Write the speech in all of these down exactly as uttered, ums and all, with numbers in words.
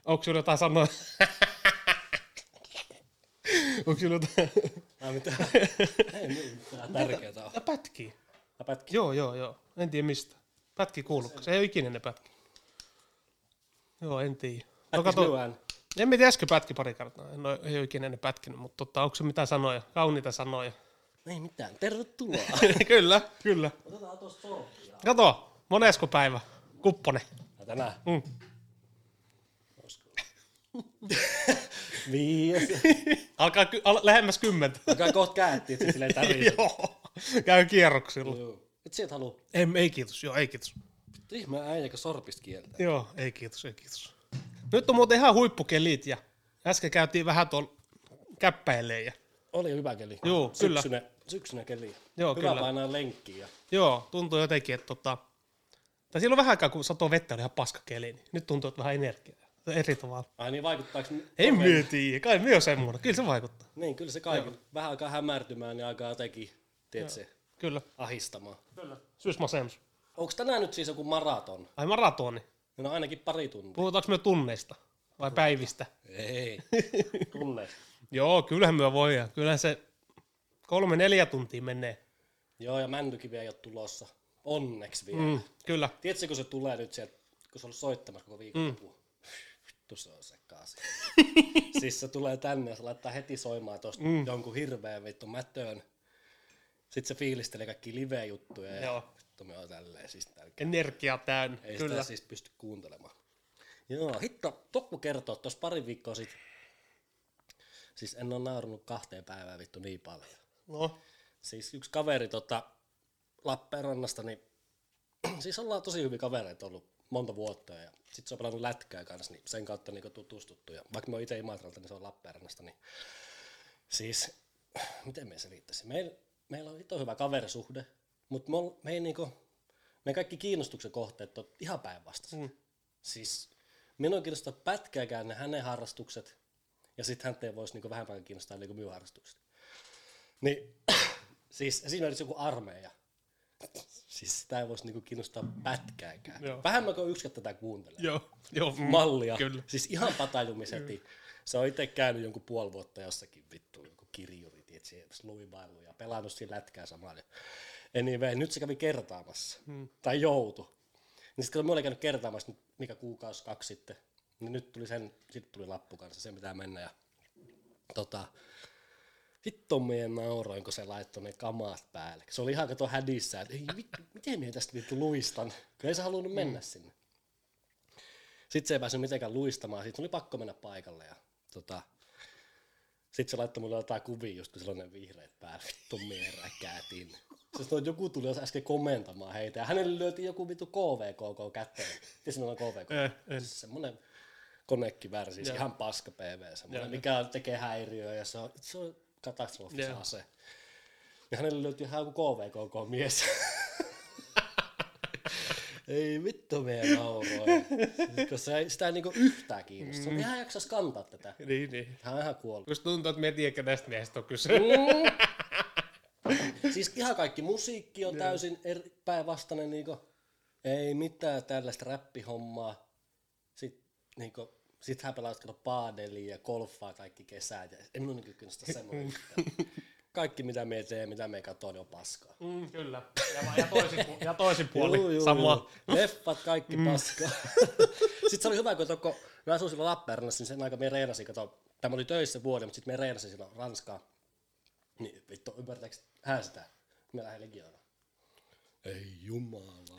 Onko sinulla jotain sanoa? Onko sinulla jotain? Ai mitä? Ei mitään tärkeetä ole. Ja pätkii. Ja pätki. Joo, joo, joo. En tiedä mistä. Pätki kuuluuko. Se ei ole ikinä ne pätki. Joo, en tiedä. No, Pätkis minun ääni. En tiedä, äsken pätki pari kertaa. En ole, ei ole ikinä ne pätkinyt, mutta totta, onko se mitään sanoja? Kauniita sanoja. Ei mitään. Tervetuloa. Kyllä, kyllä. Otetaan tuosta sorttia. Kato, monesko päivä? Kupponen. Ja tänään. Mm. Olisiko? Viies. Alkaa ky- al- lähemmäs kymmentä. Alkaa kohta käättiä, että silleen täriset. Joo, käy kierroksilla. Joo. Et sieltä haluu. Ei, ei kiitos, joo, ei kiitos. Ihme äijäkö sorpista kieltä. Joo, ei kiitos, ei kiitos. Nyt on muuten ihan huippukelit ja äsken käytiin vähän tuolla käppäileen. Ja... Oli hyvä keli. Joo, kyllä. Syksynen, syksynen keli. Joo, hyvä kyllä. painaa lenkkiä. Ja... Joo, tuntuu jotenkin, että tota... Tai silloin vähän aikaa, kun satoi vettä, oli ihan paska keli, niin nyt tuntuu, että vähän energiaa. Eri tavalla. Ai niin, vaikuttaako... Ei Korveen- myö tiedä, kai myö semmoinen. Kyllä se vaikuttaa. Niin, kyllä se kaikilla. Vähän alkaa hämärtymään ja alkaa jotenkin, tiedätkö, Kyllä. ahistamaan. Kyllä. Syysmasennus. Onko tänään nyt siis joku maraton? Ai maratoni. No ainakin pari tuntia. Puhutaanko me tunneista vai päivistä? Ei. Tunne. Joo, kyllähän me voidaan. Kyllähän se kolme neljä tuntia menee. Joo, ja mäntykivi ei ole tulossa. Onneksi vielä. Mm, kyllä. Tiedätkö, kun se tulee nyt sieltä, kun se on ollut soittamassa koko viikonloppuun? Mm. Vittu se on sekaisin. Siis se tulee tänne ja se laittaa heti soimaan tosta mm. jonkun hirveän vittu mätöön. Sitten se fiilistelee kaikki live-juttuja ja Joo. vittu me on tälleen siis tälleen. Energia täynnä. Ei Kyllä. sitä siis pysty kuuntelemaan. Joo, hitto, Tokku kertoo, tuossa pari viikkoa sitten, siis en ole naurunut kahteen päivään vittu niin paljon. No. Siis yksi kaveri tota, Lappeenrannasta, niin siis ollaan tosi hyviä kavereita ollut monta vuotta ja sit se on pelannut lätkää kanssa, niin sen kautta niin tutustuttu. Ja vaikka mä oon itse Imatralta, niin se on Lappeenrannasta, niin siis, miten me selittäisin? Meil, meillä on hito hyvä kaverisuhde, mutta me, me ei niinku, me kaikki kiinnostuksen kohteet on ihan päinvastaisia. Mm. Siis minua kiinnostaa pätkääkään ne hänen harrastukset, ja sitten häntä ei voisi niinku vähemmän kiinnostaa niinku minun harrastukset. Niin, siis esimerkiksi joku armeija. Siis sitä ei voisi niinku kiinnostaa pätkääkään. Joo. Vähemmän kuin yksikö tätä kuuntelee. Joo. Joo. mm, Mallia. Kyllä. Siis ihan patajumiseti. Se on itse käynyt jonkun puoli vuotta jossakin vittu, joku kirjuri, tietysti, luivailu ja pelannut siinä lätkää samalla. Anyway, nyt se kävi kertaamassa. Hmm. Tai joutu. Niin sitten kun mä olin käynyt kertaamassa, nyt mikä kuukausi, kaksi sitten, niin nyt tuli sen, sitten tuli lappu kanssa, sen pitää mennä. Ja, tota, hitto meidän nauroin, kun se laittoi ne kamat päälle. Se oli ihan kato hädissä, että ei vittu, miten minä tästä vittu luistan, kun ei se halunnut mennä hmm. sinne. Sitten se ei päässyt mitenkään luistamaan, siitä oli pakko mennä paikalle. Ja, tota, sitten se laittoi mulle jotain kuvia, just kun sellainen vihreät päällä, vittu mie räkäätin. Siis joku tuli äsken komentamaan heitä ja hänelle lyötiin joku vittu K V K kätteen. Tiedätkö milloin K V K? Eh, Siis semmonen konekivääri, siis ihan paska P V, semmoinen, mikä tekee häiriöä ja se on, se on katastrofi se ase. Ja hänelle lyötiin ihan joku K V K mies. Ei vittu meidän nauroin. Koska se, sitä ei niinku yhtään kiinnosta. Se on ihan jaksas kantaa tätä. Niin, niin. Hän on ihan kuollut. Just tuntuu, että me ei tiedä, kenestä miehestä on kyse. Mm. Siis ihan kaikki musiikki on täysin eri, päinvastainen. Niinku, ei mitään tällaista räppihommaa. Sitten niinku, sit hän pelaa paadelia ja golfaa kaikki kesät. Ja en minun niin kiinnosta semmoinen. Kaikki mitä me teen, mitä me katsoo, niin on paskaa. Mm, kyllä. Ja, ja, toisin, pu- ja toisin puoli. Juu, juu, Sama. juu. Leffat, kaikki mm. paskaa. Sitten se oli hyvä, kun tokko, mä asuin silloin Lappeenrannassa, niin sen aika me reenasin, kato, tämä oli töissä vuoden, mutta sitten me reenasin silloin Ranskaa. Niin vittu, ymmärtääkö hän sitä? Me lähden legioonaan. Ei jumala.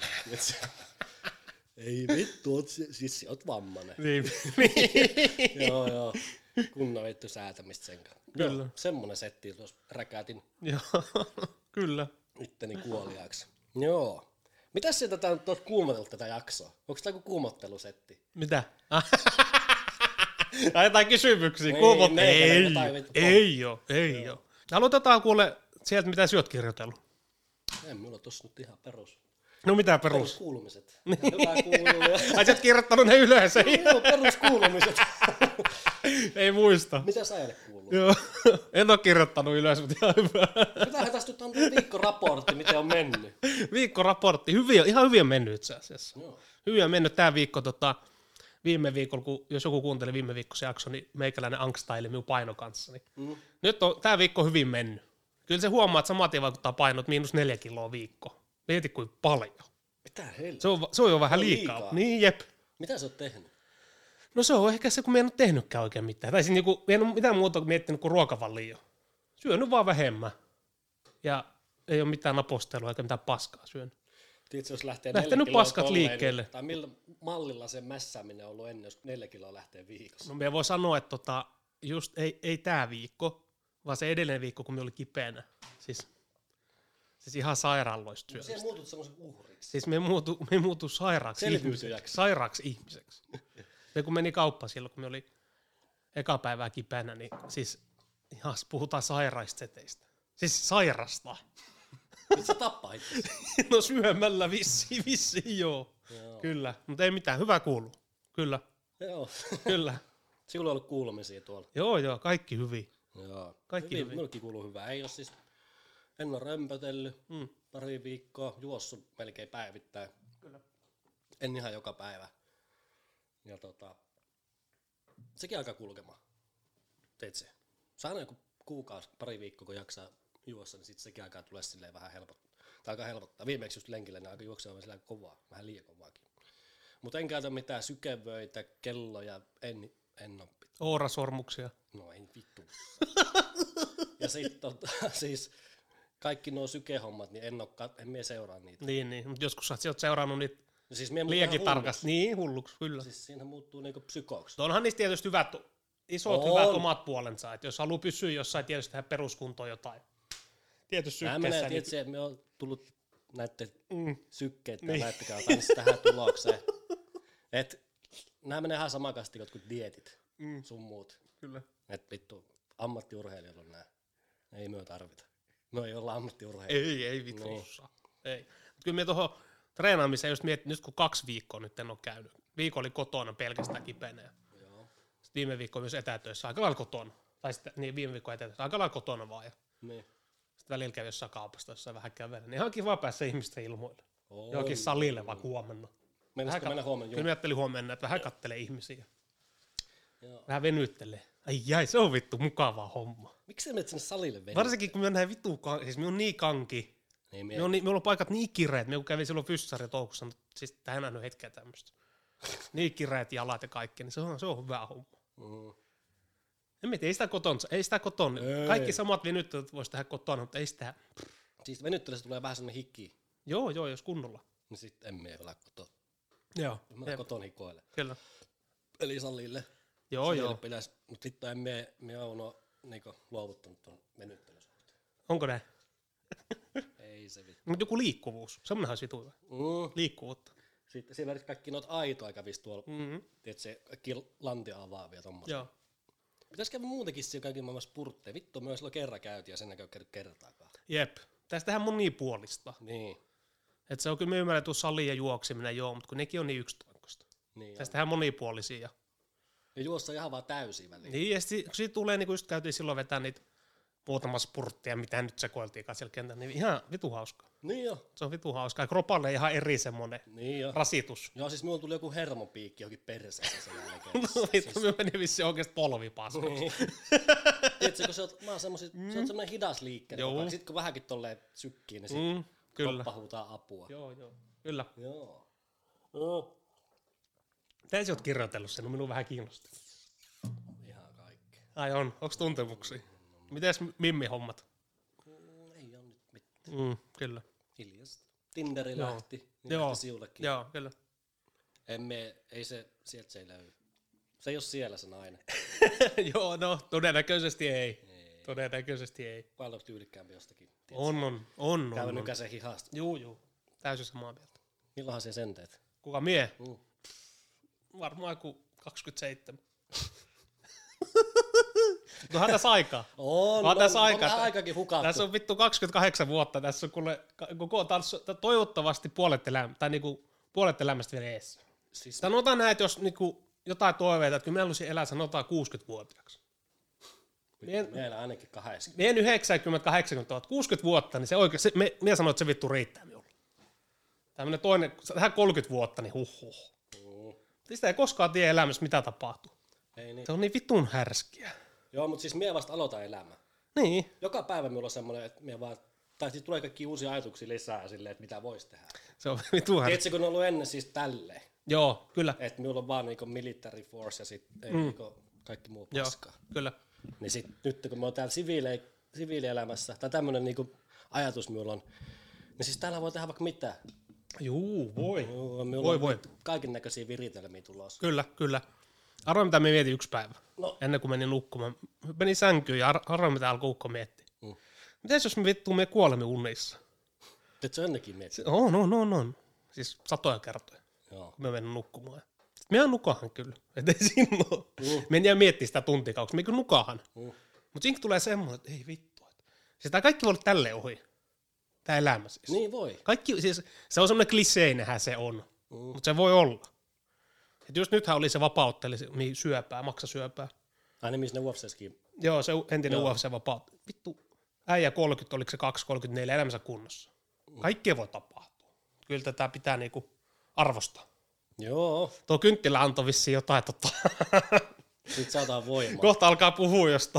Ei vittu, oot, siis oot vammanen. Niin. Joo, joo. Kunnon vittu säätämistä sen kanssa. Kyllä. Joo, semmonen setti tuossa räkätin Joo, kyllä. itteni kuoliaaksi. Joo. Mitäs sieltä tää nyt oot kuumotellut tätä jaksoa? Onko tää joku kuumottelusetti? Mitä? Tai jotain kysymyksiä. Ei, Kuumot... ne ei Ei, ole jotain vittu ei oo, ei oo. Aloitetaan kuule sieltä, mitä sä oot kirjoitellut. Ei, mulla tossa nyt ihan perus. No mitä perus? Peruskuulumiset. Hyvä kuuluu. Ai sä oot kirjoittanut ne ylös. Joo, peruskuulumiset. Ei muista. Mitä sä eilen kuuluu? Joo, en oo kirjoittanut ylös, mutta ihan hyvä. Mitähän tästä nyt on viikkoraportti, miten on mennyt? Viikkoraportti, hyviä, ihan hyviä mennyt itse asiassa. Joo. Hyviä mennyt tää viikko. Tota, viime viikolla, kun, jos joku kuunteli viime viikkoisen jakso, niin meikäläinen angstaili minun paino kanssa. Niin Mm. nyt on tää viikko hyvin mennyt. Kyllä se huomaa, että saman tien vaikuttaa painot miinus neljä kiloa viikko. Mieti kuin paljon. Mitä helvettiä? Se on, se on jo vähän Se on liikaa. liikaa. Niin jep. Mitä sä oot tehnyt? No se on ehkä se, kun mä en ole tehnytkään oikein mitään. Tai siis niinku, mä en ole mitään muuta kuin miettinyt kuin ruokavaliota. Syönyt vaan vähemmän. Ja ei ole mitään napostelua eikä mitään paskaa syönyt. Tiedätkö, jos lähtee Lähtenyt neljä kiloa paskat tolleen, liikkeelle. Niin, tai millä mallilla se mässääminen on ollut ennen, jos neljä kiloa lähtee viikossa? No mä voin sanoa, että tota, just ei, ei tää viikko, vaan se edellinen viikko, kun mä olin kipeänä. Siis, siis ihan sairaaloista No, syömistä. siellä muutut semmoisen uhriksi. Siis me muutu, me muutu sairaaksi Selviytyjäksi. ihmiseksi. Sairaaksi ihmiseksi. Me kun meni kauppaan silloin, kun me oli eka päivää kipeänä, niin siis ihan puhutaan sairaista seteistä. Siis sairasta. Nyt sä tappaa itsesi. No syömällä vissiin, vissiin joo. Joo. Kyllä, mutta ei mitään, hyvä kuuluu. Kyllä, Joo. kyllä. Sinulla on ollut kuulumisia tuolla. Joo, joo, kaikki hyvin. Joo. Kaikki hyvin. hyvin. Minullekin kuuluu hyvää. Ei ole siis, en ole römpötellyt Mm. pari viikkoa, juossut melkein päivittäin. Kyllä. En ihan joka päivä. Ja tota, sekin alkaa kulkemaan. Teet se. Saa aina joku kuukausi, pari viikkoa, kun jaksaa juossa, niin sitten sekin alkaa tulla silleen vähän helpottaa. Tai alkaa helpottaa. Viimeksi just lenkillä, niin alkaa juoksemaan sillä kovaa, vähän liian kovaakin. Mutta en käytä mitään sykevöitä, kelloja, en, en ole. Ourasormuksia. No ei vittu. Ja sitten tota, siis kaikki nuo sykehommat, niin en, oo, en mie seuraa niitä. Niin, niin. Mutta joskus sä oot seurannut niitä No siis mie liiankin tarkasti. Niin, hulluksi, kyllä. Siis Siis siinähän muuttuu niinku psykooksi. onhan niistä tietysti hyvät, isot On. hyvät omat puolensa. Että jos haluaa pysyä jossain, tietysti tehdä peruskuntoon jotain. Tietysti Nämä sykkeessä. menee, Niin, tietysti, että me on tullut näiden mm, sykkeitä Niin. ja näyttäkää kanssa tähän tulokseen. Et nämä menee ihan saman kastikot kuin dietit mm, sun muut. kyllä. Et vittu, ammattiurheilijoilla on nää. Ei me tarvita. Me ei olla ammattiurheilijoita. Ei, ei vittu Niin. osaa. Ei. Mut kyllä minä tuohon treenaamiseen just mietin, nyt kun kaksi viikkoa nyt en ole käynyt. Viikko oli kotona pelkästään kipeänä. Ja Joo. sitten viime viikko myös etätöissä, aika lailla kotona. Tai sitten, niin viime viikko etätöissä, aika lailla kotona vaan. Ja Niin. sitten välillä kävi jossain kaupasta, jossain vähän kävellä. Niin ihan kiva päästä ihmisten ilmoille. On. Johonkin salille vaikka huomenna. Mennäisikö mennä huomenna? Kyllä mä ajattelin huomenna, että vähän kattelee ihmisiä. Joo. Vähän venyttelee. Ai jäi, se on vittu mukavaa homma. Miksi sä menet sinne salille venyä? Varsinkin kun mä näin vittu, kan- siis minä on niin kanki. Ei Me on, niin, me on paikat niin kireet, me kun kävin silloin fyssari toukossa, mutta siis tähän nähnyt hetkeä tämmöistä. Niin kireet jalat ja kaikki, niin se on, se on hyvä homma. Mm. En mieti, ei sitä koton, ei sitä koton. Ei. Kaikki samat venyttelyt voisi tehdä kotona, mutta ei sitä. Siis venyttelystä tulee vähän semmonen hikki, Joo, joo, jos kunnolla. niin sit en mie ole koton. Joo, Mä jep, koton hikoille. kyllä. Eli salille. Joo, Salille joo. pitäis, mut vittu en mie, mie on no, niinku luovuttanut ton venyttelyn suhteen. Onko näin? Ei se vittu. Mutta joku liikkuvuus, semmoinenhan olisi vitu hyvä. Mm. Liikkuvuutta. Sitten esimerkiksi kaikki noita aitoja kävis tuolla, Mm-hmm. tiedät se kaikki lantia avaavia tommosia. Joo. Pitäis käydä muutenkin siellä kaikki maailman spurtteja. Vittu, me silloin kerran käytiin ja sen näkö käynyt kertaakaan. Jep. Tästähän monipuolista. Niin. Et se on kyllä, me ymmärrän, että sali ja juokseminen, joo, mutta kun nekin on niin yksitoikkoista. Niin on. Tästähän monipuolisia. Ja juossa ihan vaan täysin väliin. Niin, ja sitten siitä tulee, niin kuin just käytiin silloin vetää niitä muutama spurttia, mitä nyt sekoiltiinkaan siellä kentällä, niin ihan vitu hauskaa. Niin jo. Se on vitu hauskaa. Ja kropalle ihan eri semmonen Niin jo. rasitus. Joo, siis minulla tuli joku hermopiikki johonkin perseeseen sen jälkeen. No vittu, me meni vissiin oikeesti polvipaskaksi. Niin. Tiedätkö, kun sä oot, mä oon semmosia, mm. sä oot semmonen hidas liikkeinen. Joo. Joo. Sitten kun vähänkin tolleen sykkii, niin sit Mm, kyllä. kroppa huutaa apua. Joo, joo. Kyllä. Joo. Joo. Täysin oot kirjoitellut sen, no minun vähän kiinnostaa. Ihan kaikki. Ai on, onks tuntemuksia? Mites Mimmi-hommat? Mm, ei oo nyt mitään. Mm, kyllä. Hiljasta. Tinderi Joo. lähti, niin Joo. lähti siullekin. Joo, kyllä. En me, ei se, sieltä se ei löydy. Se ei oo siellä se nainen. Joo, no todennäköisesti ei. Ei. Todennäköisesti ei. Paljon tyylikkäämpi jostakin. On, on, on, Käy on. on. nykäisen hihasta. Juu, juu. Täysin samaa mieltä. Milloinhan se sen teet? Kuka mie? Mm. Varmaan joku kaksikymmentäseitsemän. Onhan tässä aikaa. On, Onhan on, tässä on, aikaa. on aikakin hukattu. Tässä on vittu kaksikymmentäkahdeksan vuotta. Tässä on kuule, koko, tässä on toivottavasti puolet elämä, tai niinku puolet elämästä vielä eessä. Siis, Sanotaan näin, että jos niinku jotain toiveita, että kyllä mä haluaisin elää sanotaan kuusikymmentävuotiaaksi. Mien, meillä ainakin kahdeksankymmentä. mien yhdeksänkymmentä kahdeksankymmentä vuotta, kuusikymmentä vuotta, niin se oikein, se, me, minä sanoin, että se vittu riittää minulle. Tämmönen toinen, tähän kolmekymmentä vuotta, niin huh huh. Mm. Sitä ei koskaan tiedä elämässä, mitä tapahtuu. Ei niin. Se on niin vitun härskiä. Joo, mutta siis mie vasta aloitan elämää. Niin. Joka päivä minulla on semmoinen, että mie vaan, tai siis tulee kaikki uusia ajatuksia lisää silleen, että mitä vois tehdä. Se on vitun härskiä. Tiedätkö, kun on ollut ennen siis tälleen. Joo, kyllä. Että minulla on vaan niinku military force ja sitten mm. niinku kaikki muu paskaa. Joo, kyllä. Niin sit nyt kun mä oon täällä siviile- siviilielämässä, tai tämmönen niinku ajatus minulla on, niin siis täällä voi tehdä vaikka mitä. Juu, voi. Joo, minulla Voi, on voi. kaiken näköisiä viritelmiä tulossa. Kyllä, kyllä. Arvoin, mitä me mietin yksi päivä, No. ennen kuin menin nukkumaan. Menin sänkyyn ja ar- arvoin, mitä alkoi ukko miettiä. Mm. Mitäs jos me vittuu me kuolemme unissa? Et sä ennenkin miettiä? On, on, on, on. Siis satoja kertoja, Joo. kun me menin nukkumaan. Sitten me nukahan kyllä, ettei siinä ole. Mm. Me en jää miettiä sitä tuntikauksi, me kyllä nukahan. Mm. Mutta siinä tulee semmoinen, että ei vittu. Siis tää kaikki voi olla tälleen ohi. Tää elämä siis. Niin voi. Kaikki, siis, se on semmoinen kliseinähän se on, mm. mutta se voi olla. Et just nythän oli se vapautteli syöpää, maksasyöpää. Aina missä ne U F C:skin. Joo, se entinen U F C vapautteli. Vittu, äijä kolmekymmentä, oliko se kaksi kolmekymmentäneljä elämänsä kunnossa. Kaikkea voi tapahtua. Kyllä tätä pitää niinku arvostaa. Joo. Tuo kynttilä antoi vissiin jotain tota. Nyt saadaan voimaa. Kohta alkaa puhua jostain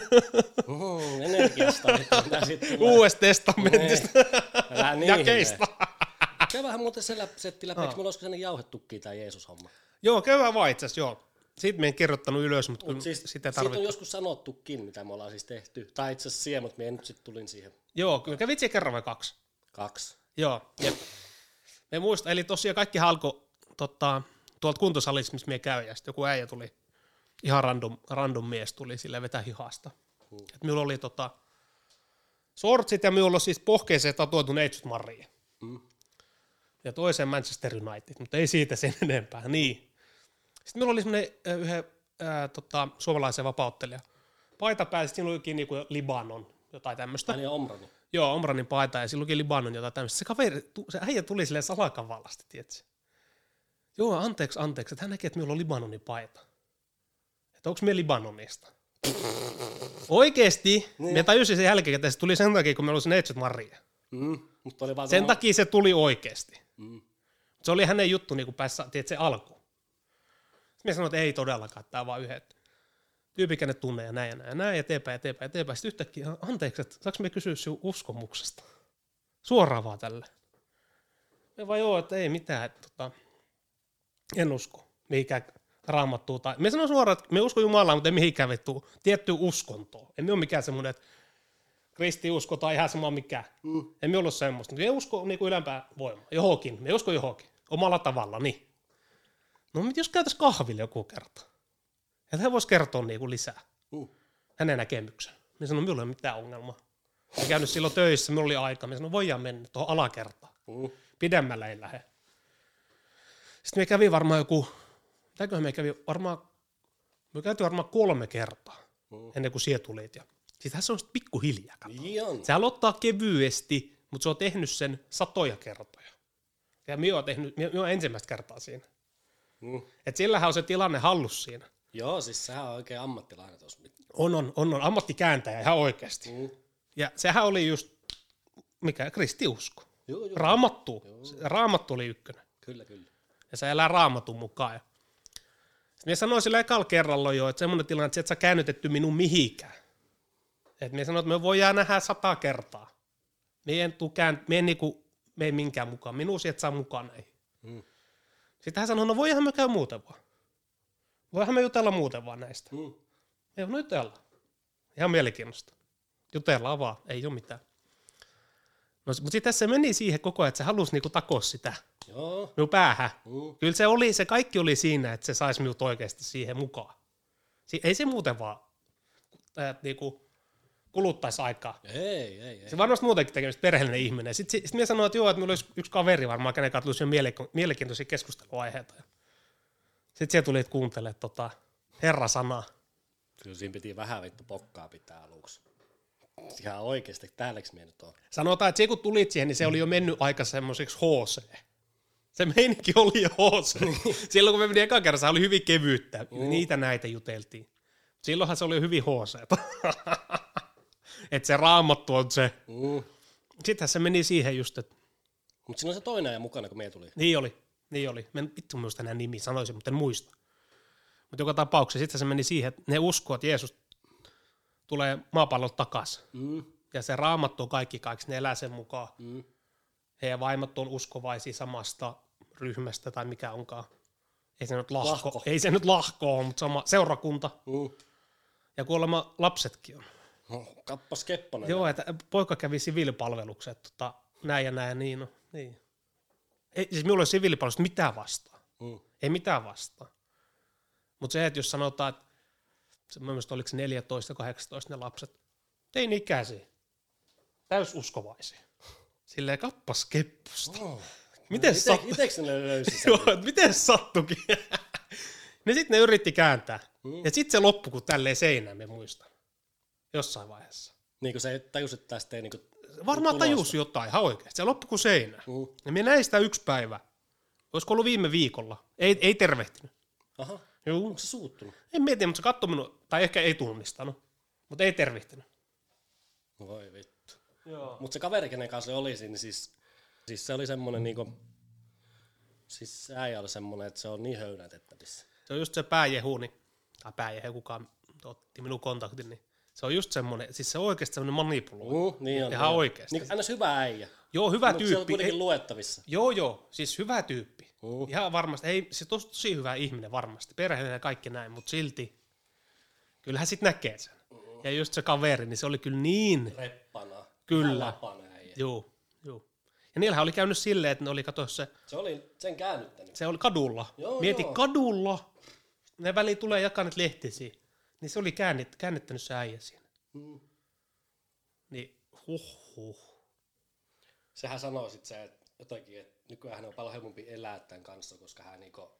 Mm, energiasta. uudesta testamentista. Älä niin. Jakeista. Käy vähän muuten se läp, setti läpi, eikö mulla olisiko sellainen jauhetukki tai Jeesus-homma? Joo, käydään vaan itse asiassa, joo. Siitä me en kirjoittanut ylös, mutta Mut kyllä siis, sitä siitä on tarvitsee. joskus sanottukin, mitä me ollaan siis tehty. Tai itse asiassa siihen, mutta me nyt sitten tulin siihen. Joo, kyllä kävit siellä kerran vai kaksi. Kaksi. Joo, jep. Me muista, eli tosiaan kaikki alkoi tota, tuolta kuntosalissa, missä me käy, ja sitten joku äijä tuli, ihan random, random mies tuli sille vetää hihasta. Hmm. Et minulla oli tota, sortsit ja minulla oli siis pohkeeseen tatuoitu neitsyt Maria. Hmm. Ja toiseen Manchester United, mutta ei siitä sen enempää. Niin. Sitten minulla oli semmoinen äh, yhden äh, tota, suomalaisen vapauttelija. Paita pääsi, siinä olikin niinku Libanon, jotain tämmöistä. Hän ja Omrani. Joo, Omranin paita ja silloinkin Libanon jotain tämmöistä. Se kaveri, se äijä tuli silleen salakavallasti, tietsä. Joo, anteeksi, anteeksi, että hän näki, että minulla on Libanonin paita. Että onko me Libanonista? Oikeesti, niin. Me tajusin sen jälkeen, että se tuli sen takia, kun meillä oli se neitsyt Maria. Mm, mutta oli vaan sen sama... takia se tuli oikeesti. Mm. Se oli hänen juttu niin kuin päässä, tiedät, se alku. Sitten me sanoin, että ei todellakaan, että tämä on vaan yhdet. Tyypikäinen tunne ja näin ja näin ja näin, eteenpäin, eteenpäin, eteenpäin. Sitten yhtäkkiä, anteeksi, että saanko me kysyä sinun uskomuksesta? Suoraan vaan tälle. Me vaan joo, että ei mitään, että tota, en usko mihinkään raamattuun. Tai... Me sanoin suoraan, että me uskon Jumalaa, mutta ei mihinkään vittu tiettyä uskontoa. Emme ole mikään semmoinen, että kristiusko tai ihan sama mikä. Mm. Emme ollut semmoista. Me usko niin kuin ylempää voimaa. Johonkin. Me usko johonkin. Omalla tavalla, niin. No mutta jos käytäisiin kahville joku kerta. Että hän voisi kertoa niin kuin lisää. Mm. Hänen näkemyksen. Me sanoin, minulla ei ole mitään ongelmaa. Mä käynyt silloin töissä, minulla oli aika. Me sanoin, voidaan mennä tuohon alakertaan. Mm. Pidemmällä ei lähde. Sitten me kävi varmaan joku, mitäköhän me kävi varmaan, me käytiin varmaan kolme kertaa, mm. ennen kuin siellä tulit. Ja sitten se on sitten pikkuhiljaa. Se aloittaa kevyesti, mutta se on tehnyt sen satoja kertoja. Ja minä olen tehnyt, minä olen ensimmäistä kertaa siinä. Mm. Että sillähän on se tilanne hallus siinä. Joo, siis sehän on oikein ammattilainen tuossa. On, on, on, on ammattikääntäjä ihan oikeasti. Mm. Ja sehän oli just, mikä, kristiusko. Joo, joo. Raamattu. Joo. Raamattu oli ykkönen. Kyllä, kyllä. Ja se elää raamatun mukaan. Ja sitten minä sanoin sillä ekalla kerralla jo, että semmoinen tilanne, että et sä käännytetty minun mihinkään. Että minä sanoin, että me voidaan nähdä sata kertaa. Me en, kään, me en, niinku, me ei minkään mukaan. Minun et saa mukaan näihin. Mm. Sitten hän sanoi, no voihan me käy muuten vaan. Voihan me jutella muuten vaan näistä. Mm. Ei no jutella. Ihan mielenkiinnosta. Jutellaan vaan, ei ole mitään. No, mutta sitten se meni siihen koko ajan, että se halusi niinku takoa sitä. Joo. Minun päähän. Mm. Kyllä se oli, se kaikki oli siinä, että se saisi minut oikeasti siihen mukaan. Si- ei se muuten vaan äh, niinku, kuluttaisi aikaa. Ei, ei, ei. Se varmasti muutenkin tekemistä perheellinen ihminen. Sitten sit minä sanoin, että joo, että minulla olisi yksi kaveri varmaan, kenen kanssa tulisi mielenki- mielenkiintoisia keskusteluaiheita. Sitten siellä tuli kuuntelemaan tota, Herra sanaa. Kyllä siinä piti vähän vittu pokkaa pitää aluksi. Ihan oikeasti, täälläks me nyt on? Sanotaan, että se kun tulit siihen, niin se oli jo mennyt aika semmoiseksi H C. Se meininki oli jo H C. Silloin kun me meni ekan kerran, se oli hyvin kevyyttä. Mm. Niitä näitä juteltiin. Silloinhan se oli jo hyvin H C. Että se raamattu on se. Mm. Sittenhän se meni siihen just, että... Mutta siinä on se toinen ajan mukana, kun me tuli. Niin oli. Niin oli. Mä en vittu muista enää nimi, sanoisin, mutta en muista. Mutta joka tapauksessa sitten se meni siihen, että ne uskoo, että Jeesus tulee maapallolta takaisin. Mm. Ja se Raamattu on kaikki kaikki, ne elää sen mukaan. Mm. Heidän vaimot on uskovaisia samasta ryhmästä tai mikä onkaan. Ei se nyt lahko, Lahko. ei se nyt lahko ole, mutta sama seurakunta. Mm. Ja kuulemma lapsetkin on. No, kappas Kepponen. Joo, että poika kävi siviilipalveluksen, että tota, näin ja näin ja niin. No, niin. Ei, siis minulla ei siviilipalvelusta mitään vastaan. Mm. Ei mitään vastaan. Mutta se, että jos sanotaan, että se, mielestäni oliko se neljätoista kahdeksantoista ne lapset, teini-ikäisiä, täysuskovaisia. Silleen kappas keppusta. Oh. Miten Ite, sattu? Iteks ne löysi sen? Joo, että miten sattukin? Ne sitten ne yritti kääntää. Mm. Ja sitten se loppui kuin tälleen seinään, me muistan. Jossain vaiheessa. Niin kuin se tajus, että tästä ei niinku... Varmaan tulosta. tajusi jotain ihan oikeasti. Se loppui kuin seinään. Mm. Ja me näin sitä yksi päivä. Olisiko ollut viime viikolla? Ei, ei tervehtinyt. Aha, Joo. onko se suuttunut? En mietiä, mutta se katsoi minua, tai ehkä ei tunnistanut. Mutta ei tervehtinyt. Voi vittu. Joo. Mutta se kaveri, kenen kanssa se oli siinä, niin siis, siis se oli semmonen niinku... Siis se äijä oli semmonen, että se on niin höynätettävissä. Se on just se pääjehuni, tai pääjehe, kukaan otti minun kontaktin, niin se on just semmoinen, siis se on oikeasti semmoinen manipuloija. Mm, niin on. Ihan niin on. oikeasti. Niin, aina hyvä äijä. Joo, hyvä Mutta se on tyyppi. kuitenkin Ei, luettavissa. joo, joo, siis hyvä tyyppi. Mm. Ihan varmasti, ei, se tosi, tosi hyvä ihminen varmasti, perheellinen ja kaikki näin, mutta silti, kyllähän sit näkee sen. Mm. Ja just se kaveri, niin se oli kyllä niin, Reppana. Kyllä. Ihan lapana äijä. joo, joo. Ja niillähän oli käynyt silleen, että ne oli, kato se, Se oli sen käännyttänyt. se oli kadulla. Joo, Mieti joo. kadulla, ne väliin tulee jakaa niitä lehtisiä, niin se oli käännit, käännettänyt se äijä siinä. Mm. Niin huh huh. Sehän sanoo sit se, että jotenkin, että nykyään hän on paljon helpompi elää tämän kanssa, koska hän niinku...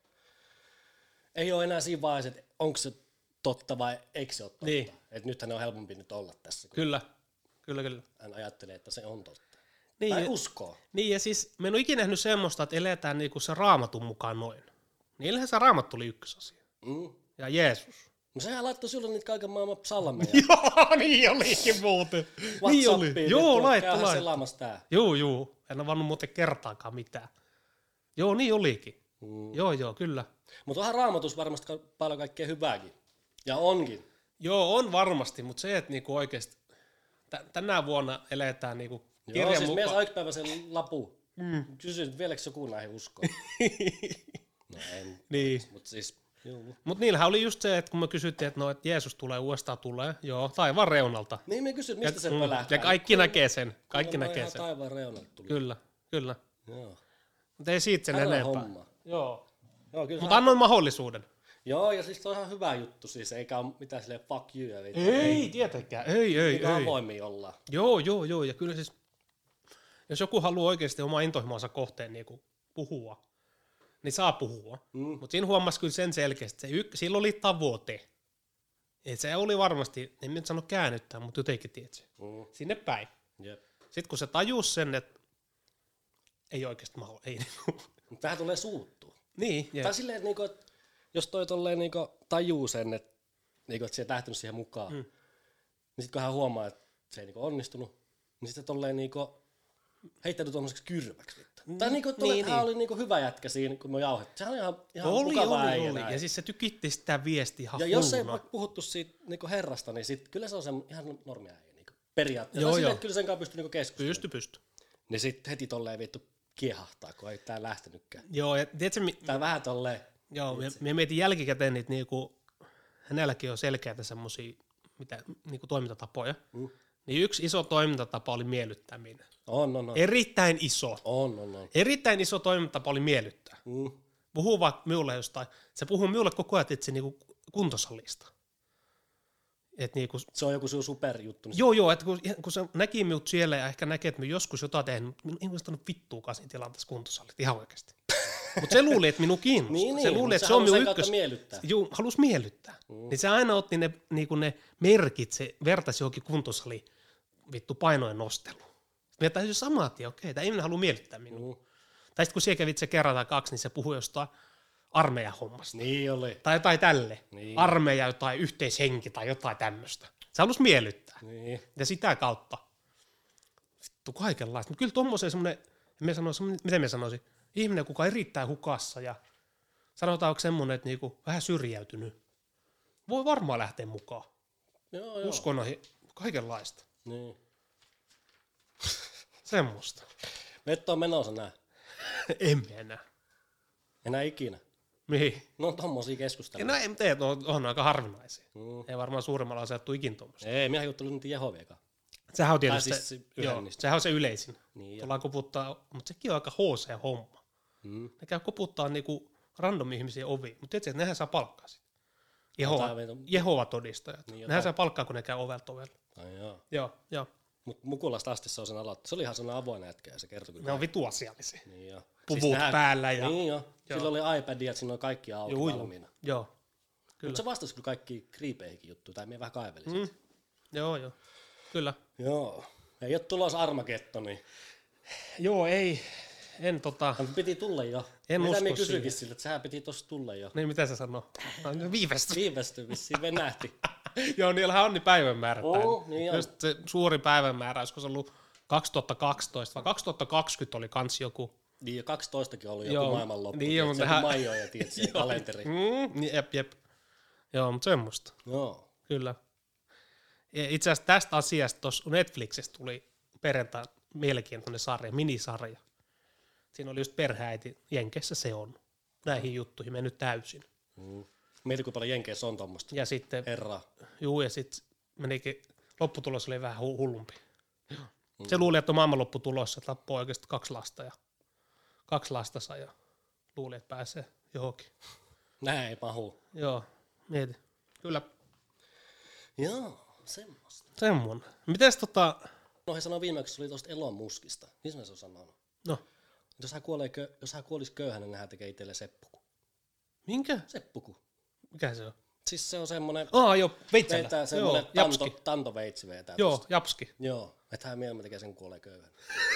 Ei ole enää siinä vaiheessa, että onko se totta vai eikö se ole totta. Niin. Että nythän on helpompi nyt olla tässä, kun Kyllä, kyllä, kyllä. hän ajattelee, että se on totta. Niin, Tai ja, uskoo. niin ja siis me en ole ikinä nähnyt semmoista, että eletään niinku se Raamatun mukaan noin. Niillähän se Raamattu oli ykkösasia. Mm. Ja Jeesus. No sehän laittoi sulle niitä kaiken maailman psalmeja. Joo, niin olikin muuten. Niin oli. WhatsAppiin, Joo, vittu, laitto, käyhän laitto. selaamassa tää. Joo, joo. En ole vannut muuten kertaakaan mitään. Joo, niin olikin. Mm. Joo, joo, kyllä. Mutta onhan Raamatus varmasti ka- paljon kaikkea hyvääkin. Ja onkin. Joo, on varmasti, mutta se, että niinku oikeasti t- tänä vuonna eletään niinku Joo, kirjan siis mies mukaan. yksi päivä sen lapu. Mm. Kysyin, että vieläkö joku näihin uskoo. No en. Niin. Mutta siis, joo. Mutta niillähän oli just se, että kun me kysyttiin, että no, et Jeesus tulee, uudestaan tulee, joo, taivaan reunalta. Niin me kysyin, mistä se Mm, pölähtää. ja kaikki näkee sen, kaikki Kuulemma näkee ihan sen. taivaan reunalta tuli. Kyllä, kyllä. Joo. Mutta ei siitä sen Älä enempää. homma. Joo. Joo, kyllä Mutta annoin mahdollisuuden. Joo, ja siis toi on ihan hyvä juttu siis, eikä ole mitään silleen fuck you ja vittu. Ei, tietenkään, ei, ei, Kyllä ei. avoimia ollaan. Joo, joo, joo, ja kyllä siis, jos joku haluaa oikeasti oma intohimoansa kohteen niin puhua, niin saa puhua. Mm. Mutta siinä huomasi kyllä sen selkeästi, että se yk, sillä oli tavoite. Et se oli varmasti, en nyt sano käännyttää, mutta jotenkin tietysti, Mm. sinne päin. Jep. Sitten kun se tajusi sen, että ei oikeasti mahdollista, ei Mutta tähän tulee suuttua. niin, jep. Tai silleen, että niinku, et jos toi tolleen niinku tajuu sen, että niinku, et se ei lähtenyt siihen mukaan, mm. niin sitten kun hän huomaa, että se ei niinku onnistunut, niin sitten tolleen niinku heittänyt tommoseksi kyrväksi. Mm. Tai niinku, tolleen, niin, että hän niin. oli niinku hyvä jätkä siinä, kun me jauhettiin. Sehän oli ihan, ihan oli, mukava oli, äijä oli. näin. Ja siis se tykitti sitä viestiä ihan Ja jos ei hulluna. vaikka puhuttu siitä niinku herrasta, niin sit, kyllä se on se ihan normi äijä niinku, periaatteessa. Joo, Joo, silleen, joo. että kyllä sen kanssa pystyy niinku keskustelemaan. Pysty, pysty. Niin sit heti tolleen vittu kiehahtaa, kun ei tää lähtenytkään. Joo, ja tiedätkö, mi- Tai vähän tolleen. joo, me, me mietin jälkikäteen niitä, niinku, hänelläkin on selkeätä semmosia mitä, niinku toimintatapoja. Mm. Niin yksi iso toimintatapa oli miellyttäminen. On, on, on. Erittäin iso. On, on, on. Erittäin iso toimintatapa oli miellyttää. Mm. Puhuu vaikka minulle jostain. Se puhuu minulle koko ajan, että se niinku kuntosalista. Et niinku, Se on joku sun superjuttu. Niin joo, joo, että kun, kun se näki minut siellä ja ehkä näkee, että minä joskus jotain tehnyt, minun ei muistanut vittuakaan siinä tilanteessa kuntosalit, ihan oikeasti. Mutta se luuli, että minun kiinnostaa. Niin, niin, se luuli, mut että se se on halusi minun sen kautta ykkös. miellyttää. Joo, halusi miellyttää. Mm. Niin se aina otti ne, niinku ne merkit, se vertaisi johonkin kuntosali vittu painojen nosteluun. Minä täysin samaa tien, okei, tämä ihminen haluaa miellyttää minua. Mm. Tai sitten kun siellä kävit se kerran tai kaksi, niin se puhui jostain armeijan hommasta. Niin oli. Tai jotain tälle. Niin. Armeija, jotain yhteishenki tai jotain tämmöistä. Se halusi miellyttää. Niin. Ja sitä kautta. Vittu kaikenlaista. Mutta kyllä tuommoisen semmoinen, me sanoisin, miten me sanoisin, ihminen, kuka erittäin hukassa ja sanotaanko semmoinen, että niinku vähän syrjäytynyt, voi varmaan lähteä mukaan. Joo, joo. Uskonnoihin, kaikenlaista. Niin. Semmoista. Vettä on menossa nää. En enää. Enää ikinä. Mihin? No tommosia Ja keskusteluja. no ei tee, on, on aika harvinaisia. Mm. Ei varmaan suurimmalla osattu ikin tuommoista. Ei, minä juttelin nyt Jehoviakaan. Sehän on Tai tietysti, siis se yhden joo, niistä. sehän on se yleisin. Niin, ja- Tullaan koputtaa, mutta sekin on aika H C-homma. Mm. Ne käy koputtaa niinku random ihmisiä oviin, mutta tiedätkö, että nehän saa palkkaa siitä. Jehova, Jotain meitä- Jehova-todistajat. Niin, Nehän jotain- saa palkkaa, kun ne käy ovelta ovella. Ai joo. Joo, joo. Mut Mukulasta asti se on sen aloittanut. Se oli ihan sellainen avoin jätkä ja se kertoi kyllä. Ne on vitu asiallisia. Niin joo. Puvut päällä ja- Niin joo. Sillä oli iPad ja siinä on kaikki auki Joo, joo. valmiina. Joo, Mutta se vastasi kyllä kaikki kriipeihinkin juttuja, tai minä vähän kaivelin mm. siitä. joo, joo. Kyllä. Joo. Ei ole tulossa Armageddoni. Joo, ei. En tota... Mutta piti tulla jo. En Mitä usko minä kysyinkin siihen. siltä, että sehän piti tossa tulla jo. Niin, mitä se sanoo? No, viivästy. Viivästyi vissiin venähti. Joo, niillähän on niin päivämäärät. Oo, niin on. Just se suuri päivämäärä, olisiko se ollut kaksituhattakaksitoista vai kaksituhattakaksikymmentä oli kans joku. Niin jo kaksitoistakin ollut joku Joo. maailmanloppu. Niin, Niin, mutta se nehän- on Maijo ja tiedät, se kalenteri. Mm, niin, jep, jep. Joo, mutta semmoista. Joo. Kyllä. Ja itse asiassa tästä asiasta tuossa Netflixissä tuli perjantai mielenkiintoinen sarja, minisarja. Siinä oli just perheäiti, Jenkeissä se on. Näihin juttuihin mennyt täysin. Mm. Mieti, kuinka paljon Jenkeissä on tommoista. Ja sitten, Herra. juu, ja sitten menikin, lopputulos oli vähän hu- hullumpi. Se luuli, että on maailmanloppu tulossa, että lappuu oikeasti kaksi lasta ja kaksi lasta sai ja luuli, että pääsee johonkin. Näin ei mahu. Joo, mieti. Kyllä, Joo, semmoista. semmoinen. Mites tota, No he sanoi viimeksi, se oli tuosta Elon Muskista. Missä se on sanonut? no, Jos hän, kuolee, kö- jos hän kuolisi köyhänä, niin hän tekee itselleen seppuku. minkä? Seppuku. Mikä se on? Siis se on semmonen, Aa, joo, veitsellä. vetää Joo, semmonen japski. tanto, tantoveitsi vetää Joo, tosta. japski. Joo, että hän mieluummin tekee sen kuolee köyhänä.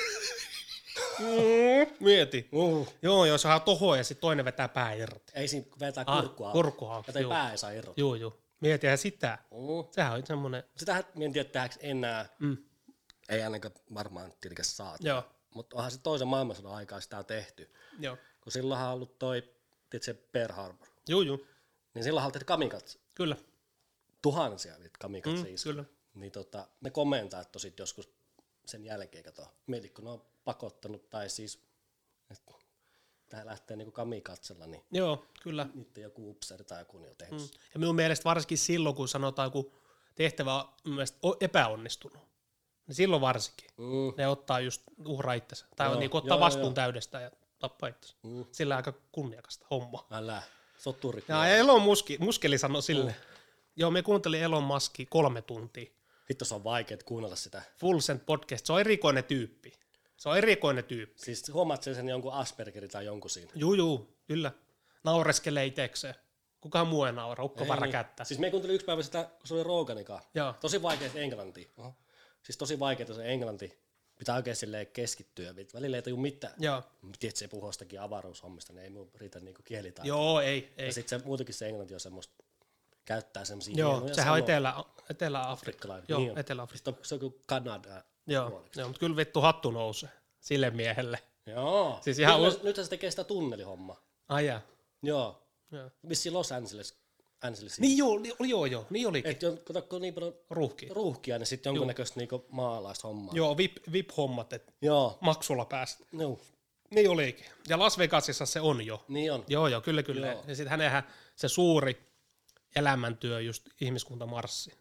Mm, mieti. Uh. Joo, jos hän tohoo ja sitten toinen vetää pää irti. Ei siinä vetää Ah, kurkkua auki. kurkku auki, Että ei joo. pää ei saa irrota. Joo, joo. Mietihän sitä. Uh. Sehän on semmoinen, Sitähän en tiedä tehdäänkö enää. mm, Ei ainakaan varmaan tietenkään saatu. joo, Mutta onhan se toisen maailmansodan aikaa sitä on tehty. joo. Kun silloinhan on ollut toi, tiedätkö se Pearl Harbor. Joo, joo. Niin silloinhan on tehty kamikatse. Kyllä, Tuhansia niitä kamikatse mm, kyllä. Niin tota, ne komentaa, että sit joskus sen jälkeen kato. Mieti, kun ne on pakottanut, tai siis, että tähän lähtee niinku kamikatsella, niin Joo, kyllä. niiden joku upseeri tai joku niin on tehnyt. Mm. Mm. Ja minun mielestä varsinkin silloin, kun sanotaan, kun tehtävä on mun mielestä o- epäonnistunut, niin silloin varsinkin Mm. ne ottaa just uhraa itsensä. Tai Joo, niin ottaa joo, vastuun joo. täydestä ja tappaa itsensä. Mm. Sillä aika kunniakasta hommaa. Älä, soturi. Ja Elon Muski, Muskeli sanoi sille, mm. joo, me kuuntelin Elon Muskia kolme tuntia. Vittu se on vaikea kuunnella sitä. Full Send podcast, se on erikoinen tyyppi. Se on erikoinen tyyppi. Siis huomaat sen, sen jonkun Aspergeri tai jonkun siinä. Juu, juu, kyllä. Naureskelee itsekseen. Kukaan muu ei naura, ukko varra niin. kättä. Siis me kuuntelin yksi päivä sitä, kun se oli Roganikaan. Joo. Tosi vaikea englantia. Oho. Siis tosi vaikeaa se englanti. Pitää oikein silleen keskittyä. Välillä ei taju mitään. Joo, Tiedät, se puhuu jostakin avaruushommista, niin ei mun riitä niinku kielitaitoa. joo, ei, ei. Ja sitten se, muutenkin se englanti on semmoista, käyttää semmosia Joo, hienoja sehän on sanoja. Etelä, Etelä-Afrikka. Afrikkalainen. Joo, niin on. Etelä-Afrikka. Sitten on, se on kuin Kanada. Joo, puoliksi. joo, mutta kyllä vittu hattu nousee sille miehelle. Joo. Siis ihan Nyt, us- nythän se tekee sitä tunnelihommaa. Ai jaa. Joo. Joo. Vissiin Los Angeles. Angeles. Niin joo, niin, joo, joo, niin olikin. Että kato, kun on niin paljon Ruuhki. ruuhkia, niin sitten jonkunnäköistä niinku maalaista hommaa. Joo, VIP, VIP-hommat, että Joo. maksulla päästä. No. Niin olikin. Ja Las Vegasissa se on jo. Niin on. Joo, joo, kyllä, kyllä. Joo. Ja sitten hänenhän se suuri elämäntyö just ihmiskunta marssi.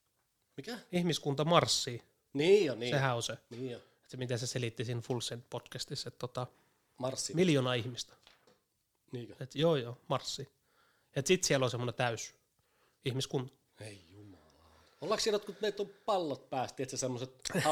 Mikä? Ihmiskunta marssii. Niin on, niin. Sehän on se. Niin on. Se miten se selitti siinä Full Send podcastissa, että tota, Marssi. miljoona ihmistä. Niinkö? Et joo, joo, marssii. Et sit siellä on semmoinen täys ihmiskunta. Ei jumala. Ollaanko siellä jotkut meitä on pallot päästä, että semmoiset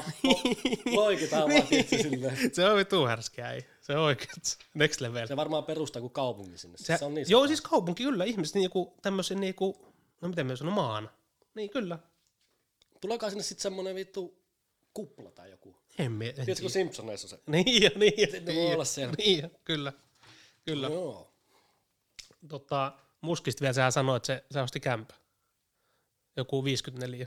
loikitaan vaan, tietysti silleen. Se on vitu härskiä, ei. Se on oikeet. Next level. Se varmaan perustaa kuin kaupungin sinne. Se, Se on niin joo, se- siis kaupunki, kyllä. Ihmiset niinku, tämmöisen niinku, no miten me sanon, maana. Niin, kyllä. Tuleekaan sinne sitten semmoinen vittu kupla tai joku. En mie, en Tiedätkö, kun Simpsoneissa on se? Niin, ja niin, ja Sitten niin, voi ja- olla siellä. niin, ja kyllä. Kyllä. Joo. Tota, Muskista vielä sehän sanoi, että se, se osti kämpä. Joku viisikymmentäneljä.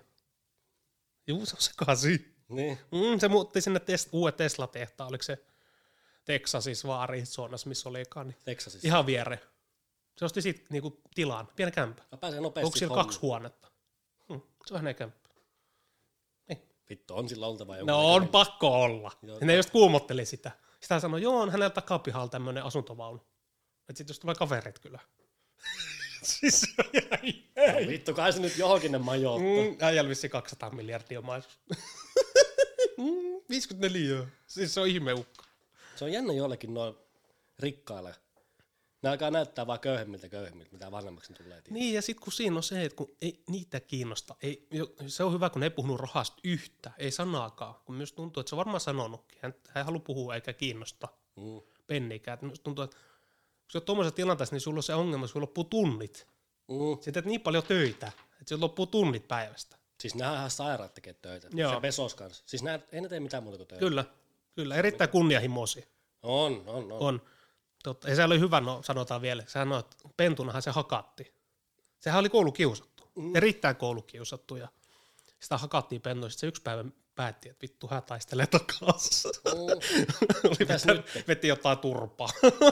Juu, se on se kasi. Niin. Mm, se muutti sinne tes, uudet Tesla-tehtaan, oliko se Texasissa vaan Arizonassa, missä olikaan. Niin Texasissa. ihan viereen. Se osti siitä niinku tilaan, pieni kämpä. Mä pääsen nopeasti. Onko siellä kaksi huonetta? Hmm, se on hänen kämppä. Vittu, on sillä oltava joku. No on näköinen. Pakko olla. Joo, ja ne just kuumotteli sitä. Sitä sanoi, joo, on hänellä takapihalla tämmönen asuntovaunu. Että sit jos tulee kaverit kyllä. siis ei, ei. No, vittu, kai se nyt johonkin ne majoittaa. Mm, äijällä vissiin kaksisataa miljardia omaisuus. mm, viisikymmentäneljä. Siis se on ihmeukko. Se on jännä joillekin noin rikkaille. Ne alkaa näyttää vaan köyhemmiltä köyhemmiltä, mitä vanhemmaksi ne tulee. Niin, ja sitten kun siinä on se, että kun ei niitä kiinnosta, ei, se on hyvä, kun ne ei puhunut rahasta yhtä, ei sanaakaan, kun myös tuntuu, että se on varmaan sanonutkin, hän, hän ei halua puhua eikä kiinnosta mm. pennikään. Myös tuntuu, että kun sä oot tuommoisessa tilanteessa, niin sulla on se ongelma, että sulla loppuu tunnit. Mm. Sä teet niin paljon töitä, että sulla loppuu tunnit päivästä. Siis nämä on ihan sairaat tekee töitä. Joo. Se Bezos kanssa. Siis nämä ei ne tee mitään muuta kuin töitä. Kyllä, kyllä, erittäin kunnianhimoisia. On, on, on. on. Totta. Ja se oli hyvä, no sanotaan vielä, sä sanoit, että pentunahan se hakatti. Sehän oli koulukiusattu, mm. erittäin koulukiusattu ja sitä hakattiin pentuista. Se yksi päivä päätti, että vittu hän taistelee takaisin. Mm. oli vetä, veti jotain turpaa.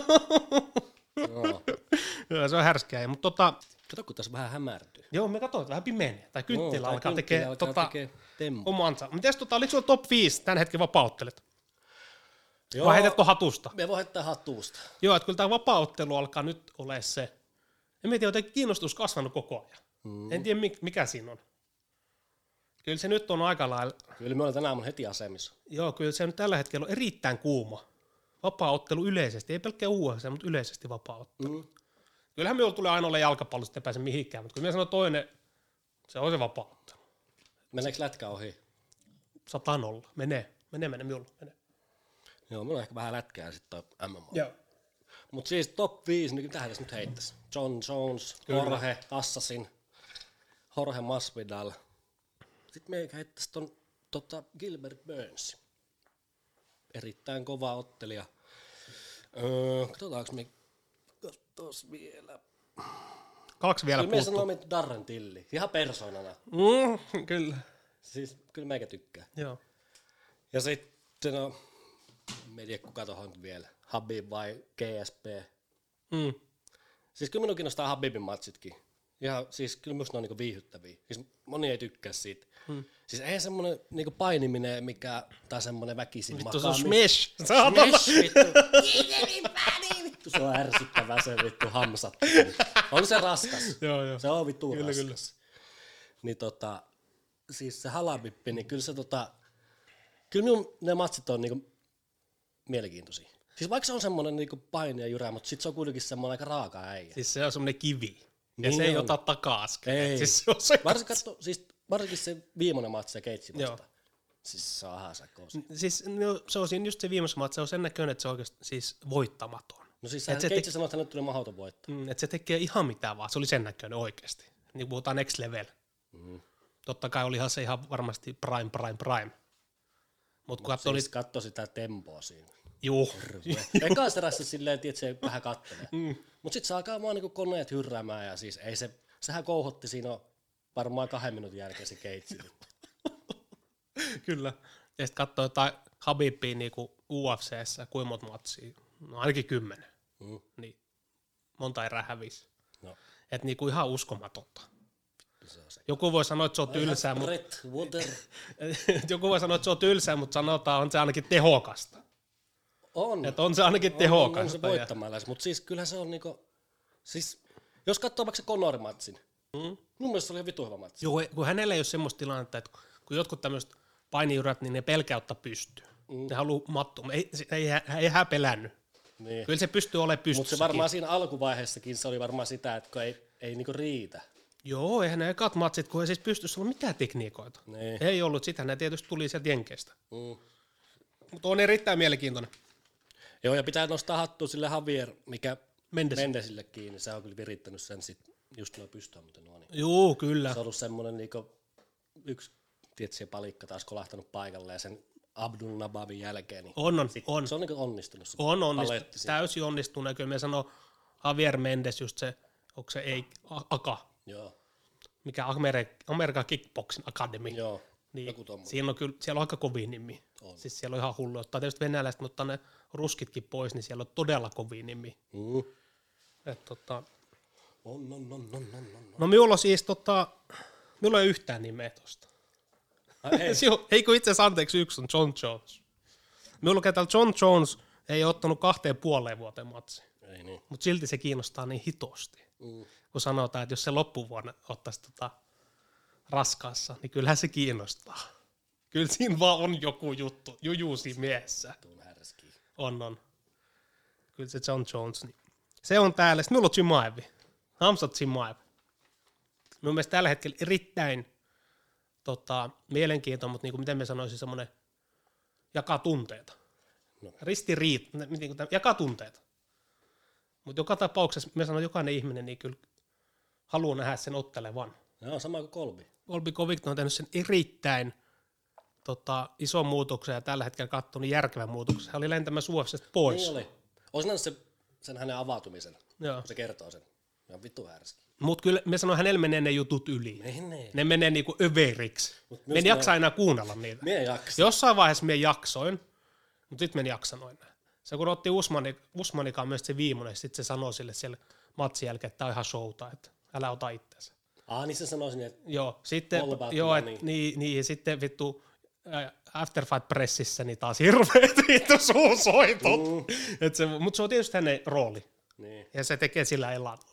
no. Se on härskeä, mutta tota... Kato, kun tässä vähän hämärtyy. Joo, me katsoin, että vähän pimenee. Tai kynttilä no, alkaa tekemään tota, tekee omansa. Mites tota, oliko sulla top viisi tämän hetken vapauttelet? Joo, vai heitätkö hatusta? Me voi heittää hatusta. Joo, että kyllä tämä vapauttelu alkaa nyt ole se. En tiedä, jotenkin kiinnostus kasvanut koko ajan. Mm. En tiedä, mikä siinä on. Kyllä se nyt on aika lailla... Kyllä me ollaan tänään mun heti asemissa. Joo, kyllä se nyt tällä hetkellä on erittäin kuuma. Vapauttelu yleisesti, ei pelkkää U F C, mutta yleisesti vapauttelu. Mm. Kyllähän minulla tulee aina olla jalkapallosta, ei pääse mihinkään, mutta kyllä minä sanon toinen, se on se vapauttelu. Meneekö lätkä ohi? Sataan olla. Menee, menee, menee minulla, menee. Joo, minulla on ehkä vähän lätkää sitten toi M M A. Joo. Mutta siis top viisi, niin tähän tässä nyt heittäisi. John Jones, Kyllä. Jorge Assassin, Jorge Masvidal. Sitten me heittäisi ton tota, Gilbert Burns. Erittäin kova ottelija. Öö, katsotaanko me katsotaan vielä. Kaksi vielä puuttuu. Kyllä me sanoo Darren Tilli, ihan persoonana. Mm, kyllä. Siis kyllä meikä tykkää. Joo. Ja sitten no, en tiedä kuka tohon vielä, Habib vai G S P. Mm. Siis kyllä minun kiinnostaa Habibin matsitkin. Ja siis kyllä myös ne on niinku viihyttäviä. Siis moni ei tykkää siitä. Hmm. Siis ei semmonen niinku painiminen, mikä, tai semmonen väkisin vittu makaami. Vittu se on smash! Smash vittu! Vittu se on ärsyttävää se vittu hamsattu. On se raskas. joo, joo. Se on vittu kyllä, raskas. Kyllä. Niin tota, siis se halabippi, niin kyllä se tota, kyllä minun ne matsit on niinku mielenkiintoisia. Siis vaikka se on semmonen niinku paini ja jyrä, mutta sit se on kuitenkin semmonen aika raaka äijä. Siis se on semmonen kivi. Ja niin se ei on. ota taka-askeleen. Siis se on se varsinkin, katso, siis, varsinkin se viimeinen matsi ja Keitsi vastaan. Siis se on haasakko. Siis no, se on siinä just se viimeisen matsi, se on sen näköinen, että se on oikeasti siis voittamaton. No siis Keitsi te- sanoi, että hänelle tuli mahdoton voittaa. Mm, että se tekee ihan mitään vaan, se oli sen näköinen oikeasti. Niin puhutaan next level. Mm. Totta kai olihan se ihan varmasti prime, prime, prime. Mut Mut siis oli... katso sitä tempoa siinä. Juu. Ekas erässä silleen, että se vähän kattelee. Mm. Mut sit se alkaa vaan niinku koneet hyrräämään ja siis ei se, sehän kouhotti siinä varmaan kahden minuutin jälkeen se Keitsi. Kyllä. Ja sit katsoo jotain Habibia niinku U F C:ssä, kuinka monta matsia? No ainakin kymmenen. Mm. Niin. Monta erää hävisi. No. Et niinku ihan uskomatonta. Joku voi sanoa, että se on tylsää, mutta joku voi sanoa, että se on tylsää, mutta sanotaan, on se ainakin tehokasta. On. Että on se ainakin on, tehokasta. On, on se voittamalla, mutta siis kyllähän se on niinku, siis jos katsoo vaikka se Conor-matsin, mm. mun mielestä se oli vitu hyvä matsi. Joo, kun hänellä ei ole semmoista tilannetta, että kun jotkut tämmöiset painijyrät, niin ne pelkää ottaa pystyyn. Mm. Ne haluaa mattua, ei, ei, ei hän pelännyt. Niin. Kyllä se pystyy olemaan pystyssäkin. Mutta se varmaan siinä alkuvaiheessakin se oli varmaan sitä, että kun ei, ei niinku riitä. Joo, eihän ne ekat matsit, kun ei siis pystyisi olla mitään tekniikoita. Niin. Ei ollut sitä, ne tietysti tuli sieltä Jenkeistä. Mm. Mutta on erittäin mielenkiintoinen. Joo, ja pitää nostaa hattua sille Javier, mikä Mendes. Mendesille kiinni. Se on kyllä virittänyt sen sit just noin pystyä, mutta no niin. Joo, kyllä. Se on ollut semmoinen niinku yksi tietysti palikka taas kolahtanut paikalle ja sen Abdul Nababin jälkeen. Niin on, on, on. Se on niinku onnistunut. On onnistunut, täysin onnistunut. Kyllä me sanoo Javier Mendes just se, onko se ei, Aka. Joo. Mikä Amerikan Kickboxing Academy. Joo. Niin, Joku tommonen. siinä on kyllä, siellä on aika kovin nimi. On. Siis siellä on ihan hullu. Ottaa tietysti venäläiset, mutta ne ruskitkin pois, niin siellä on todella kovin nimi. Mm. Et, tota, On, on, on, on, on, on. no minulla on siis, tota, minulla ei ole yhtään nimeä tosta. Ai, ei. Ei kun itse asiassa anteeksi, yksi on John Jones. Minulla lukee täällä John Jones ei ole ottanut kahteen puoleen vuoteen matsiin. Ei niin. Mutta silti se kiinnostaa niin hitosti. Mm. Kun sanotaan, että jos se loppuvuonna ottaisi tota raskaassa, niin kyllähän se kiinnostaa. Kyllä siinä vaan on joku juttu, juju siinä miehessä. Tuun härski. On, on. Kyllä se John Jones. Niin. Se on täällä. Sitten minulla on Chimaevi. Hamza Chimaev. Minun mielestä tällä hetkellä erittäin tota, mielenkiintoinen, mutta niin kuin miten me sanoisin, semmoinen jakaa tunteita. No. Ristiriit, niin kuin jakaa tunteita. Mutta joka tapauksessa, me sanon, jokainen ihminen niin kyllä haluaa nähdä sen ottelevan. Joo, sama kuin Kolbi. Colby Covington on tehnyt sen erittäin tota, ison muutoksen ja tällä hetkellä katsonut niin järkevän muutoksen. Hän oli lentämässä U F C:stä pois. Niin oli. Olisin nähnyt se, sen hänen avautumisen, Joo. kun se kertoo sen. Ja vittu härski. Mutta kyllä me sanoin, hänellä menee ne jutut yli. Menee. Ne menee niinku överiksi. Mut Me myös en jaksa enää kuunnella niitä. Mie jaksa. Jossain vaiheessa me jaksoin, mutta sitten me en jaksanut enää. Se kun otti Usmani, Usmanikaan myös se viimeinen, sitten se sanoi sille siellä matsin jälkeen, että tämä on ihan showta, että älä ota itseäsi. Ah, niin se sanoisin, että Joo, sitten, All about joo, et, money. niin, niin, ja sitten vittu äh, Afterfight pressissä niin taas hirveet vittu suusoitot. Mm. Mutta se on tietysti hänen rooli, niin. ja se tekee sillä elannon.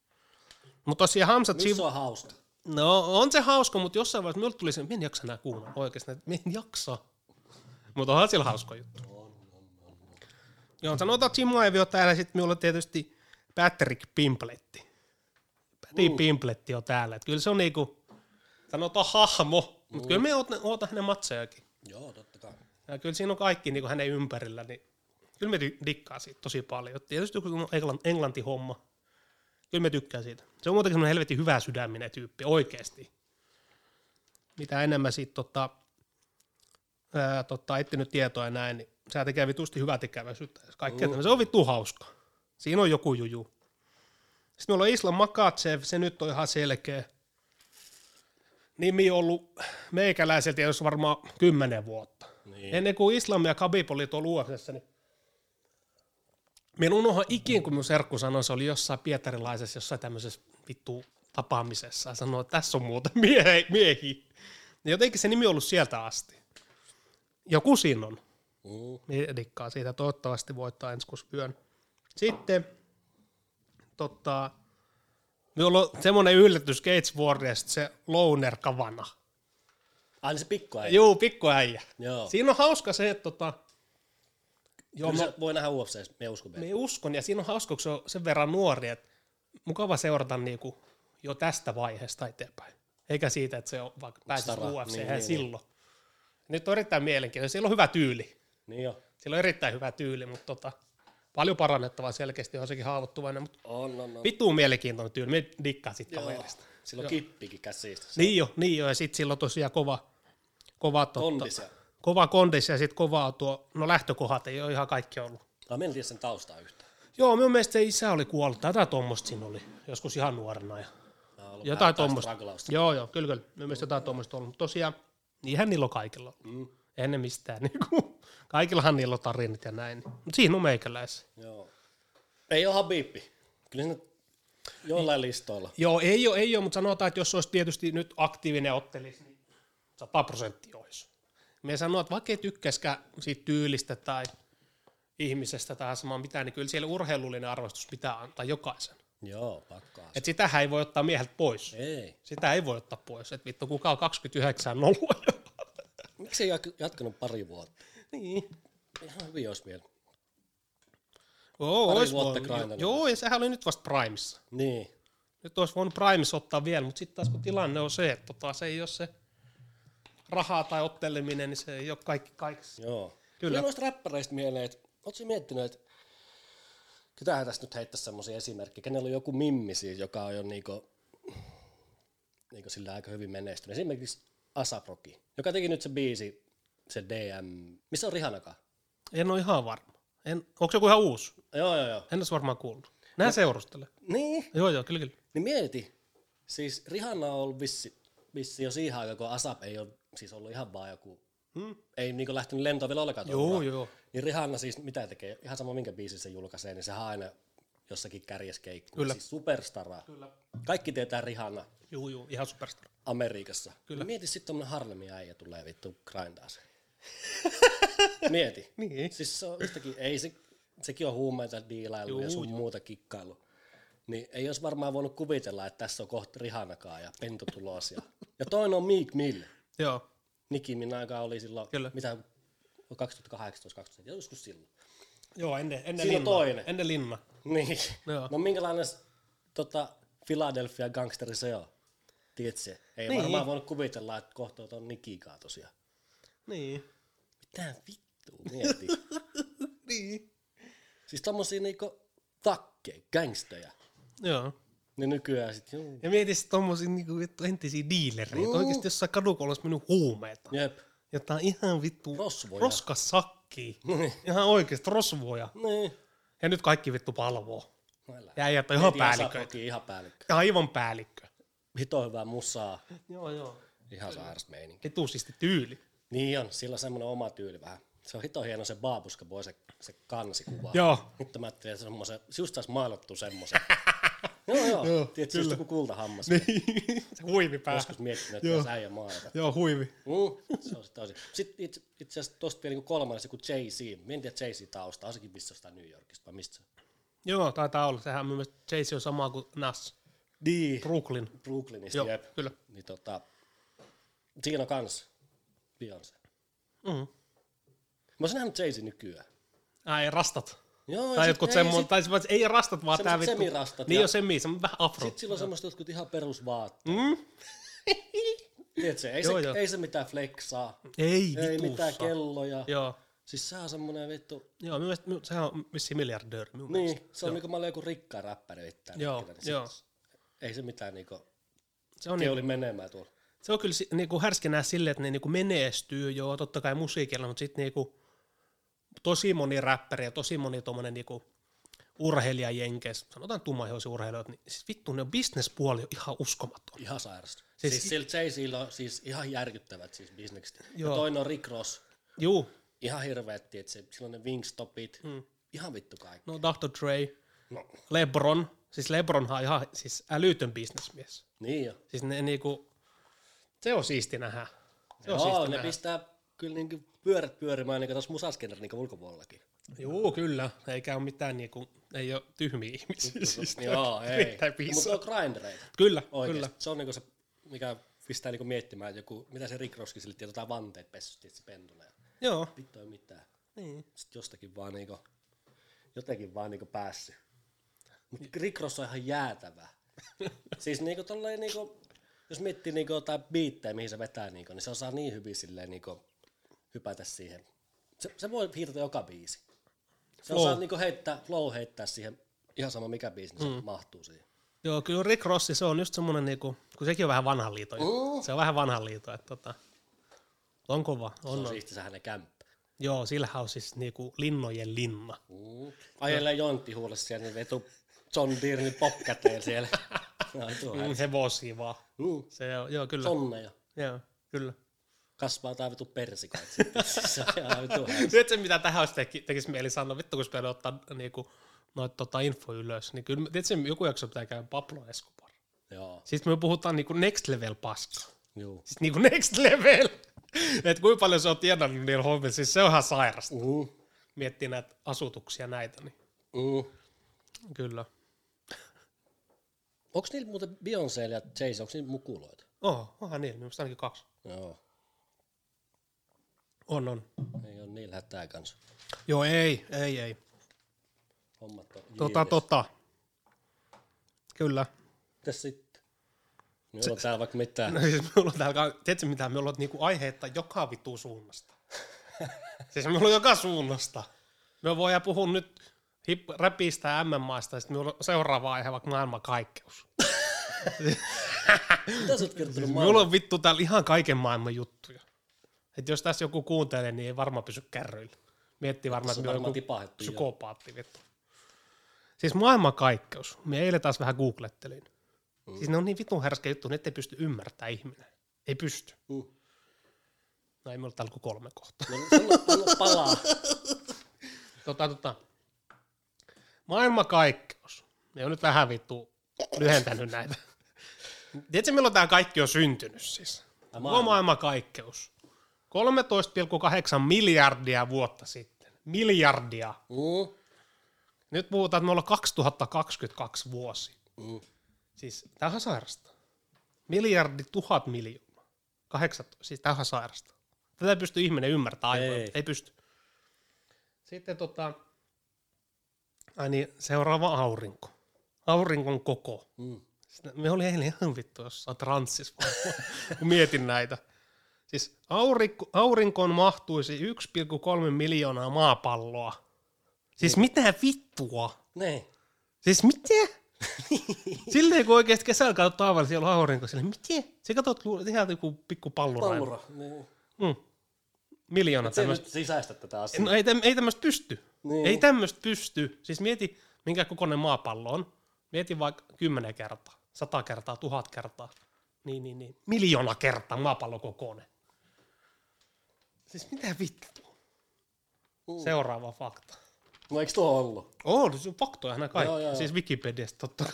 Mutta tosiaan Hamza Nyt Chimaev, se on hauska. no on se hauska, mutta jossain vaiheessa minulle tuli se, että en jaksa enää kuunnella oikeasti, että en jaksa. Mutta onhan sillä hauska juttu. On, on, on, on. Joo, sanotaan Chimaev on täällä, sitten minulla on tietysti Patrick Pimpletti. Paddy Mm. Pimpletti on täällä, että kyllä se on niinku, sanotaan hahmo, mutta kyllä me ootan, ootan hänen matsejakin. Joo, totta kai. Ja kyllä siinä on kaikki niinku hänen ympärillä, niin kyllä me ty- dikkaa siitä tosi paljon. Tietysti joku englanti, englanti-homma, kyllä me tykkää siitä. Se on muutenkin semmoinen helvetin hyvä sydäminen tyyppi, oikeesti. Mitä enemmän siitä tota, ää, tota, etsinyt tietoa ja näin, niin sehän tekee vitusti hyvää tekeväisyyttä. Kaikkea mm. Se on vittu hauska. Siinä on joku juju. Sitten meillä on Islam Makhachev, se nyt on ihan selkeä. Nimi on ollut meikäläiseltä jos varmaan kymmenen vuotta. Niin. Ennen kuin Islam ja Khabib oli tuolla U F C:ssä, niin minä unohan ikin, kun minun serkku sanoi, se oli jossain pietarilaisessa, jossain tämmöisessä vittu tapaamisessa, ja sanoi, että tässä on muuta miehi. miehi. Ja jotenkin se nimi on ollut sieltä asti. Joku siinä on. Mm. Minä dikkaan siitä, toivottavasti voittaa ensi kuusi yön. Sitten, tota, minulla on semmoinen yllätys Cage Warriorista, se Loner Kavana. Ai niin se pikkuäijä. Juu, pikkuäijä. Joo. Siinä on hauska se, että tota, joo, Kyllä mä, se voi nähdä U F C:ssä, me uskon meitä. me uskon, ja siinä on hauska, kun se on sen verran nuori, että mukava seurata niinku jo tästä vaiheesta eteenpäin. Eikä siitä, että se on vaikka pääsisi Stara. U F C Niin, niin, niin, silloin. Nyt on erittäin mielenkiintoista. Siellä on hyvä tyyli. Niin jo. Sillä on erittäin hyvä tyyli, mutta tota, paljon parannettavaa selkeästi, on sekin haavoittuvainen, mutta On, on, on. vittuun mielenkiintoinen tyyli. Me dikkaa siitä Joo. kaverista. Sillä on Joo. kippikin käsistä. Niin jo, niin jo, ja sitten sillä on tosiaan kova, kova, totta, Kondis. ja- kova kondis ja sitten kovaa tuo, no lähtökohdat ei ole ihan kaikki ollut. Ah, mä en tiedä sen taustaa yhtään. Joo, minun mielestä se isä oli kuollut, tai jotain tuommoista siinä oli, joskus ihan nuorena. Ja Mä oon ollut jotain vähän tuommoista. strugglausta. Joo, joo, kyllä, kyllä. Minun mielestä jotain tuommoista ollut, mutta tosiaan, niinhän niillä on kaikilla ollut. Mm. Ei ne mistään, niinku, kaikillahan niillä on tarinat ja näin. Mutta siinä on meikäläisiä. Joo. Ei ole Habibi. Kyllä siinä jollain listoilla. Joo, ei ole, ei ole, mutta sanotaan, että jos olisi tietysti nyt aktiivinen ottelisi, niin sata prosenttia olisi. Me sanoo, että vaikka ei tykkäskään siitä tyylistä tai ihmisestä tai samaan mitään, niin kyllä siellä urheilullinen arvostus pitää antaa jokaisen. Joo, pakkaa. Et sitähän ei voi ottaa mieheltä pois. Ei. Sitä ei voi ottaa pois. Et vittu, kuka on kaksikymmentäyhdeksän nolla. Miksi ei jat- jatkanut pari vuotta? Niin. Ihan hyvin olisi vielä. Oo, Pari ois vuotta voinut. grindannut. Joo, ja sehän oli nyt vasta Primessa. Niin. Nyt olisi voinut Primessa ottaa vielä, mutta sitten taas kun tilanne on se, että tota, se ei ole se rahaa tai otteleminen, niin se ei ole kaikki kaikessa. Joo. Kyllä. Kyllä noista räppäreistä mieleen, että ootko miettinyt, että kytähän tästä nyt heittäisi semmoisia esimerkkejä, kenellä on joku mimmi siis, joka on jo niinku, niinku sillä aika hyvin menestynyt. Esimerkiksi A$ap Rocky, joka teki nyt se biisi, se D M, missä on Rihanakaan? En ole ihan varma. En, onko se joku ihan uusi? Joo, joo, joo. En olisi varmaan kuullut. Nää seurustele. Niin, Joo, joo, kyllä, kyllä. niin mieti, siis Rihanna on ollut vissi, vissi jo siihen aikaan, kun A$ap ei ole siis ollut ihan vaan joku, Hmm? ei niinku lähtenyt lentoon vielä ollenkaan. Joo, tuolla. joo. Niin Rihanna siis mitä tekee, ihan sama minkä biisin se julkaisee, niin sehän aina jossakin kärjes keikkuu. Kyllä. Siis superstaraa. Kyllä. Kaikki tietää Rihanna Juu, juu, ihan superstar. Amerikassa. Kyllä. Mieti sitten tommonen Harlemin äijä tulee vittu grindaa sen. Mieti. Niin. Siis se on yhtäkin, ei se, sekin on huumeita diilailu Juu, ja sun juu. muuta kikkailu. Niin ei olisi varmaan voinut kuvitella, että tässä on kohta Rihannakaan ja Pentu tulos. Ja, ja toinen on Meek Mill. Joo, Nicki Minaj oli silloin, Kyllä. mitä kaksituhattakahdeksantoista kaksituhatta, joskus silloin. joo ennen, ennen Siinä on linnaa. toinen. Ennen linnaa. Niin. Joo. No minkälainen tota, Philadelphia gangsteri se on? Tiedätkö? Ei Niin. varmaan voinut kuvitella, että kohta on Nikikaa tosiaan. Niin. Mitä vittua, mieti. Niin. Siis tommosia niinku takkeja, gangstoja. Joo. Ne nykyään sit, juu. Ja mietin sit tommosia niinku vittu entisiä diilereitä. Juu. Oikeesti jossain kadukolla olisi mennyt huumeita. Jep. Jotain ihan vittu Rosvoja. roskasakkia. Niin. Ihan oikeesti rosvoja. Niin. Ja nyt kaikki vittu palvoo. No älä. Ja äijät on ihan Mieti päällikköitä. Asapokin ihan päällikkö. Aivan päällikkö. Hito hyvää musaa. Joo, joo. Ihan sairas meininki. Vitusisti tyyli. Niin on, sillä on semmoinen oma tyyli vähän. Se on hito hieno se Baabuska Boy, se, se kansikuva. Joo. Nyt mä ajattelin, että semmoisen, just taas maalattu semmoisen. joo, joo. Joo, Tiedätkö, just joku kultahammas. Niin. Se huivi päähän. Joskus miettinyt, että Joo. jos äijä maalata. Joo, huivi. Mm, se on sit tosi. Sitten itse, itse asiassa tosta vielä niin kolmannes joku Jay-Z. Mä en tiedä Jay-Z tausta, ainakin missä jostain New Yorkista, vai mistä se on? Joo, taitaa olla. Sehän mun mielestä Jay-Z on sama kuin Nas. Niin. Brooklyn. Brooklynista, Joo, jep. kyllä. Niin tota, siinä on kans Beyoncé. Mm. Mä oisin nähnyt Jay-Z nykyään. Ai, rastat. Joo, Tai sit jotkut ei, semmoinen, sit- tai siis ei rastat, vaan tää semmoset vittu. semirastat Niin ja- on semi, semmoinen vähän afro. Sitten sillä on semmoista jotkut ihan perusvaatteet. Mm? Tiedätkö, ei, Joo, se, joo. ei se mitään flexaa, Ei, ei vitussa. mitään kelloja. Joo. Siis se on semmonen vittu, Joo, mun mielestä sehän on vissiin miljardööri minun niin, mielestä. se on niinku mä olen joku rikkaa räppäri vittään. Joo, nykyään, niin joo. sit- Ei se mitään niinku, Se on, keuli niinku, menemään tuolla. se on kyllä si- niinku härski nähdä silleen, että ne niinku menestyy, joo, totta kai musiikilla, mutta sitten niinku tosi moni räppäri ja tosi moni tommonen niinku urheilija jenkes, sanotaan tummaihoisia urheilijoita, niin siis vittu ne on bisnespuoli on ihan uskomaton. Ihan sairasta. Siis- Siis, siis sillä Jay-Zillä on siis ihan järkyttävät siis bisnekset. Joo. Ja toinen on Rick Ross. Juu, Ihan hirveet, että se, sillä on ne Wingstopit. Hmm. Ihan vittu kaikki. no doctor Dre, No. LeBron, siis LeBronhan on ihan siis älytön bisnesmies. Niin jo. Siis ne niinku, se on siisti nähdä. Se on Joo, siisti ne nähdä. pistää kyllä niinku pyörät pyörimään niinku tuossa musaskenner niinku ulkopuolellakin. Juu, kyllä. Eikä ole mitään niinku, ei ole tyhmiä ihmisiä. Siis Joo, ei. Riittää Mutta piisaa. on grindereita. Kyllä, Oikeesti. kyllä. Se on niinku se, mikä pistää niinku miettimään, että joku, mitä se Rick Rosskin sille jotain vanteet pessysti, että se pentulee. Joo. Vittu ei mitään. Niin. Sitten jostakin vaan niinku, jotenkin vaan niinku päässyt. Mutta Rick Ross on ihan jäätävä. Siis niinku tolleen niinku, jos miettii niinku jotain biittejä, mihin se vetää niinku, niin se osaa niin hyvin silleen niinku hypätä siihen. Se, se voi hiirtää joka biisi. Se Flow. osaa niinku heittää, flow heittää siihen, ihan sama mikä biisi, niin se mm. mahtuu siihen. Joo, kyllä Rick Rossi, se on just semmonen niinku, kun sekin on vähän vanhan liiton. Mm. Se on vähän vanhan liiton, että tota, on kova. Se On, on on. siisti se hänen kämppä. Joo, sillähän on siis niinku linnojen linna. Mm. Ajelee jontti huulessa siellä, niin vetu John Deerein popkäteen siellä. No, tuo Mm, hevosia vaan. mm. Se on, joo, kyllä. Sonneja. Joo, kyllä. Kasvaa jotain vitu persikoita sitten. Se on ihan vitu hauska. Tiedätkö, mitä tähän olisi teki, tekisi mieli sanoa? Vittu, kun meillä ottaa niinku, noita tota, info ylös, niin kyllä, tiedätkö, joku jakso pitää käydä Pablo Escobar. Joo, Sitten me puhutaan niinku next level paskaa. juu. Siis niinku next level. Että kuinka paljon se on tiedannut niillä hommilla, siis se on ihan sairasta. Mm. Miettii näitä asutuksia näitä, niin Mm. kyllä. Onks niillä muuten Beyoncé ja Jay-Z, onks niillä mukuloita? Oh, onhan niillä, minusta ainakin kaksi. Joo, On, on. ei oo niillä hätää kanssa. Joo, ei, ei, ei. Hommat on Tota, jiilis. tota. Kyllä. Mitäs sitten? Minulla on täällä vaikka mitään. No siis minulla on täällä, tiedätkö mitä, minulla on niinku aiheetta joka vittu suunnasta. Siis minulla on joka suunnasta. Me voidaan puhua nyt hip, räpistä ja M M A:sta, ja sitten minulla on seuraava aihe vaikka maailmankaikkeus. Mitä sä oot kertonut Minulla maailman? on vittu täällä ihan kaiken maailman juttuja. Et jos tässä joku kuuntelee, niin ei varmaan pysy kärryillä. Miettii varmaan, Tässä että on minä varmaan olen joku tipahettu jo. psykopaatti vittu. Siis maailmankaikkeus. Me eilen taas vähän googlettelin. Mm. Siis ne on niin vitun härskiä juttu, että ei pysty ymmärtämään ihminen. Ei pysty. Mm. No ei minulla täällä kuin kolme kohtaa. No sano, anna palaa. tota, tota. Maailmankaikkeus. Ne on nyt vähän vittu lyhentänyt näitä. Tiedätkö milloin tää kaikki on syntynyt siis? Koko maailmankaikkeus. kolmetoista pilkku kahdeksan miljardia vuotta sitten. Miljardia. Mm. Nyt puhutaan, että me ollaan kaksituhattakaksikymmentäkaksi vuosi. Mm. Siis tämähän sairasta. Miljardi tuhat miljoonaa. kahdeksantoista, siis tämähän sairasta. Tätä ei pysty ihminen ymmärtämään aivan. Ei. ei pysty. Sitten tota, ai niin, seuraava aurinko. Aurinkon koko. Mm. Me oli eilen ihan vittu jossain transsissa, kun mietin näitä. Siis aurinko, aurinkoon mahtuisi yksi pilkku kolme miljoonaa maapalloa. Siis mitä vittua? Ne. Siis mitä? Silleen kun oikeesti kesällä katsot taavalle, siellä on aurinko, silleen mitä? Se katsot ihan joku pikku pallura. Pallura, niin. Mm. Miljoona tämmöistä. nyt sisäistä tätä asiaa. No ei, täm, ei tämmöistä pysty. Niin. Ei tämmöistä pysty. Siis mieti, minkä kokoinen maapallo on. Mieti vaikka kymmenen kertaa, sata kertaa, tuhat kertaa. Niin, niin, niin. Miljoona kertaa maapallo kokoinen. Siis mitä vittua? Mm. Seuraava fakta. No eikö tuo ollut? Oh, se on faktoja nämä kaikki. Joo, joo. Siis Wikipediasta totta.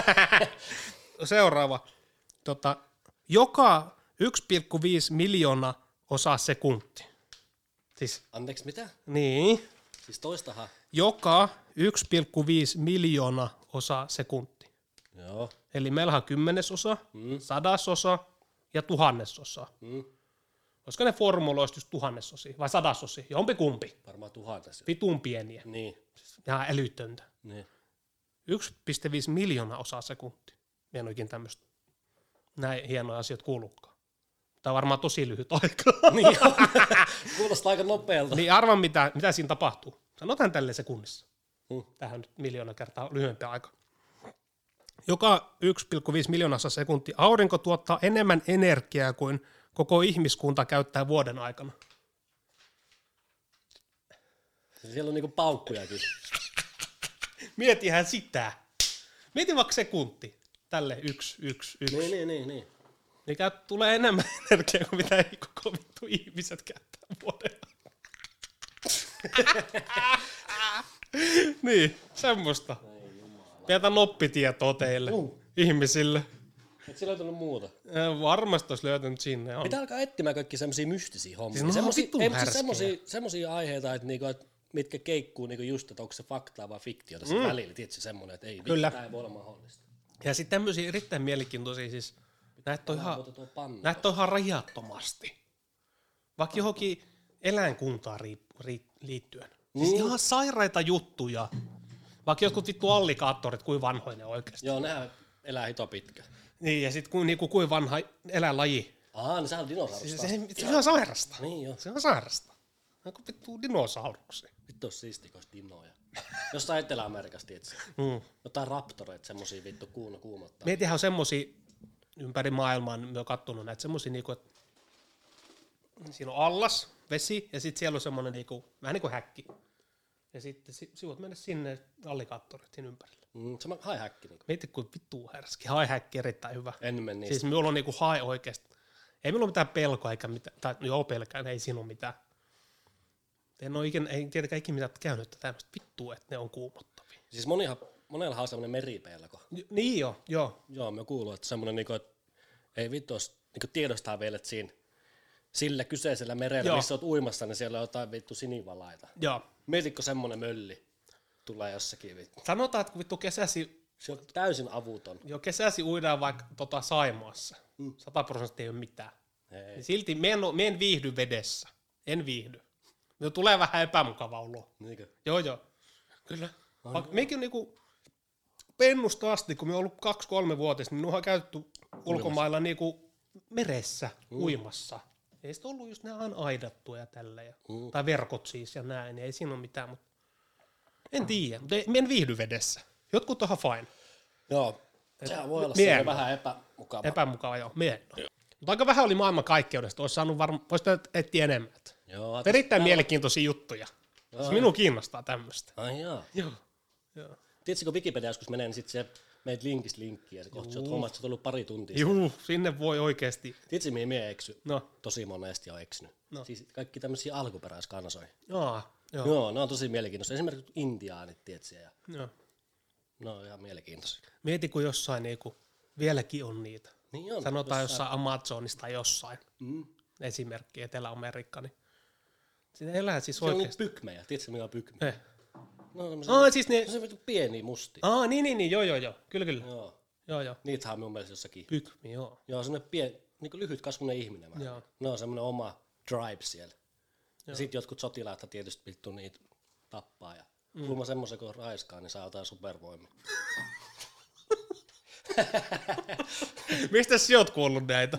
Seuraava. Tota, joka yksi pilkku viisi miljoonaa osaa sekunti. Siis, Anteeksi, mitä? niin. Siis toistahan. Joka yksi pilkku viisi miljoonaa osaa sekunti. Joo. Eli meillä on kymmenesosa, Mm. sadasosa ja tuhannesosa. Mm. Olisiko ne formuloista just tuhannesosia vai sadasosia? Jompi kumpi. Varmaan tuhannes. Vitun pieniä. Niin. Ja älytöntä. Niin. yksi pilkku viisi miljoonaa osaa sekuntia. Mä en oikein tämmöistä näin hienoja asioita kuullutkaan. Tämä on varmaan tosi lyhyt aika. Niin on. Kuulostaa aika nopealta. Niin arvan, mitä, mitä siinä tapahtuu. Sanotaan tälleen sekunnissa. Mm. Tähän nyt miljoona kertaa lyhyempi aika. Joka yksi pilkku viisi miljoonassa sekuntia aurinko tuottaa enemmän energiaa kuin koko ihmiskunta käyttää vuoden aikana. Siellä on niinku paukkujakin. Mietihän sitä. Mieti vaikka sekunti. Tälle yksi, yksi, yksi. Niin, niin, niin, niin. Niin käy, tulee enemmän energiaa kuin mitä ei koko vittu ihmiset käyttää vuoden aikana. Niin, semmoista. Pidetään oppitietoa teille, Uh. ihmisille. Et sillä löytänyt muuta. Ja varmasti olisi löytänyt sinne. On. Pitää alkaa etsimään kaikki semmosia mystisiä hommia. Siis ne on semmosia, vitun ei, mutta härskejä. semmosia, semmosia aiheita, että niinku, et mitkä keikkuu niinku just, että onko se faktaa vai fiktiota sen mm. välillä. Tiedätkö semmonen, että ei, Kyllä. tämä ei voi olla mahdollista. Ja sitten tämmöisiä erittäin mielenkiintoisia, siis näitä on ihan, Muuta tuo pannu. näitä on ihan rajattomasti. Vaikka johonkin eläinkuntaan riip- ri- liittyen. Siis Mm. ihan sairaita juttuja. Vaikka jotkut vittu allikaattorit, kuin vanhoja ne oikeasti. Joo, nehän elää hito pitkä. Niin, ja sitten kuin, niinku, kuin vanha eläinlaji. Aa, niin sehän on Se, dinosaurusta. se, se on ihan sairasta. Niin joo. Se on sairasta. Onko vittu dinosauruksia? Vittu olisi siisti, kun olisi dinoja. Jossain Etelä-Amerikassa, tietsä. Mm. Jotain raptoreita, semmosia vittu kuuna kuumottaa. Mietihän on semmosia ympäri maailmaa, niin me oon kattonut näitä semmosia niinku, että siinä on allas, vesi, ja sitten siellä on semmonen niinku, vähän niinku häkki. Ja sitten si- sivut mennä sinne allikaattorit siinä ympärillä. Mm, se on haihäkki. Niinku. Mieti, kuin vittu härski. Haihäkki erittäin hyvä. En mene niistä. Siis minulla on niinku hai oikeesti. Ei minulla ole mitään pelkoa eikä mitään, tai no joo pelkään, ei siinä ole mitään. En ole ikinä, ei tietenkään ikinä mitään käynyt tämmöistä vittua, että ne on kuumottavia. Siis monihan, monellahan on semmonen meripelko. J- niin joo, joo. Joo, mä kuulun, että semmonen niinku, että ei vittu, jos niinku tiedostaa vielä, että siinä sillä kyseisellä merellä, Joo. missä oot uimassa, niin siellä on jotain vittu sinivalaita. Joo. Mietitkö semmonen mölli tulee jossakin vittu? Sanotaan, että kun vittu kesäsi, Se on täysin avuton. jo kesäsi uidaan vaikka tota Saimaassa, sata prosenttia ei ole mitään. Ei. Niin silti me en, me en viihdy vedessä. En viihdy. Me tulee vähän epämukava olo. Niinkö? Joo, joo. Kyllä. Vaikka mekin on niinku pennusta asti, kun me on ollut kaksi-kolme vuotias, niin minua on käytetty ulkomailla niinku meressä mm. uimassa. Ei sitä ollut just ne aina aidattu ja tällä. Ja, Mm. tai verkot siis ja näin, ei siinä ole mitään. Mutta en tiedä, mutta ei- me en viihdy vedessä. Jotkut on ihan fine. Joo. Sehän voi olla mie en semmoinen oo. vähän epämukava. Epämukava, joo. Mie en ole. Mutta aika vähän oli maailmankaikkeudesta. Olisi saanut varmaan, voisi etsiä enemmän. Joo. Erittäin täällä- mielenkiintoisia juttuja. Joo. Siis minua kiinnostaa tämmöistä. Ai jaa. Joo. joo. Tiedätkö, kun Wikipedia joskus menee, niin sit se meitä linkistä linkkiä ja se kohta, sä oot huomannut, että sä oot ollut pari tuntia. Juu, sinne voi oikeesti. Tiedätkö, mihin mie eksy? No. Tosi monesti on eksynyt. No. Siis kaikki tämmöisiä alkuperäiskansoja. Jaa, joo. Joo, ne on tosi mielenkiintoisia. Esimerkiksi intiaanit, tiedätkö? Ja joo. ne on ihan mielenkiintoisia. Mieti, kun jossain niinku, vieläkin on niitä. Niin on. Sanotaan jossain Amazonista tai jossain. Mm. Esimerkki Etelä-Amerikka. Niin siinä elää siis Siellä on niitä oikeesti. pykmejä. Tiedätkö, mikä on pykmä? Eh. No, tämmöisiä, Aa, siis ne... se on pieniä mustia. Aa, niin, niin, niin, joo, joo, joo. Kyllä, kyllä. Joo. Joo, joo. Niitähän on mun mielestä jossakin. Pykmi, joo. Joo, semmoinen pien, niin lyhyt kasvunen ihminen vähän. Joo. Ne on semmoinen oma tribe siellä. Ja Joo. sit jotkut sotilaat tietysti vittu niitä tappaa. Ja mm. kun mä semmoisen kun raiskaa, niin saa jotain supervoimia. Mistä sä oot kuollut näitä?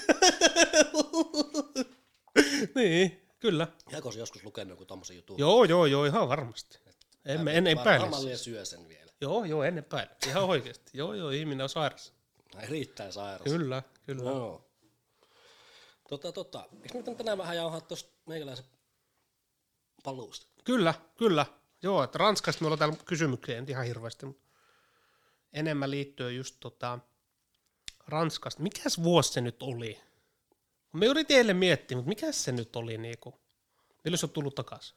Niin, kyllä. Jääkö se joskus lukenut joku tommosen jutun? Joo, joo, joo, ihan varmasti. En, en, en epäile. Varmaan liian syö sen vielä. Joo, joo, en epäile. Ihan oikeasti. Joo, joo, ihminen on sairas. Erittäin sairas. Kyllä, kyllä. Joo. Tota, tota. Eikö me tänään vähän jauhaa tosta meikäläisen paluusta? Kyllä, kyllä. Joo, että Ranskasta me ollaan täällä kysymyksiä, en ihan hirveästi, mutta enemmän liittyen just tota Ranskasta. Mikäs vuosi se nyt oli? Me yritin eilen miettiä, mutta mikäs se nyt oli niinku? Milloin se on tullut takaisin?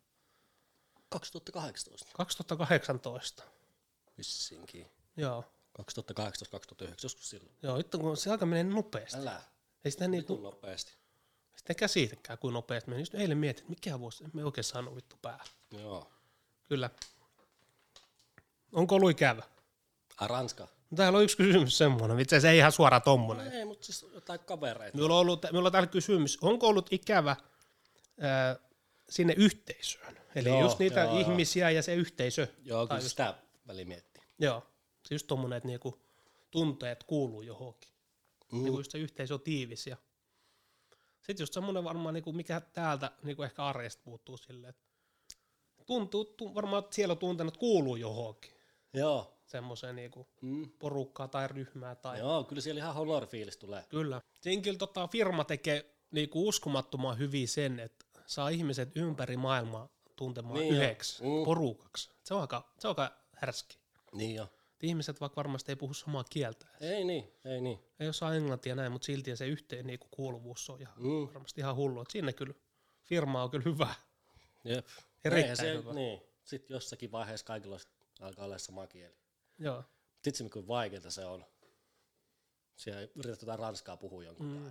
kaksituhattakahdeksantoista. kaksituhattakahdeksantoista. Vissinkin. Joo. kaksituhattakahdeksantoista kaksituhattayhdeksän, joskus silloin. Joo, nyt kun se aika menee nopeasti. Älä. Ei sitä Vitun niinku, nopeasti. sitä käsitäkään kuin nopeasti menee. Just eilen mietin, että mikä vuosi, me oikein saanut vittu päähän. Joo. Kyllä. Onko ollut ikävä? Ai Ranska? No, täällä on yksi kysymys semmoinen, itse asiassa ei ihan suora tommonen. Ei, mutta siis jotain kavereita. Minulla on, ollut, minulla on täällä kysymys, onko ollut ikävä ää, sinne yhteisöön? Eli Joo, just niitä joo, ihmisiä ja se yhteisö. Joo, Tai kyllä just, sitä väliin miettii. joo, se just tommonen, että niinku tunteet kuuluu johonkin. Mm. Niinku just se yhteisö on tiivis. Ja sitten just semmoinen varmaan, niinku, mikä täältä niinku ehkä arjesta puuttuu silleen, että tuntuu, tu, varmaan että siellä on tuntenut, että kuuluu johonkin. Joo. Semmoiseen niinku Mm. porukkaa tai ryhmää. Tai Joo, kyllä siellä ihan honor-fiilis tulee. Kyllä. Siinä kyllä tota, firma tekee niinku uskomattoman hyvin sen, että saa ihmiset ympäri maailmaa tuntemaan Niin niin jo. yhdeksi, Mm. porukaksi. Se on aika, se on aika härski. Niin jo. Ihmiset vaikka varmasti ei puhu samaa kieltä. Ei niin, ei niin. Ei osaa englantia näin, mutta silti se yhteen niinku kuuluvuus on ihan, Mm. varmasti ihan hullu. Et siinä kyllä firma on kyllä hyvä. Jep. Erittäin Eihän se, hyvä. niin. Sitten jossakin vaiheessa kaikilla alkaa olla sama kieli. Joo. Sitten kuinka vaikeaa se on. Siellä yrität jotain ranskaa puhua jonkun mm.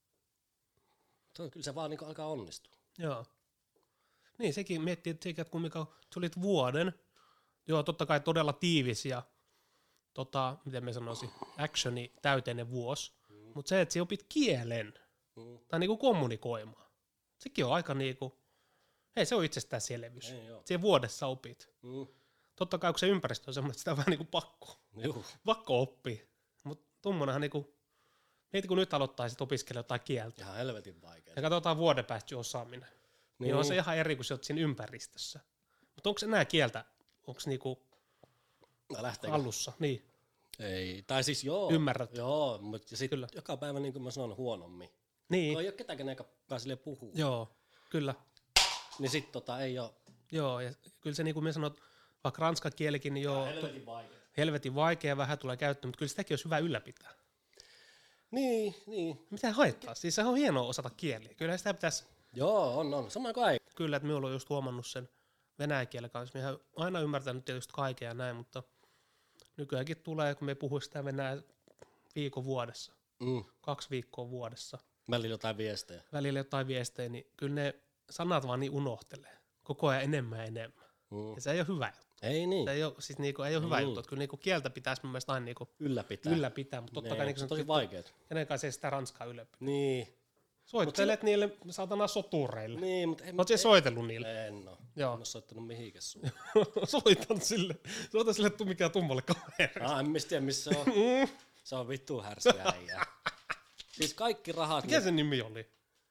Kyllä se vaan niin alkaa onnistua. Joo. Niin, sekin miettii, että sekin, että kun Mika, sä olit vuoden, joo, totta kai todella tiivis ja tota, miten mä sanoisin, actioni täyteinen vuosi, mm. mutta se, että sä opit kielen Mm. tai niinku kommunikoimaan, sekin on aika niinku, hei, se on itsestäänselvyys. Siinä vuodessa opit. Mm. Totta kai, kun se ympäristö on semmoinen, että sitä on vähän niinku pakko, Juh. pakko oppia, mutta tuommoinenhan niinku, mieti kun nyt aloittaisit opiskella jotain kieltä, Ihan helvetin vaikeaa. ja katsotaan vuoden päästä osaaminen. Niin. niin on se ihan eri, kun sä oot siinä ympäristössä. Mutta onko se nää kieltä, onko niinku hallussa? Niin. Ei, tai siis joo. Ymmärrät. Joo, mutta sitten Kyllä. joka päivä niin kuin mä sanon huonommin. Niin. Kun ei ole ketään, kenen kanssa silleen puhuu. Joo, kyllä. Niin sit tota ei oo. Joo, ja kyllä se niin kuin me sanot, vaikka ranskan kielikin, niin joo, Helvetin vaikea. helvetin vaikea, vähän tulee käyttöön, mutta kyllä sitäkin olisi hyvä ylläpitää. Niin, niin. Mitä haittaa? Siis se on hienoa osata kieliä. Kyllä sitä pitäisi, Joo, on, on. Sama kai. kyllä, että minulla on just huomannut sen venäjän kielen kanssa. Minä olen aina ymmärtänyt tietysti kaikkea ja näin, mutta nykyäänkin tulee, kun me puhuisi sitä venäjää viikon vuodessa, Mm. kaksi viikkoa vuodessa, Välillä jotain viestejä. välillä jotain viestejä, niin kyllä ne sanat vaan niin unohtelee. Koko ajan enemmän ja enemmän. Mm. Ja se ei ole hyvä juttu. Ei niin. Se ei ole, siis niinku, ei ole hyvä Mm. juttu. Että kyllä niinku kieltä pitäisi mun mielestä aina niinku Ylläpitää. ylläpitää, mutta totta Nee, kai niinku se on tosi sit- vaikeet. kenen kanssa ei sitä ranskaa ylläpitää. Niin. Soittelet niille saatana sotureille. Niin, mutta en, Oletko soitellut niille? en oo. Joo. En oo soittanut mihinkään sun. Soitan sille. Soitan sille, tuu mikään tummalle kaverille. Ah, en mistä tiedä, missä se on. Se on vittu härskä äijä. Siis kaikki rahat... Mikä sen nimi oli?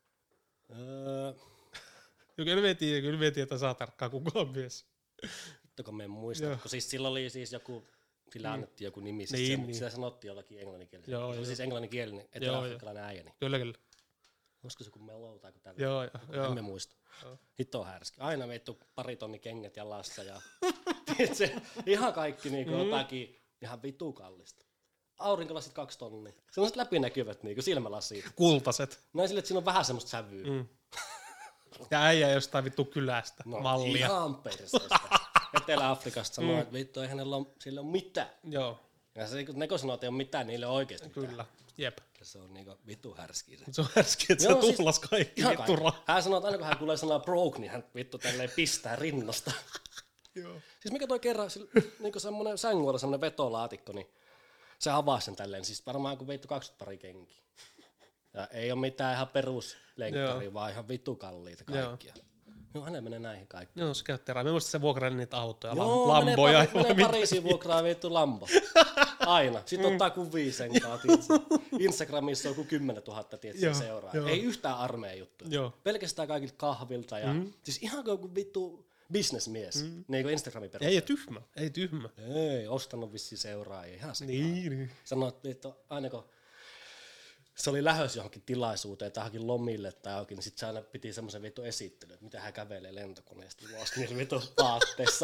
Öö, Jo, kyllä me tiedän, kyllä me tiedän, että saa tarkkaan kuka on mies. Vittu, me en muista. Joo. Kun siis sillä oli siis joku... Sillä annettiin joku nimi, siis Niin, niin, niin. sitä sanottiin jollakin englanninkielellä. Joo, Se oli joo. siis englanninkielinen, etelä-afrikkalainen äijä. Niin. Kyllä, kyllä. Olisiko se joku Melo tai joku tällä? Joo, joo, joo. En me muista. Joo. Hitto on härski. Aina veittu pari tonni kengät jalassa ja... Tiedätkö, ihan kaikki niinku Mm. jotakin Ihan vitu kallista. Aurinkolasit kaksi tonnia. Sellaiset läpinäkyvät niinku silmälasit. Kultaset. Noin sille, että siinä on vähän semmoista sävyä. Mm. Ja äijä jostain vittu kylästä, No mallia. ihan perseestä. Etelä-Afrikasta sanoo, mm. että vittu, ei hänellä ole, sillä ole mitään. Joo, Ja se, kun neko sanoo, että ei ole mitään, niille on oikeasti kyllä, mitään. jep. Ja se on niinku vitu härski se. Se on äsken, että se Joo, siis tuhlas kaikki Ihan vittu kaikki. rahaa. Hän sanoo, että aina kun hän kuulee sanaa broke, niin hän vittu tälleen pistää rinnasta. Joo. Siis mikä toi kerran, niinku semmonen sängyllä semmonen vetolaatikko, niin se avasi sen tälleen, siis varmaan kun veittu kaksikymmentä pari kenkiä. Ja ei ole mitään ihan peruslenkkaria, vaan ihan vittu kalliita kaikkia. Joo, hänellä menee näihin kaikkiin. Joo, se käytti rahaa. Mä muistan, se vuokraili niitä autoja, Joo, lamboja. menee, pari, menee Pariisiin vuokraa vittu Lambo. Aina. Sitten mm. ottaa kuvia sen kanssa. Instagramissa on kuin kymmenen tuhatta seuraa. Ei yhtään armeijan juttuja. Joo. Pelkästään kaikilta kahvilta. Ja, mm. Siis ihan kuin vittu businessmies. Mm. Niin kuin Instagramin perusteella. Ei tyhmä, ei tyhmä. Ei, ostanut vissiin seuraajia. Ihan se. Niin, niin. Sanoi, että aina kun se oli lähös johonkin tilaisuuteen tai johonkin lomille tai johonkin, niin sitten se aina piti semmoisen vittu esittelyn, että mitä hän kävelee lentokoneesta ulos niillä vittu vaatteissa.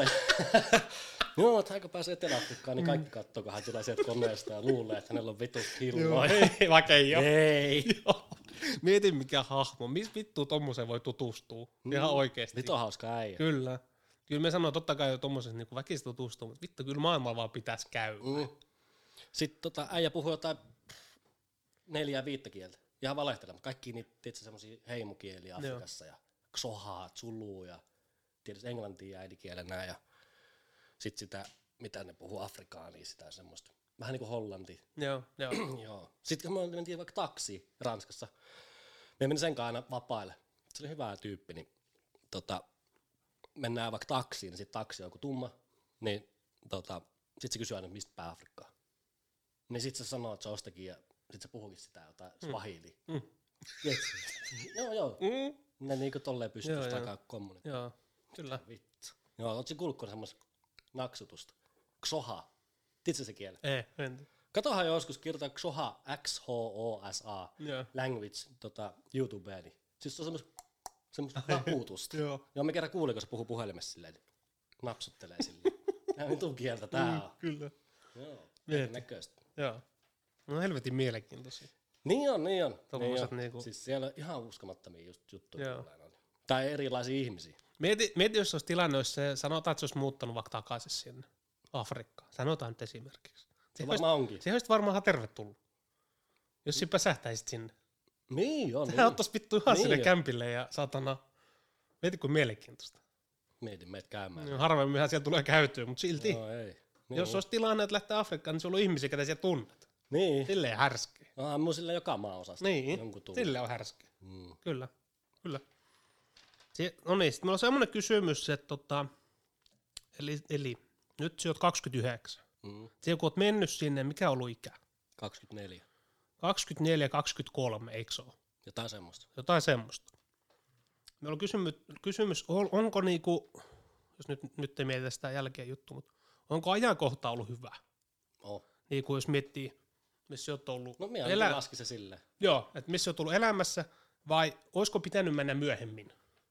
Joo, että hän kun pääsee Etelä-Afrikkaan, niin kaikki katsoo, kun hän tulee sieltä koneesta ja luulee, että hänellä on vittu hilloja. Ei, vaikka ei ole. Ei. Mietin mikä hahmo, missä vittu tommoseen voi tutustua, mm. ihan oikeesti. Vittu hauska äijä. Kyllä. Kyllä me sanoo totta kai jo tommoseen niin väkistä tutustua, mutta vittu kyllä maailmalla vaan pitäisi käydä. Mm. Sitten tota, äijä puhui jotain neljää viittä kieltä. Ihan valehtelema. Kaikki niitä tietysti semmosia heimokieliä Afrikassa. Joo. Ja ksohaa, zuluu ja tietysti englantia ja äidinkielenä. Ja sit sitä, mitä ne puhuu Afrikaa, niin sitä semmoista. Vähän niinku hollanti. Joo, joo. Joo. Sitten kun me mentiin vaikka taksiin Ranskassa, me menin sen kanssa aina vapaille. Se oli hyvä tyyppi, niin tota, mennään vaikka taksiin, niin sit taksi on joku tumma, niin tota, sit se kysyy aina, mistä päin Afrikkaa. Niin sit se sanoo, että se ostakin ja sit se puhuukin sitä jotain swahiliä. Mm. Joo, joo. Mm. Ne niinku tolleen pystyy sitä alkaa kommunikoida. Joo, kyllä. Vittu. Joo, oot se kuullut semmoista naksutusta? Ksoha. Tiedätkö se kieli? Ei, en. Katohan joskus kirjoittaa Ksoha, X H O S A, yeah. language tota, YouTubeen. Niin. Siis se on semmoista semmoista naputusta. Joo. Joo, mä kerran kuulin, kun se puhuu puhelimessa silleen, niin napsuttelee silleen. Ja vittu kieltä tää mm, on. Kyllä. Joo, näköistä. Joo. No helvetin mielenkiintoisia. Niin on, niin on. Niin on. Niinku... Siis siellä on ihan uskomattomia just juttuja. Tai erilaisia ihmisiä. Mieti, mieti, jos olisi tilanne, jos se sanotaan, että se olisi muuttanut vaikka takaisin sinne Afrikkaan. Sanotaan nyt esimerkiksi. Se, se varmaan onkin. Se olisi varmaan tervetullut, jos sinä päsähtäisit sinne. Niin on. Sehän niin. ottaisi vittu ihan niin sinne on. Kämpille ja saatana, mieti kuin mielenkiintoista. Mietin meitä käymään. No, harvemminhan siellä tulee käytyä, mutta silti. No ei. Niin. Jos olisi tilanne, että lähtee Afrikkaan, niin sulla on ihmisiä, ketä siellä tunnet. Niin. Silleen härski. No, mun sillä joka maa osasta. Niin, sille on härski. Mm. Kyllä, kyllä. Se, no niin, sitten meillä on semmoinen kysymys, että tota, eli, eli nyt sä oot kaksikymmentäyhdeksän. Mm. Se kun oot mennyt sinne, mikä on ollut ikä? kaksikymmentäneljä. kaksikymmentäneljä kaksikymmentäkolme, eikö se ole? Jotain semmoista. Jotain semmoista. Meillä on kysymys, kysymys on, onko niinku, jos nyt, nyt ei mietitä sitä jälkeen juttu, mutta onko ajankohta ollut hyvä? Oh. Niin kuin jos miettii, missä oot ollut. No minä elä... laskin se silleen. Joo, että missä oot ollut elämässä, vai olisiko pitänyt mennä myöhemmin?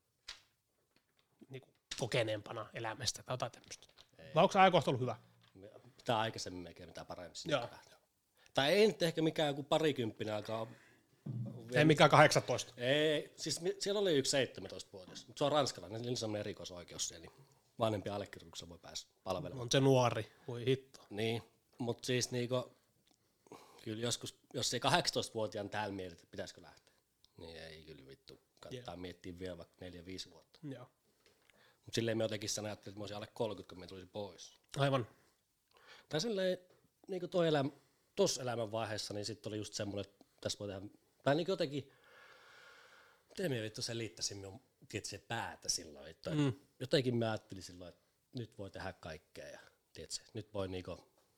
Niin kuin kokeneempana elämästä tai jotain tämmöistä. Vai onko se ajankohta ollut hyvä? Mitä aikaisemmin melkein, mitä paremmin sinne. Tai ei nyt ehkä mikään joku parikymppinen alkaa. Ei mikään kahdeksantoista. Ei, siis siellä oli yksi seitsemäntoistavuotias, mutta se on ranskalainen, niin se on erikoisoikeus siellä, niin vanhempi allekirjoituksessa voi päästä palvelemaan. On se nuori, voi hitto. Niin, mutta siis niinku, kyllä joskus, jos ei kahdeksantoistavuotiaan täällä mietit, että pitäisikö lähteä, niin ei kyllä vittu, kannattaa yeah. miettiä vielä vaikka neljä viisi vuotta. Joo. Mutta silleen me jotenkin sen ajattelin, että mä olisin alle kolmekymmentä, kun me tulisin pois. Aivan. Tai silleen, niinku toi elämä, tossa elämän vaiheessa, niin sitten oli just semmoinen, että tässä voi tehdä, tai niin jotenkin, miten minä vittu selittäisin minun tietysti päätä silloin, että mm. jotenkin mä ajattelin silloin, että nyt voi tehdä kaikkea ja tietysti, nyt voi niinku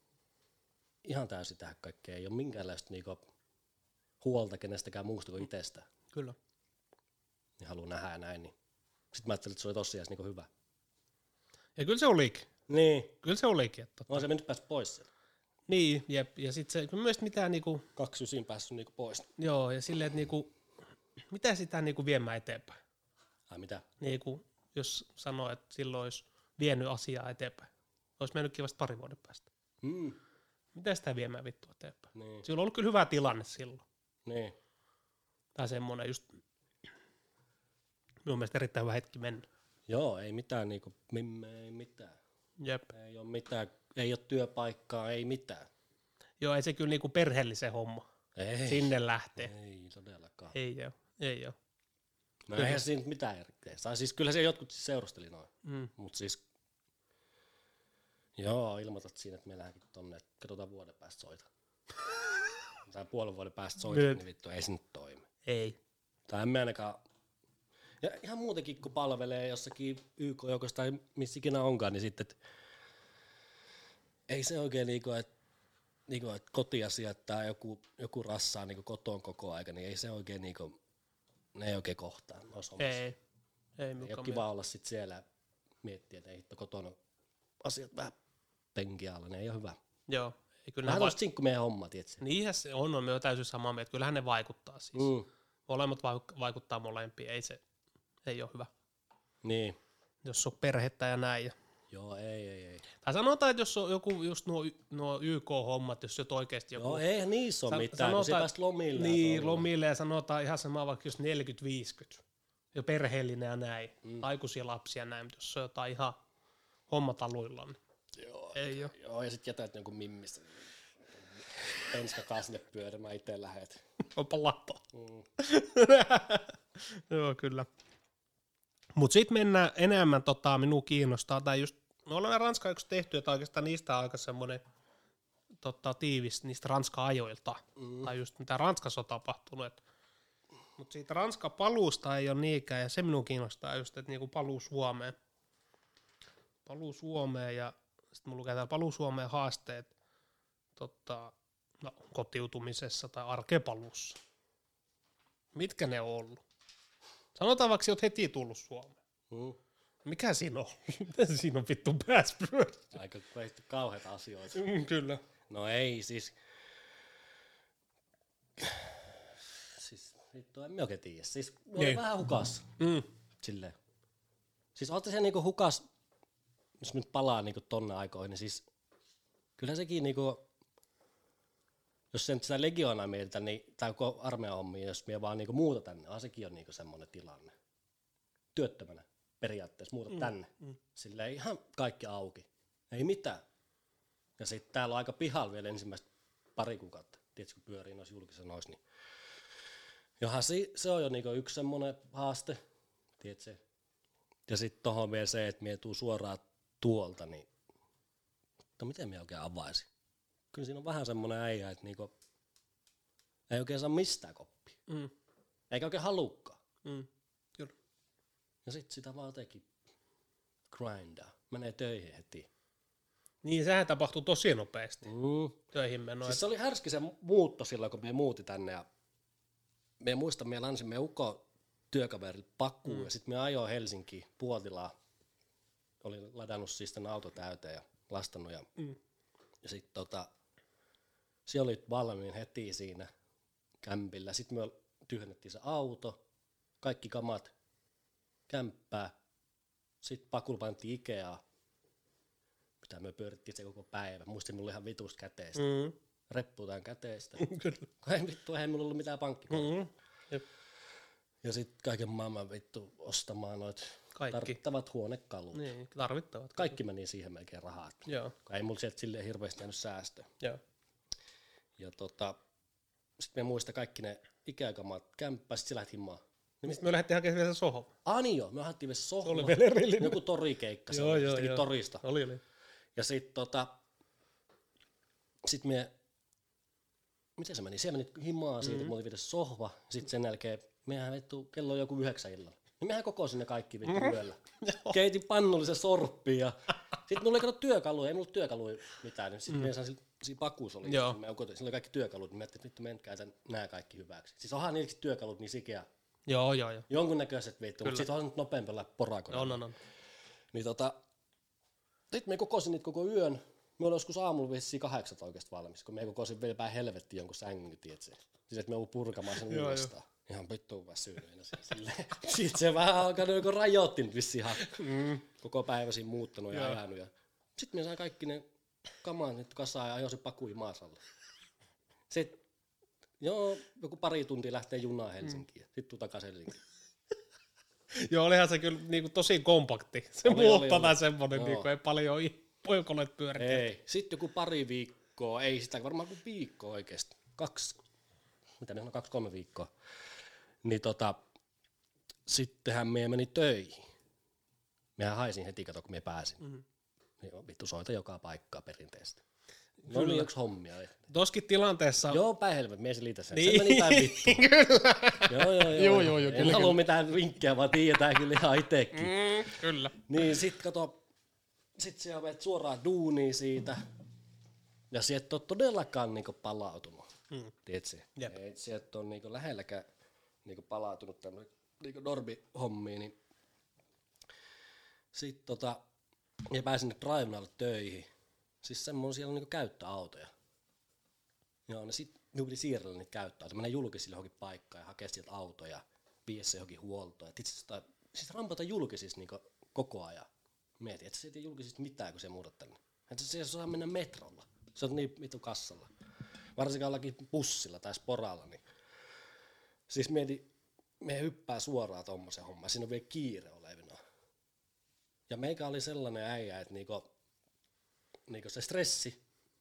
ihan täysin tehdä kaikkea, ei ole minkäänlaista niinku huolta kenestäkään muusta kuin itsestä. Kyllä. Niin haluan nähdä ja näin, niin sitten mä ajattelin, että se oli tosiaan niinku hyvä. Ja kyllä se olikin. Niin. Kyllä se olikin. Että on se mennyt päästä pois sieltä. Niin, jep. Ja sitten se, kyllä myös mitään niinku... Kaksi ysin päässyt niinku pois. Joo, ja silleen, että niinku, mitä sitä niinku viemään eteenpäin? Ai mitä? Niinku, jos sanoo, että silloin olisi vienyt asiaa eteenpäin. Olisi mennytkin vasta pari vuoden päästä. Mm. Miten sitä viemään vittua eteenpäin? Niin. Sillä on ollut kyllä hyvä tilanne silloin. Niin. Tai semmoinen just minun mielestä erittäin hyvä hetki mennyt. Joo, ei mitään niinku, ei mitään. Jep. Ei ole mitään, ei ole työpaikkaa, ei mitään. Joo, ei se kyllä niinku perheellisen homma. Ei. Sinne lähtee. Ei todellakaan. Ei joo, ei oo. No eihän siinä nyt mitään erikseen. Tai siis kyllä se jotkut siis seurusteli noin. Mm. Mut siis, joo, ilmoitat siinä, että me lähdenkin tonne, että katsotaan vuoden päästä soita. Tai puolen vuoden päästä soita, Nyt. niin vittu ei se nyt toimi. Ei. Tai emme ainakaan, ja ihan muutenkin kun palvelee jossakin Y K-joukossa tai missä ikinä onkaan, niin sitten, että ei se oikein niinku, että niinku, et kotiasiat tai joku, joku rassaa niinku kotoon koko aika, niin ei se oikein niinku, ne ei oikein kohtaa. Ei. Ei, ei ole kiva olla sit siellä miettiä, että ei hitto kotona asiat vähän penkiä alla, ne ei ole hyvä. Joo. Ei, kyllä Vähän va- olisi sinkku meidän homma, tietsä. niinhän se on, on me täysin samaa mieltä. Kyllähän ne vaikuttaa siis. Mm. Molemmat vaik- vaikuttaa molempiin, ei se ei ole hyvä. Niin. Jos on perhettä ja näin. Ja Joo, ei, ei, ei. tai sanotaan, että jos on joku just nuo, nuo Y K-hommat, jos on oikeasti joku... Joo, eihän niissä ole Sa- mitään, sanotaan, kun sä pääst lomille. Niin, tuolla. lomille ja sanotaan ihan sama vaikka jos neljäkymmentä viisikymmentä. Jo perheellinen ja näin. Mm. Aikuisia lapsia ja näin, mutta jos on jotain ihan hommataluilla, niin Joo, ei ole. joo, ja sit jätät jonkun mimmistä. Penskakaa sinne pyörimään, itse lähet. Onpa lappa. Mm. Joo, kyllä. Mut sit mennään enemmän, tota, minua kiinnostaa, tai just, me olemme Ranskaa yksi tehty, että oikeastaan niistä on aika semmoinen tota, tiivis niistä Ranska-ajoilta, mm. tai just mitä Ranskassa on tapahtunut. Mutta siitä Ranskan paluusta ei ole niinkään, ja se minua kiinnostaa just, että niinku paluu Suomeen. Paluu Suomeen, ja sitten mulla lukee täällä paluu Suomeen haasteet tota, no, kotiutumisessa tai arkepaluussa. Mitkä ne on ollut? Sanotaan vaikka, olet heti tullut Suomeen. Mm. Mikä siinä on? Mitä siinä on vittu pääs pyöriä? Aika kauheita asioita. Mm, kyllä. No ei, siis... Siis vittu, en mä oikein tiedä. Siis mä olin Niin. vähän hukas. Mm. Silleen. Siis ootte se niinku hukas, jos nyt palaa niinku tonne aikoihin, niin siis... Kyllä sekin niinku... Jos sen sitä legioonaa mietitään, niin tai koko armeijan hommia, jos minä vaan niinku muuta tänne, ah, sekin on niinku semmoinen tilanne. Työttömänä periaatteessa muuta mm. tänne. Mm. Silleen ihan kaikki auki. Ei mitään. Ja sitten täällä on aika pihalla vielä ensimmäistä pari kuukautta. Tiedätkö, kun pyörii noissa julkisissa noissa, niin johan se, se on jo niinku yksi semmoinen haaste. Tiedätkö? Ja sitten tohon vielä se, että mie tuu suoraan tuolta, niin mutta miten minä oikein avaisin? Kyllä siinä on vähän semmoinen äijä, että niinku, ei oikein saa mistään koppia. Mm. Eikä oikein halukkaan. Mm. Kyllä. Ja sit sitä vaan jotenkin grindaa. Menee töihin heti. Niin, sehän tapahtuu tosi nopeasti. Mm. Töihin menoa. Siis se oli härski se muutto silloin, kun me muuti tänne. Ja me muistan, me lansin me uko työkaverille pakkuun. Mm. Ja sit me ajoin Helsinkiin Puotilaan. Olin ladannut siis tämän auto täyteen ja lastannut. Ja, Mm. ja sit tota, se oli valmiin heti siinä kämpillä. Sitten me tyhjennettiin se auto, kaikki kamat, kämppää. Sitten pakulla pantiin Ikeaa, mitä me pyörittiin se koko päivä. Muistin, mulla oli ihan vitusta käteistä. Mm. Repputaan käteistä. Kyllä. Kun ei vittu, eihän mulla ollut mitään pankkikorttia. Mm. Jep. Ja sitten kaiken maailman vittu ostamaan noit Kaikki. tarvittavat huonekalut. Niin, tarvittavat. Kaikki meni siihen melkein rahaa. Joo. Kun ei mulla sieltä silleen hirveästi jäänyt säästöä. Joo. Ja tota, sitten me muista kaikki ne ikäkamat kämppää, sit sä lähdet himaan. Niin mistä me lähdettiin hakemaan vielä se soho. Ah niin joo, me haettiin vielä sohva. Se oli vielä erillinen. Joku torikeikka, se Joo, oli joo, sitäkin joo. torista. Oli, oli. Ja sit tota, sit me, miten se meni? Siellä meni himaa siitä, mm-hmm. me oli vielä sohva. Sit sen jälkeen, mehän vittu, kello on joku yhdeksän illalla. Niin mehän kokosin ne kaikki vittu Mm-hmm. yöllä. Keitin pannullisen sorppia ja sit mulla ei kato työkaluja, ei mulla työkaluja mitään. Niin sit mm. me saan siinä pakuus oli, Joo. me sillä oli kaikki työkalut, niin mä ajattelin, että vittu me käytän nää kaikki hyväksi. Siis onhan niilläkin työkalut niin sikeä. Joo, joo, joo. Jonkunnäköiset vittu, Kyllä. mutta sit on nyt nopeampi olla porakona. On, on, on. Niin tota, sit me kokosin niitä koko yön. Me oli joskus aamulla vissiin kahdeksalta oikeasti valmis, kun me kokosin vielä päin helvettiin jonkun sängyn, tietsä. Siis et me ollaan purkamaan sen Joo, uudestaan. Ihan vittuun väsyneenä silleen. Sitten se vähän alkanut joku rajoitti nyt vissiin ihan mm. koko päivä siinä muuttanut ja Joo. ajanut. Ja sitten me sain kaikki ne kamaan nyt kasaan ja ajoin se pakui maasalle. Sitten joo, joku pari tuntia lähtee junaan Helsinkiin ja sitten tuu takaisin Helsinkiin. Joo, olihan se kyllä niinku tosi kompakti. Se Oli, muutto oli, tai oli. semmonen, Joo. niinku, ei paljon poikolet pyörittää. Ei. Sitten joku pari viikkoa, ei sitä varmaan kuin viikko oikeesti. Kaksi, mitä ne on, kaksi kolme viikkoa. Niin tota, sittenhän me meni töihin. Mehän haisin heti, kato kun me pääsin. Mm. Niin vittu soita joka paikkaa perinteisesti. No niin, yksi hommia. Toskin tilanteessa... Joo, päin helvet, mies liitä sen. Niin. Se meni päin vittu. Kyllä. joo, joo, joo. Joo, joo, joo, en kyllä, halua kyllä. mitään vinkkejä, vaan tiedetään kyllä ihan itekin. Mm, kyllä. Niin sit kato, sit sä menet suoraan duuniin siitä. Ja sä et oo todellakaan niinku palautunut. Mm. Tiedätkö? Jep. Et sä et oo niinku lähelläkään niinku palautunut tämmönen niinku normihommiin. Niin. Sit tota, ja pääsin sinne Drivenalle töihin. Siis semmoinen siellä on niinku käyttöautoja. Joo, ne sit minun piti siirrellä niitä käyttöautoja. Mennä julkisille johonkin paikkaan ja hakea sieltä autoja, viedä se johonkin huoltoon. Et itse asiassa siis rampata julkisissa niinku koko ajan. Mietin, että sä et julkisista mitään, kun sä muutat tänne. Et sä saa mennä metrolla. Se on niin vitu kassalla. Varsinkaan jollakin bussilla tai sporalla. Niin. Siis mietin, me hyppää suoraan tommosen hommaan. Siinä on vielä kiire olevina. Ja meikä oli sellainen äijä, että niinku, niinku se stressi,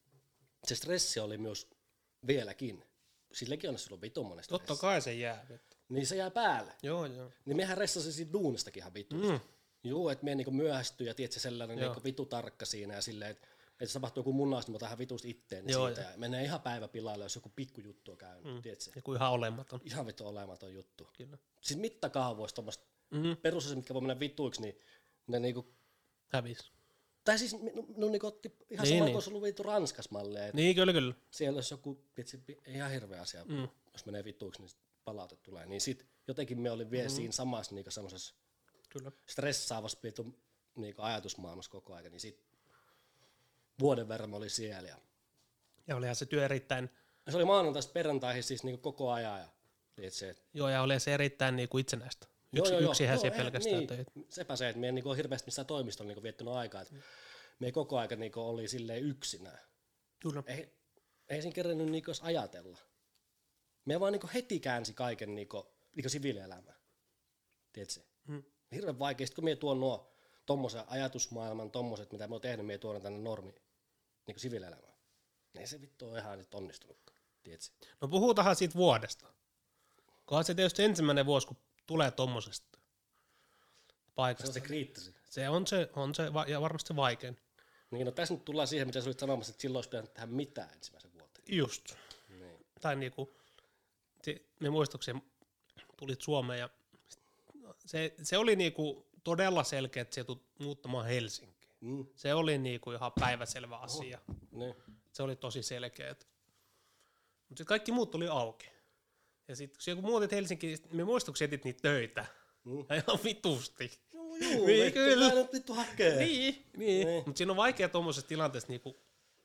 se stressi oli myös vieläkin. Silläkin on silloin vitun monen stressi. Totta kai se jää. Niin se jää päälle. Joo, joo. Niin mehän ressasin siitä duunistakin ihan vitusti. Mm. Joo, että me niinku myöhästyy ja tiedätkö sellainen niinku vitu tarkka siinä ja silleen, että et se tapahtuu joku munnaasti, mutta ihan vitusti itteen Joo, siitä. Ja menee ihan päivä pilalle, jos joku pikkujuttu on käynyt, mm. tiedätkö? Joku ihan olematon. Ihan vitu olematon juttu. Kyllä. Siis mittakaavoista tommoista Mm-hmm. perusasiat, mitkä voi mennä vituiksi, niin ne niinku Hävis. tai siis ne no, niinku otti ihan Niin, sama kuin niin. olisi ollut vitu Ranskas malleja. Niin, kyllä, kyllä. Siellä olisi joku, tietysti, ihan hirveä asia, mm. jos menee vituiksi, niin palaute tulee. Niin sit jotenkin me olin vielä mm. siinä samassa niinku semmoisessa Kyllä. stressaavassa vitu niinku ajatusmaailmassa koko ajan. Niin sit vuoden verran mä olin siellä. Ja Ja olihan se työ erittäin, se oli maanantaista perjantaihin siis niinku koko ajan. Ja, tiedätkö, et, joo, ja oli se erittäin niinku itsenäistä. joo, Yksi, joo, joo. yksihän Joo, se ei, pelkästään niin, töitä. sepä se, että me ei niinku hirveästi missään toimistolla niinku viettänyt aikaa. Et me ei koko ajan niinku oli silleen yksinään. Kyllä. Ei, ei siinä kerennyt niinku edes ajatella. Me vaan niinku heti käänsi kaiken niinku, niinku siviilielämään. Tiedätkö? Mm. Hirveän vaikea, kun me tuon nuo tommosen ajatusmaailman, tommoset, mitä me oon tehnyt, me tuon tänne normi niinku siviilielämään. Ei se vittu ole ihan nyt onnistunutkaan. Tiedätkö? No puhutaanhan siitä vuodesta. Kohan se tietysti ensimmäinen vuosi, kun tulee tommosesta Se paikasta. on se kriittisin. Se on se, on se va- ja varmasti se vaikein. Niin, no tässä nyt tullaan siihen, mitä sä olit sanomassa, että silloin olisi pitänyt tehdä mitään ensimmäisen vuoteen. Just. Niin. Tai niinku, se, me muistukseen tulit Suomeen ja se, se oli niinku todella selkeä, että se tulet muuttamaan Helsinkiin. Mm. Se oli niinku ihan päiväselvä asia. Niin. Se oli tosi selkeä. Mutta sitten kaikki muut tuli auki. Ja sitten kun sä muutit Helsinkiin, me muistukseen etit niitä töitä. Mm. Ja ihan vitusti. Joo, joo, Niin, vittu, kyllä. mä nyt vittu hakee. Niin, niin. Niin. Mutta siinä on vaikea tuommoisessa tilanteessa niinku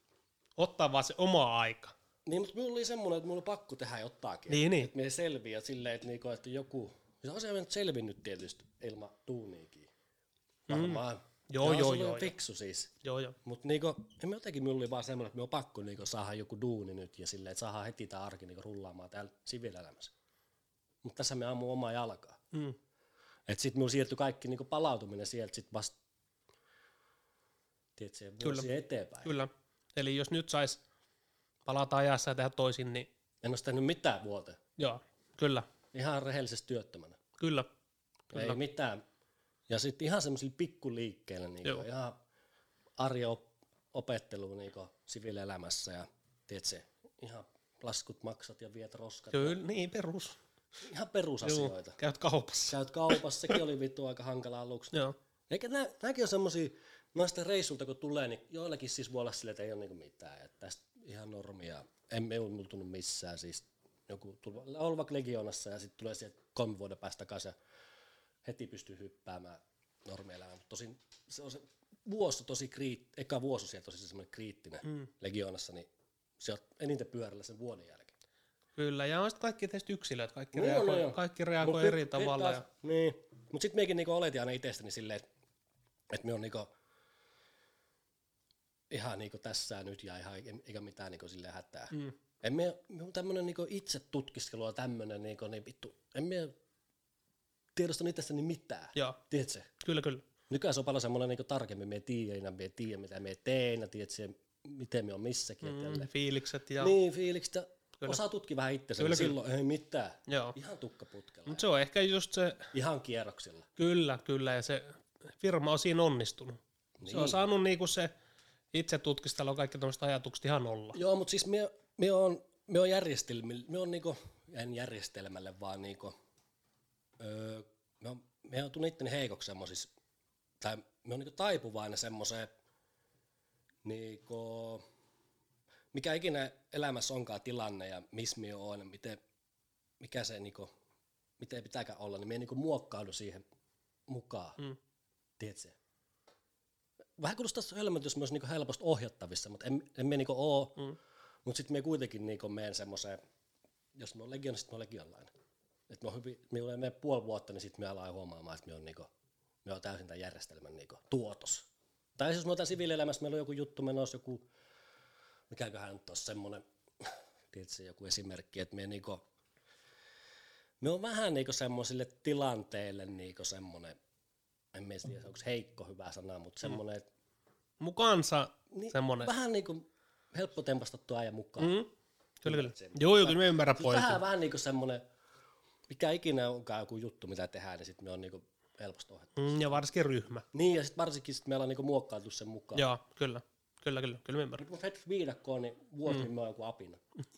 ottaa vaan se oma aika. Niin, mutta minulla oli semmoinen, että minulla oli pakko tehdä jotakin. Niin, niin. Että me selviää silleen, että, niinku, että joku... Se asia on nyt selvinnyt tietysti ilman duuniikin. Varmaan. Mm. Joo, joo, joo, fiksu siis. Joo, joo. Mutta niinku, en mä jotenkin minulla oli vaan semmoinen, että me on pakko niinku saada joku duuni nyt ja silleen, että saadaan heti tämä arki niinku rullaamaan täällä siviilielämässä. Mutta tässä me ammu omaa jalkaa. Mm. Että sitten minulla siirtyi kaikki niinku palautuminen sieltä sitten vasta, tiedätkö, vuosia eteenpäin. Kyllä. Eli jos nyt sais palata ajassa ja tehdä toisin, niin En olisi tehnyt mitään vuoteen. joo, kyllä, Ihan rehellisesti työttömänä. kyllä. Kyllä. Ei mitään. Ja sitten ihan semmoisilla pikkuliikkeillä, niinku, Joo. ihan arjen op- opettelua niinku, siviilielämässä ja tiedätkö, ihan laskut maksat ja viet roskat. Kyllä, niin perus. Ihan perusasioita. Joo, käyt kaupassa. Käyt kaupassa, sekin oli vittu aika hankala aluksi. Joo. Eikä nää, nääkin on semmosia, noista reissulta kun tulee, niin joillakin siis voi olla silleen, että ei ole niinku mitään. Että tästä ihan normia. En ole multunut missään. Siis joku on vaikka Legionassa ja sitten tulee sieltä kolmen vuoden päästä takaisin ja heti pystyy hyppäämään normielämään. Mutta tosin se on se vuosi tosi kriittinen, eka vuosi siellä tosi semmoinen kriittinen mm. Legionassa, niin se on eniten pyörällä sen vuoden jälkeen. Kyllä, ja on sitten kaikki tietysti yksilöt, kaikki No, reagoi, no, joo. kaikki reagoi Mut eri nyt- tavalla. nyt Ja, taas- Niin, mutta sitten mekin niinku oletin aina itsestäni silleen, että et me on niinku, ihan niinku tässä ja nyt ja ihan eikä mitään niinku silleen hätää. Mm. En me, me on tämmönen niinku itse tutkiskelu ja tämmönen niinku niin vittu, en me tiedostan itsestäni mitään. Joo. Tiedätkö? Kyllä, kyllä. Nykyään se on paljon semmoinen niinku tarkemmin, me tiedän, me tiedän mitä me teen ja tiedät miten me on missäkin. Mm, fiilikset ja... Niin, fiilikset ja Kyllä. osaa tutkia vähän itsensä, Kyllä, niin silloin ei mitään. Joo. Ihan tukkaputkella. Mutta se on ehkä just se... Ihan kierroksilla. Kyllä, kyllä, ja se firma on siinä onnistunut. Niin. Se on saanut niinku se itse tutkistella kaikki tämmöiset ajatukset ihan olla. Joo, mutta siis me, me on, me on järjestelmillä, me on niinku, en järjestelmälle, vaan niinku, öö, me on, me on tullut itteni heikoksi semmosissa, tai me on niinku taipuvainen semmoseen, niinku, mikä ikinä elämässä onkaan tilanne ja missä me on, miten, mikä se niinku, miten pitääkään olla, niin me ei niinku muokkaudu siihen mukaan, Mm. tiedätkö? Vähän kuulostaa hölmötys myös niinku helposti ohjattavissa, mutta en, en me niinku oo, Mm. mutta sitten me kuitenkin niinku meen semmoseen, jos me on legion, sitten me on legionlainen. Et me on hyvin, me olemme mene puoli vuotta, niin sitten me aloin huomaamaan, että me on, niinku, me on täysin tämän järjestelmän niinku tuotos. Tai jos me otetaan siviilielämässä, meillä on joku juttu menossa, joku, mikäköhän nyt olisi semmoinen, tiedätkö, joku esimerkki, että me niinku, me on vähän niinku semmoisille tilanteille niinku semmoinen, en tiedä, onko heikko hyvä sana, mutta semmoinen, että Mukaansa niin, semmoinen. vähän niinku helppo tempastattu äijä mukaan. Mm. Kyllä, kyllä. Joo, joo, kyllä me ymmärrän Siis pointin. vähän, vähän niinku semmoinen, mikä ikinä onkaan joku juttu, mitä tehdään, niin sitten me on niinku helposti ohjattu. Mm, ja varsinkin ryhmä. Niin, ja sitten varsinkin sit meillä on niinku muokkailtu sen mukaan. Joo, kyllä. Kyllä, kyllä. Kyllä me ymmärrän. Kun heität viidakkoon, niin vuosi, mm. niin mä oon joku apina.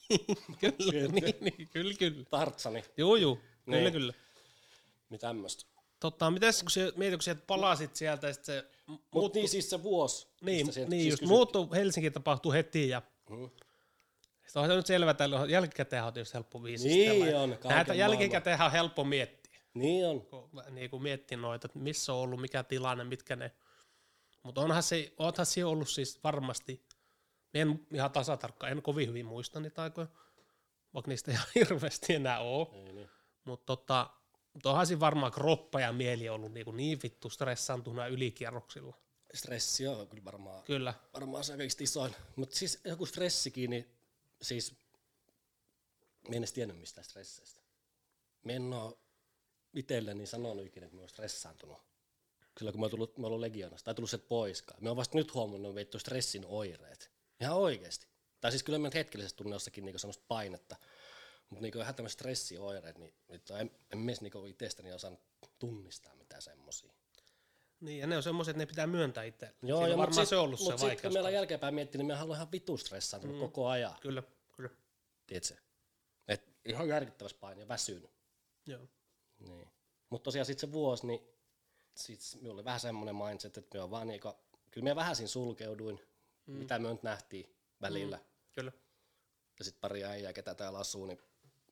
kyllä, niin, niin, kyllä, kyllä. Tartsani. Joo, joo. Kyllä, Niin. kyllä. Niin tämmöstä. Totta, mites kun sä mietit, kun sieltä palasit sieltä, ja sit se Mut muuttu, niin siis se vuosi. niin, mistä sieltä niin siis just kysyt- muuttu Helsinkiin tapahtui heti, ja Mm. sitten on se nyt selvä, että jälkikäteen on tietysti helppo viisastella. Niin on, kaiken Näitä jälkikäteen on helppo miettiä, Niin on. kun niin kuin miettii noita, että missä on ollut, mikä tilanne, mitkä ne. Mutta onhan se, onhan se ollut siis varmasti, en ihan tasatarkkaan, en kovin hyvin muista niitä aikoja, vaikka niistä ihan hirveästi enää ole. Ei niin. Mutta tota, mut onhan siinä varmaan kroppa ja mieli ollut niin, niin vittu stressaantunut ylikierroksilla. Stressi on kyllä varmaan, Kyllä. varmaan se kaikista isoin. Mutta siis joku stressikin, niin siis mä en edes tiennyt mistään stresseistä. Mä en oo itselleni sanonut ikinä, että mä oon stressaantunut. Silloin kun mä oon tullut, mä oon ollut legionasta, tai tullut sieltä poiskaan. Mä oon vasta nyt huomannut vittu stressin oireet. Ihan oikeesti. Tai siis kyllä mä nyt hetkellisesti tunne jossakin niinku semmoista painetta. Mutta niinku ihan tämmöiset stressioireet, niin vittu, en, en mä niinku itsestäni osannut tunnistaa mitään semmosia. Niin, ja ne on semmoiset, että ne pitää myöntää itse. Joo, Siinä ja on varmaan mut sit, se ollut mut se sit, vaikeus. kun meillä jälkeenpäin miettii, niin me haluan ihan vitu stressaantunut mm. koko ajan. Kyllä, kyllä. Tiedätkö? Et ihan järkyttävässä paine ja väsynyt. Joo. Niin. Mutta tosiaan sitten se vuosi, niin sit minulla oli vähän semmoinen mindset, että me on vaan niinku, kyllä me vähän siinä sulkeuduin, mm. mitä me nyt nähtiin välillä. Mm. Kyllä. Ja sitten pari äijää, ketä täällä asuu, niin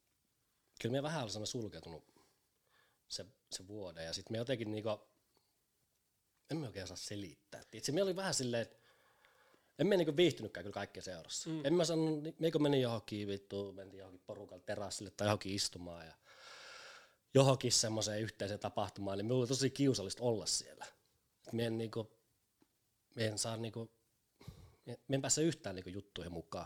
kyllä me vähän oli semmoinen sulkeutunut se, se vuoden. Ja sitten me jotenkin niinku, en me oikein saa selittää. Itse me oli vähän silleen, että en me niinku viihtynytkään kyllä kaikkea seurassa. Mm. En mä sanonut, meikö meni johonkin vittu, mentiin johonkin porukalle terassille tai johonkin istumaan ja johonkin semmoiseen yhteiseen tapahtumaan, niin minulla oli tosi kiusallista olla siellä. Me en, niinku, me en saa niinku, me en pääse yhtään niinku juttuihin mukaan.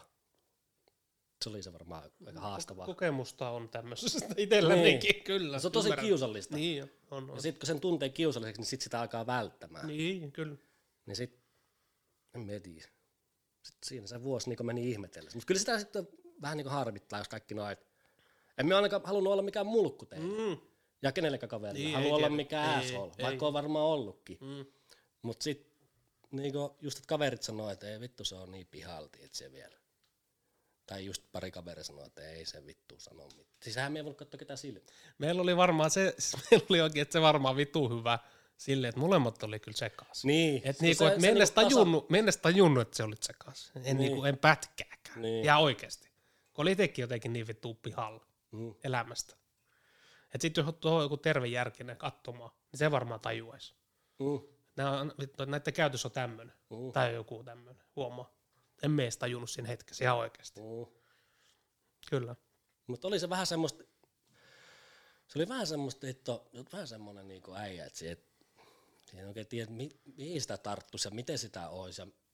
Se oli se varmaan aika haastavaa. Kokemusta on tämmöisestä itsellänikin, Niin. kyllä. Se on tosi Ymmärrän. kiusallista. Niin on, on. on. Ja sitten kun sen tuntee kiusalliseksi, niin sitten sitä alkaa välttämään. Niin, Niin, kyllä. niin sitten, en mä tiedä. Sitten siinä se vuosi niin meni ihmetellä. Mutta kyllä sitä sitten vähän niin harmittaa, jos kaikki noit. En mä ainakaan halunnut olla mikään mulkku teille. Mm. Ja kenellekään kaverille. Niin, Haluan ei olla tiedä. mikään Ei, asshole, ei. vaikka on varmaan ollutkin. Mm. Mutta sitten niinku, just että kaverit sanoo, että ei vittu se on niin pihalti, että se vielä. Tai just pari kaveria sanoo, että ei se vittu sano mitään. Siis hän me ei voinut katsoa ketään silmiä. Meillä oli varmaan se, siis meillä oli oikein, että se varmaan vitu hyvä silleen, että molemmat oli kyllä sekaisin. Niin. Että se- niinku, se- et se me en edes niinku tasa- tajunnut, me en edes tajunnut, että se olit sekaisin. En, Niin. niinku, en pätkääkään. Niin. Ja oikeasti. Kun oli itsekin jotenkin niin vittu pihalla Mm. elämästä. Että sitten jos tuohon joku terve järkinen katsomaan, niin se varmaan tajuaisi. Mm. Nää on, vittu, näiden käytös on tämmöinen. Mm. Tai joku tämmöinen. Huomaa. En me edes tajunnut siinä hetkessä ihan oikeasti. Mm. Kyllä. Mutta oli se vähän semmoista, se oli vähän semmoista, että vähän semmoinen niinku äijä, että se, et, en oikein tiedä, mi, mihin sitä tarttuisi ja miten sitä olisi. Ja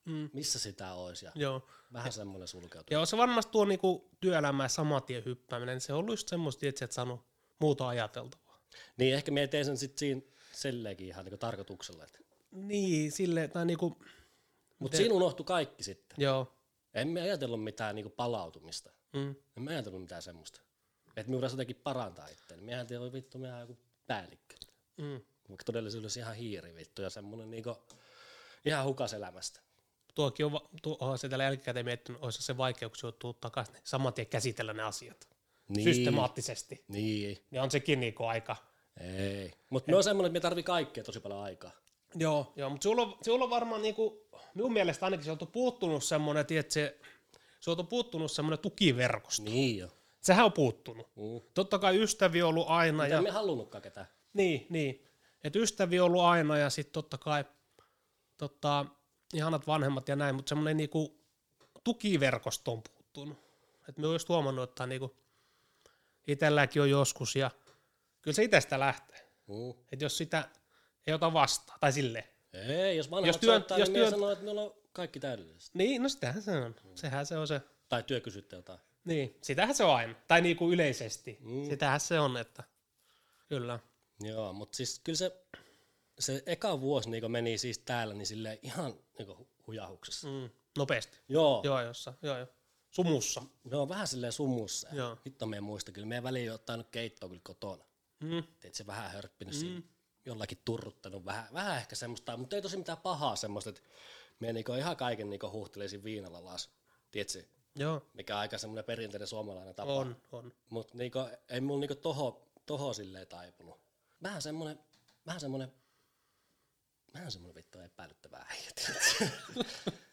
mm. missä sitä olisi. Ja Joo. vähän semmoinen sulkeutuminen. Joo, se varmasti tuo niinku työelämään saman tien hyppääminen, niin se on ollut just semmoista, että et sano muuta ajateltavaa. Niin, ehkä me tein sen sitten siinä selleenkin ihan niinku tarkoituksella. Että. Niin, silleen, tai niinku... Mutta siinä unohtui kaikki sitten. Joo. Emme ajatellut mitään niinku palautumista. Mm. Emme ajatellut mitään semmoista. Että me voidaan jotenkin parantaa itseäni. Mehän tiedä, vittu, mehän on joku päällikkö. Mm. Vaikka todellisuudessa ihan hiiri vittu ja semmoinen niinku ihan hukas elämästä. Tuokin on, tuo, on se tällä jälkikäteen miettinyt, olisi se vaikeuksia joutua takaisin, niin saman tien käsitellä ne asiat Niin. systemaattisesti. Niin. Niin on sekin niinku aika... Ei. Mutta me on semmoinen, että me tarvii kaikkea tosi paljon aikaa. Joo, joo, mutta sulla on, sulla on varmaan niinku, minun mielestä ainakin se on puuttunut semmoinen, tiedätkö, se, se on puuttunut semmoinen tukiverkosto. Niin jo. Sehän on puuttunut. Mm. Totta kai ystäviä on ollut aina. Mitä Ja, me halunnutkaan ketään. niin, niin. Että ystäviä on ollut aina ja sitten totta kai tota, ihanat vanhemmat ja näin, mutta semmoinen niinku tukiverkosto on puuttunut. Että me oon just huomannut, että niinku itselläkin on joskus ja kyllä se itsestä lähtee. Mm. Että jos sitä ei ota vastaan, tai silleen. Ei, jos vanhemmat Jos työn- soittaa, jos niin työn- työn... sanoo, että me ollaan kaikki täydellisesti. Niin, no sitähän se on. Sehän se on se. Tai työ kysytte jotain. Niin, sitähän se on aina. Tai niinku yleisesti. Mm. Sitähän se on, että kyllä. Joo, mutta siis kyllä se, se eka vuosi niin meni siis täällä niin silleen ihan niin hujahuksessa. Mm. Mm. Nopeasti. Joo. Joo, jossa. Joo, joo. Sumussa. Joo, vähän silleen sumussa. Joo. Hitto me muista kyllä. Meidän väliin ei ottanut keittoa kyllä kotona. Mm. Teet se vähän hörppinyt mm. siinä, jollakin turruttanut. Vähän, vähän ehkä semmoista, mutta ei tosi mitään pahaa semmoista, että me niinku ihan kaiken niinku huhtelisin viinalla las. Tiedätkö? Joo. Mikä on aika semmoinen perinteinen suomalainen tapa. On, on. Mutta niinku, ei mulla niinku toho, toho silleen taipunut. Vähän semmonen, vähän semmonen, vähän semmonen vittu epäilyttävää äijä, tiedätkö?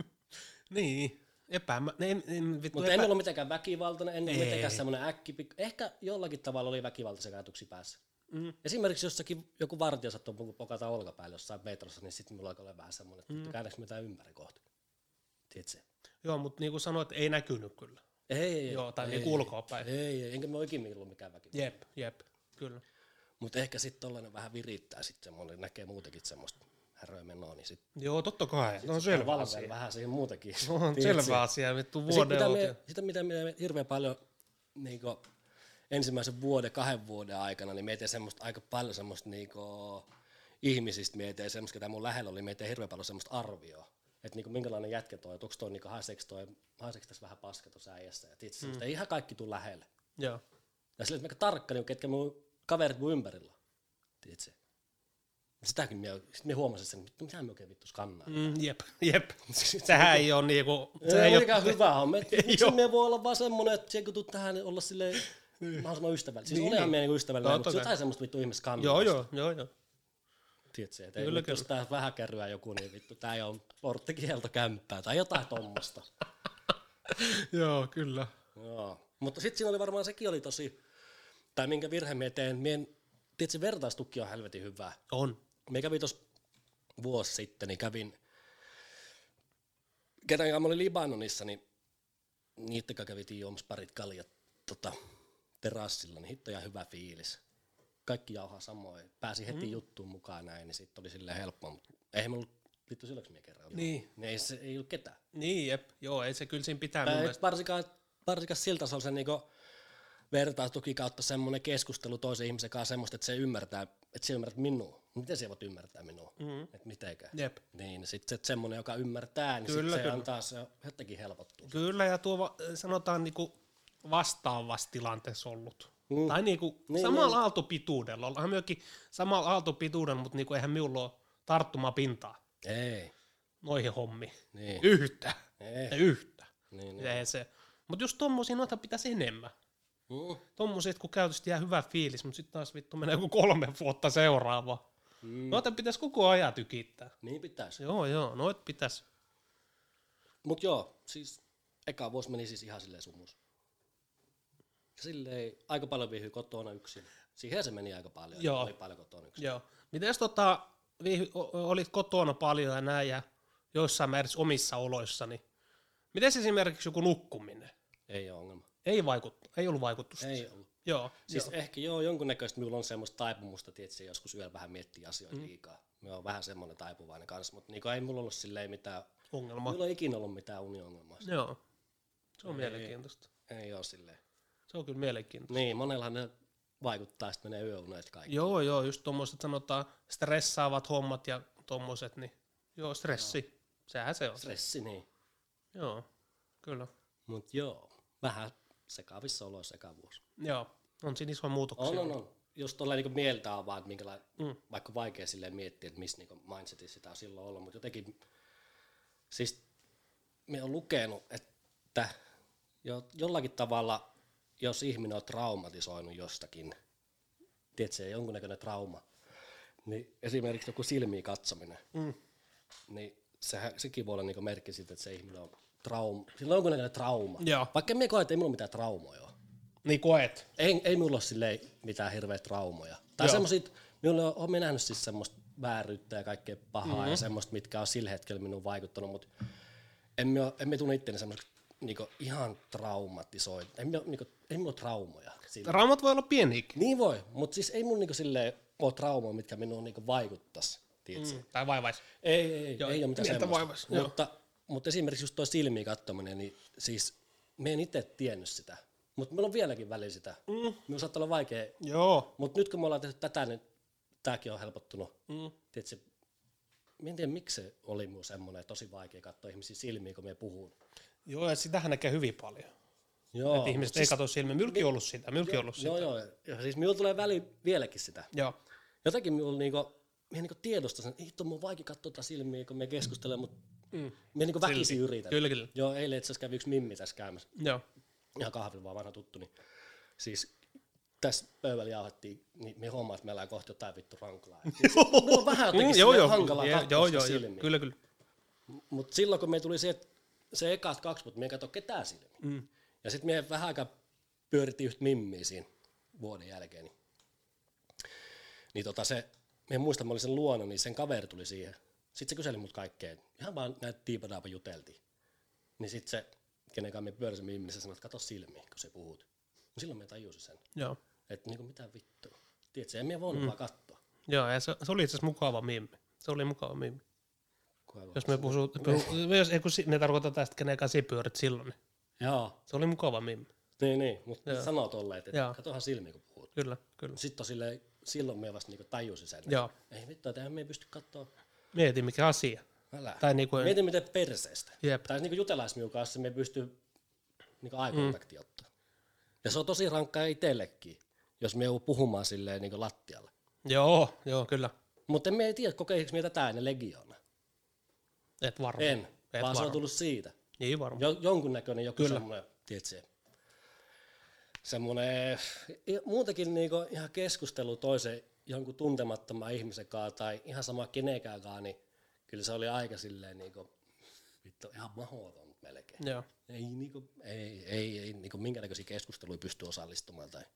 Niin. Epäämä. Ne, en, en, vittu Mutta epä... en ollut mitenkään väkivaltainen, en ollut Ei. mitenkään semmoinen äkkipik... Ehkä jollakin tavalla oli väkivaltaisia ajatuksia päässä. Mm. Esimerkiksi jossakin joku vartija sattui pokata olkapäälle jossain metrossa, niin sitten mulla alkoi olla vähän semmoinen, että mm. käännäks mitään ympäri kohta. Tiedätkö? Joo, mutta niin kuin sanoit, ei näkynyt kyllä. Ei, ei, Joo, tai ei, niinku ulkoapäin. Ei, ei, enkä mä oikein ollut mikään väkivaltainen. Jep, jep, kyllä. Mutta ehkä sitten tollainen vähän virittää sitten semmoinen, näkee muutenkin semmoista häröä menoa, niin sitten Joo, totta kai. No on selvä asia. vähän siihen muutenkin. No, on Tiedätkö? selvä asia. Vittu Ja sit vuoden mitä oot me, ja- sitä mitä me hirveän paljon niinku, ensimmäisen vuoden, kahden vuoden aikana, niin me tein semmoista aika paljon semmoista niinku, ihmisistä, me tein semmoista, ketä mun lähellä oli, me tein hirveän paljon semmoista arvioa. Että niinku, minkälainen jätkä toi, että onko toi niinku, haiseeko toi, haiseeko tässä vähän paska tuossa äijässä. Ja tietysti mm. ei ihan kaikki tuu lähelle. Joo. Ja silleen, että mä tarkkailin, ketkä mun kaverit mun ympärillä. Tiedätkö? Sitäkin me, sit me huomasin, että mitä me oikein vittu skannaa. Mm, jep, jep. Sehän ei ole niinku... Se Se ei ei ole ole... hyvä homma. Miksi Joo. me voi olla vaan semmonen, että se kun tuut tähän olla silleen mahdollisimman ystävällinen. Siis Niin. olihan me niinku ystävällinen, Totta mutta kai. jotain semmoista vittu ihmistä skannaa. Joo, joo, joo, joo. Tiedätkö, että ei Kyllä, nyt, jos kyllä. tää vähän kärryä joku, niin vittu tää ei ole porttikielto kämppää tai jotain tommosta. Joo, kyllä. Joo. Mutta sitten siinä oli varmaan sekin oli tosi, tai minkä virhe me teen, mien, tiedätkö, vertaistukki on helvetin hyvä. On. Me kävin tuossa vuosi sitten, niin kävin, kenen kanssa mä olin Libanonissa, niin niitten kanssa kävitiin juomassa parit kaljat tota, terassilla, niin hitto ja hyvä fiilis. Kaikki jauhaa samoin. Pääsi heti mm. juttuun mukaan näin, niin sitten oli silleen helppoa, mutta eihän me ollut vittu silloin minä kerran. Niin. niin ei, se, ei ollut ketään. Niin, jep. Joo, ei se kyllä siinä pitää mun Tai mielestä. varsinkaan, varsinkaan siltä se on se niinku vertaistuki kautta semmoinen keskustelu toisen ihmisen kanssa semmoista, että se ymmärtää, että se ymmärrät minua. Miten se voit ymmärtää minua? Mm. Että mitenkään. Jep. Niin, sitten se, semmoinen, joka ymmärtää, niin Kyllä, sit se kyllä. antaa se jotenkin helpottua. Kyllä, ja tuo va- sanotaan niinku vastaavassa tilanteessa ollut. Mm. Tai niinku Niin, samalla niin. aaltopituudella. Ollaanhan myöskin samalla aaltopituudella, mutta niinku eihän minulla ole tarttumapintaa Ei. noihin hommiin. Niin. Yhtä. Ei. Ei yhtä. Niin, niin. Ei se. Mutta just tommosia noita pitäisi enemmän. Mm. Tommosia, että kun käytöstä jää hyvä fiilis, mutta sitten taas vittu menee joku kolme vuotta seuraava. Mm. Noita pitäisi koko ajan tykittää. Niin pitäisi. Joo, joo, noit pitäisi. Mut joo, siis eka vuosi meni siis ihan silleen sumus. Silleen aika paljon viihyy kotona yksin. Siihen se meni aika paljon. Joo. Oli paljon kotona yksin. Joo. Mites tota, viihy, o- olit kotona paljon ja näin ja joissain määrin omissa oloissa, niin miten esimerkiksi joku nukkuminen? Ei ole ongelma. Ei vaikuttu, ei ollut vaikutusta. Ei ollut. Joo, Siis joo. ehkä joo, jonkunnäköistä minulla on semmoista taipumusta, tietysti joskus yöllä vähän miettii asioita mm. liikaa. Mä oon vähän semmoinen taipuvainen kanssa, mutta niin ei mulla ollut silleen mitään, Ongelma. mulla ei ikinä ollut mitään uniongelmaa. Joo, se on ei, mielenkiintoista. Ei oo silleen. Se on kyllä mielenkiintoista. Niin, monellahan ne vaikuttaa, että menee yöunet kaikki. Joo, joo, just tommoset sanotaan stressaavat hommat ja tommoset, niin joo, stressi, joo. Sehän se on. Stressi, niin. Joo, kyllä. Mut joo, vähän sekavissa oloissa sekavuus. Joo, on siinä isoja muutoksia. On, on, on. Just tolleen niin mieltä on vaan, että minkälainen, mm. vaikka vaikea silleen miettiä, että missä niin mindsetissa sitä on silloin ollut, mutta jotenkin, siis me on lukenut, että jo, jollakin tavalla, jos ihminen on traumatisoinut jostakin, tiedätkö, jonkunnäköinen trauma, niin esimerkiksi joku silmiin katsominen, mm. niin sehän, sekin voi olla niin merkki siitä, että se ihminen on trauma, sillä on jonkunnäköinen trauma. Joo. Vaikka en koe, että ei minulla mitään traumoja ole. Niin koet. Ei, ei minulla ole silleen mitään hirveä traumoja. Tai semmoisit, minulla on, olen nähnyt siis semmoista vääryyttä ja kaikkea pahaa mm-hmm. ja semmoista, mitkä on sillä hetkellä minuun vaikuttanut, mutta en me, en me tunne itteni semmoiseksi niinku ihan traumatisoitu. Ei minulla niinku, ei minulla ole traumoja. Sille. Traumat voi olla pieniäkin. Niin voi, mutta siis ei minulla niinku silleen ole traumoja, mitkä minuun niinku vaikuttaisi. Mm. Tai vaivais. Ei, ei, ei, joo, ei ole mitään semmoista. Vaivais, mutta, mutta esimerkiksi just tuo silmiin katsominen, niin siis me en itse tiennyt sitä. Mutta meillä on vieläkin välillä sitä. Mm. Minulla saattaa olla vaikea. Joo. Mutta nyt kun me ollaan tehty tätä, niin tämäkin on helpottunut. Mm. Tiedätkö, mä en tiedä miksi se oli minulla semmoinen tosi vaikea katsoa ihmisiä silmiin, kun me puhun. Joo, ja sitähän näkee hyvin paljon. Joo. Että ihmiset siis, ei katso silmiin. Minullakin on ollut sitä. Minullakin ollut sitä. Joo, joo. Ja siis minulla tulee väliin vieläkin sitä. Joo. Jotenkin minulla niinku, minä niinku tiedostan sen, että on minun vaikea katsoa tätä silmiä, kun me keskustelemme, mutta mm. minä niinku väkisin yritän. Kyllä, kyllä. Joo, eilen itse asiassa kävi yksi mimmi tässä käymässä. Joo. Ihan kahvilla vaan vanha tuttu, niin siis tässä pöydällä jauhettiin, niin me huomaa, että meillä on kohta jotain vittu rankalaa. Meillä on vähän jotenkin mm, joo, joo, hankalaa katsoa joo, sitä joo, silmiä. Kyllä, kyllä. Mutta silloin, kun me tuli se, se ekat kaksi vuotta, me ei katso ketään silmiä. Mm. Ja sitten me vähän aikaa pyörittiin yhtä mimmiä siinä vuoden jälkeen. Niin, niin tota se, me muistan, mä olin sen luona, niin sen kaveri tuli siihen. Sitten se kyseli mut kaikkea. Ihan vaan näitä tiipadaapa juteltiin. Niin sitten se, kenenkaan me pyöräsin mimmi, se sanoi, että kato silmiin, kun se puhut. No silloin me tajusin sen. Joo. Että niinku mitä vittua. Tiedätkö, en minä voinut mm. vaan katsoa. Joo, ja se, se oli itse asiassa mukava mimmi. Se oli mukava mimmi. Kuinka jos me puhuu, jos ei kun ne tarkoittaa tästä, kenen kanssa pyörit silloin. Niin joo. Se oli mukava mimmi. Niin, niin. Mutta sanoo tolleen, että katohan silmiin, kun puhut. Kyllä, kyllä. Sitten silleen, silloin me vasta niinku tajusin sen. Joo. Ei vittua, että me ei pysty katsoa. Mieti, mikä asia. Älä. Tai niinku mieti, miten perseestä. Jep. Tai niinku jutelais minun kanssa, me ei pysty niinku eye-kontaktia mm. ottaa. Ja se on tosi rankkaa itsellekin, jos me joudut puhumaan silleen niinku lattialle. Joo, joo, kyllä. Mutta me ei tiedä, kokeiliksi me tätä ennen Legioona. Et varmaan. En, Et vaan se on tullut siitä. Niin varmaan. Jo, jonkunnäköinen joku kyllä. Semmoinen, tiedätkö, semmoinen, muutenkin niinku ihan keskustelu toisen jonkun tuntemattoman ihmisen kanssa tai ihan sama kenenkään, niin kyllä se oli aika silleen niinku, vittu, ihan mahdoton melkein. Joo. Ei, niinku, ei, ei, ei niinku minkäännäköisiä keskusteluja pysty osallistumaan. Tai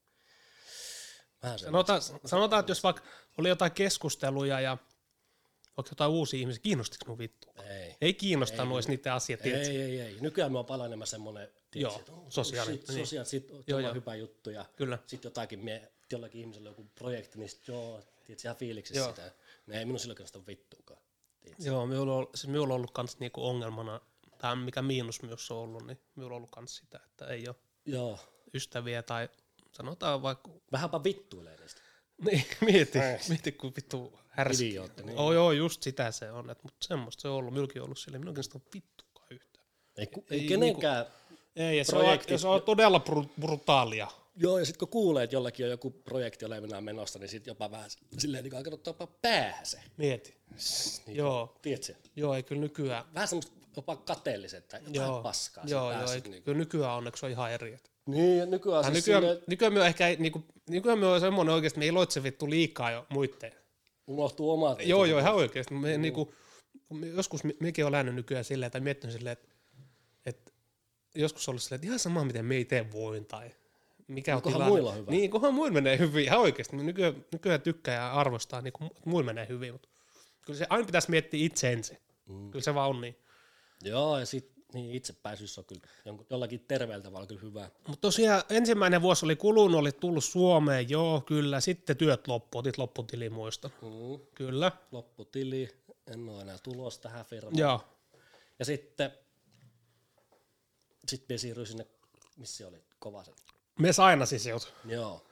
sanotaan, sanotaan, että jos vaikka oli jotain keskusteluja ja vaikka jotain uusia ihmisiä, kiinnostiko mun vittu? Ei. Ei kiinnostanut edes niiden asiat. Ei, ei, ei, ei. Nykyään me on paljon enemmän semmoinen, sosiaalinen. Sit, sosiaali, sit on hyvä juttu ja sitten jotakin, me, jollakin ihmisellä joku projekti, niin sit joo, tiedätkö, ihan fiiliksissä sitä. Ne ei minun silloin sitä vittuakaan. Tiedätkö? Joo, minulla on, siis minulla on ollut kans niinku ongelmana, tai mikä miinus myös on ollut, niin minulla on ollut kans sitä, että ei ole joo. ystäviä tai sanotaan vaikka... Vähänpä vittuilee niistä. Niin, mieti, mieti kun vittu härski. Idiootti, niin. Oh, joo, just sitä se on, että, mutta semmoista se on ollut, minullakin on ollut silleen, minunkin sitä on vittukaan yhtään. Ei, ku, ei, ei kenenkään niinku, ei, ja se, on, ja se on todella br- brutaalia. Joo, ja sitten kun kuulee, että jollakin on joku projekti olevinaan menossa, niin sitten jopa vähän silleen niin alkanut jopa päähän se. Mieti. Niin, joo. Tiedätkö? Joo, ei kyllä nykyään. Vähän semmoista jopa kateelliset tai jotain joo. paskaa. Joo, joo, ei, niin. Kyllä nykyään onneksi on ihan eri. Niin, ja nykyään siis nykyään, silleen... nykyään me ehkä, niinku, nykyään me on semmoinen oikeasti, me ei iloitse vittu liikaa jo muitteen. Unohtuu omat. Joo, joo, ihan oikeasti. Me, mm. niinku, joskus mekin on läännyt nykyään silleen, tai miettinyt silleen, että, että joskus on ollut silleen, että ihan sama, miten me itse voin, tai mikä on tilanne. Muilla on hyvä. Niin, kunhan muilla menee hyvin, ihan oikeasti. Nykyään, nykyään tykkää ja arvostaa, niin kun muilla menee hyvin, mutta kyllä se aina pitäisi miettiä itse ensin. Mm. Kyllä se vaan on niin. Joo, ja sit Niin, itsepäisyys on kyllä jonkun, jollakin terveellä tavalla kyllä hyvä. Mutta tosiaan ensimmäinen vuosi oli kulunut, oli tullut Suomeen, joo, kyllä. Sitten työt loppu, otit lopputilimuiston. Mm. Kyllä. Lopputili, en ole enää tulos tähän firmaan. Joo. Ja sitten sit me siirryin sinne, missä oli Kovaset. Me sainasi sinut. Joo.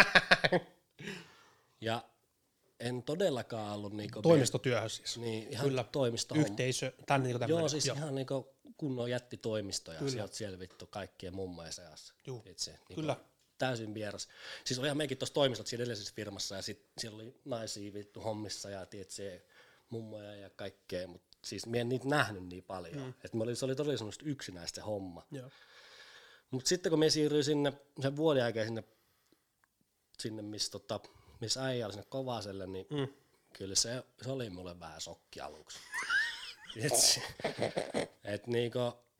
Ja en todellakaan ollut niinku... Toimistotyöhön siis. Niin, ihan Kyllä. toimistohomma. Yhteisö, tänne niinku tämmöinen. Joo, siis joo. ihan niinku kunnon jättitoimistoja, Kyllä. sieltä siellä vittu kaikkien mummojen seassa. Juu. Itse, niinku Kyllä. Täysin vieras. Siis oli ihan meikin tuossa toimistot siinä edellisessä firmassa ja sit siellä oli naisia vittu hommissa ja tietsee mummoja ja kaikkea, mutta siis mä en niitä nähnyt niin paljon. Mm. Et oli, se oli todella semmoista yksinäistä se homma. Mutta sitten kun me siirryin sinne sen vuoden jälkeen sinne, sinne missä tota, miss äijä oli sinne Kovaselle, niin mm. kyllä se, se oli mulle vähän shokki aluksi. Et niinku,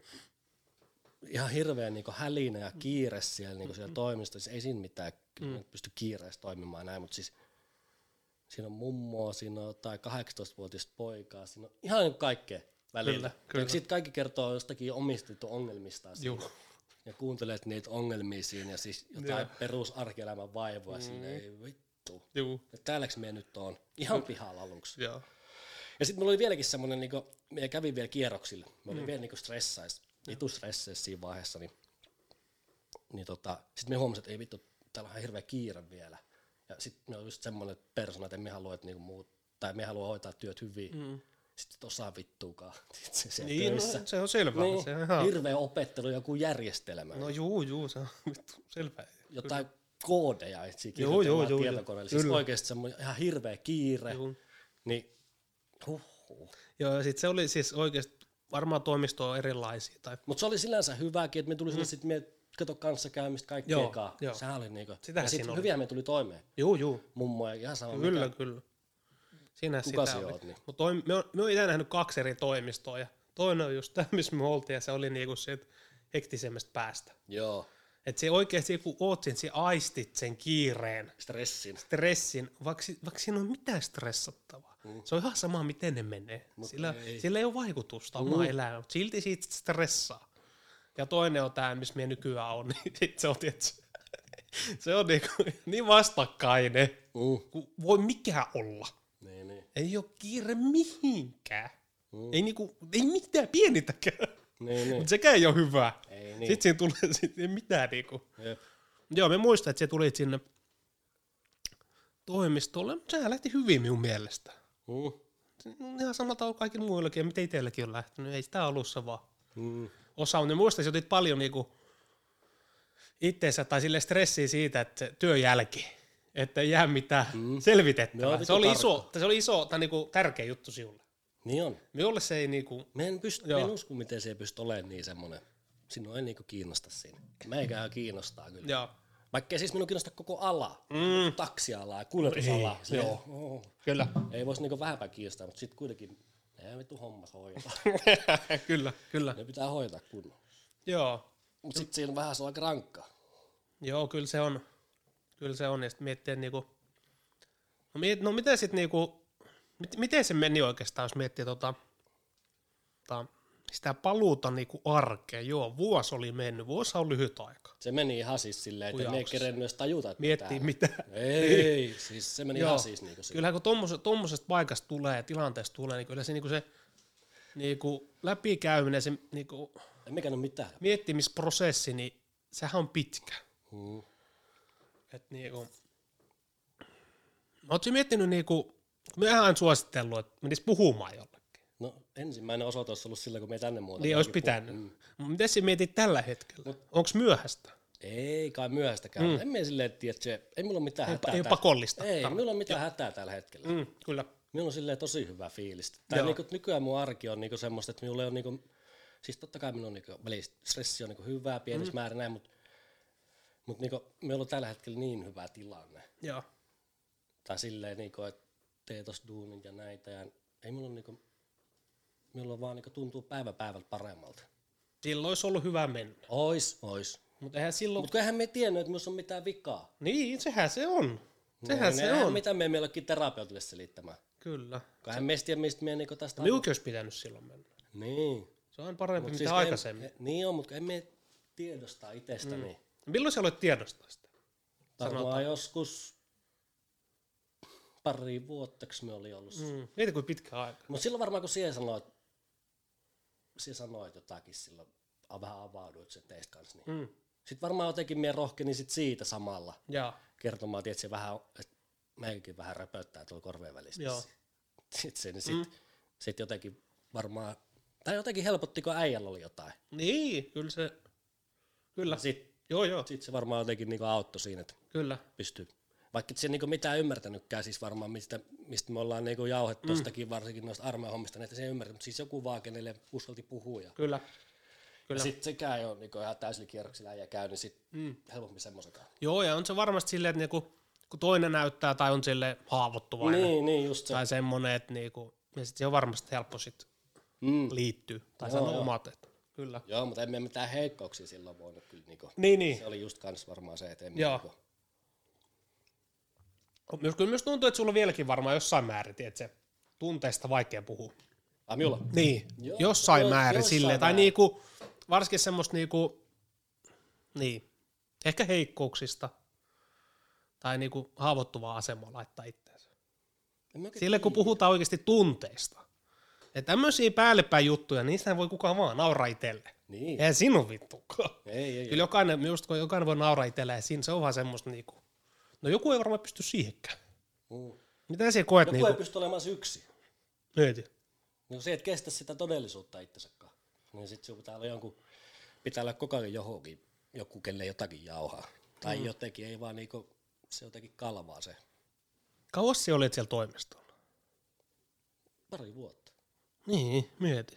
ihan hirveä niinku hälinä ja kiire siellä, niinku siellä toimistossa. Ei siinä mitään, mm. pysty kiireessä toimimaan näin, mutta siis siinä on mummoa, siinä on tai kahdeksantoistavuotiaista poikaa, siinä on ihan niinku kaikkea välillä. Sitten kaikki kertoo jostakin omista ongelmistaan siinä. Ja kuuntelet niitä ongelmia siinä ja siis jotain perusarkielämän vaivoja mm. siinä, ei vittu. Täälläks me nyt on ihan mm. pihalla aluksi. Joo. Ja sitten mulla oli vieläkin semmonen, niinku, mä kävin vielä kierroksilla, mä olin mm. vielä niinku stressais, vitu stresseis siinä vaiheessa, niin, niin tota, sit me huomasin, että ei vittu, täällä on hirveä kiire vielä. Ja sit me on just semmonen persona, että me halua, että niinku muut, tai me halua hoitaa työt hyvin. Mm. Sitten et osaa vittuukaan. Niin, no, se on selvää. Niin, se on ihan... Hirveä opettelu, joku järjestelmä. No juu, juu, se on selvää. Jotain kyllä. Koodeja etsii kirjoitellaan tietokoneelle. Siis oikeesti semmoinen ihan hirveä kiire. Juu. Niin, huhhuh. Joo, ja sit se oli siis oikeesti varmaan toimistoa erilaisia. Tai... Mutta se oli sillänsä hyvääkin, että me tuli sinne mm. sitten me kato kanssakäymistä kaikkea ekaa. Sehän oli niinku. Ja sitten hyviä me tuli toimeen. Juu, juu. Mummoja ihan sama. Kyllä, mikä. Kyllä. Siinä Kuka sitä oot, niin? Mut toi, me, on, me on itse nähnyt kaksi eri toimistoa ja toinen on just tämä, missä me oltiin ja se oli niinku siitä hektisemmästä päästä. Joo. Et se oikeesti kun oot siinä, siinä aistit sen kiireen. Stressin. Stressin, vaikka, vaikka siinä on mitään stressattavaa. Mm. Se on ihan sama, miten ne menee. Sillä ei. Sillä ei ole vaikutusta mm. omaan elämään, mutta silti siitä stressaa. Ja toinen on tämä, missä me nykyään on, niin sit se on tietysti, se on niinku, niin vastakkainen, mm. kuin voi mikään olla. Niin, niin. Ei ole kiire mihinkään. Mm. Ei, niinku, ei mitään pienintäkään. Niin, niin. Mutta sekään ei ole hyvä. Ei, niin. Sitten siinä tulee sit ei mitään. Niinku. Joo, me muistan, että se tuli sinne toimistolle, mutta sehän lähti hyvin minun mielestä. Mm. Ihan samalla tavalla kaikilla muillakin, ja miten itselläkin on lähtenyt. Ei sitä alussa vaan. Mm. Osa on. Ne muistan, että otit paljon niinku itteensä tai sille stressiä siitä, että se työn jälkeen. Että ei jää mitään mm. selvitettävää. Se oli, iso, se oli iso tai niinku tärkeä juttu sinulle. Niin on. Minulle se ei niinku... Mä en, pyst- mä en usko, miten se ei pysty olemaan niin semmoinen. Sinua ei niinku kiinnosta siinä. Meikään kiinnostaa kyllä. Joo. Vaikka ei siis minun kiinnosta koko ala. Mm. Taksiala ja kuljetusala. Ei, joo. Oh. Kyllä. Ei voisi niinku vähänpä kiinnostaa, mutta sitten kuitenkin ei vittu hommas hoitaa. Kyllä, kyllä. Ne pitää hoitaa kunnolla. Joo. Mutta sitten siinä on vähän se aika rankkaa. Joo, kyllä se on. Kyllä se on, ja sitten miettii, niinku, no, miet, no miten sitten niinku, mit, miten se meni oikeastaan, jos miettii tota, tota, sitä paluuta niinku arkeen, joo, vuosi oli mennyt, vuosi on lyhyt aika. Se meni ihan siis silleen, että me ei kerennyt edes tajuta, että miettii mitä. Ei, siis se meni joo. ihan siis niinku siitä. Kyllähän kun tommosesta, tommosesta paikasta tulee ja tilanteesta tulee, niin kyllä se, niinku se niinku läpikäyminen, se niinku, ei mitään. miettimisprosessi, niin sehän on pitkä. Hmm. Et niinku, ootko miettinyt niinku, me ihan aina suositellut, että menis puhumaan jollekin. No ensimmäinen osoite olisi ollut sillä, kun me tänne muuta. Niin olisi pitänyt. Mm. Miten sä mietit tällä hetkellä? Mut, onks myöhäistä? Ei kai myöhäistäkään. Mm. En mene silleen, että se, ei mulla ole mitään ei, hätää. Ei pakollista. Ei, minulla on mitään hätää tällä hetkellä. Mm, kyllä. Minulla on silleen tosi hyvä fiilis. Tai niinku, nykyään mun arki on niinku semmoista, että minulla on niinku, siis totta kai minun niinku, stressi on niinku hyvää pienissä mm. määrin näin, mutta Mutta niinku, meillä on tällä hetkellä niin hyvä tilanne. Joo. Tai silleen, niinku, että tee tos duunin ja näitä. Ja ei mulla niinku, minulla vaan niinku, tuntuu päivä päivältä paremmalta. Silloin olisi ollut hyvä mennä. Ois, ois. Mutta eihän silloin... Mutta eihän me tiennyt, että minussa on mitään vikaa. Niin, sehän se on. Sehän no, se on. Mitä me emme olekin terapeutille selittämään. Kyllä. Kun eihän meistä tiedä, mistä me niinku tästä... Minunkin olisi pitänyt silloin mennä. Niin. Se on parempi Mut mitä siis aikaisemmin. En, niin on, mutta emme tiedostaa itsestäni. Mm. Milloin sä aloit tiedostaa sitä? Varmaan joskus pari vuottaksi me oli ollut. Mm. Mieti kuin pitkä aika. Mutta silloin varmaan kun siellä sanoit, siellä sanoit jotakin silloin, vähän avauduit se teistä kanssa, niin Mm. sitten varmaan jotenkin minä rohkenin sit siitä samalla Jaa. kertomaan, että se vähän, että meikin vähän röpöttää tuolla korveen välissä. Joo. Sitten se, niin sit, mm. sit jotenkin varmaan, tai jotenkin helpotti, kun äijällä oli jotain. Niin, kyllä se, kyllä. Sitten Joo, joo, sit se varmaan jotenkin niinku auttoi siinä, että kyllä. pystyy. Vaikka et se niinku mitään ymmärtänytkään, siis varmaan mistä, mistä me ollaan niinku jauhettu mm. tostakin, varsinkin noista armeijan hommista, niin että se ei ymmärtänyt, mutta siis joku vaan, kenelle uskalti puhua. Ja, Kyllä. Kyllä. ja sitten sekään ei ole niinku ihan täysillä kierroksilla äijä käy, niin sitten mm. helpommin semmoisekaan. Joo, ja on se varmasti silleen, että niinku, kun toinen näyttää tai on silleen haavoittuvainen Niin, niin just se. tai semmoinen, että niinku, ja sit se on varmasti helppo sit Mm. liittyä tai Joo, sanoa joo. omat, että kyllä. Joo, mutta emme mitään heikkouksia silloin voinut kyllä. Niinku. Niin, niin. Se oli just kans varmaan se, että emme Joo. niinku. Myös, kyllä myös tuntuu, että sulla on vieläkin varmaan jossain määrin, että se tunteista vaikea puhua. Ah, minulla? Niin, Joo, jossain joo, määrin jossain silleen, tai määrin. niinku, varsinkin semmoista niinku, niin, ehkä heikkouksista, tai niinku haavoittuvaa asemaa laittaa itseensä. En mä oikein Sille kun tiedä. puhutaan oikeasti tunteista, että tämmöisiä päällepäin juttuja, niistä voi kukaan vaan nauraa itselle. Niin. Eihän sinun vittukaan. Ei, ei, Kyllä jokainen, just kun jokainen voi nauraa itselle, ja siinä se on vaan semmoista niinku, no joku ei varmaan pysty siihenkään. Mm. Mitä sä koet Joku niinku? ei pysty olemaan yksi. Mieti. No se, että kestä sitä todellisuutta itsensäkaan. Niin sit sinun pitää olla jonkun, pitää olla koko ajan johonkin, joku kelle jotakin jauhaa. Tai mm. jotenkin, ei vaan niinku, se jotenkin kalvaa se. Kauas sä olit siellä toimistolla? Pari vuotta. Niin, mieti.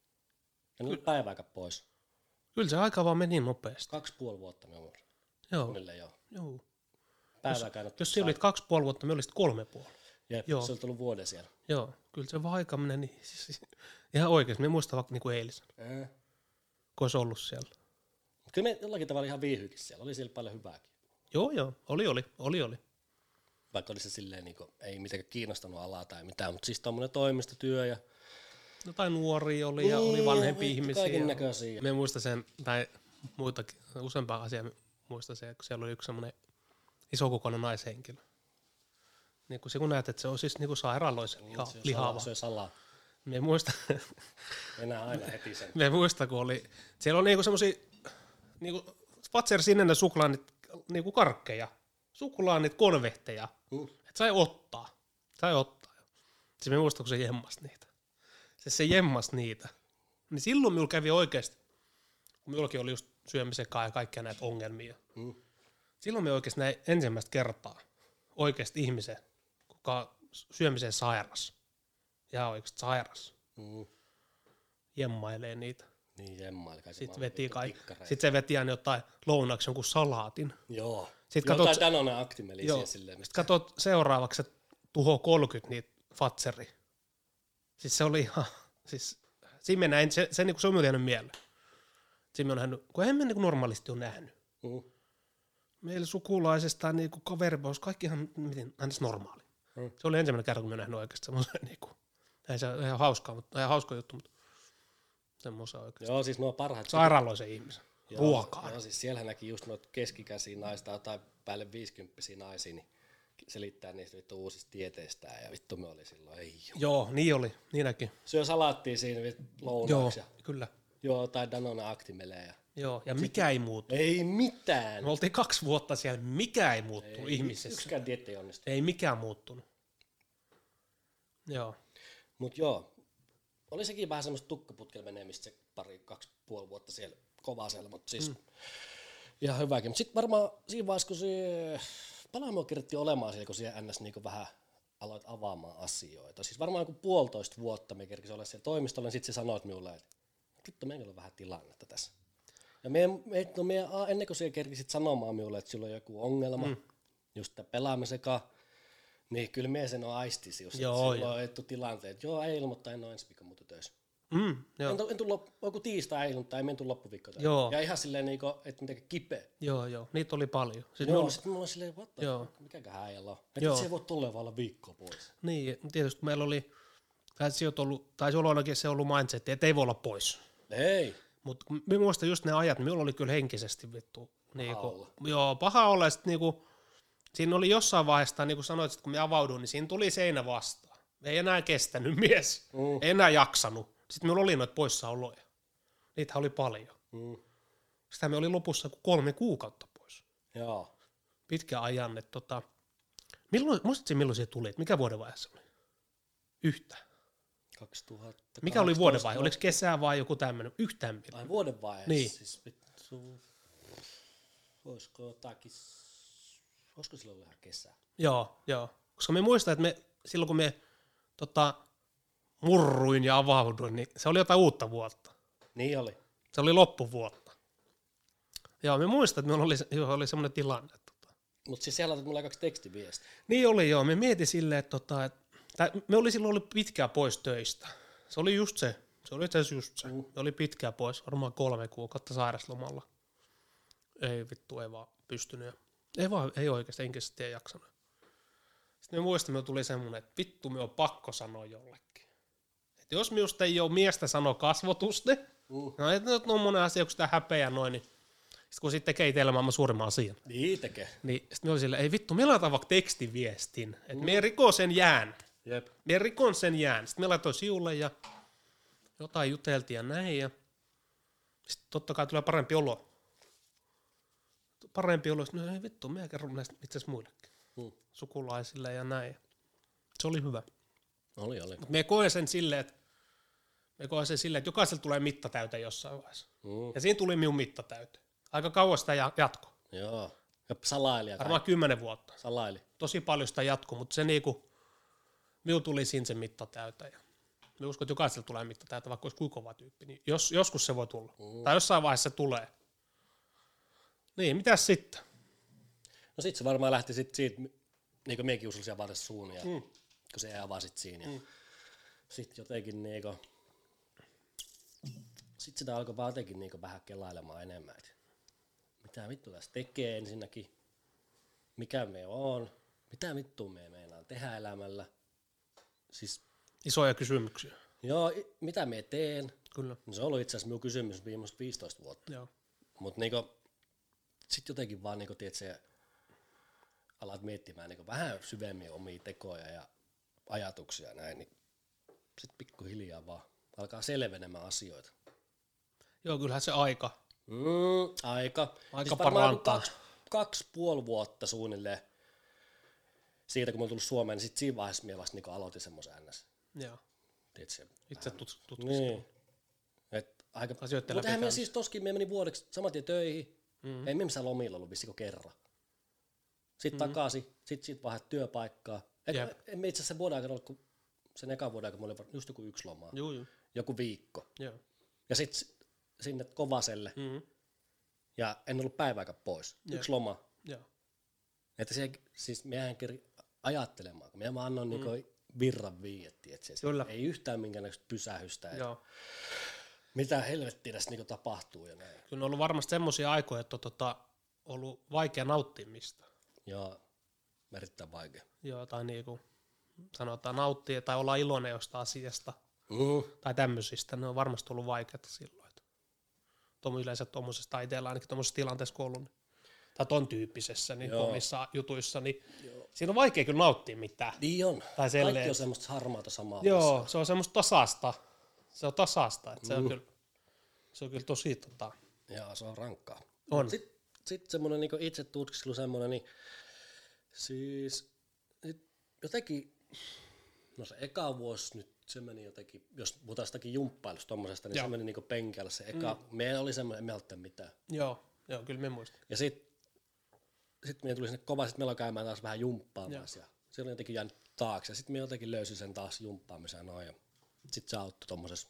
Ja nyt päivääkään pois. Kyllä se aika vaan meni nopeasti. Kaksi puoli vuotta me on. Joo, Suunnilleen joo. joo. Päivääkään Jos sä olit kaksi puoli vuotta, me olisit kolme puoli. Jep, joo. se on tullut vuoden siellä. Joo, kyllä se vaan aika menee niin. Siis, ihan oikeesti, me muistan vaikka niinku eilisen, Ää. kun olisi ollut siellä. Kyllä me jollakin tavalla ihan viihyikin siellä. Oli siellä paljon hyvääkin. Joo, joo, oli, oli, oli, oli. Vaikka oli se silleen, niin kuin, ei mitenkään kiinnostanut alaa tai mitään, mutta siis tommonen toimistotyö ja Jotain nuoria oli ja oli vanhempia ihmisiä. kaiken ja- näköisiä. Me muistan sen, tai muitakin, useampaa asiaa muistan se, kun siellä oli yksi semmoinen isokokoinen naishenkilö. Niin kun se kun näet, että se on siis niin kuin sairaaloisen liha, Se lihava. Se on salaa. Me muista, Enää aina heti sen. me muista, kun oli, siellä on niinku semmosia, niinku Fazer sinne suklaanit, niinku karkkeja, suklaanit, konvehteja, Mm. että sai ottaa, sai ottaa. Se me muista, kun se jemmas niitä. Se, se jemmas niitä. Niin silloin minulla kävi oikeasti, kun minullakin oli just syömisen kanssa ja kaikkia näitä ongelmia. Mm. Silloin me oikeasti näin ensimmäistä kertaa oikeasti ihmisen, kuka on syömiseen sairas. Ihan oikeasti sairas. Mm. Jemmailee niitä. Niin jemmaili. Sitten veti kai, sit se veti aina jotain lounaksi jonkun salaatin. Joo. Sitten Jotain katot, Danone aktimeli joo. siihen silleen. Mistä sit katot seuraavaksi, että tuho kolmekymmentä niitä Fazeri. Siis se oli ihan, siis siinä me näin, se, se, niinku, se on minulle jäänyt mieleen. Siinä me on nähnyt, kun en me niinku normaalisti ole nähnyt. Mm. Meillä sukulaisesta niinku kaveripaus, kaikki ihan, miten, aina normaali. Mm. Se oli ensimmäinen kerta, kun me nähnyt oikeasti semmoisen, niinku, ei se ihan hauskaa, mutta ihan hauska juttu, mutta semmoisen oikeasti. Joo, siis nuo parhaat. Sairaaloisen ihmisen. Joo, Ruokaa. Joo, siis siellä näki just noita keskikäisiä naista tai päälle viisikymppisiä naisia, niin selittää niistä vittu uusista tieteistään ja vittu me oli silloin, ei joo. Joo, niin oli, niin näki. Syö salaattia siinä vittu Joo, lounaaksi ja kyllä. joo, tai Danone aktimelejä. Ja Joo, ja mikä ei muuttu. ei mitään. Me oltiin kaksi vuotta siellä, mikä ei muuttunut ei, ihmisessä. Yksikään dietti ei onnistu. Ei mikään muuttunut. Joo. Mut joo, oli sekin vähän semmoista tukkaputkella menemistä se pari, kaksi puoli vuotta siellä kovaa siellä, mutta siis mm. ihan hyväkin. Mutta sitten varmaan siinä vaiheessa, kun se Palaamo kirjoitti olemaan siellä, kun siellä ns. Niinku vähän aloit avaamaan asioita. Siis varmaan joku puolitoista vuotta me kerkisi olla siellä toimistolla, niin sitten sä sanoit minulle, että vittu, meillä on vähän tilannetta tässä. Ja me, me, no me, ennen kuin siellä kerkisit sanomaan minulle, että sillä on joku ongelma, mm. just tämän pelaamisekaan, niin kyllä mie sen on aistisi just, Joo, että silloin joo. on ettu tilanteet, joo ei ilmoittaa, en ole ensi viikon muuta töissä. Mm, joo. En, tu- en tullut, joku tiistai ei ilmoittaa, en tullut loppuviikko töissä. Joo. Ja ihan silleen, niinku, että mitenkään kipeä. joo, joo, niitä oli paljon. Siis Joo, minulla- sitten mulla on silleen, what the Joo. fuck, mikäköhän äijällä on. Että Joo. se ei voi tulla vaan olla viikkoa pois. Niin, tietysti meillä oli, tai se on ollut, tai se on ainakin se ollut mindset, että ei voi olla pois. Ei. Mutta mä muistan just ne ajat, minulla oli kyllä henkisesti vittu. Niinku, olla. joo, paha olla. Sit niinku, siinä oli jossain vaiheessa, niin kuin sanoit, että kun me avauduin, niin siinä tuli seinä vastaan. Ei enää kestänyt mies. Mm. Ei enää jaksanut. Sitten minulla oli noita poissaoloja. Niitä oli paljon. Mm. Sitä me oli lopussa kolme kuukautta pois. Joo. Pitkä ajan. Että tota, milloin, muistatko milloin se tuli? Mikä vuodenvaihe se oli? Yhtä. kaksituhatta. Mikä oli vuodenvaihe? Oliko kesää vai joku tämmöinen? Yhtään milloin? Ai vuodenvaihe? Niin. Siis vittu. Olisiko jotakin... Olisiko silloin ihan kesää? Joo, joo. Koska me muistan, että me, silloin kun me tota, murruin ja avauduin, niin se oli jotain uutta vuotta. Niin oli. Se oli loppuvuotta. Joo, me muistan, että meillä oli, joo, oli semmoinen tilanne. Tota. Mutta siis siellä oli mulla kaksi tekstiviestiä. Niin oli joo, me mietin silleen, että, tota, että tai me oli silloin ollut pitkään pois töistä. Se oli just se, se oli itse asiassa just se. Mm. Me oli pitkään pois, varmaan kolme kuukautta sairaslomalla. Ei vittu, ei vaan pystynyt. Ei vaan, ei oikeasti, enkä sitten jaksanut. Sitten me muistamme, että tuli semmoinen, että vittu, me on pakko sanoa jollekin. Että jos minusta ei ole miestä sanoa kasvotuste, mm. no että on monen asia, kun sitä häpeää noin, niin sitten kun sitten tekee itsellä maailman suurimman asian. Niin tekee. Niin sitten me oli silleen, ei vittu, me laitetaan vaikka tekstiviestin, että mm. me rikoo sen jään. Jep. Me rikon sen jään. Sitten me laitoin siulle ja jotain juteltiin ja näin. Ja sitten totta kai tulee parempi olo. Parempi olo. No ei vittu, minä kerron näistä itse asiassa muillekin. Hmm. Sukulaisille ja näin. Se oli hyvä. Oli, oli. Mut me koen sen silleen, että me koen sen silleen, että jokaisella tulee mittatäyte jossain vaiheessa. Hmm. Ja siinä tuli minun mittatäyte. Aika kauan sitä jatko. Joo. Ja salaili. Varmaan kymmenen vuotta. Salaili. Tosi paljon sitä jatkoi, mutta se niinku minun tuli siinä se mittatäytä. Ja minä uskon, että jokaisella tulee mittatäytä, vaikka olisi kuinka kova tyyppi. Niin jos, joskus se voi tulla. Mm. Tai jossain vaiheessa se tulee. Niin, mitäs sitten? No sit se varmaan lähti sit siitä, niin kuin miekin usullisia avata suun, ja, mm. kun se avasit siinä. Mm. Sitten jotenkin niinku, sit sitä alkoi vaan jotenkin niinku vähän kelailemaan enemmän. Et mitä vittu tässä tekee ensinnäkin? Mikä me on? Mitä vittua me meinaan tehdä elämällä? Siis, isoja kysymyksiä. Joo, mitä me teen? Kyllä. No se on ollut itse asiassa minun kysymys viimeiset viisitoista vuotta. Joo. Mutta niinku, sitten jotenkin vaan niinku, tiedätkö, alat miettimään niinku vähän syvemmin omia tekoja ja ajatuksia ja näin, niin sitten pikkuhiljaa vaan alkaa selvenemään asioita. Joo, kyllähän se aika. Mm, aika. Aika siis parantaa. Kaksi, kaksi puoli vuotta suunnilleen siitä, kun mä oon tullut Suomeen, niin sitten siinä vaiheessa minä vasta niinku aloitin semmoisen ns. Joo. Tiedätkö, itse tutkiskelua. Niin. Et aika... Mutta eihän minä siis toskin, minä menin vuodeksi saman tien töihin. Mm-hmm. Ei minä missään lomilla ollut vissiin kerran. Sitten mm-hmm. takaisin, sitten sit vaihdat työpaikkaa. Yep. En me itse asiassa sen vuoden aikana ollut, kun sen ekan vuoden aikana oli just joku yksi lomaa. Juu, juu. Joku viikko. Joo. Ja sitten sinne Kovaselle. Mm-hmm. Ja en ollut päivääkään pois. Yep. Yksi loma. Joo. Että se, siis minä en keri ajattelemaan, kun minä annoin mm. niinku virran viietti, että se ei yhtään minkäännäköistä pysähystä. Joo. Mitä helvettiä tässä niinku tapahtuu ja näin. Kyllä on ollut varmasti semmoisia aikoja, että on tota, ollut vaikea nauttia mistä. Joo, erittäin vaikea. Joo, tai niinku sanotaan nauttia tai olla iloinen jostain asiasta mm. tai tämmöisistä. Ne on varmasti ollut vaikeaa silloin. Tuo yleensä tuommoisessa taiteella, ainakin tuommoisessa tilanteessa kun on ollut, tai ton tyyppisessä niin omissa jutuissa, niin joo. Siinä on vaikea kyllä nauttia mitään. Niin on. Tai kaikki on semmoista harmaata samaa. Joo, tässä. Se on semmoista tasasta. Se on tasasta, että mm. se, on kyllä, se on kyllä tosi tota. Joo, se on rankkaa. On. Sitten sit semmoinen niin itse tutkiskelu semmoinen, niin siis jotenkin, no se eka vuosi nyt, se meni jotenkin, jos puhutaan sitäkin jumppailusta tommosesta, niin joo. Se meni niin penkeällä se eka, mm. meillä oli semmoinen, emme halua mitään. Joo, joo, kyllä me muistan. Ja sitten sit meillä tuli sinne kova, sitten meillä on käymään taas vähän jumppaamaan ja se oli jotenkin jäänyt taakse. Ja sitten me jotenkin löysin sen taas jumppaamisen noin. Ja sitten se auttoi tommosessa,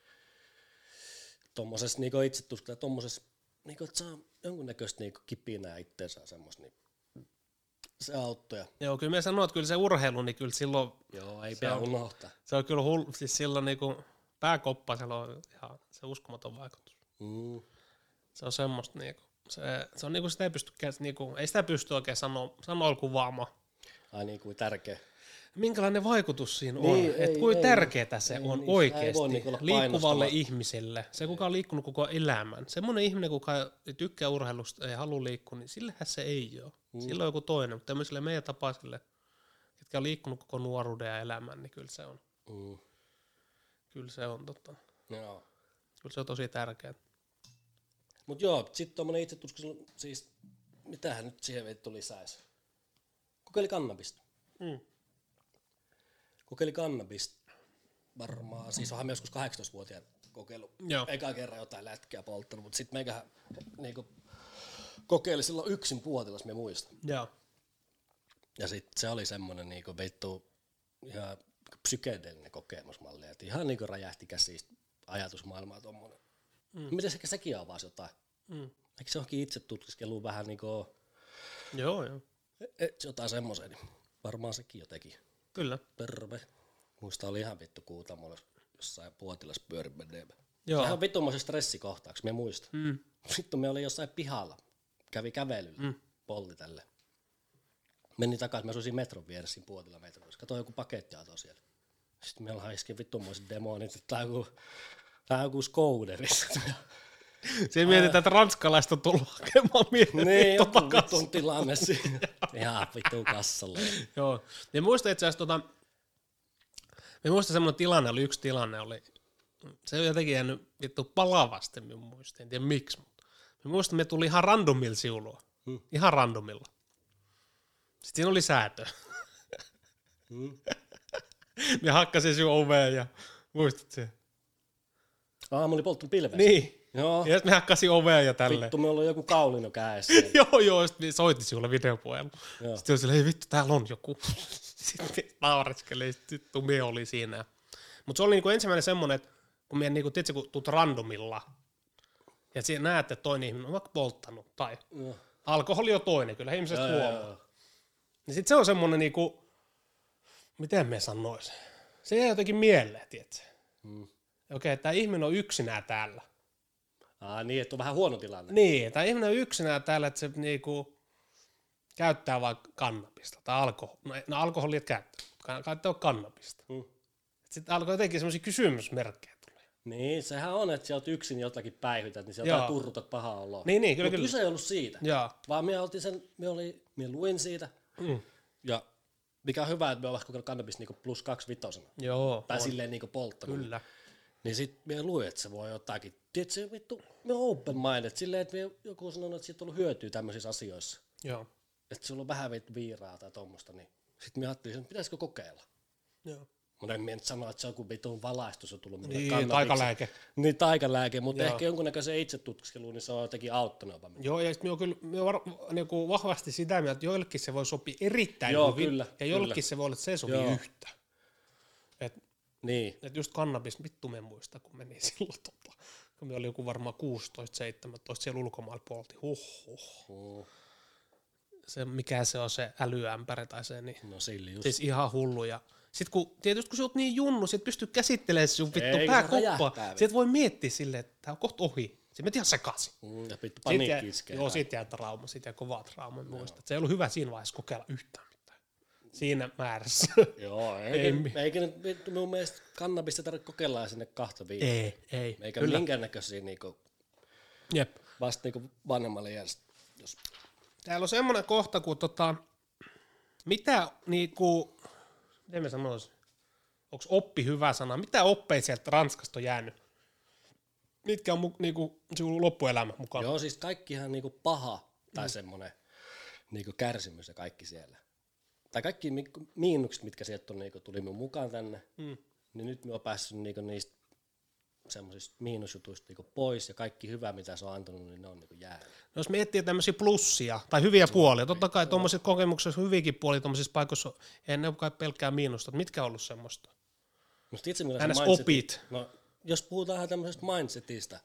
tommosessa niinku itsetuskella, tommosessa, niinku, että saa jonkunnäköistä niinku kipinää itteensä semmoista, niin se auttoi. Joo, kyllä me sanoo, että kyllä se urheilu, niin kyllä silloin... Joo, ei pidä unohtaa. Se on kyllä hullu, siis silloin niinku pääkoppasella on ihan se uskomaton vaikutus. Mm. Se on semmoista niinku, se, se on niinku sitä ei pysty, niinku, ei sitä pysty oikein sanoa, sanoa kuvaamaan. Ai niin kuin tärkeä. minkälainen vaikutus siinä on, Niin, että ei- kuinka ei, tärkeää se ei, on niin, oikeasti sitä ei voi niinku olla liikkuvalle painostava. ihmiselle. Se, kuka on liikkunut koko elämän. Semmoinen ihminen, kuka tykkää urheilusta ja haluaa liikkua, niin sillähän se ei ole. Mm. Sillä on joku toinen, mutta tämmöiselle meidän tapaisille, ketkä on liikkunut koko nuoruuden ja elämän, niin kyllä se on. Mm. Kyllä se on, tota, Joo. kyllä se on tosi tärkeää. Mut joo, sit tommonen itsetutkiselu, siis mitähän nyt siihen vittu lisäisi? Kokeili kannabista. Mm. Kokeili kannabista varmaan, siis onhan me joskus kahdeksantoistavuotiaan kokeillut Joo. eka kerran jotain lätkää polttanut, mutta sit meikähän niinku kokeili silloin yksin puotilas, me muistan. Joo. Ja sit se oli semmonen niinku vittu ihan psykedeellinen kokemusmalli, että ihan niinku räjähti käsistä ajatusmaailmaa tommonen. Mm. Miten se, sekin avasi jotain? Mm. Eikö se onkin itse tutkiskeluun vähän niinku Joo, joo. et, jotain semmoisen, niin varmaan sekin jo teki. Kyllä. Terve. Muista oli ihan vittu kuutamolla jossain puotilas pyöri menemään. Joo. Ihan vittumoisen stressikohtaaksi, me muista. Mm. Sitten me oli jossain pihalla, kävi kävelyllä, mm. poltti tälle. Meni takaisin, mä asuin metron vieressä siinä Puotila metrossa. Katsoin joku pakettiauto siellä. Sitten meillä haiskin vittumoiset demonit, että tää on joku, tää on joku skouderi. Siinä mietitään, että ranskalaiset on tullut hakemaan miehen Niin, vittu joku takaisin. vittun tilanne siinä. Ihan vittu kassalla. Joo. Ja muistan itse asiassa, tota, me muistan semmoinen tilanne, oli yksi tilanne, oli, se on jotenkin jäänyt vittu palavasti minun muistiin, en tiedä miksi, mutta me muistan, me tuli ihan randomilla siulua, Hmm. ihan randomilla. Sitten siinä oli säätö. Hmm. Me hakkasin sinun oveen ja muistat sen? Aamu oli polttunut pilveessä. Niin. Joo. Ja sitten me hakkasin oveen ja tälleen. Vittu, me on joku kaulino kädessä. joo, joo, sitten soitin sinulle videopuhelu. Joo. Sitten oli silleen, ei vittu, täällä on joku. Sitten naureskeli, sitten mie oli siinä. Mutta se oli niinku ensimmäinen semmoinen, että kun mie niinku, tiedätkö, kun tuut randomilla, ja siinä näet, että toinen ihminen on vaikka polttanut, tai Joo. alkoholi on toinen, kyllä ihmisestä Joo, joo, huomaa. joo. Niin sitten se on semmoinen, niinku, miten me sanoisin, se jää jotenkin mieleen, tiedätkö? Hmm. Okei, okay, tämä ihminen on yksinään täällä. Ah, niin, että on vähän huono tilanne. Niin, tämä ihminen on yksinään täällä, että se niinku käyttää vaikka kannabista tai alkoholia. No, no alkoholia et käyttää, mutta käyttää kannabista. Hmm. Sitten alkoi jotenkin semmoisia kysymysmerkkejä tulee. Niin, sehän on, että sä oot yksin jotakin päihytät, niin sä Joo. jotain turrutat pahaa oloa. Niin, niin, kyllä, Mut kyllä. kyse ei ollut siitä, Joo. vaan me oltiin sen, me, oli, me luin siitä, Mm. ja mikä on hyvä, että me ollaan kokeillut kannabista niinku plus kaksi vitosena. Joo, Tai on. silleen niinku polttanut. Kyllä. Niin sit me luin, että se voi jotakin, tiedätkö, vittu, me on open minded, silleen, että me joku sanonut, että siitä on ollut hyötyä tämmöisissä asioissa. Joo. Että sulla on vähän vittu viiraa tai tommosta, niin sit me ajattelin, että pitäisikö kokeilla. Joo. Mutta en mielestä sanoa, että se on kuin vitun valaistus on tullut minulle Niin, kannabiksi. taikalääke. Niin, taikalääke, mutta Joo. ehkä jonkunnäköisen itsetutkiskeluun, niin se on jotenkin auttanut jopa. Joo, ja sitten kyllä me var, niinku vahvasti sitä mieltä, että joillekin se voi sopia erittäin Joo, hyvin, kyllä, ja joillekin kyllä. se voi olla, että se ei sovi Joo. yhtä. Et, Niin. et just kannabis, vittu me muista, kun meni silloin, tota, kun me oli joku varmaan kuusitoista seitsemäntoista siellä ulkomailla polti, huh, huh. Mm. Se, mikä se on se älyämpäri tai se, niin No silli just. siis ihan hullu. Ja sit kun, tietysti kun sä oot niin junnu, sit pystyy käsittelemään sun vittu Ei, kun se pääkoppaa. räjähtää, Sit voi miettiä silleen, että tää on kohta ohi. Se meni ihan sekaisin. Mm, ja vittu Sit paniikki jää, iskee. joo, sit jää trauma, sit jää kova trauma. Muista. Se ei ollut hyvä siinä vaiheessa kokeilla yhtään mitään. Siinä määrässä. Joo, Ei eikä, mi- eikä nyt vittu minun mielestä kannabista tarvitse kokeilla sinne kahta viikkoa. ei, ei. Eikä Kyllä. minkäännäköisiä niinku, Jep. vasta niinku vanhemmalle iästä. Jos... Täällä on semmoinen kohta, kun tota, mitä niinku, miten mä sanoisin, onko oppi hyvä sana, mitä oppeja sieltä Ranskasta on jäänyt? Mitkä on mu, niinku, sinun loppuelämä mukaan? Joo, siis kaikkihan niinku paha tai mm. semmoinen niinku kärsimys ja kaikki siellä. Tai kaikki mi- miinukset, mitkä sieltä on, niinku, tuli minun mukaan tänne, Mm. niin nyt minä olen päässyt niinku niistä semmoisista miinusjutuista niinku pois ja kaikki hyvä, mitä se on antanut, niin ne on niinku jäänyt. No jos miettii tämmöisiä plussia tai hyviä puolia, totta kai tuommoiset kokemukset on hyviäkin puolia tuommoisissa paikoissa, ei ne ole kai pelkkää miinusta. Mitkä on ollut semmoista? Musta itse mielestä Ns. mindset- opit. No, jos puhutaan tämmöisestä mindsetistä,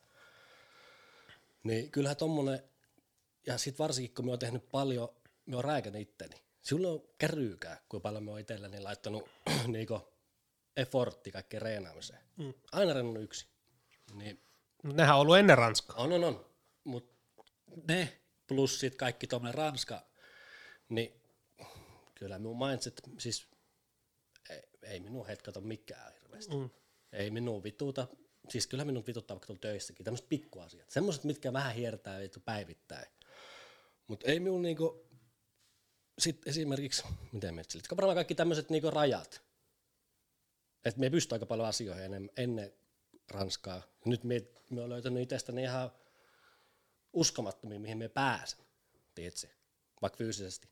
niin kyllähän tommonen, ja sit varsinkin kun me oon tehnyt paljon, me oon rääkännyt itteni. Sulla on käryykää, kuinka paljon me oon itselläni laittanut niinku effortti kaikkeen reenaamiseen. Mm. Aina reenannut yksi. Niin, Nehän on ollut ennen Ranskaa. on, on, on. Mut ne plus sit kaikki tommonen Ranska, niin kyllä minun mindset, siis ei, ei minun hetkat ole mikään hirveästi. Mm. Ei minun vituta, siis kyllä minun vituttaa vaikka tuolla töissäkin, tämmöiset pikkuasiat. Semmoiset, mitkä vähän hiertää vittu päivittäin. Mutta ei minun niinku, sit esimerkiksi, miten metselit, varmaan kaikki tämmöiset niinku rajat. Että me ei pysty aika paljon asioihin ennen, ennen Ranskaa. Nyt me, me on löytänyt itsestäni ihan uskomattomia, mihin me pääsen, tiedätkö, vaikka fyysisesti.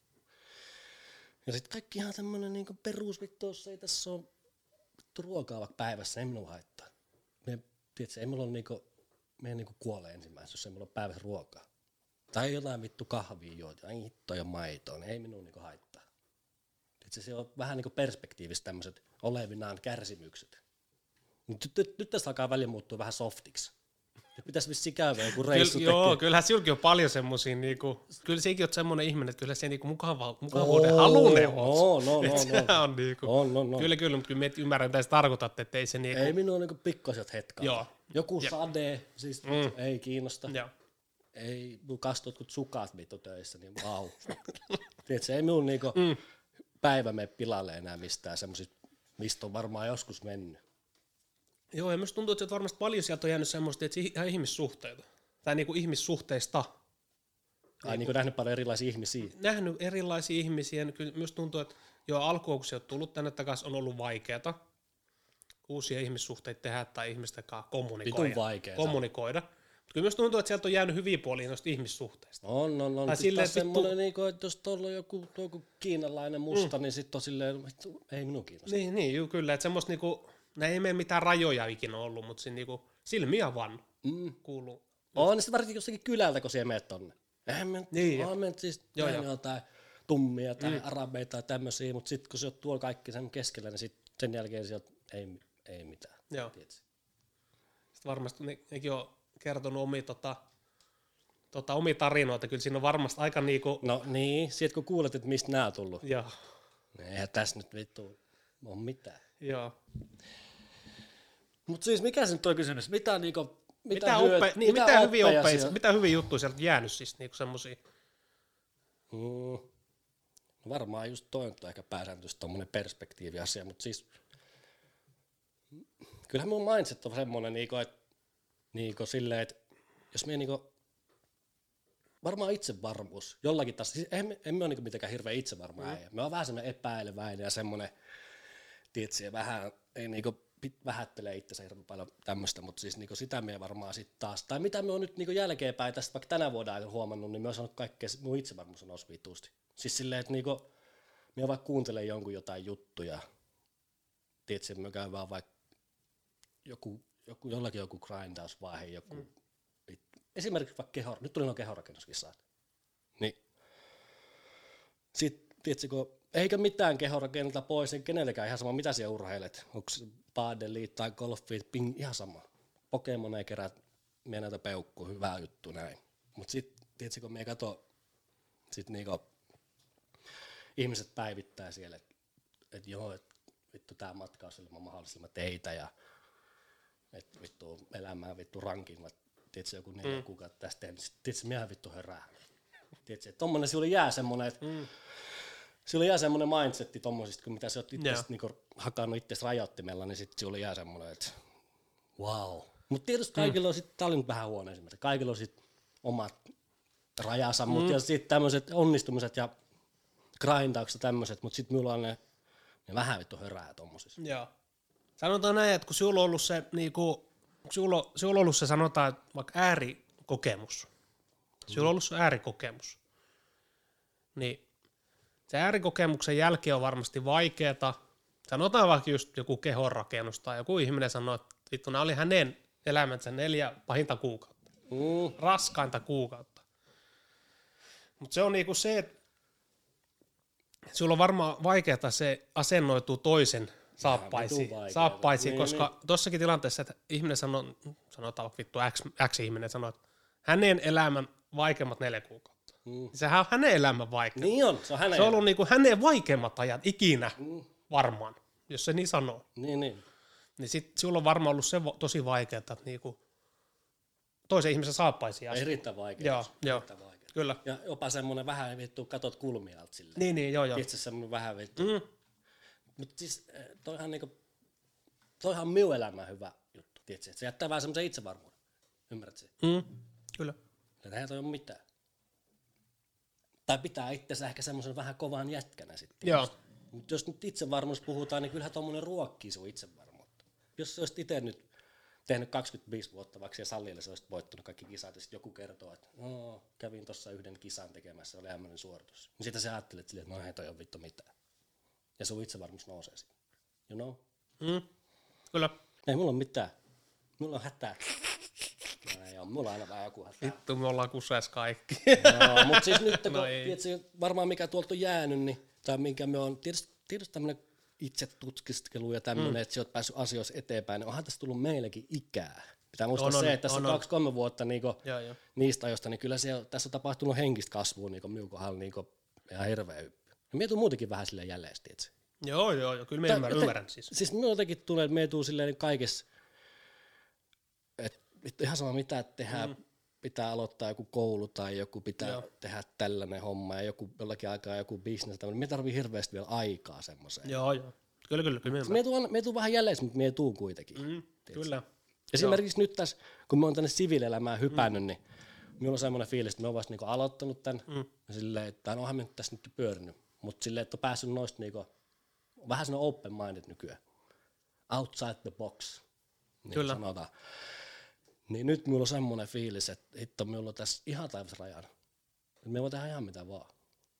Ja sitten kaikki ihan tämmönen niinku perusvittu, jos ei tässä ole vittu ruokaa vaikka päivässä, ei minun haittaa. Me, tiedätkö, ei meillä ole niinku, me ei niinku kuole ensimmäisenä, jos ei meillä ole päivässä ruokaa. Tai jotain vittu kahvia juotia, tai hittoa ja maitoa, niin ei minun niinku haittaa. Tiedätkö, se on vähän niinku perspektiivistä tämmöiset olevinaan kärsimykset. Nyt, nyt, nyt tästä alkaa väliin muuttua vähän softiksi. Ja pitäisi vissiin käydä joku reissu Kyllä, joo, kyllähän silläkin on paljon semmosia, niinku, kyllä sekin on semmoinen ihminen, että kyllä se niinku mukava, mukavuuden Oo, halunen on. oo, no, no, no. on niinku, on, no, no. Kyllä, kyllä, mutta kyllä me ymmärrän, mitä sä tarkoitat, että ei se niinku... Ei minua niinku pikkuiset hetkat. Joo. Joku Ja. sade, siis Mm. ei kiinnosta. Joo. Ei mun kastut kun sukat vittu töissä, niin vau. Tiedätkö, ei minun niinku Mm. päivä mene pilalle enää mistään semmosista, mistä on varmaan joskus mennyt. Joo, ja myös tuntuu, että varmasti paljon sieltä on jäänyt semmoista, että ihan ihmissuhteita. Tai niinku ihmissuhteista. Ai niinku nähnyt paljon erilaisia ihmisiä. Nähnyt erilaisia ihmisiä, niin kyllä myös tuntuu, että jo alkuun, kun se on tullut tänne takaisin, on ollut vaikeata uusia ihmissuhteita tehdä tai ihmisten kanssa kommunikoida. Vitun vaikeeta. kommunikoida. Mutta kyllä myös tuntuu, että sieltä on jäänyt hyviä puolia noista ihmissuhteista. On, on, on. Tai Sitten silleen, taas että vittu- semmoinen, niinku, että jos tuolla on joku, joku kiinalainen musta, mm. niin sitten on silleen, vittu, ei minun kiinnosta. Niin, niin juu, kyllä, että semmoista niinku, näin ei mene mitään rajoja ikinä ollut, mutta siinä niinku silmiä vaan Mm. kuuluu. On, niin sitten varsinkin jostakin kylältä, kun siellä menet tonne. Eihän me Niin, niin, mennyt siis joo, joo, joo. jotain tummia tai mm. arabeita tai tämmöisiä, mutta sitten kun se on tuolla kaikki sen keskellä, niin sit sen jälkeen sieltä ei, ei mitään. Joo. Tiedätkö? Sitten varmasti ne, nekin on kertonut omia, tota, tota, omia tarinoita, kyllä siinä on varmasti aika niinku, No niin, sit kun kuulet, että mistä nämä on tullut, joo, niin eihän tässä nyt vittu ole mitään. joo. Mutta siis mikä se nyt on kysymys? Mitä, niinku, mitä, Mitä, hyöt, oppe, niin, mitä, mitä, hyviä oppeja oppeja, siellä- mitä hyviä juttuja sieltä jäänyt siis niinku semmosia? Mm. No varmaan just toi on ehkä pääsääntöisesti tommonen perspektiiviasia, mutta siis kyllähän mun mindset on semmonen, niinku, että niinku silleen, että jos me niinku, varmaan itsevarmuus jollakin taas, siis emme, emme ole niinku mitenkään hirveän itsevarma äijä. Me on vähän semmoinen epäileväinen ja semmoinen, tietysti vähän, ei niinku pit- vähättelee itsensä hirveän paljon tämmöistä, mutta siis niinku sitä me varmaan sitten taas, tai mitä me on nyt niinku jälkeenpäin tästä vaikka tänä vuonna aikana huomannut, niin me on saanut kaikkea, mun itsevarmuus on noussut vituusti. Siis silleen, että niinku, me vaikka kuuntelen jonkun jotain juttuja, tiedätkö, me käyn vaan vaikka joku, joku, jollakin joku grindausvaihe, joku, mm. esimerkiksi vaikka keho, nyt tuli noin kehorakennuskissat, niin sit, tiedätkö, kun eikä mitään kehorakennelta pois, niin kenellekään ihan sama, mitä siellä urheilet, onko paadeli tai golfi, ping, ihan sama. Pokemoneja kerät, mie näitä peukkuu, hyvä juttu näin. Mut sit, tiedätkö, kun mie kato, sit niinku, ihmiset päivittää siellä, että et joo, et vittu tää matka on ilman mahdollisimman teitä ja että vittu elämää vittu rankin, tiedätkö, joku neljä mm. kuukautta tästä tehnyt, sit tiedätkö, miehän vittu herää. Tiedätkö, että tommonen sinulle jää semmonen, että mm. sinulle jää semmonen mindsetti tommosista, kun mitä sä oot itse niinku hakannut itses rajoittimella, niin sit sinulle jää semmonen, että wow. Mut tietysti kaikilla mm. on sit, tää oli nyt vähän huono esimerkiksi, kaikilla on sit omat rajansa, mm. mut ja sit tämmöset onnistumiset ja grindaukset ja tämmöset, mut sit minulla on ne, ne vähän vittu hörää tommosissa. Joo. Sanotaan näin, että kun sinulla on ollut se, niinku, kun sinulla on, sinulla on ollut se sanotaan, vaikka äärikokemus, mm. sinulla on ollut se äärikokemus, niin se äärikokemuksen jälkeen on varmasti vaikeeta. Sanotaan vaikka just joku kehonrakennus tai joku ihminen sanoo, että vittu, nämä oli hänen elämänsä neljä pahinta kuukautta. Mm. Raskainta kuukautta. Mutta se on niinku se, että sinulla on varmaan vaikeata se asennoituu toisen saappaisiin, saappaisiin niin, koska niin. Tossakin tilanteessa, että ihminen sanoo, sanotaan vaikka vittu X, X-ihminen sanoo, että hänen elämän vaikeimmat neljä kuukautta. Mm. Sehän on hänen elämän vaikeimmat. Niin on, se on hänen. Se on ollut niinku hänen vaikeimmat ajat ikinä mm. varmaan, jos se niin sanoo. Niin, niin. Niin sit sinulla on varmaan ollut se vo- tosi vaikeaa, että niinku toisen ihmisen saappaisiin astuu. Erittäin vaikea. Joo, joo. Erittäin vaikea. Kyllä. Ja jopa semmonen vähän vittu, katot kulmia alt silleen. Niin, niin, joo, joo. Itse semmonen vähän vittu. Mm. Mutta siis eh, toihan niinku, toihan on minun elämän hyvä juttu, tiedätkö? Se jättää vähän semmoisen itsevarmuuden, ymmärrätkö? Mm, kyllä. Että eihän toi ole mitään. Tai pitää itsensä ehkä semmoisen vähän kovan jätkänä sitten. Joo. Mutta jos nyt itsevarmuus puhutaan, niin kyllähän tommonen ruokkii sun itsevarmuutta. Jos sä olisit itse nyt tehnyt kaksikymmentäviisi vuotta vaikka siellä salille, sä olisit voittanut kaikki kisat, ja sitten joku kertoo, että no, kävin tuossa yhden kisan tekemässä, oli hämmöinen suoritus. Niin sitten sä ajattelet silleen, että no hei, toi on vittu mitään. Ja sun itsevarmuus nousee siitä. You know? Mm, kyllä. Ei mulla ole mitään. Mulla on hätää. No ei oo, mulla on aina vähän joku hätää. Vittu, me ollaan kusees kaikki. No, mutta siis nyt, kun, No no ei. tiedätkö, varmaan mikä tuolta on jäänyt, niin, tai minkä me on, tietysti, tietysti tämmöinen itse tutkiskelu ja tämmöinen, mm. että sä oot päässyt asioissa eteenpäin, niin onhan tässä tullut meillekin ikää. Pitää muistaa On, on, se, että tässä on, on on. kaksi kolme vuotta niin kuin, Joo, joo. niistä ajoista, niin kyllä siellä, tässä on tapahtunut henkistä kasvua niin minun kohdalla niin ihan hirveä hyppy. Ja mie tuun muutenkin vähän silleen jälleen, tiedätkö? Joo, joo, joo, kyllä mä Tai- ymmärrän, tai- ymmärrän siis. Siis minulla jotenkin tulee, että me tuu silleen kaikessa, että ihan sama mitä tehdään, mm. pitää aloittaa joku koulu tai joku pitää Joo. tehdä tällainen homma ja joku, jollakin aikaa joku business, tämmöinen. Me tarvii hirveästi vielä aikaa semmoiseen. Joo, joo. Kyllä, kyllä, kyllä mä Me ymmärrän. tuu, me tuu vähän jälleen, mutta me tuu kuitenkin. Mm, kyllä. Esimerkiksi nyt tässä, kun me on tänne siviilielämään hypännyt, mm. niin minulla on semmoinen fiilis, että me on vasta niinku aloittanut tämän, mm. ja silleen, että no onhan me nyt tässä nyt pyörinyt, mutta silleen, että on päässyt noista niinku, vähän semmoinen open minded nykyään. Outside the box, niin Kyllä. sanotaan. Niin nyt minulla on semmoinen fiilis, että hitto, minulla on tässä ihan taivas rajana. Me voi tehdä ihan mitä vaan.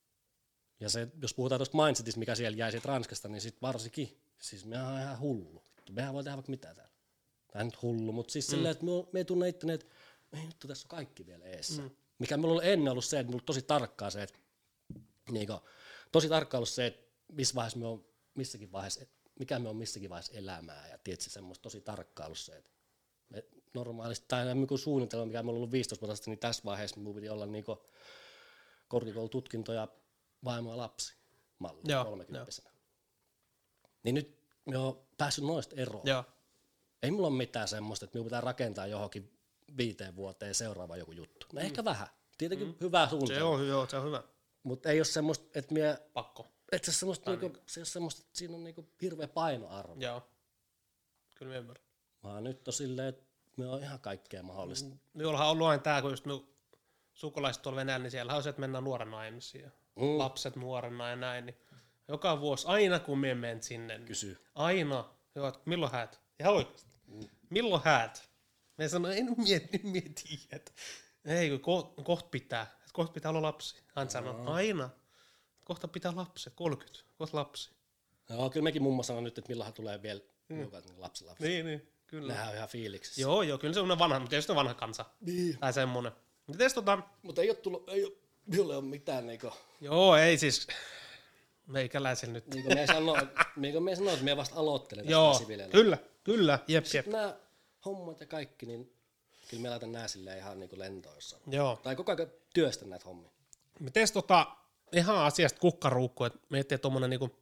Ja se, jos puhutaan tuosta mindsetista, mikä siellä jäi siitä Ranskasta, niin sit varsinkin, siis mehän on ihan hullu. Mehän voi tehdä vaikka mitä täällä. Tai nyt hullu, mutta siis mm. silleen, että me, me ei tunne itteni, että ei nyt tässä on kaikki vielä eessä. Mm. Mikä minulla on ennen ollut se, että minulla on tosi tarkkaa se, että niinku, tosi tarkkaa ollut se, että missä vaiheessa me on missäkin vaiheessa, mikä me on missäkin vaiheessa elämää. Ja tiedätkö, semmoista tosi tarkkaa ollut se, että me normaalisti, tai joku suunnitelma, mikä minulla on ollut viisitoista vuotta, niin tässä vaiheessa minulla piti olla niinku korkeakoulututkinto ja vaimo ja lapsi malli Joo, kolmekymppisenä. Niin nyt me on päässyt noista eroon. Joo. Ei mulla ole mitään semmoista, että minun pitää rakentaa johonkin viiteen vuoteen seuraava joku juttu. No mm. ehkä vähän. Tietenkin mm. hyvää Se suunnitelma. on, joo, se on hyvä. Mutta ei ole semmoista, että mie, Pakko. et se, semmoista, niinku, se ei ole semmoista, että siinä on niinku hirveä painoarvo. Joo. Kyllä mä ymmärrän. Vaan nyt on silleen, että me on ihan kaikkea mahdollista. Minullahan on ollut aina tää, kun just minun sukulaiset tuolla Venäjällä, niin siellä on se, että mennään nuorena naimisiin. Ja Mm. lapset nuorena ja näin. Niin joka vuosi, aina kun minä menen sinne, niin Kysy. aina, joo, että milloin häät? Ja oikeasti. Mm. Milloin häät? Me sanoin, en mieti, mieti, että ei, kun ko, kohta pitää, että kohta pitää olla lapsi. Hän sanoi, aina, kohta pitää lapsi, kolmekymmentä, kohta lapsi. Joo, kyllä mekin mummo sanoi nyt, että milloinhan tulee vielä mm. lapsi lapsi. Niin, niin, kyllä. Nehän on ihan fiiliksissä. Joo, joo, kyllä se on vanha, mutta tietysti on vanha kansa. Niin. Tai semmonen. Mites tota, Mutta ei ole tullut, ei ole, minulle ole mitään niinku, joo, ei siis, meikäläisen nyt. niin kuin me sanoo, niin kuin me sanoo, että me vasta aloittelen Joo, tästä siviileillä. kyllä, kyllä, jep, jep. Nämä hommat ja kaikki, niin kyllä me laitan nää silleen ihan niinku lentoon jossain. Joo. Tai koko ajan työstän näitä hommia. Mites tota, ihan asiasta kukkaruukku, että miettii tommonen niinku,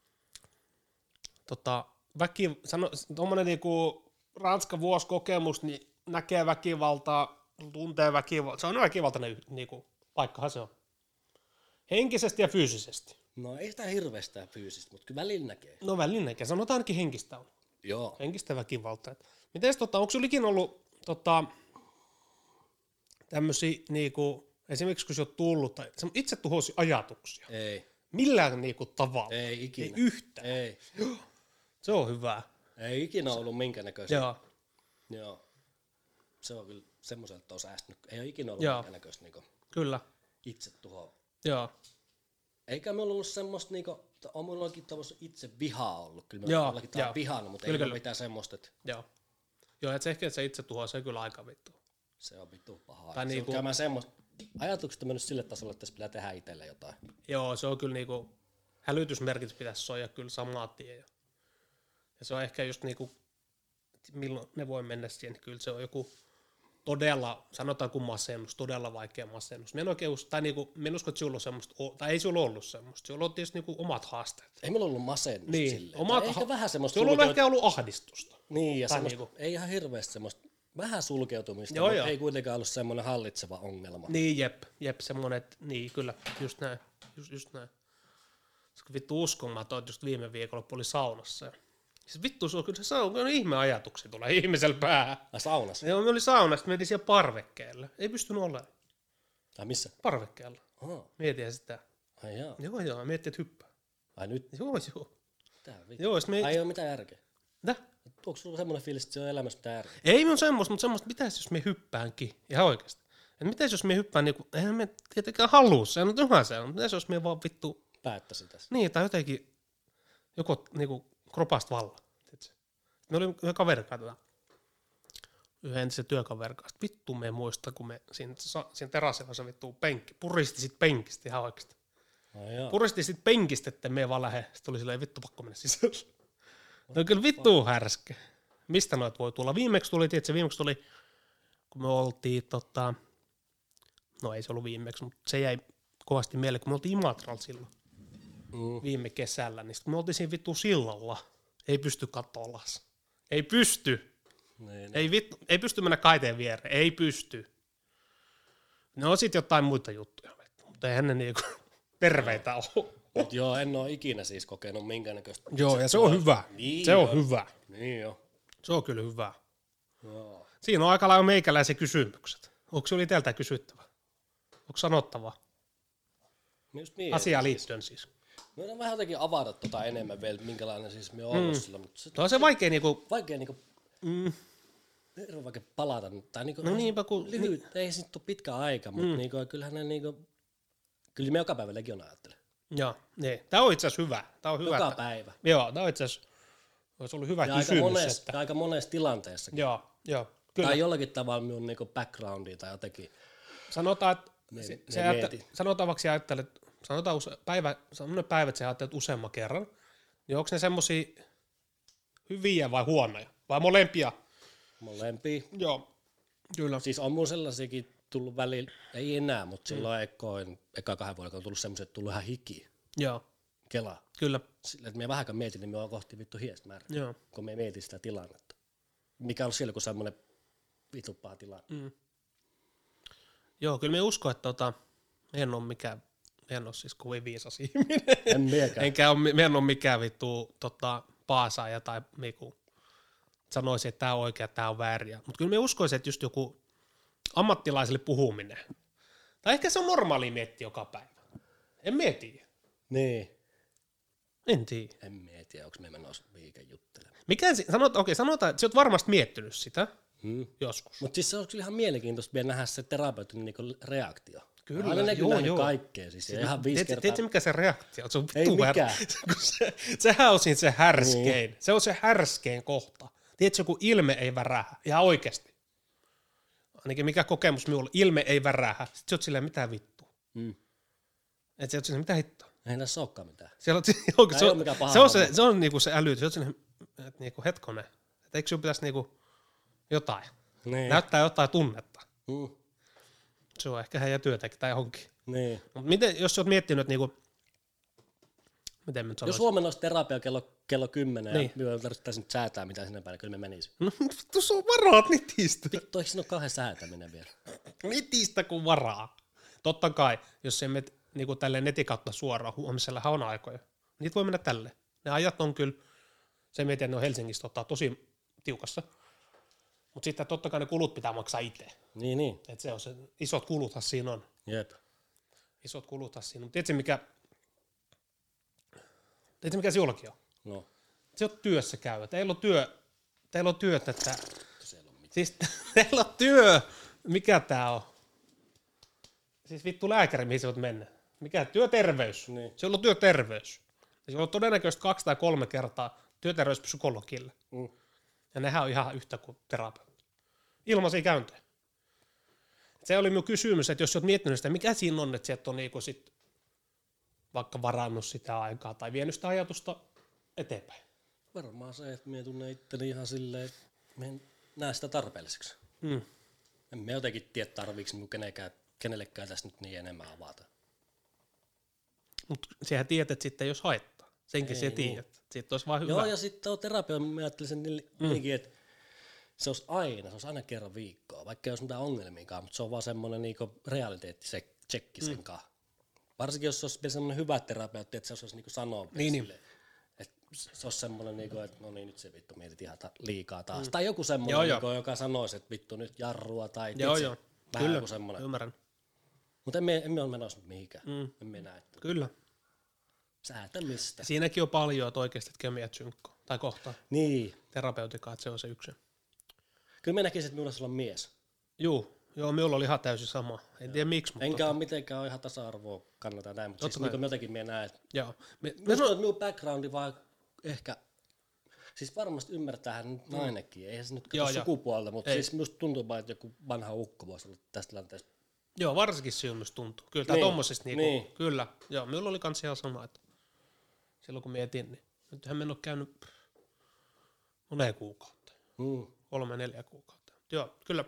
tota, väki, sano, tommonen niinku Ranskan vuosikokemus, niin näkee väkivaltaa, tuntee väkivaltaa, se on väkivaltainen niinku, paikkahan se on. Henkisesti ja fyysisesti. No ei sitä hirveästi fyysistä, mutta kyllä välillä näkee. No välillä näkee, sanotaan ainakin henkistä on. Joo. Henkistä väkivaltaa. Mites tota, onko sulla ikinä ollut tota, tämmösiä niinku, esimerkiksi kun sä oot tullut, tai itse tuhoisia ajatuksia? Ei. Millään niinku tavalla? Ei ikinä. Ei yhtään. Ei. Se on hyvä. Ei ikinä ollut minkä näköistä. Joo. Joo. Se on kyllä semmoiselta on säästynyt. Ei ole ikinä ollut Joo. minkä näköistä niinku Kyllä. itse tuhoa. Joo. Eikä me ollut semmoista niinku, on mulla jollakin tavalla itse vihaa ollut. Kyllä Joo, mä jollakin tavalla joo. vihannut, mutta Kyllä, ei ole kyllä. mitään semmoista, että Joo. Joo, et se ehkä, että se itse tuhoaa, se on kyllä aika vittu. se on vittu pahaa. Tai Se niinku- on käymään semmoista. Ajatukset on mennyt sille tasolle, että tässä pitää tehdä itselle jotain. Joo, se on kyllä niinku, hälytysmerkit pitäisi soija kyllä samaa tien. Ja, ja se on ehkä just niinku, milloin ne voi mennä siihen, niin kyllä se on joku todella, sanotaan kuin masennus, todella vaikea masennus. Mä en oikein usko, tai niinku, mä en usko, että sulla on semmoista, tai ei sulla ollut semmoista, sulla on tietysti niinku omat haasteet. Ei meillä ollut masennusta Niin, silleen. omat Tai ehkä ha- vähän semmoista Sulla on sulkeut- ehkä ollut ahdistusta. Niin, ja tai semmoista, niinku- ei ihan hirveästi semmoista, vähän sulkeutumista, Joo, mutta joo. ei kuitenkaan ollut semmoinen hallitseva ongelma. Niin, jep, jep, semmoinen, että niin, kyllä, just näin, just, just näin. Se on vittu uskomaton, että just viime viikonloppu oli saunassa. Ja siis vittu, se on kyllä se sauna, on ihme ajatuksia tulee ihmisellä päähän. Ai saunassa? Joo, me oli saunassa, me mentiin siellä parvekkeelle. Ei pystynyt olemaan. Ai missä? Parvekkeella. Oho. Mietin sitä. Ai jaa. Joo, joo, mietin, että hyppää. Ai nyt? Joo, joo. Tää vittu. Joo, sit me... Ai ei oo mitään järkeä. Mitä? Onko sulla semmoinen fiilis, että se on elämässä mitään järkeä? Ei mun semmoista, mutta semmoista, mitäs jos me hyppäänkin, ihan oikeasti. Et mitäs jos me hyppään niinku, eihän me tietenkään halua, se on ihan se, mutta mitäs jos me vaan vittu, Päättäisin tässä. niin, tai jotenkin, joko niinku kropasta valla. Me oli yhden kaverin kanssa, yhden entisen työkaverin kanssa, vittu me muista, kun me siinä, siinä terassilla se vittu penkki, puristi sit penkistä ihan oikeasti. Ai jaa. Puristi sit penkistä, että me vaan lähde, sit tuli silleen vittu pakko mennä sisälle. No kyllä vittu härske. Mistä noit voi tulla? Viimeksi tuli, tiedätkö, viimeksi tuli, kun me oltiin tota, no ei se ollut viimeksi, mutta se jäi kovasti mieleen, kun me oltiin Imatralla silloin Mm. viime kesällä, niin kun me oltiin siinä vittu sillalla, ei pysty katsoa alas. Ei pysty. Niin, Ei, vittu, ei pysty mennä kaiteen viereen. Ei pysty. Ne on sit jotain muita juttuja, mutta eihän ne niinku terveitä ole. Mut joo, en oo ikinä siis kokenut minkäännäköistä. Joo, ja se on hyvä. Niin Se on jo. hyvä. Niin joo. Se on kyllä hyvä. Joo. Siinä on aika lailla meikäläisen kysymykset. Onko sinulla teiltä kysyttävä? Onko sanottava? Mä just mietin, Asiaan siis. liittyen siis. Mä voin vähän jotenkin avata tota enemmän vielä, minkälainen siis me oon ollut mm. sillä, mutta se Tuo on se vaikea niinku... vaikea niinku, Mm, hirveän vaikea palata, tai niinku, no niinpä kun... lyhyt, niin. Ei sit ole pitkä aika, mutta mm. niinku, kyllähän ne niinku, kyllä me joka päivä Legion ajattelen. Joo, niin. Tämä on itse asiassa hyvä. Tämä on hyvä. Joka että, päivä. Joo, tämä on itse asiassa... Olisi ollut hyvä Ja aika kysymys. monessa, Että, ja aika monessa tilanteessa. joo, joo. Kyllä. Tai jollakin tavalla minun niinku backgroundia tai jotenkin. Sanotaan, että Me- se, me se ajattel, mietin. sanotaan vaikka sä ajattelet, sanotaan use, päivä, sellainen päivä, että sä ajattelet useamman kerran, niin onko ne semmosia hyviä vai huonoja? Vai molempia? Molempia. Joo, kyllä. Siis on mun sellaisiakin tullut välillä, ei enää, mutta silloin mm. ekoin, eka kahden vuoden on tullut semmoiset, että tullut ihan hiki. Joo, Kela. kyllä. Sillä, että me vähän mietin, niin me on kohti vittu hiestä määrä, Joo. kun me mietin sitä tilannetta. Mikä on siellä, kun semmoinen vittu paha tilanne. Mm. Joo, kyllä me uskon, että tota, me en ole mikään, me en ole siis kovin viisas ihminen. En miekään. Enkä ole, me en ole mikään vittu tota, paasaaja tai miku sanoisin, että tämä on oikea, tämä on väärin. Mutta kyllä me uskoisin, että just joku ammattilaiselle puhuminen, tai ehkä se on normaali miettiä joka päivä. En mieti. Niin. En tiedä. En mietiä, onko me menossa mihinkään juttelemaan. Mikä, sanot, okei, sanotaan, että sä oot varmasti miettinyt sitä Hmm. joskus. Mutta siis se on kyllä ihan mielenkiintoista vielä nähdä se terapeutin niinku reaktio. Kyllä, Aina ne joo, kyllä joo. kaikkea, siis ja ihan viisi Tiedätkö, kertaa. tiedätkö, mikä se reaktio on? Se on Ei vittu mikään. Kun se, sehän on siinä se härskein. Se on se härskein kohta. Tiedätkö, kun ilme ei värähä. Ihan oikeasti. Ainakin mikä kokemus minulla, ilme ei värähä. Sitten sä oot silleen, mitä vittu. Mm. Että sä oot silleen, mitä hittoa. Ei tässä olekaan mitään. Siellä on, se, ei on, ole mikään paha se on, se, homma. se on niinku se äly. Se on silleen, että niinku hetkonen. Että eikö sinun pitäisi niinku jotain. Niin. Näyttää jotain tunnetta. Mm. Se on ehkä heidän työtäkin tai johonkin. Niin. Mutta miten, jos sä oot miettinyt, että niinku, miten mä nyt Jos sanoisin? huomenna olisi terapia kello, kello kymmenen Niin. ja me tarvitsisi nyt säätää mitä sinne päin, kyllä me menisi. No vittu, sun varaat nitistä. Vittu, eikö siinä ole kahden säätäminen vielä? Nitistä kun varaa. Totta kai, jos se menet niinku tälleen netin kautta suoraan, huomisellähän on aikoja. Niitä voi mennä tälleen. Ne ajat on kyllä, se mietin, että ne on Helsingissä tota, tosi tiukassa. Mutta sitten totta kai ne kulut pitää maksaa itse. Niin, niin. Et se on se, isot kuluthan siinä on. Jep. Isot kuluthan siinä on. Tiedätkö mikä, tiedätkö mikä sinullakin on? No, Se on työssä käyvä. Teillä on työ, teillä on työt, että, siellä on mitään. siis teillä on työ, mikä tää on? Siis vittu lääkäri, mihin sä voit mennä. Mikä työterveys? Niin. Se on työterveys. Ja se on todennäköisesti kaksi tai kolme kertaa työterveyspsykologille. Mm. Ja nehän on ihan yhtä kuin terapeutti. Ilmaisia käyntejä. Se oli minun kysymys, että jos olet miettinyt sitä, mikä siinä on, että sieltä on niinku sit vaikka varannut sitä aikaa tai vienyt sitä ajatusta eteenpäin. Varmaan se, että minä tunnen itteni ihan silleen, että minä en näe sitä tarpeelliseksi. Mm. En mä jotenkin tiedä, tarviiko minun kenellekään, kenellekään tässä nyt niin enemmän avata. Mutta sehän tiedät sitten, jos haittaa. Senkin Ei se niin. tiedät. Sitten olisi vaan hyvä. Joo, ja sitten on terapia, mä ajattelisin niinkin, että se olisi aina, se olisi aina kerran viikkoa, vaikka ei olisi mitään ongelmiakaan, mutta se on vaan semmoinen niinku realiteetti, se tsekki sen mm. kanssa Varsinkin jos se olisi vielä semmoinen hyvä terapeutti, että se olisi niinku sanoa Niin, niin. sille, että se olisi semmoinen, niinku, että no niin, nyt se vittu mietit ihan ta- liikaa taas. Mm. Tai joku Joo, semmoinen, joo. niinku, joka sanoisi, että vittu nyt jarrua tai Joo, itse, joo. vähän Kyllä, joku semmoinen. ymmärrän. Mutta emme, emme ole menossa mihinkään. Mm. Emme näe. Kyllä. Säätämistä. Siinäkin on paljon, että oikeasti että kemiat synkkaa. Tai kohtaa. Niin. Terapeutikaa, että se on se yksi. Kyllä mä näkisin, että minulla olisi olla mies. Juu, joo, minulla oli ihan täysin sama. En tiedä miksi, mutta... Enkä ole mitenkään ihan tasa-arvoa kannata näin, mutta Totta siis kai. niin jotenkin minä näen, että Joo. Me, me Minusta no, on minun bacgroundi vaan ehkä, siis varmasti ymmärtäähän nyt nainenkin, eihän se nyt Joo, katso joo. sukupuolta, mutta Ei. siis minusta tuntuu vaan, että joku vanha ukko voisi olla tässä tilanteessa. joo, varsinkin silmys tuntuu. Kyllä, tää Niin, tommosesta niinku, niin. kyllä. Joo, minulla oli kans ihan sama, että silloin kun mietin, niin nythän me en ole käynyt moneen kuukautta. Mm. Kolme, neljä kuukautta. Joo, kyllä.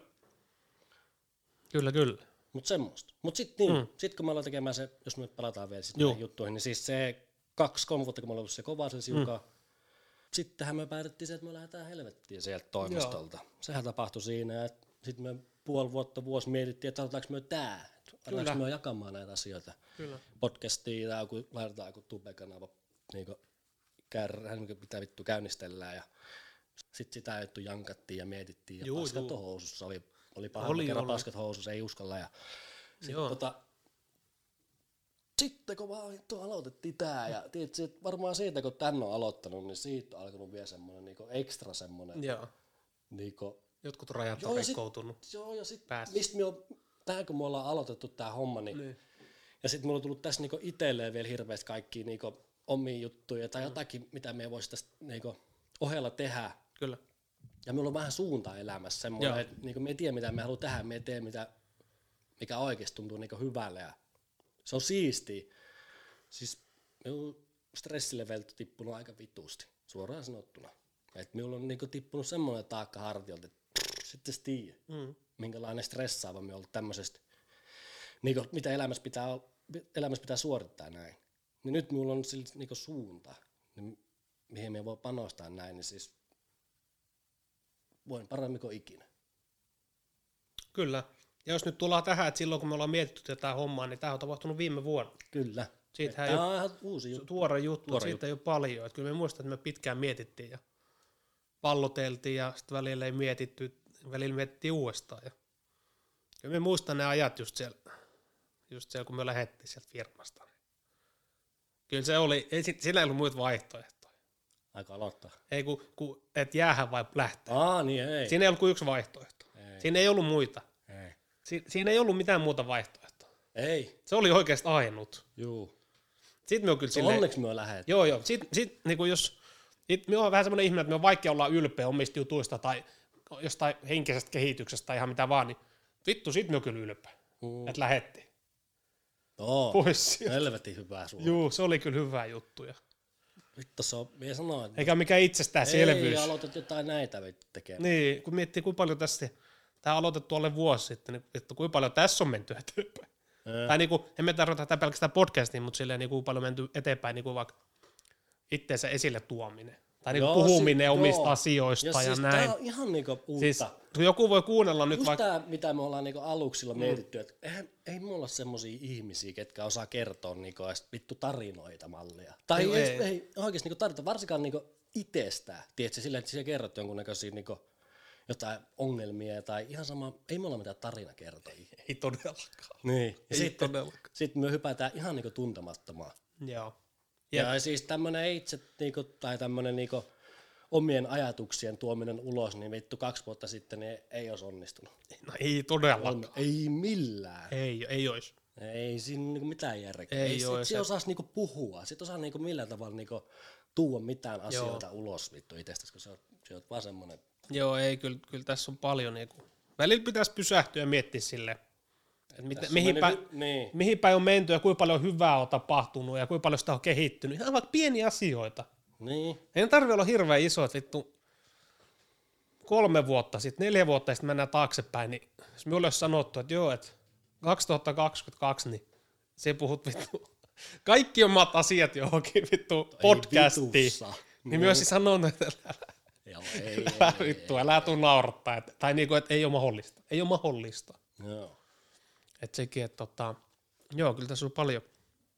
Kyllä, kyllä. Mutta semmoista. Mutta sitten niin, Mm. mm. sit kun me ollaan tekemään se, jos me nyt palataan vielä sitten Joo. näihin juttuihin, niin siis se kaksi, kolme vuotta kun me ollaan ollut se kova se siukaa, mm. sittenhän me päätettiin se, että me lähdetään helvettiin sieltä toimistolta. Joo. Sehän tapahtui siinä, että sitten me puoli vuotta, vuosi mietittiin, että otetaanko me tää, otetaanko me jakamaan näitä asioita. Kyllä. Podcastia tai joku, laitetaan joku tube-kanava, niin kär, niin pitää vittu käynnistellään ja sitten sitä juttu jankattiin ja mietittiin ja Juu, paskat juu. on housussa, oli, oli paha Oli, kerran oli. paskat housussa, ei uskalla ja sit Joo. tota, sitten kun vaan vittu aloitettiin tää ja tiedätkö, että varmaan siitä kun tän on aloittanut, niin siitä on alkanut vielä semmonen niinku ekstra semmonen Joo. niinku, Jotkut rajat Joo, on ja sit- rikkoutunut. joo ja sit Päässä. mistä me on, tähän kun me ollaan aloitettu tää homma, niin Niin. ja sitten mulla on tullut tässä niinku itselleen vielä hirveästi kaikkia niinku omia juttuja tai jotakin, mitä me voisi tästä niinku ohella tehdä. Kyllä. Ja minulla on vähän suunta elämässä Joo. semmoinen, että niinku me ei tiedä mitä me haluaa tehdä, me ei tee mitä, mikä oikeasti tuntuu niinku hyvälle. Ja se on siistiä. Siis minun stressilevelit on tippunut aika vitusti, suoraan sanottuna. Et minulla on niinku tippunut semmoinen taakka hartiolta, että sitten se tiedä, Mm. minkälainen stressaava me on ollut tämmöisestä, niinku, mitä elämässä pitää, ol- elämässä pitää suorittaa näin. Niin nyt minulla on sillä niinku suunta, niin mihin me voi panostaa näin, niin siis voin paremmin kuin ikinä. Kyllä. Ja jos nyt tullaan tähän, että silloin kun me ollaan mietitty tätä hommaa, niin tämä on tapahtunut viime vuonna. Kyllä. Siitähän ei Tämä ole on ihan uusi juttu. tuore juttu, Tuore siitä juttu. ei ole paljon. Että kyllä me muistan, että me pitkään mietittiin ja palloteltiin ja sitten välillä ei mietitty, välillä mietittiin uudestaan. Ja kyllä me muistan ne ajat just siellä, just siellä kun me lähdettiin sieltä firmasta. Kyllä se oli, ei, sit- siinä ei ollut muita vaihtoehtoja. Aika aloittaa. Ei kun, kun et jäähän vai lähteä. Aa, niin ei. Siinä ei ollut kuin yksi vaihtoehto. Ei. Siinä ei ollut muita. Ei. Si- siinä ei ollut mitään muuta vaihtoehtoa. Ei. Se oli oikeasti ainut. Juu. Sitten me on kyllä So silleen, onneksi me on lähdetty. joo joo, sit, sit niinku jos, it, me on vähän semmoinen ihminen, että me on vaikea olla ylpeä omista jutuista tai jostain henkisestä kehityksestä tai ihan mitä vaan, niin vittu, sit me on kyllä ylpeä, Mm. että lähettiin Oo. pois sieltä. Helvetin hyvää suoraan. Juu, se oli kyllä hyvä juttu. Ja. Vittu se on, minä sanoin, että Eikä mikään itsestäänselvyys. ei aloitat jotain näitä vittu tekemään. Niin, kun miettii kuinka paljon tässä, tämä on aloitettu alle vuosi sitten, niin vittu, kuinka paljon tässä on menty eteenpäin. Ää. Tai niinku, emme tarvita tätä pelkästään podcastiin, mutta silleen niinku paljon menty eteenpäin niinku vaikka itteensä esille tuominen. Tai niinku Joo, puhuminen si- omista joo. asioista ja, ja siis näin. tää on ihan niinku uutta. Siis kun joku voi kuunnella nyt Just vaikka... tää, mitä me ollaan niinku aluksilla mm. mietitty, että eihän, ei me olla semmosia ihmisiä, ketkä osaa kertoa niinku edes vittu tarinoita mallia. Tai Ei, ei, ei. ei, ei oikeesti niinku tarinoita, varsinkaan niinku itsestään. Tiedätkö, silleen, että sä kerrot jonkunnäköisiä niinku jotain ongelmia tai ihan sama, ei me olla mitään tarinakertojia. Ei todellakaan. Niin. Ja Ei sitten todellakaan. sit me hypätään ihan niinku tuntemattomaan. Joo. Ja, ja siis tämmönen itse niinku, tai tämmönen niinku omien ajatuksien tuominen ulos, niin vittu kaksi vuotta sitten niin ei olisi onnistunut. No ei todellakaan. On, ei millään. Ei, ei ois. Ei siinä niinku mitään järkeä. Ei Ei, oo, sit se- se osaisi niinku puhua. Sit osaa niinku millään tavalla niinku tuoda mitään asioita Joo. ulos vittu itsestäsi, kun se on, se on vaan semmonen. Joo, ei, kyllä, kyllä tässä on paljon niinku... Välillä pitäisi pysähtyä ja miettiä silleen, että mit, Tässä mihin, on päin, mennyt- niin. mihin päin on menty ja kuinka paljon hyvää on tapahtunut ja kuinka paljon sitä on kehittynyt. Ihan vaikka pieniä asioita. Niin. Ei tarvitse olla hirveän iso, että vittu kolme vuotta sitten, neljä vuotta sitten mennään taaksepäin, niin jos minulle olisi sanottu, että joo, että kaksituhattakaksikymmentäkaksi, niin se puhut vittu kaikki omat asiat johonkin vittu podcastiin, vitussa. niin myös olisin sanonut, että älä, Joo, ei, ei, älä ei, vittu, älä tuu naurattaa, että, tai niinku, että ei ole mahdollista, ei ole mahdollista. ei. Joo. Että sekin, että tota, joo, kyllä tässä on paljon,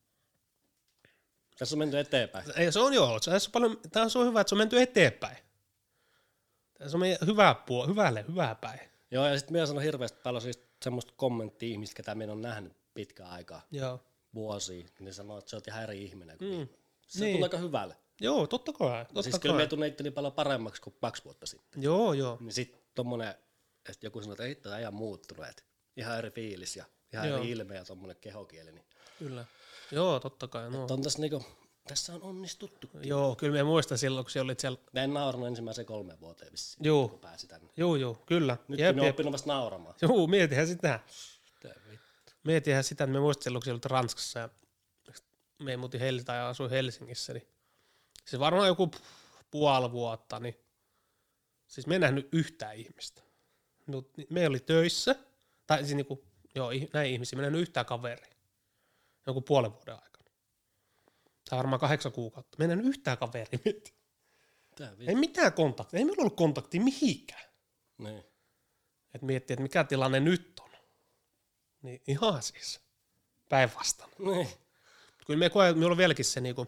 Tässä on menty eteenpäin. Ei, se on joo, tässä on paljon, tässä on hyvä, että se on menty eteenpäin. Tässä on meidän hyvä puoli, hyvälle, hyvää päin. Joo, ja sitten minä sanon hirveästi paljon siis semmoista kommenttia ihmistä, ketä minä on nähnyt pitkään aikaa, Joo. vuosia, niin sanoo, että sä oot ihan eri ihminen kuin Mm. viime. Se Niin. tulee aika hyvälle. Joo, totta kai. Totta Siis kyllä kai. minä tunnen itteni paljon paremmaksi kuin kaksi vuotta sitten. Joo, joo. Niin sitten tommonen, että joku sanoo, että ei tämä ihan muuttunut, että ihan eri fiilis ja ihan Joo. eri ilme ja tommonen kehokieli. Niin Kyllä. Joo, totta kai. No. on tässä, niinku, tässä on onnistuttu. Joo, kyllä mä muistan silloin, kun se olit siellä. Mä en naurannut ensimmäiseen kolmeen vuoteen vissiin, Joo. kun pääsi tänne. Joo, joo, kyllä. Nyt Jep, minä olen jep. oppinut vasta nauramaan. Joo, mietihän sitä. Tää vittu. Mietihän sitä, että me muistin silloin, kun se olit Ranskassa ja me muutin Helsingistä ja asuin Helsingissä. Niin se varmaan joku puoli vuotta, niin siis me en nähnyt yhtään ihmistä. Mut me oli töissä, tai siis niinku, joo, ih- näin ihmisiä, me en nähnyt yhtään kaveria. Joku puolen vuoden aikana. Tai varmaan kahdeksan kuukautta. Me en nähnyt yhtään kaveria. Tää vittu. Ei mitään kontaktia, ei meillä ollut kontaktia mihinkään. Niin. Että miettii, että mikä tilanne nyt on. Niin ihan siis päinvastoin. Niin. Kyllä me koen, minulla on vieläkin se niinku,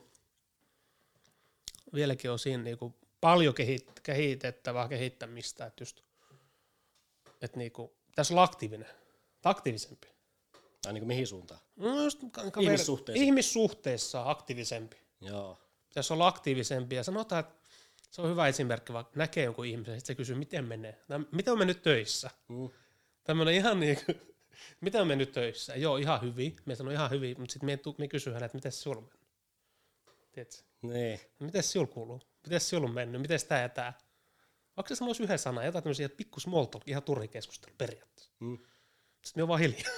vieläkin on siinä niinku paljon kehit, kehitettävää kehittämistä, että just, että niinku, tässä on aktiivinen, aktiivisempi. Tai niinku mihin suuntaan? No just kaveri, Ihmissuhteissa. ihmissuhteissa aktiivisempi. Joo. Pitäisi olla aktiivisempi ja sanotaan, että se on hyvä esimerkki, vaikka näkee jonkun ihmisen, sitten se kysyy, miten menee. Tai, miten on mennyt töissä? Mm. Tämmöinen ihan niin kuin, miten on mennyt töissä? Joo, ihan hyvin. Me sanon ihan hyvin, mutta sitten me, me kysyy häneltä, että miten se sulla on mennyt? Tiedätkö? Niin. Miten se sulla kuuluu? Miten se sulla on mennyt? Miten tää ja tää? Vaikka se sanoisi yhden sanan, jotain tämmöisiä pikku small talk, ihan turhi keskustelu periaatteessa. Mm. Sitten me on vaan hiljaa.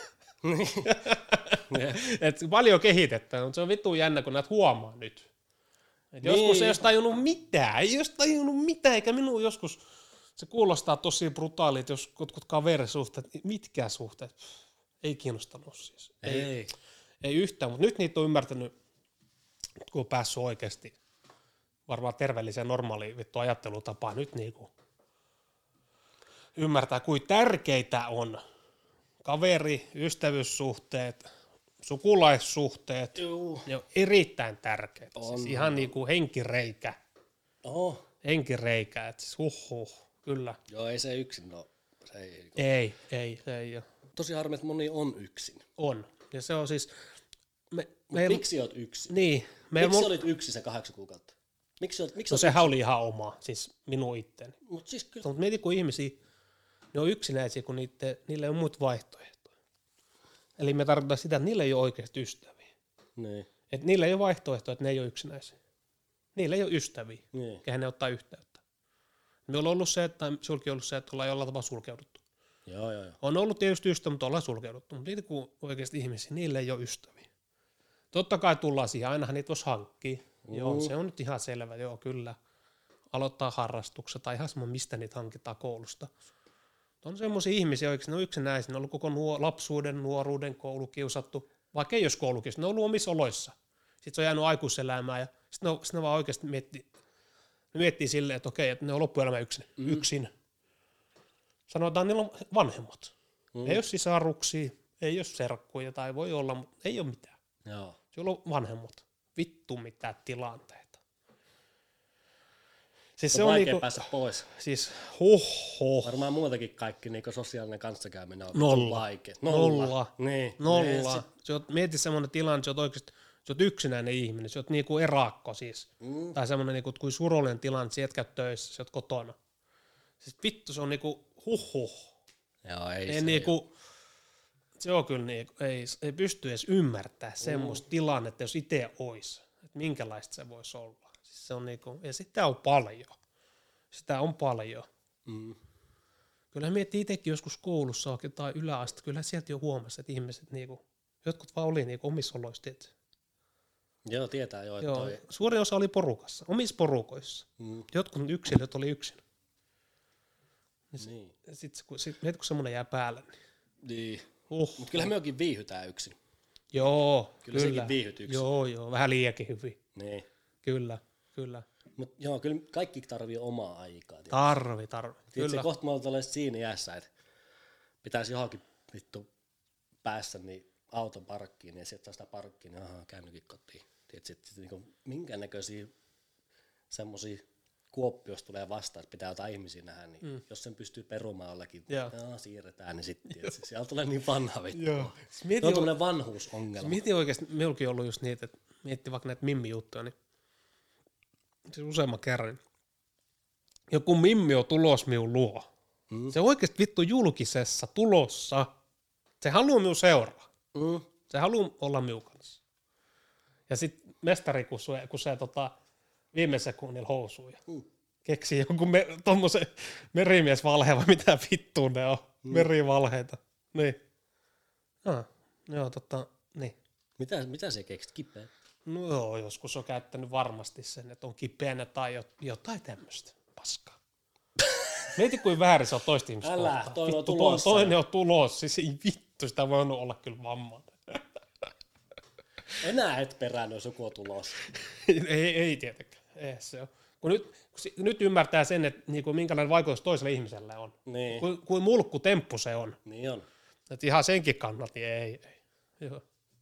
Niin. Et paljon kehitettä, mutta se on vittu jännä, kun näet huomaa nyt. Et Niin. joskus ei olisi tajunnut mitään, ei olisi tajunnut mitään, eikä minun joskus, se kuulostaa tosi brutaalit, jos jotkut kaverisuhteet, mitkä suhteet, pff, ei kiinnostanut siis. Ei, Ei. ei yhtään, mutta nyt niitä on ymmärtänyt, kun on päässyt oikeasti varmaan terveelliseen normaaliin vittu ajattelutapaan, nyt niinku ymmärtää, kuin tärkeitä on kaveri, ystävyyssuhteet, sukulaissuhteet, Juu. ne on erittäin tärkeitä. On. Siis ihan niin kuin henkireikä, Oho. henkireikä, että siis huhhuh, kyllä. Joo, ei se yksin no. Se ei. Ei, ei, se ei ole. Tosi harmi, että moni on yksin. On. Ja se on siis, me, Mut me, miksi oot yksin? niin, me, Miksi mul, olit yksin se kahdeksan kuukautta? Miksi olet, miksi no olet sehän oli ihan oma, siis minun itteni. Mut siis kyllä. Mutta mieti, kun ihmisiä, ne on yksinäisiä, kun niitä, niillä ei ole muita vaihtoehtoja. Eli me tarkoitan sitä, että niillä ei ole oikeasti ystäviä. Niin. Että niillä ei ole vaihtoehtoja, että ne ei ole yksinäisiä. Niillä ei ole ystäviä, Niin. kehen ne ottaa yhteyttä. Meillä on ollut se, että sulki ollut se, että ollaan jollain tavalla sulkeuduttu. Joo, joo, joo. On ollut tietysti ystävä, mutta ollaan sulkeuduttu. Mutta niitä kun oikeasti ihmisiä, niillä ei ole ystäviä. Totta kai tullaan siihen, ainahan niitä voisi hankkia. Mm. Joo, se on nyt ihan selvä, joo kyllä. Aloittaa harrastukset tai ihan sama, mistä niitä hankitaan koulusta. On semmoisia ihmisiä oikeasti, ne on yksinäisiä, ne on ollut koko nuo, lapsuuden, nuoruuden koulukiusattu, vaikka ei olisi koulukiusattu, ne on ollut omissa oloissa. Sitten se on jäänyt aikuiselämään ja sitten ne, sit ne vaan oikeasti miettii, ne miettii silleen, että okei, että ne on loppuelämä yksin. Mm. yksin. Sanotaan, niillä on vanhemmat. Mm. Ei ole sisaruksia, ei ole serkkuja tai voi olla, mutta ei ole mitään. Joo. Siellä on vanhemmat. Vittu mitä tilanteita. Siis Se se on on vaikea niinku, päästä pois. siis huh huh. Varmaan muutenkin kaikki niin sosiaalinen kanssakäyminen on Nolla. vaikea. Nolla. Niin. Nolla. Niin, Se on, mieti semmoinen tilanne, että sä oot oikeasti, sä oot yksinäinen ihminen, sä oot niinku erakko siis. Mm. Tai semmoinen niinku, kuin surullinen tilanne, että sä et käy töissä, sä oot kotona. Siis vittu se on niinku huh huh. Joo, ei, Ei se niinku, se on kyllä niinku, ei, ei pysty edes ymmärtää semmoista mm. tilannetta, jos itse ois. Että minkälaista se voisi olla. Siis se on niinku, ja sitä on paljon. Sitä on paljon. Mm. Kyllä miettii itsekin joskus koulussa oikein tai yläaste, kyllä sieltä jo huomasi, että ihmiset niinku, jotkut vaan oli niinku omissa oloissa. Joo, tietää jo, että Joo, toi. suuri osa oli porukassa, omissa porukoissa. Mm. Jotkut yksilöt oli yksin. Niin. Sitten kun, sit, mieti, kun semmoinen jää päälle, niin Niin. uh. Mutta kyllähän mekin viihytään yksin. Joo, Kyllä kyllä. sekin viihyt yksin. Joo, joo, vähän liiankin hyvin. Niin. Kyllä, kyllä. Mutta joo, kyllä kaikki tarvii omaa aikaa. Tiedätkö? Tarvi, tarvi. Tiedätkö, Kyllä. kohta me ollaan siinä iässä, että pitäisi johonkin vittu päässä niin auton parkkiin, ja sieltä sitä parkkiin, niin ahaa, käännykin kotiin. Tiedätkö, että niinku, minkä näköisiä semmoisia kuoppiosta tulee vastaan, että pitää jotain ihmisiä nähdä, niin mm. jos sen pystyy perumaan jollakin, jaa, siirretään, niin sitten siellä tulee niin vanha vittu. Joo. Se on tuommoinen vanhuusongelma. Mietin oikeasti, minullakin on ollut just niitä, että miettii vaikka näitä mimmi-juttuja, niin siis useamman kerran. Joku mimmi on tulos minun luo. Mm. Se on oikeasti vittu julkisessa tulossa. Se haluaa minun seuraa. Mm. Se haluaa olla minun kanssa. Ja sitten mestari kusee, kusee tota, viime sekunnilla housuja. Mm. Keksii joku me, tommosen merimiesvalhe, vai mitä vittua ne on. Mm. Merivalheita. Niin. Ah, joo, tota, niin. Mitä, mitä se keksit? Kipeä? No joo, joskus on käyttänyt varmasti sen, että on kipeänä tai jotain tämmöistä paskaa. Mieti, kuin väärin se on toista ihmistä. Älä, toinen on tulossa. Toinen on tulossa, siis ei vittu, sitä voi olla kyllä vammainen. Enää et perään, jos joku on tulossa. ei, ei tietenkään, ei se ole. Kun nyt, kun nyt ymmärtää sen, että niinku, minkälainen vaikutus toiselle ihmiselle on. Niin. Kuin kuin mulkku temppu se on. Niin on. Että ihan senkin kannalta, niin ei, ei. Joo.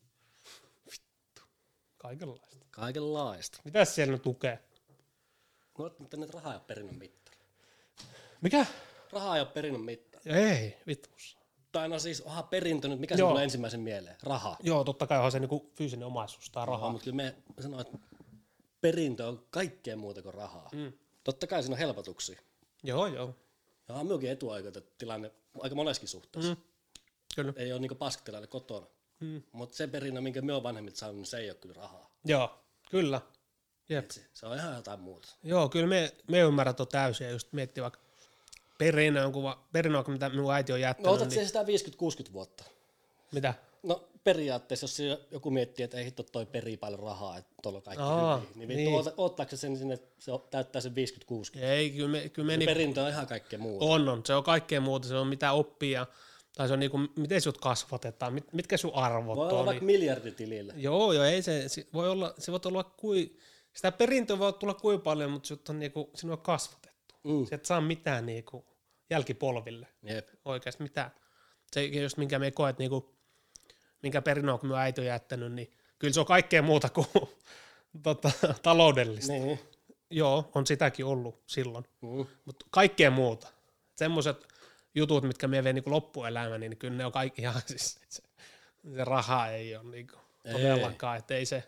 Vittu. Kaikenlaista. Kaikenlaista. Mitäs siellä nyt lukee? No, mutta nyt rahaa ei ole perinnön mittari. Mikä? Rahaa ei ole perinnön mittari. Ei, vittussa. Tai no siis, onhan perintö nyt, mikä se tulee ensimmäisen mieleen? Raha. Joo, totta kai onhan se niinku fyysinen omaisuus tai rahaa. No, mutta kyllä me sanoo, että perintö on kaikkea muuta kuin rahaa. Mm. Totta kai siinä on helpotuksia. Joo, joo. Ja on myöskin etuoikeutettu tilanne aika moneskin suhteessa. Mm. Kyllä. Ei ole niinku paskatilanne kotona. Mm. Mutta se perinnö, minkä me on vanhemmilta saanut, niin se ei ole kyllä rahaa. Joo, kyllä. Jep. Se, se on ihan jotain muuta. Joo, kyllä me, me ymmärrät on täysin ja just miettii vaikka perinnö on kuva, perinnö on mitä minun äiti on jättänyt. No otat niin... se sitä viisikymmentä kuusikymmentä vuotta. Mitä? No periaatteessa, jos joku miettii, että ei hitto toi perii paljon rahaa, että tuolla on kaikki Aa, hyvin, niin vittu, niin. Ottaako se sen sinne, että se täyttää sen viisikymmentä kuusikymmentä? Ei, kyllä me, kyllä me niinku, perintö on ihan kaikkea muuta. On, on. Se on kaikkea muuta. Se on mitä oppia, tai se on niinku, miten sut kasvatetaan, mit, mitkä sun arvot voi on. Voi olla vaikka niin... miljarditilillä. Joo, joo, ei se, se voi olla, se voi olla kui, sitä perintöä voi tulla kuin paljon, mutta sut on niinku, sinua on kasvatettu. Mm. Se et saa mitään niinku jälkipolville. Jep. Oikeasti mitään. Se just minkä me koet niinku, minkä perinnön kun minun äiti on jättänyt, niin kyllä se on kaikkea muuta kuin tota, taloudellista. Niin. Joo, on sitäkin ollut silloin, mm. mutta kaikkea muuta. Semmoiset jutut, mitkä me vei niin loppuelämään, niin kyllä ne on kaikki ihan siis, se, se raha ei ole niin todellakaan, että ei se,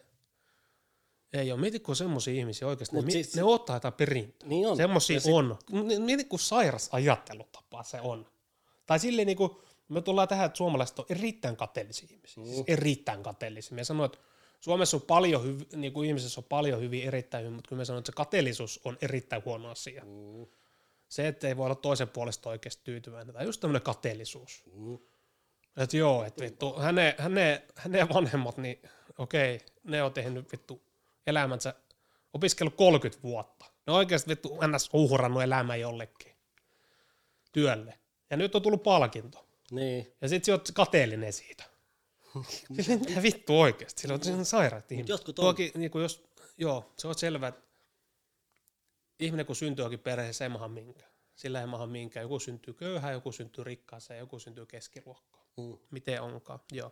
ei ole. Mieti, kun on semmoisia ihmisiä oikeasti, ne, siis, ne ottaa jotain perintöä. Niin on. Semmoisia sit... on. Mieti, kun sairas ajattelutapa se on. Tai silleen niin kuin, me tullaan tähän, että suomalaiset on erittäin kateellisia ihmisiä. Mm. Siis erittäin kateellisia. Me sanoin, että Suomessa on paljon, hyv- niin kuin ihmisessä on paljon hyviä, erittäin hyviä, mutta kyllä me sanoin, että se kateellisuus on erittäin huono asia. Mm. Se, että ei voi olla toisen puolesta oikeasti tyytyväinen, tai just tämmöinen kateellisuus. Mm. Että joo, että vittu, hänen, hänen, hänen vanhemmat, niin okei, ne on tehnyt vittu elämänsä, opiskellut kolmekymmentä vuotta. Ne on oikeasti vittu ns. Uhrannut elämää jollekin työlle. Ja nyt on tullut palkinto. Niin. Ja sit sä oot kateellinen siitä. Silleen mitä vittu oikeesti, sillä on sairaat ihmiset. Tuokin, niin kuin jos, joo, se on selvä, että ihminen kun syntyy jokin perheessä ei maha minkään. Sillä ei maha minkään. Joku syntyy köyhään, joku syntyy rikkaaseen, joku syntyy keskiluokkaan. Mm. Miten onkaan, joo.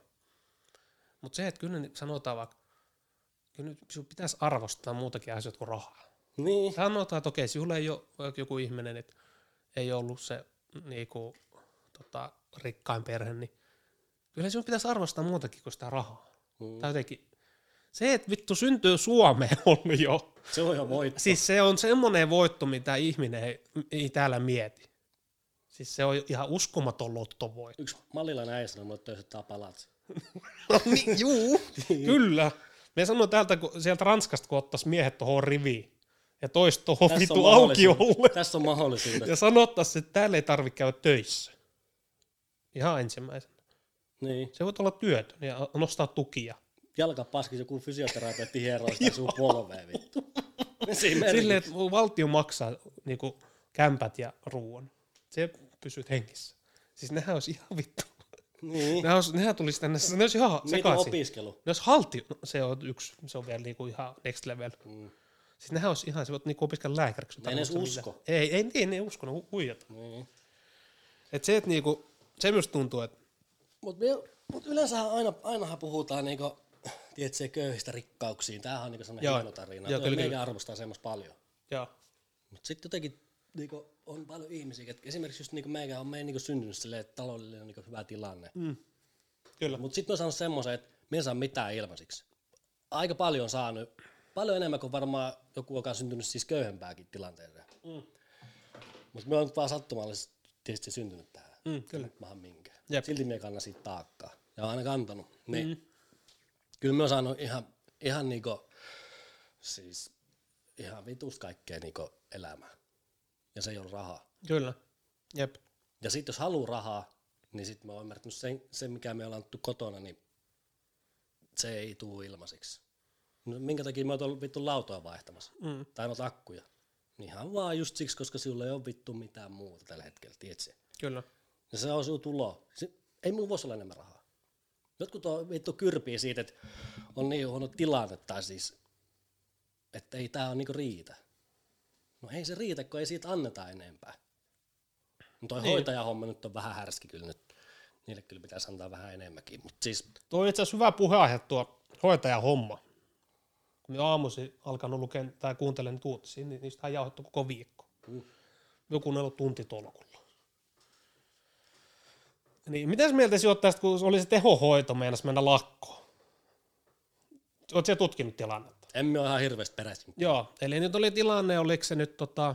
Mutta se, että kyllä sanotaan vaikka, kyllä nyt sinun pitäisi arvostaa muutakin asioita kuin rahaa. Niin. Sanotaan, että okei, sinulla ei ole joku ihminen, että ei ollut se niinku, tota, rikkain perhe, niin kyllä sinun pitäisi arvostaa muutakin kuin sitä rahaa. Mm. Tai jotenkin, se, että vittu syntyy Suomeen on jo. Se on jo voitto. Siis se on semmoinen voitto, mitä ihminen ei, ei täällä mieti. Siis se on ihan uskomaton lottovoitto. Yksi mallilainen äijä sanoi, että ottaa palatsi. No niin, juu, kyllä. Me sanoin täältä, kun sieltä Ranskasta, kun ottaisi miehet tuohon riviin ja toista tuohon vittu aukiolle. Tässä on mahdollisuudet. Ja sanottaisiin, että täällä ei tarvitse käydä töissä. Ihan ensimmäisenä. Niin. Se voi olla työtön ja nostaa tukia. Jalka paskisi joku fysioterapeutti hieroista sun polveen vittu. Silleen, että valtio maksaa niinku kämpät ja ruoan. Se pysyt hengissä. Siis nehän olisi ihan vittu. Niin. Nehän, olisi, nehän tulisi tänne, ne olisi ihan sekaisin. Miten opiskelu? Ne olisi haltio, no, se on yksi, se on vielä niinku ihan next level. Mm. Siis nehän olisi ihan, se voit niinku opiskella lääkäriksi. Ne ei edes usko. Ei, ei, ei, ei ne usko, ne hu- huijata. Niin. Että se, että niinku, se myös tuntuu, että... Mutta mut yleensä aina, ainahan puhutaan niinku tiedätkö, se köyhistä rikkauksiin. Tämähän on niinku sellainen Joo. hieno tarina. Joo, kyllä, Meikä kyllä. arvostaa semmoista paljon. Joo. Mutta sitten jotenkin niinku, on paljon ihmisiä, että esimerkiksi just niinku meikä on meidän niinku syntynyt silleen, että taloudellinen on niinku hyvä tilanne. Mm. Kyllä. Mutta sitten on saanut semmoisen, että me en saa mitään ilmaisiksi. Aika paljon on saanut, paljon enemmän kuin varmaan joku, joka on syntynyt siis köyhempääkin tilanteeseen. Mm. Mutta me on nyt vaan sattumallisesti tietysti syntynyt tähän. Mm, kyllä. Mahan minkään. Jep. Silti me kannan siitä taakkaa. Ja on aina kantanut. Niin. Mm. Kyllä me on saanut ihan, ihan niinku, siis ihan vitusta kaikkea niinku elämää. Ja se ei ole rahaa. Kyllä. Jep. Ja sitten jos haluaa rahaa, niin sitten mä oon ymmärtänyt sen, sen, mikä me ollaan annettu kotona, niin se ei tule ilmaiseksi. No, minkä takia mä oon vittu lautoa vaihtamassa? Mm. Tai noita akkuja. Ihan vaan just siksi, koska sinulla ei ole vittu mitään muuta tällä hetkellä, tiedätkö? Kyllä. Ja se on sinun tulo. Se, ei mulla voisi olla enemmän rahaa. Jotkut on vittu kyrpii siitä, että on niin huono tilanne, tai siis, että ei tää on niinku riitä. No ei se riitä, kun ei siitä anneta enempää. No toi Niin. hoitajahomma nyt on vähän härski kyllä nyt. Niille kyllä pitäisi antaa vähän enemmänkin, mutta siis Tuo on itse asiassa hyvä puheenaihe tuo hoitajan homma. Kun me aamuisin alkanut lukea tai kuuntelemaan niitä uutisia, niin niistä on jauhettu koko viikko. Mm. Joku on ollut tuntitolkulla. Niin, mitäs mieltä sinä olet tästä, kun oli se tehohoito meinas mennä lakkoon? Oletko sinä tutkinut tilannetta? emme ole ihan hirveästi perehtynyt. Joo, eli nyt oli tilanne, oliko se nyt tota,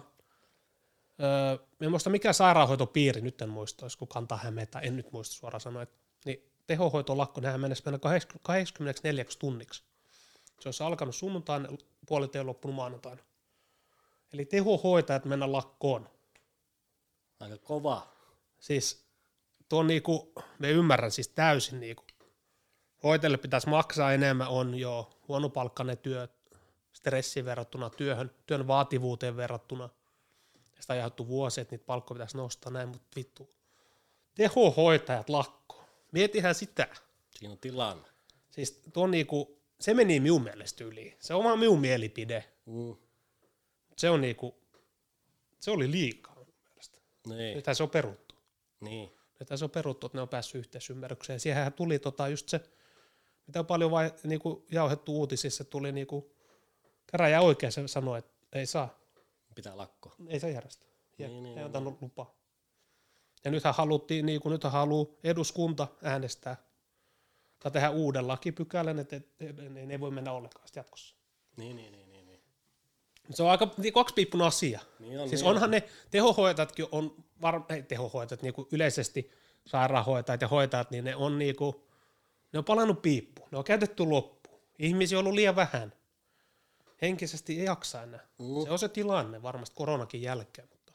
öö, en muista mikä sairaanhoitopiiri, nyt en muista, olisiko Kanta-Hämeetä, en nyt muista suoraan sanoa, että, niin tehohoitolakko, nehän mennessä mennä kaksikymmentäneljä tunniksi. Se olisi alkanut sunnuntaina, puolet ei loppunut maanantaina. Eli tehohoitajat mennä lakkoon. Aika kova. Siis tuo niinku, me ymmärrän siis täysin niinku, hoitajille pitäisi maksaa enemmän, on jo huonopalkkainen työ, stressiin verrattuna työhön, työn vaativuuteen verrattuna. Sitä on jahdettu vuosia, että niitä palkkoja pitäisi nostaa näin, mutta vittu. Tehohoitajat lakkoon. Mietihän sitä. Siinä on tilanne. Siis tuo niinku, se meni minun mielestä yli. Se on vaan minun mielipide. Mm. Se on niinku, se oli liikaa minun mielestä. Niin. Nythän se on peruttu. Niin. Nythän se on peruttu, että ne on päässyt yhteisymmärrykseen. Siihenhän tuli tota just se, mitä on paljon vai, niinku jauhettu uutisissa, tuli niinku, käräjä oikein se sanoi, että ei saa, Pitää lakko. ei saa järjestää. Ja Niin, niin, ei niin, antanut lupaa. Ja nythän haluttiin, niin kuin nythän haluaa eduskunta äänestää tai tehdä uuden lakipykälän, että ne ei voi mennä ollenkaan jatkossa. Niin, niin, niin, niin, niin. Se on aika kaksipiippunen asia. Niin on, siis niin onhan on. ne tehohoitajatkin on, var, ei tehohoitajat, niin kuin yleisesti sairaanhoitajat ja hoitajat, niin ne on, niin kuin, ne on palannut piippuun. Ne on käytetty loppuun. Ihmisiä on ollut liian vähän. Henkisesti ei jaksa enää. Mm. Se on se tilanne varmasti koronakin jälkeen. Mutta,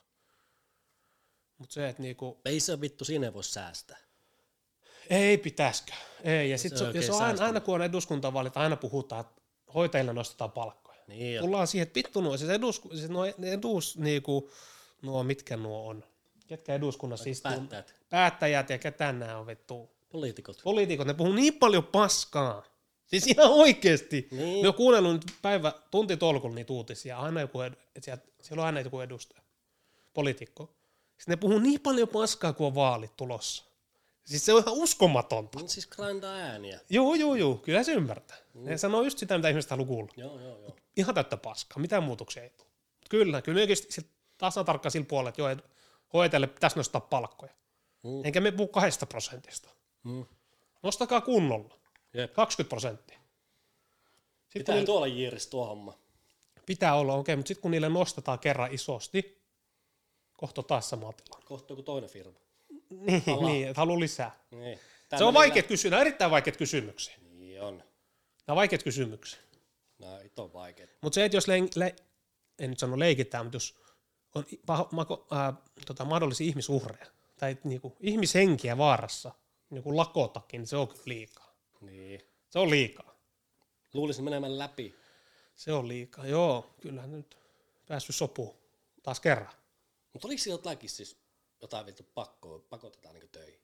mutta se, että niinku, Ei se vittu, siinä ei voi säästää. ei pitäisikö. Ei. Ja, sit Se se, on ja oikein se on aina, säästäminen. aina kun on eduskuntavaalit, aina puhutaan, että hoitajille nostetaan palkkoja. Niin, ja Tullaan siihen, että vittu nuo, siis edus, siis nuo, ne edus, niinku, nuo, mitkä nuo on, ketkä eduskunnassa istuu, päättäjät, päättäjät ja ketä nämä on vittu, poliitikot. poliitikot, ne puhuu niin paljon paskaa, siis ihan oikeesti. Niin. Me on kuunnellut nyt päivä tuntitolkulla niitä uutisia, aina joku, ed, et sieltä, siellä on aina joku edustaja, poliitikko. Sitten ne puhuu niin paljon paskaa, kun on vaalit tulossa. Siis se on ihan uskomatonta. Niin siis grindaa ääniä. Joo, joo, joo, kyllä se ymmärtää. Mm. Ne sanoo just sitä, mitä ihmiset haluaa kuulla. Joo, joo, joo. Ihan täyttä paskaa, mitään muutoksia ei tule. Kyllä, kyllä oikeasti tasatarkka sillä puolella, että joo, et hoitajille pitäisi nostaa palkkoja. Mm. Enkä me puhu kahdesta prosentista. Mm. Nostakaa kunnolla. Jep. kaksikymmentä prosenttia. Sitten Pitää kun niille, tuolla jiiris tuo homma. pitää olla, okei, okay, mutta sitten kun niille nostetaan kerran isosti, kohta taas sama tilanne. Kohta joku toinen firma. Niin, niin että haluaa lisää. Niin. Se on vaikeat kysymyksiä, nämä on erittäin vaikeat kysymyksiä. Niin on. Nämä on vaikeat kysymyksiä. Nämä on vaikeat. Mutta se, että jos, le, le, en nyt sano leikitään, mutta jos on paho, mako, ää, tota, mahdollisia ihmisuhreja tai niinku, ihmishenkiä vaarassa, niin lakotakin, niin se on kyllä liikaa. Niin. Se on liikaa. Luulisin menemään läpi. Se on liikaa, joo. Kyllähän nyt päässyt sopuun taas kerran. Mutta oliko siellä jotakin siis jotain vittu pakkoa, pakotetaan niinku töihin?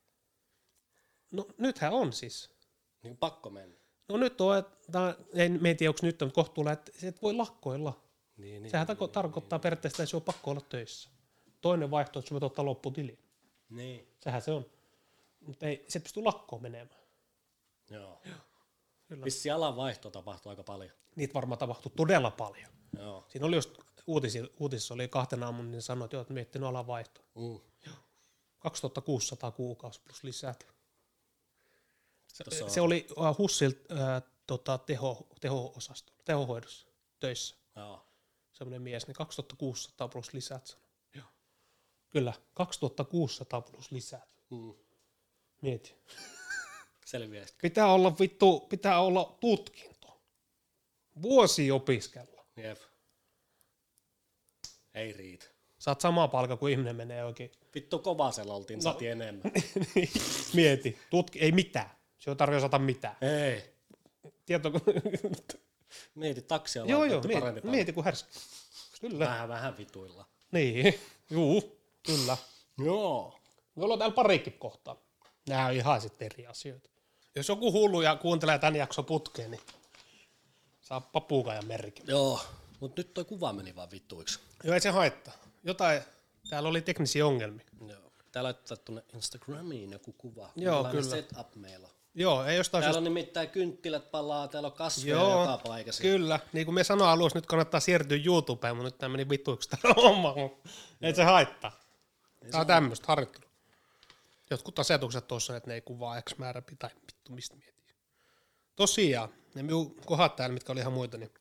No nythän on siis. Niinku pakko mennä. No nyt on, että ei, me ei tiedä, onko nyt, mutta kohta tulee, että et voi lakkoilla. Niin, niin, Sehän niin, tarko- tarkoittaa niin, periaatteessa, että se on pakko olla töissä. Toinen vaihtoehto, että se voit ottaa lopputiliin. niin. Sehän se on. Mutta ei, se et pysty lakkoon menemään. Joo. Kyllä. Vissi alanvaihto tapahtuu aika paljon. Niitä varmaan tapahtui todella paljon. Joo. Siinä oli just uutisissa, uutisissa oli kahtena aamun, niin sanoi, että joo, että miettinyt alanvaihtoa. Mm. kaksituhattakuusisataa kuukausi plus lisät. Se, Tossa on- se oli uh, Hussilta äh, tota, teho, teho-osastolla, tehohoidossa töissä. Joo. Semmoinen mies, niin kaksituhattakuusisataa plus lisät sanoi. Joo. Kyllä, kaksituhattakuusisataa plus lisät. Mm. Mieti. Selviää. Pitää olla vittu, pitää olla tutkinto. Vuosi opiskella. Jep. Ei riitä. Saat samaa palkkaa kuin ihminen menee oikein. Vittu kovasella oltiin, no. Saatiin enemmän. Mieti, tutki, ei mitään. Se ei tarvitse osata mitään. Ei. Tieto, Mieti, taksia joo, joo, laitettu mieti, parempi palkka. mieti kuin härski. Kyllä. Vähän, vähän vituilla. Niin, juu, kyllä. Joo. Me ollaan täällä parikin kohtaa. Nämä on ihan sitten eri asioita. Jos joku hullu ja kuuntelee tämän jakson putkeen, niin saa papukajan merkin. Joo. Mut nyt toi kuva meni vaan vittuiksi. Joo, ei se haittaa. Jotain, täällä oli teknisiä ongelmia. Joo. Tää laittaa tuonne Instagramiin joku kuva. Joo, Minkälainen kyllä. setup meillä on. Joo, ei jostain Täällä syystä. on nimittäin kynttilät palaa, täällä on kasveja Joo, joka paikassa. kyllä. Niin kuin me sanoin alussa, nyt kannattaa siirtyä YouTubeen, mutta nyt tämä meni vittuiksi tämä homma. Ei se haittaa. Tämä on tämmöistä harjoittelua. Jotkut asetukset tuossa, että ne ei kuvaa X määrä pitää, vittu mistä mietin. Tosiaan, ne minun kohdat täällä, mitkä oli ihan muita, niin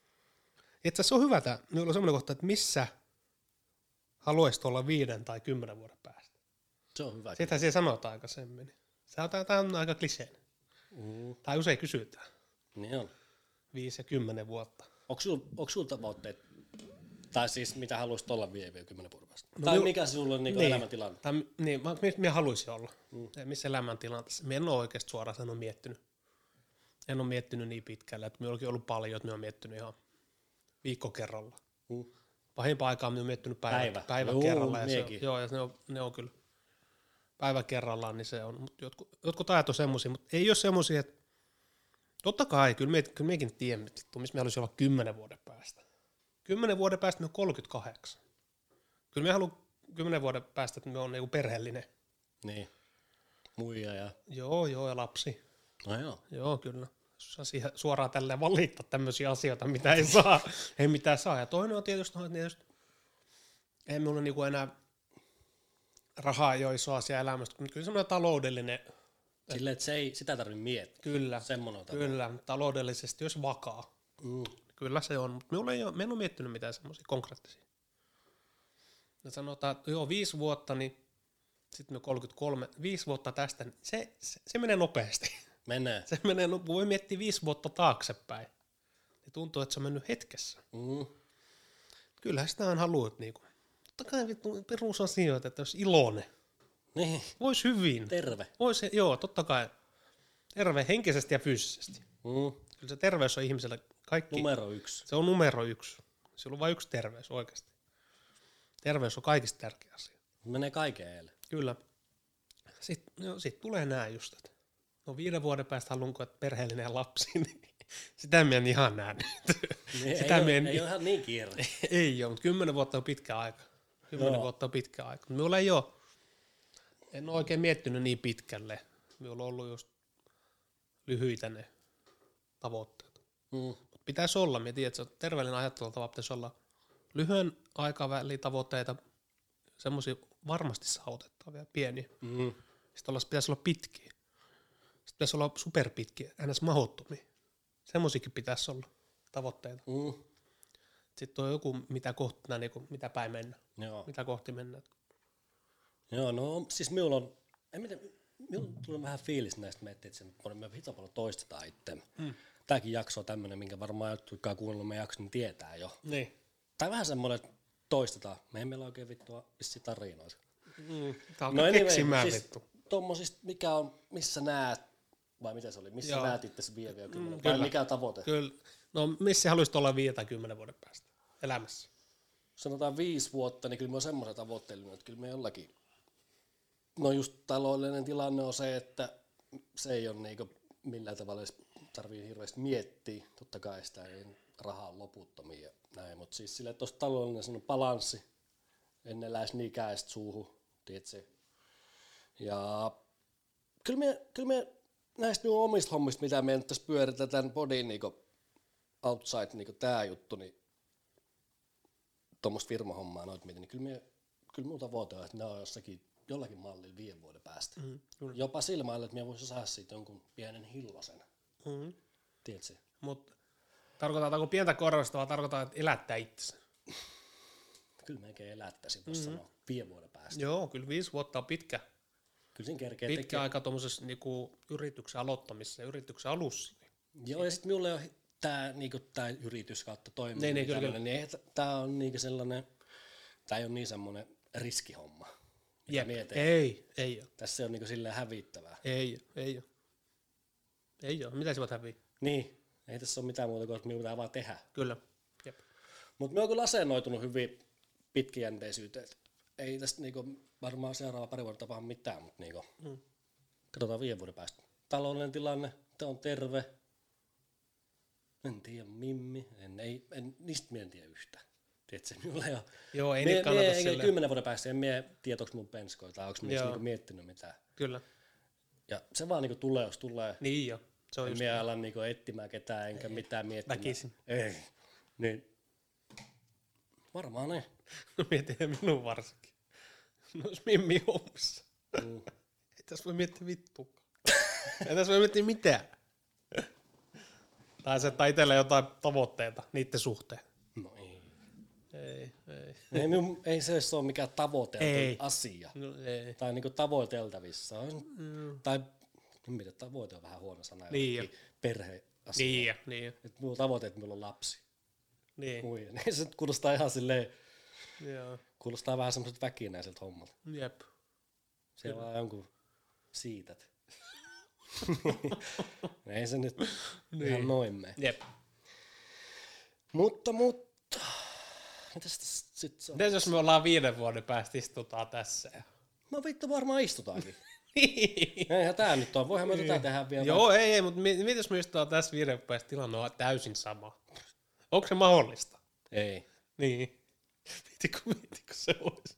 itse asiassa on hyvä tämä. Minulla on semmoinen kohta, että missä haluaisit olla viiden tai kymmenen vuoden päästä. Se on hyvä. Sitähän siellä sanotaan aikaisemmin. Se on, tämä on aika kliseinen. Mm. Tai usein kysytään. Niin on. Viisi ja kymmenen vuotta. Onko sulla sul tavoitteet, tai siis mitä haluaisit olla vielä kymmenen vuoden päästä? No tai minun- mikä sinulla on niinku Niin. elämäntilanne? Tai, niin, mä, minä haluaisin olla. Mm. Missä elämäntilanteessa. Minä en ole oikeasti suoraan sanoa miettinyt. En ole miettinyt niin pitkälle, että minulla onkin ollut paljon, että minä olen miettinyt ihan viikko kerralla. Mm. Pahimpaa aikaa minä olen miettinyt päivä, Päivä. päivä Juu, kerralla. Ja se on, miekin. joo, ja ne on, ne on kyllä päivä kerrallaan, niin se on. Mut jotkut, jotkut ajat on semmoisia, mutta ei ole semmoisia, että totta kai, kyllä, me, kyllä mekin tiedämme, että missä me haluaisi olla kymmenen vuoden päästä. Kymmenen vuoden päästä me on kolmekymmentäkahdeksan. Kyllä me haluan kymmenen vuoden päästä, että me on niinku perheellinen. Niin. Muija ja... Joo, joo, ja lapsi. No joo. Joo, kyllä. Jos saa siihen suoraan tälleen valittaa tämmöisiä asioita, mitä ei saa, ei mitään saa. Ja toinen on tietysti, että tietysti ei minulla niinku enää rahaa jo iso asia elämästä, mutta kyllä semmoinen taloudellinen, Silleen, että se ei, sitä tarvitse miettiä. kyllä, Semmoinen on tapa. kyllä, taloudellisesti jos vakaa. Mm. Kyllä se on, mutta minulla ei ole, minä en ole miettinyt mitään semmoisia konkreettisia. Ja sanotaan, että joo, viisi vuotta, niin sitten me kolmekymmentäkolme, viisi vuotta tästä, niin se, se, se menee nopeasti. Menee. Se menee, no, voi miettiä viisi vuotta taaksepäin. Niin tuntuu, että se on mennyt hetkessä. Mm. Kyllähän sitä on haluat niinku. Totta kai vittu perusasioita, että jos iloinen. Niin. Vois hyvin. Terve. Vois, joo, totta kai. Terve henkisesti ja fyysisesti. Mm. Kyllä se terveys on ihmisellä kaikki. Numero yksi. Se on numero yksi. Sillä on vain yksi terveys oikeasti. Terveys on kaikista tärkeä asia. Menee kaiken eilen. Kyllä. Sitten no, sit tulee nää just, että no viiden vuoden päästä haluanko, että perheellinen lapsi, niin sitä minä en ihan nähnyt. Niin, Sitä ei, me ole, en- ei ole ihan niin kiire. Ei ole, mutta kymmenen vuotta on pitkä aika. Kymmenen Joo. vuotta on pitkä aika. Minulla ei ole, en ole oikein miettinyt niin pitkälle. Minulla on ollut just lyhyitä ne tavoitteet. Mm. Mut pitäisi olla, minä tiedän, että se terveellinen ajattelutapa pitäisi olla lyhyen aikavälin tavoitteita, semmoisia varmasti saavutettavia, pieniä. Mm. Sitten olla, pitäisi olla pitkiä. Sitten pitäisi olla superpitkiä, ns. Mahdottomia. Semmoisiakin pitäisi olla tavoitteita. Mm. Sitten on joku, mitä kohti, niin kuin, mitä päin mennä. Joo. Mitä kohti mennään. Joo, no siis minulla on, en miten, minulla tulee vähän fiilis näistä miettiä, että se, me hito paljon toistetaan itse. Mm. Tämäkin jakso on tämmöinen, minkä varmaan jotkut, jotka on kuunnellut meidän jakson, niin tietää jo. Niin. Tai vähän semmoinen, että toistetaan. Me ei meillä oikein vittua vissi tarinoita. Mm. Tämä No on anyway, keksimään siis vittu. tommosista, mikä on, missä näet, vai mitä se oli, missä Joo. näet itse vielä vielä kymmenen, Mm, vai kyllä. mikä on tavoite? Kyllä. No missä haluaisit olla viiden tai kymmenen vuoden päästä elämässä? Sanotaan viisi vuotta, niin kyllä me on semmoisen tavoitteellinen, että kyllä me jollakin, no just taloudellinen tilanne on se, että se ei ole niinku millään tavalla edes tarvii hirveästi miettiä, totta kai sitä ei rahaa on loputtomia ja näin, mutta siis sille, että olisi taloudellinen semmoinen balanssi, en eläisi niin käestä suuhun, tiedätkö? Ja kyllä me, kyllä me näistä minun omista hommista, mitä me nyt tässä pyöritään tämän podin niinku outside, niinku tää juttu, niin tuommoista firmahommaa noita mietin, niin kyllä, mie, kyllä minun tavoite on, että ne on jossakin jollakin mallilla viiden vuoden päästä. Mm, jopa sillä mailla, että minä voisin saada siitä jonkun pienen hillosen. Mm. Tiedätkö? Mutta tarkoitaanko pientä korvasta vai tarkoitaan, että elättää itse? Kyllä melkein elättäisiin, voisi mm-hmm. sanoa, viiden vuoden päästä. Joo, kyllä viisi vuotta on pitkä. Kyllä siinä kerkee Pitkä tekee. aika tuommoisessa niinku, yrityksen aloittamisessa ja yrityksen alussa. Joo, ja sitten minulle on tämä niinku, yritys kautta toiminta. Niin, niin, kyllä, kyllä. Niin tämä on niinku sellainen, tämä ei ole niin semmoinen riskihomma. Jep, ei, ei ole. Tässä on niinku silleen hävittävää. Ei, ei ole. Ei ole. Mitä sä voit häviä? Niin, ei tässä ole mitään muuta kuin, että minun pitää vaan tehdä. Kyllä. Jep. Mutta minä olen kyllä asennoitunut hyvin pitkäjänteisyyteen. Ei tästä niinku varmaan seuraava pari vuotta tapahdu mitään, mutta niinku, mm. katsotaan viiden vuoden päästä. Taloudellinen tilanne, te on terve. En tiedä Mimmi, en, ei, en, niistä minä en tiedä yhtään. Tiedätkö, minulla ei ole. Joo, ei mie, niitä kannata mie, silleen. Kymmenen vuoden päästä en minä tiedä, onko mun penskoja tai onko minä niinku miettinyt mitään. Kyllä. Ja se vaan niinku tulee, jos tulee. Niin jo. Se on en just minä ala niinku etsimään ketään enkä ei, mitään miettimään. Väkisin. Ei. Niin. Varmaan ne. Mietin minun varsinkin. No olisi Mimmi hommassa. Mm. Ei tässä voi miettiä vittuakaan. Ei tässä voi miettiä mitään. Tai se itsellä jotain tavoitteita niiden suhteen. No ei. Ei, ei. Ei, minun, ei se ole mikään tavoiteltu ei. asia. No, ei. Tai niinku tavoiteltavissa. Mm. Tai mitä tavoite on vähän huono sana. Niin perheasia. Niin ja, niin ja. Et minulla tavoite, että minulla on lapsi. Niin. Ui, niin se kuulostaa ihan silleen, Joo. kuulostaa vähän semmoiselta väkinäiseltä hommalta. Jep. Se on vaan jonkun siität. Ei se nyt niin. Ihan noin mene. Jep. Mutta, mutta, mitäs tässä sit se on? Mitäs jos me ollaan viiden vuoden päästä istutaan tässä? Ja... No vittu varmaan istutaankin. Niin. Eihän tää nyt on, voihan me tätä tehdä vielä. Joo, ei, ei, mutta mitäs me istutaan tässä viiden vuoden päästä, tilanne on täysin sama. Onko se mahdollista? Ei. Niin. Mietitkö, mietitkö se olisi?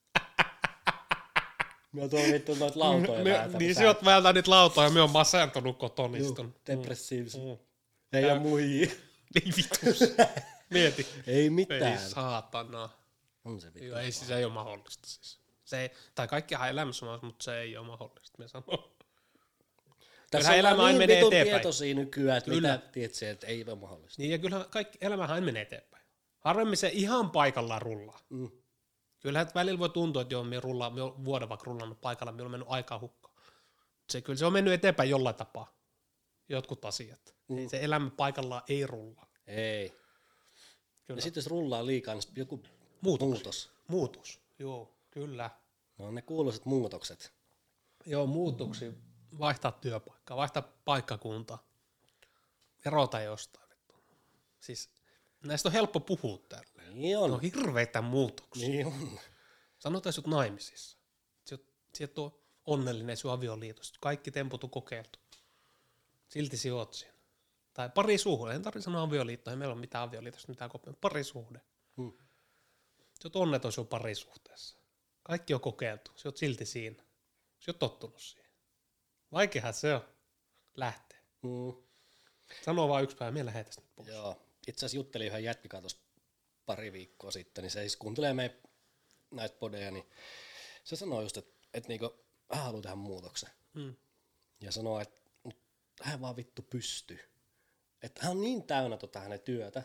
Mä tuon vittu noita lautoja me, vähän. Niin sä oot väältä niitä lautoja ja me on masentunut kotonistun. Depressiivisen. Mm. Ei ole muijia. Niin vitus. Mieti. Ei mitään. Ei saatana. On se vittu. Joo, ei siis ei ole mahdollista siis. Se ei, tai kaikkihan elämässä on, mutta se ei ole mahdollista, me sanoo. Tässä on elämä niin menee vitun eteenpäin. tietoisia nykyään, että Kyllä. mitä tiedät se, että ei ole mahdollista. Niin ja kyllähän kaikki elämähän menee eteenpäin. Harvemmin se ihan paikallaan rullaa. Mm. Kyllähän välillä voi tuntua, että joo, me rullaa, me on vuoden vaikka rullannut paikalla, me on mennyt aikaa hukkaan. Se, kyllä se on mennyt eteenpäin jollain tapaa. Jotkut asiat. Mm. Niin se elämä paikallaan ei rullaa. Ei. Kyllä. Ja sitten jos rullaa liikaa, niin joku Muutos. muutos. Muutos, joo, kyllä. No ne kuuluisat muutokset. Joo, muutoksia. Vaihtaa työpaikkaa, vaihtaa paikkakuntaa. Erota jostain. Siis näistä on helppo puhua täällä. Niin on. Ne on hirveitä muutoksia. Niin on. Sanotaan, että sä oot naimisissa. Sä oot on onnellinen sun avioliitosta. Kaikki temput on kokeiltu. Silti sä oot siinä. Tai parisuhde. En tarvitse sanoa avioliittoa. Ei meillä ole mitään avioliitosta, mitään kokeiltu. Parisuhde. Hmm. Sä oot onneton sun parisuhteessa. Kaikki on kokeiltu. Sä oot silti siinä. Sä oot tottunut siihen. Vaikeahan se on lähteä. Hmm. Sanoo vaan yksi päivä, me lähdetään nyt pois. Joo. Itse asiassa juttelin yhden jätkikaan tuossa pari viikkoa sitten, niin se siis kuuntelee me näitä podeja, niin se sanoo just, että, että niinku, hän haluaa tehdä muutoksen. Hmm. Ja sanoo, että hän vaan vittu pystyy. Että hän on niin täynnä tota hänen työtä.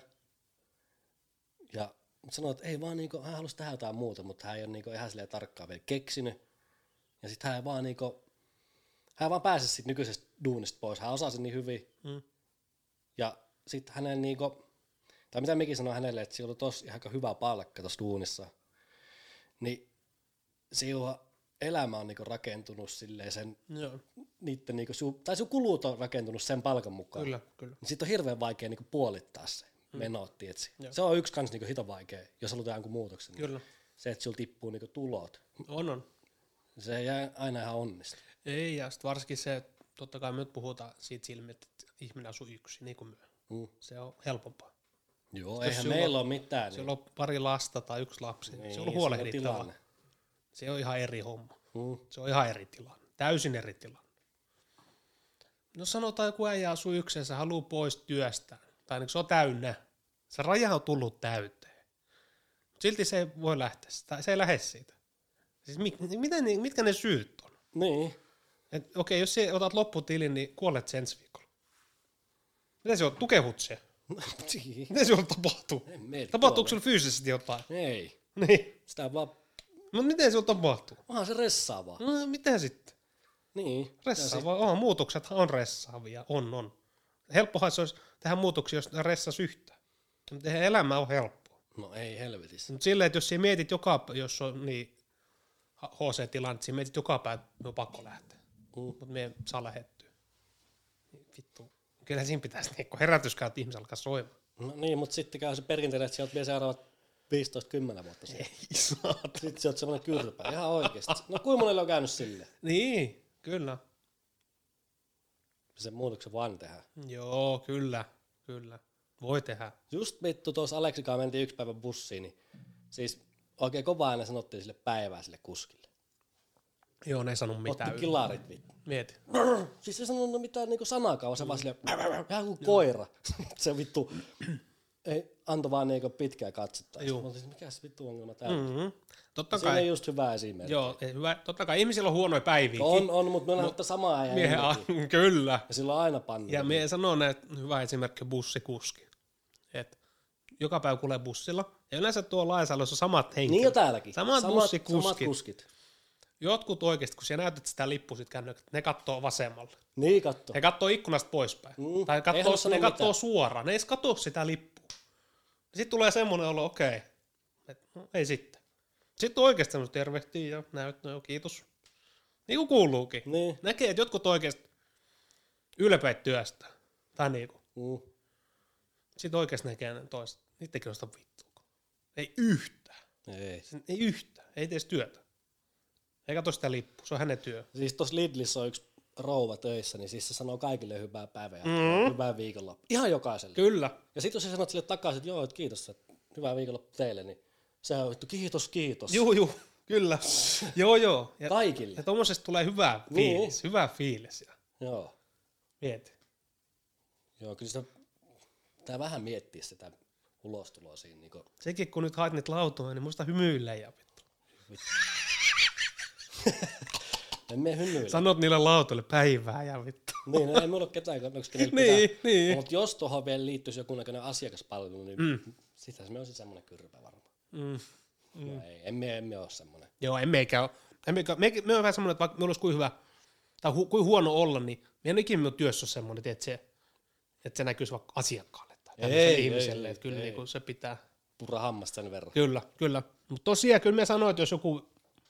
Ja sanoo, että ei vaan niinku, hän halusi tehdä jotain muuta, mutta hän ei ole niinku ihan silleen tarkkaan vielä keksinyt. Ja sitten hän vaan niinku, hän vaan pääsee siitä nykyisestä duunista pois. Hän osaa sen niin hyvin. Hmm. Ja sitten hänen niinku, tai mitä mekin sanoi hänelle, että sillä on tossa ihan hyvä palkka tuossa duunissa. Niin sillä elämä on niinku rakentunut silleen sen, Joo. niitten niinku, su, tai sun kulut on rakentunut sen palkan mukaan. Kyllä, kyllä. Niin sit on hirveän vaikea niinku puolittaa se hmm. menot, tietysti. Se on yksi kans niinku hito vaikea, jos halutaan jonkun muutoksen. Kyllä. Niin se, että sulla tippuu niinku tulot. On, on. Se ei aina ihan onnistu. Ei, ja sitten varsinkin se, että totta kai me nyt puhutaan siitä silmin, että ihminen asuu yksin, niin kuin me. Mm. Se on helpompaa. Joo, Sitten eihän jos meillä on, ole mitään. Siellä on pari lasta tai yksi lapsi, niin, se on huolehdittava. tilanne. Se on ihan eri homma. Mm. Se on ihan eri tilanne. Täysin eri tilanne. No sanotaan joku äijä asuu yksin, se haluaa pois työstä, tai niin se on täynnä. Se raja on tullut täyteen. Silti se ei voi lähteä, tai se ei lähde siitä. Siis mit, miten, mitkä ne syyt on? Niin. Okei, okay, jos sä otat lopputilin, niin kuolet sen ensi viikolla. Miten se on? Tukehut se? Miten se on tapahtuu? Tapahtuuko sulla fyysisesti jotain? Ei. Niin. Sitä vaan... No miten se on tapahtuu? Onhan se ressaavaa. No mitä sitten? Niin. Ressaavaa, on, muutoksethan on ressaavia, on, on. Helppohan se olisi tehdä muutoksia, jos ne ressas yhtään. Mutta elämä on helppoa. No ei helvetissä. Mutta silleen, että jos sä mietit joka, jos on niin H C-tilanne, että sä mietit joka päivä, että on pakko lähteä. Mm. Mutta me ei saa lähettyä. Vittu. Kyllä siinä pitäisi niin herätyskään, että ihmisen alkaa soimaan. No niin, mutta sitten käy se perinteinen, että sieltä vielä seuraavat viisitoista kymmenen vuotta sitten. Ei saata. Sitten sä oot semmoinen kyrpä, ihan oikeesti. No kuinka monelle on käynyt silleen? Niin, kyllä. Se muutoksen vaan tehdään. Joo, kyllä, kyllä. Voi tehdä. Just vittu, tuossa Aleksikaan mentiin yksi päivä bussiin, niin siis oikein kova aina sanottiin sille päivää sille kuskille. Joo, ne ei sanonut mitään. Otti kilarit vittu. Mieti. Siis ei sanonut mitään niinku sanaakaan, se vaan silleen, vähän kuin koira. Se vittu, ei, antoi vaan niinku pitkää katsetta. Mä olin, mikä se vittu ongelma täällä? Mm-hmm. Totta Siinä kai. on just hyvä esimerkki. Joo, hyvä. Totta kai ihmisillä on huonoja päiviä. On, on, mutta me näyttää samaa ajan miehen, kyllä. Ja sillä on aina pannu. Ja mie sanon, että hyvä esimerkki bussikuski. Et joka päivä kuulee bussilla. Ja yleensä tuo Laisalossa samat henkilöt. Niin jo täälläkin. Samat, samat bussikuskit. Samat kuskit. Jotkut oikeasti, kun sä näytät sitä lippua sit kännykästä, ne kattoo vasemmalle. Niin kattoo. Ne kattoo ikkunasta poispäin. Mm. Tai kattoo, ne kattoo suoraan. Ne ei katso sitä lippua. Sitten tulee semmoinen olo, okei, okay. no, ei sitten. Sitten oikeasti semmoista tervehtii ja näyt, no kiitos. Niin kuin kuuluukin. Niin. Näkee, että jotkut oikeasti ylpeät työstä. Tai niinku. Mm. Sitten oikeasti näkee ne toiset. Niitäkin on sitä vittua. Ei yhtään. Ei. Ei yhtään. Ei tee työtä. Ei katso sitä lippua. Se on hänen työ. Siis tuossa Lidlissä on yksi rouva töissä, niin siis se sanoo kaikille hyvää päivää ja mm. hyvää viikonloppua. Ihan jokaiselle. Kyllä. Ja sitten jos sä sanot sille takaisin, että joo, että kiitos, että hyvää viikonloppua teille, niin se on vittu kiitos, kiitos. Juu, juu. Kyllä. joo, joo. Ja, kaikille. Ja tommosesta tulee hyvä fiilis. Niin. Hyvä fiilis. Ja. Joo. Mieti. Joo, kyllä sitä pitää vähän miettiä sitä ulostuloa siinä. Niin kun... Sekin kun nyt haet niitä lautoja, niin muista hymyillä ja vittu. En mene hymyillä. Sanot niille lautoille päivää ja vittu. Niin, no ei mulla ole ketään, onko kenellä niin, pitää. niin. Mutta jos tuohon vielä liittyisi joku näköinen asiakaspalvelu, niin mm. sitä se olisi semmoinen kyrpä varmaan. Mm. Mm. No ei, emme, emme ole semmoinen. Joo, emme eikä ole. Emme, me, me on vähän semmoinen, että vaikka meillä olisi kuin hyvä, tai hu, kuin huono olla, niin me en ikinä minun työssä ole semmoinen, että se, että se näkyisi vaikka asiakkaalle tai ei, ihmiselle, ei, että kyllä ei. Niin se pitää. Pura hammasta sen verran. Kyllä, kyllä. Mutta tosiaan kyllä me sanoin, että jos joku,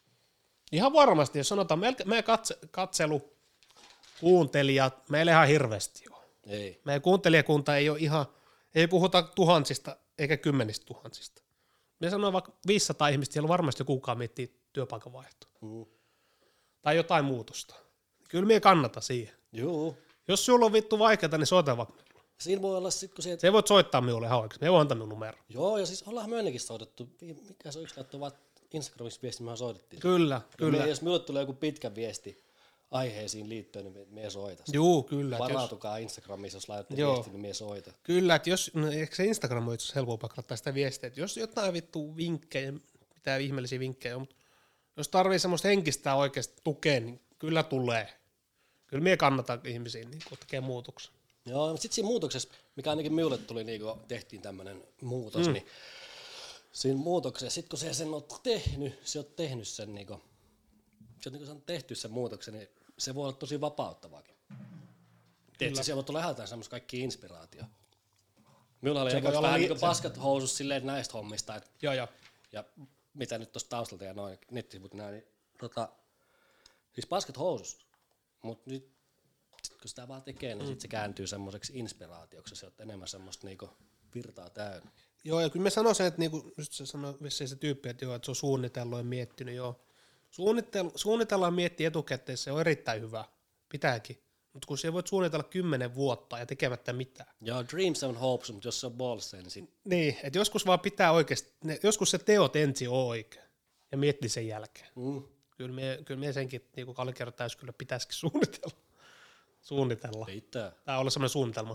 ihan varmasti, jos sanotaan, meidän katse, katselu, kuuntelijat, meillä ihan hirveästi ole. Ei. Meidän kuuntelijakunta ei ole ihan, ei puhuta tuhansista eikä kymmenistä tuhansista. Me sanoin vaikka viisisataa ihmistä, siellä varmasti kukaan miettii työpaikan vaihtoa. Mm. Tai jotain muutosta. Kyllä me kannata siihen. Joo. Jos sulla on vittu vaikeaa, niin soita vaikka minulle. Siinä voi olla sit, kun se... Se voit soittaa minulle ihan oikeasti. Me voi antaa minun numero. Joo, ja siis ollaan me ennenkin soitettu. Mikä se on yksi katsoa, vaan Instagramissa viesti, mehän soitettiin. Kyllä, kyllä. Me, jos minulle tulee joku pitkä viesti aiheisiin liittyen, niin me, me soita. Joo, kyllä. Varautukaa jos... Instagramissa, jos laitatte viesti, niin me soita. Kyllä, että jos, no, eikö se Instagram on itse helpompaa laittaa sitä viestiä, että jos jotain vittu vinkkejä, mitään ihmeellisiä vinkkejä on, mutta jos tarvii semmoista henkistä oikeasti tukea, niin kyllä tulee. Kyllä mie kannatan ihmisiä niin kun tekee muutoksen. Joo, mutta sitten siinä muutoksessa, mikä ainakin minulle tuli, niin kun tehtiin tämmöinen muutos, mm. niin siinä muutoksessa, sitten kun se sen on tehnyt, se on tehnyt sen, niin kun, se on, niin kun se on tehty sen muutoksen, niin se voi olla tosi vapauttavaakin. Tiedätkö, siellä voi tulla ihan semmoista kaikkia inspiraatio. Minulla oli vähän li- niin paskat housus silleen näistä hommista, että joo, joo. Ja mitä nyt tuossa taustalta ja noin nettisivut näin, niin tota, siis paskat housus, mutta nyt kun sitä vaan tekee, niin mm. sit se kääntyy semmoiseksi inspiraatioksi, se on enemmän semmoista niinku virtaa täynnä. Joo, ja kyllä mä sanoisin, että niinku, just se sanoi vissiin se tyyppi, että, joo, että se on suunnitellut ja miettinyt, joo. Suunnitel- suunnitellaan miettiä etukäteen, se on erittäin hyvä, pitääkin. Mutta kun sä voit suunnitella kymmenen vuotta ja tekemättä mitään. Joo, dreams and hopes, mutta jos se on balls, niin sit... Niin, että joskus vaan pitää oikeasti, ne, joskus se teot ensin on oikein ja miettii sen jälkeen. Mm. Kyllä mie, kyllä mie senkin, niin kuin Kalle kertoo, kyllä pitäisikin suunnitella. suunnitella. Pitää. Tää olla semmoinen suunnitelma.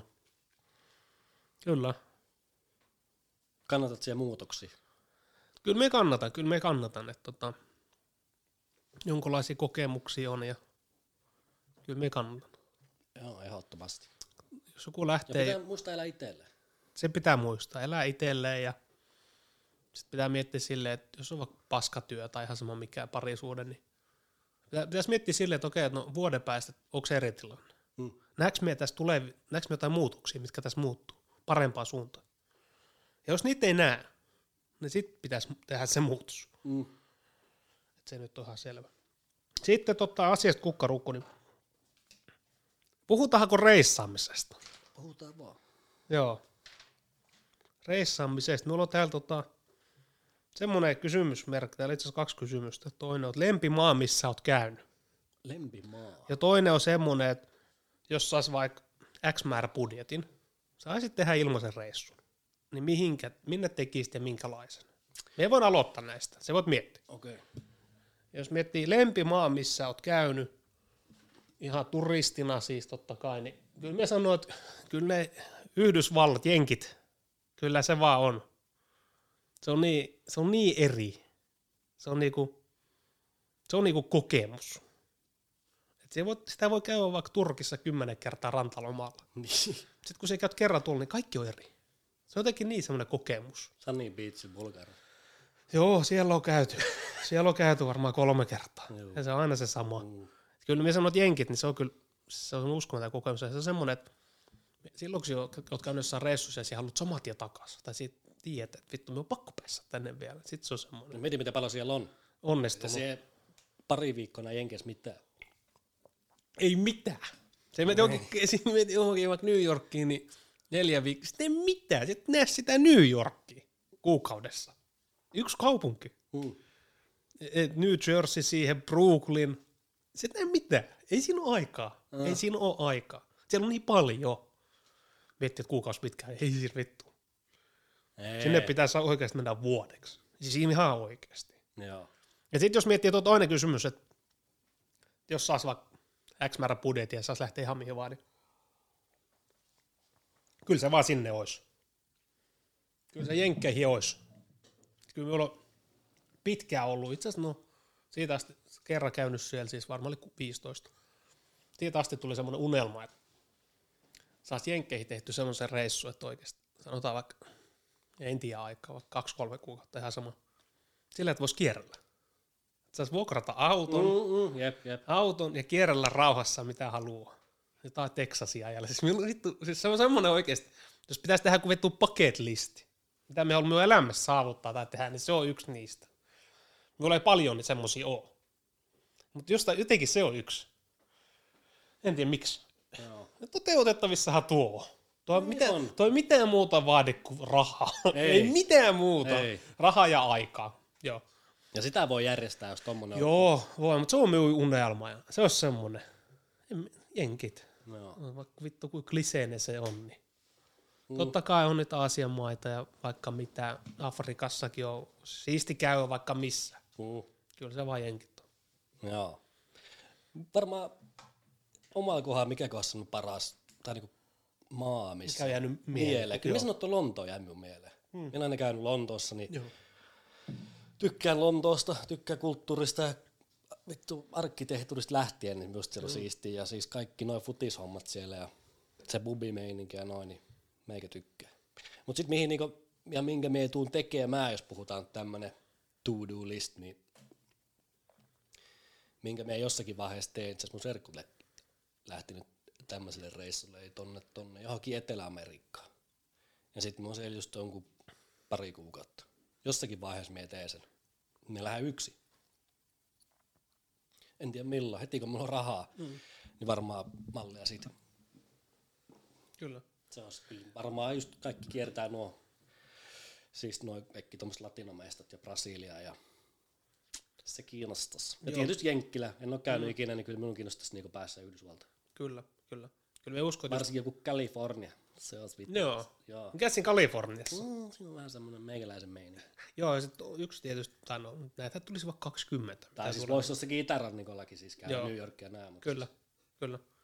Kyllä. Kannatat siellä muutoksia? Kyllä me kannatan, kyllä me kannatan, että tota, jonkinlaisia kokemuksia on ja kyllä me kannatan. Joo, ehdottomasti. Jos joku Ja lähtee, pitää muistaa elää itselleen. se pitää muistaa, elää itselleen ja sitten pitää miettiä silleen, että jos on vaikka paskatyö tai ihan sama mikä parisuhde, niin pitää, pitäisi miettiä silleen, että okei, että no vuoden päästä, onko se eri tilanne? Mm. Näekö me tässä tulevi, näekö me jotain muutoksia, mitkä tässä muuttuu parempaan suuntaan? Ja jos niitä ei näe, niin sitten pitäisi tehdä se muutos. Mm. Et se nyt on ihan selvä. Sitten tota, asiasta kukkarukku, niin puhutaanko reissaamisesta? Puhutaan vaan. Joo. Reissaamisesta. Minulla on täällä tota, semmoinen kysymysmerkki, täällä itse asiassa kaksi kysymystä. Toinen on, että lempimaa, missä olet käynyt. Lempimaa. Ja toinen on semmoinen, että jos saisi vaikka X määrä budjetin, saisit tehdä ilmaisen reissun, niin mihinkä, minne tekisit ja minkälaisen? Me voin aloittaa näistä, se voit miettiä. Okei. Okay. Jos miettii lempimaa, missä olet käynyt, ihan turistina siis totta kai, niin kyllä me sanoin, että kyllä ne Yhdysvallat, jenkit, kyllä se vaan on. Se on niin, se on niin eri. Se on niinku, se on niinku kokemus. Et se voi, sitä voi käydä vaikka Turkissa kymmenen kertaa rantalomalla. Niin. Sitten kun sä käyt kerran tuolla, niin kaikki on eri. Se on jotenkin niin semmoinen kokemus. Sunny Beach, Bulgaria. Joo, siellä on käyty. Siellä on käyty varmaan kolme kertaa. Joo. Ja se on aina se sama. Mm. Kyllä me sanoo, että jenkit, niin se on kyllä se on uskomaton kokemus. Se on semmoinen, että silloin kun olet käynyt jossain reissussa ja sinä haluat saman tien takaisin, tai siitä tiedät, että vittu, me on pakko päästä tänne vielä. Sitten se on semmoinen Mieti, miten paljon siellä on. Ja onnistunut. se pari viikkona jenkes mitään. Ei mitään. Se meni johonkin, se meni johonkin vaikka New Yorkiin, niin neljä viikkoa. Sitten ei mitään. Sitten näe sitä New Yorkia kuukaudessa. Yksi kaupunki. Mm. Et New Jersey siihen, Brooklyn. Sitten ei mitään. Ei siinä ole aikaa. Ah. Ei siinä ole aikaa. Siellä on niin paljon. Miettii, että kuukausi pitkään. Ei siis vittu. Ei. Sinne pitäisi oikeasti mennä vuodeksi. Siis ihan oikeasti. Joo. Ja sitten jos miettii tuo toinen kysymys, että jos saisi vaikka X määrä budjetin ja saisi lähteä ihan mihin vaan, niin kyllä se vaan sinne olisi. Kyllä se jenkkeihin olisi. Kyllä minulla on pitkään ollut, itse asiassa no, siitä asti kerran käynyt siellä, siis varmaan oli viisitoista. Siitä asti tuli semmoinen unelma, että saisi jenkkeihin tehty semmoisen reissu, että oikeasti sanotaan vaikka, en tiedä aikaa, vaikka kaksi kolme kuukautta ihan sama. Sillä, että voisi kierrellä. Että saisi vuokrata auton, Mm, mm, jep, jep. auton ja kierrellä rauhassa mitä haluaa. Jotain Texasia ajalla. Siis, minulla, vittu, siis se on semmoinen oikeasti, jos pitäisi tehdä kuin vittu bucket listi, mitä me haluamme elämässä saavuttaa tai tehdä, niin se on yksi niistä. Minulla ei paljon niin semmoisia ole. Mutta jotenkin se on yksi. En tiedä miksi. Joo. Ja toteutettavissahan tuo. Tuo Niin mitään, on. toi mitään muuta vaadi kuin rahaa. Ei. Ei. ei mitään muuta. Ei. Rahaa ja aikaa. Joo. Ja sitä voi järjestää, jos tommonen on. Joo, voi, mutta se on minun unelma. Ja se on semmoinen. En- Jenkit. Joo. Vaikka vittu kuin kliseinen se on. Niin. Mm. Totta kai on niitä Aasian maita ja vaikka mitä. Afrikassakin on siisti käy vaikka missä. Mm. Kyllä se vaan jenkit on. Joo. Varmaan omalla kohdalla mikä kohdassa on paras, tai niinku maa, missä Mikä on jäänyt mieleen. mieleen. Kyllä Joo. mä sanon, että Lontoon jäi minun mieleen. Hmm. Minä olen aina käynyt Lontoossa, niin Joo. tykkään Lontoosta, tykkään kulttuurista ja vittu arkkitehtuurista lähtien, niin myös siellä on siistiä. Ja siis kaikki noin futishommat siellä ja se bubimeininki ja noin, niin meikä tykkää. Mutta sitten mihin niinku, ja minkä me tuun tekemään, jos puhutaan tämmönen to-do list, niin minkä me jossakin vaiheessa tein, itse asiassa mun serkku lä- lähti nyt tämmöiselle reissulle, ei tonne tonne, johonkin Etelä-Amerikkaan. Ja sitten mä oon siellä just jonkun pari kuukautta. Jossakin vaiheessa me teen sen. Me lähden yksi. En tiedä milloin, heti kun mulla on rahaa, mm. niin varmaan mallia siitä. Kyllä. Se olisi kyllä varmaan just kaikki kiertää nuo, siis nuo kaikki tommoset latinomaistat ja Brasilia ja se kiinnostaisi. Ja Joo. tietysti Jenkkilä, en ole käynyt mm. ikinä, niin kyllä minun kiinnostaisi niinku päässä Yhdysvaltaan. Kyllä, kyllä. Kyllä me uskon, että... Varsinkin joku California, se olisi vittu. Joo. Joo. Mikä siinä Kaliforniassa? Mm, siinä on vähän semmoinen meikäläisen meini. Joo, ja sitten yksi tietysti, tai no, näitä tulisi vaikka kaksikymmentä. Tai Mitä siis tulee. voisi jossakin itärannikollakin siis käydä Joo. New Yorkia nää. Mutta Kyllä, kyllä.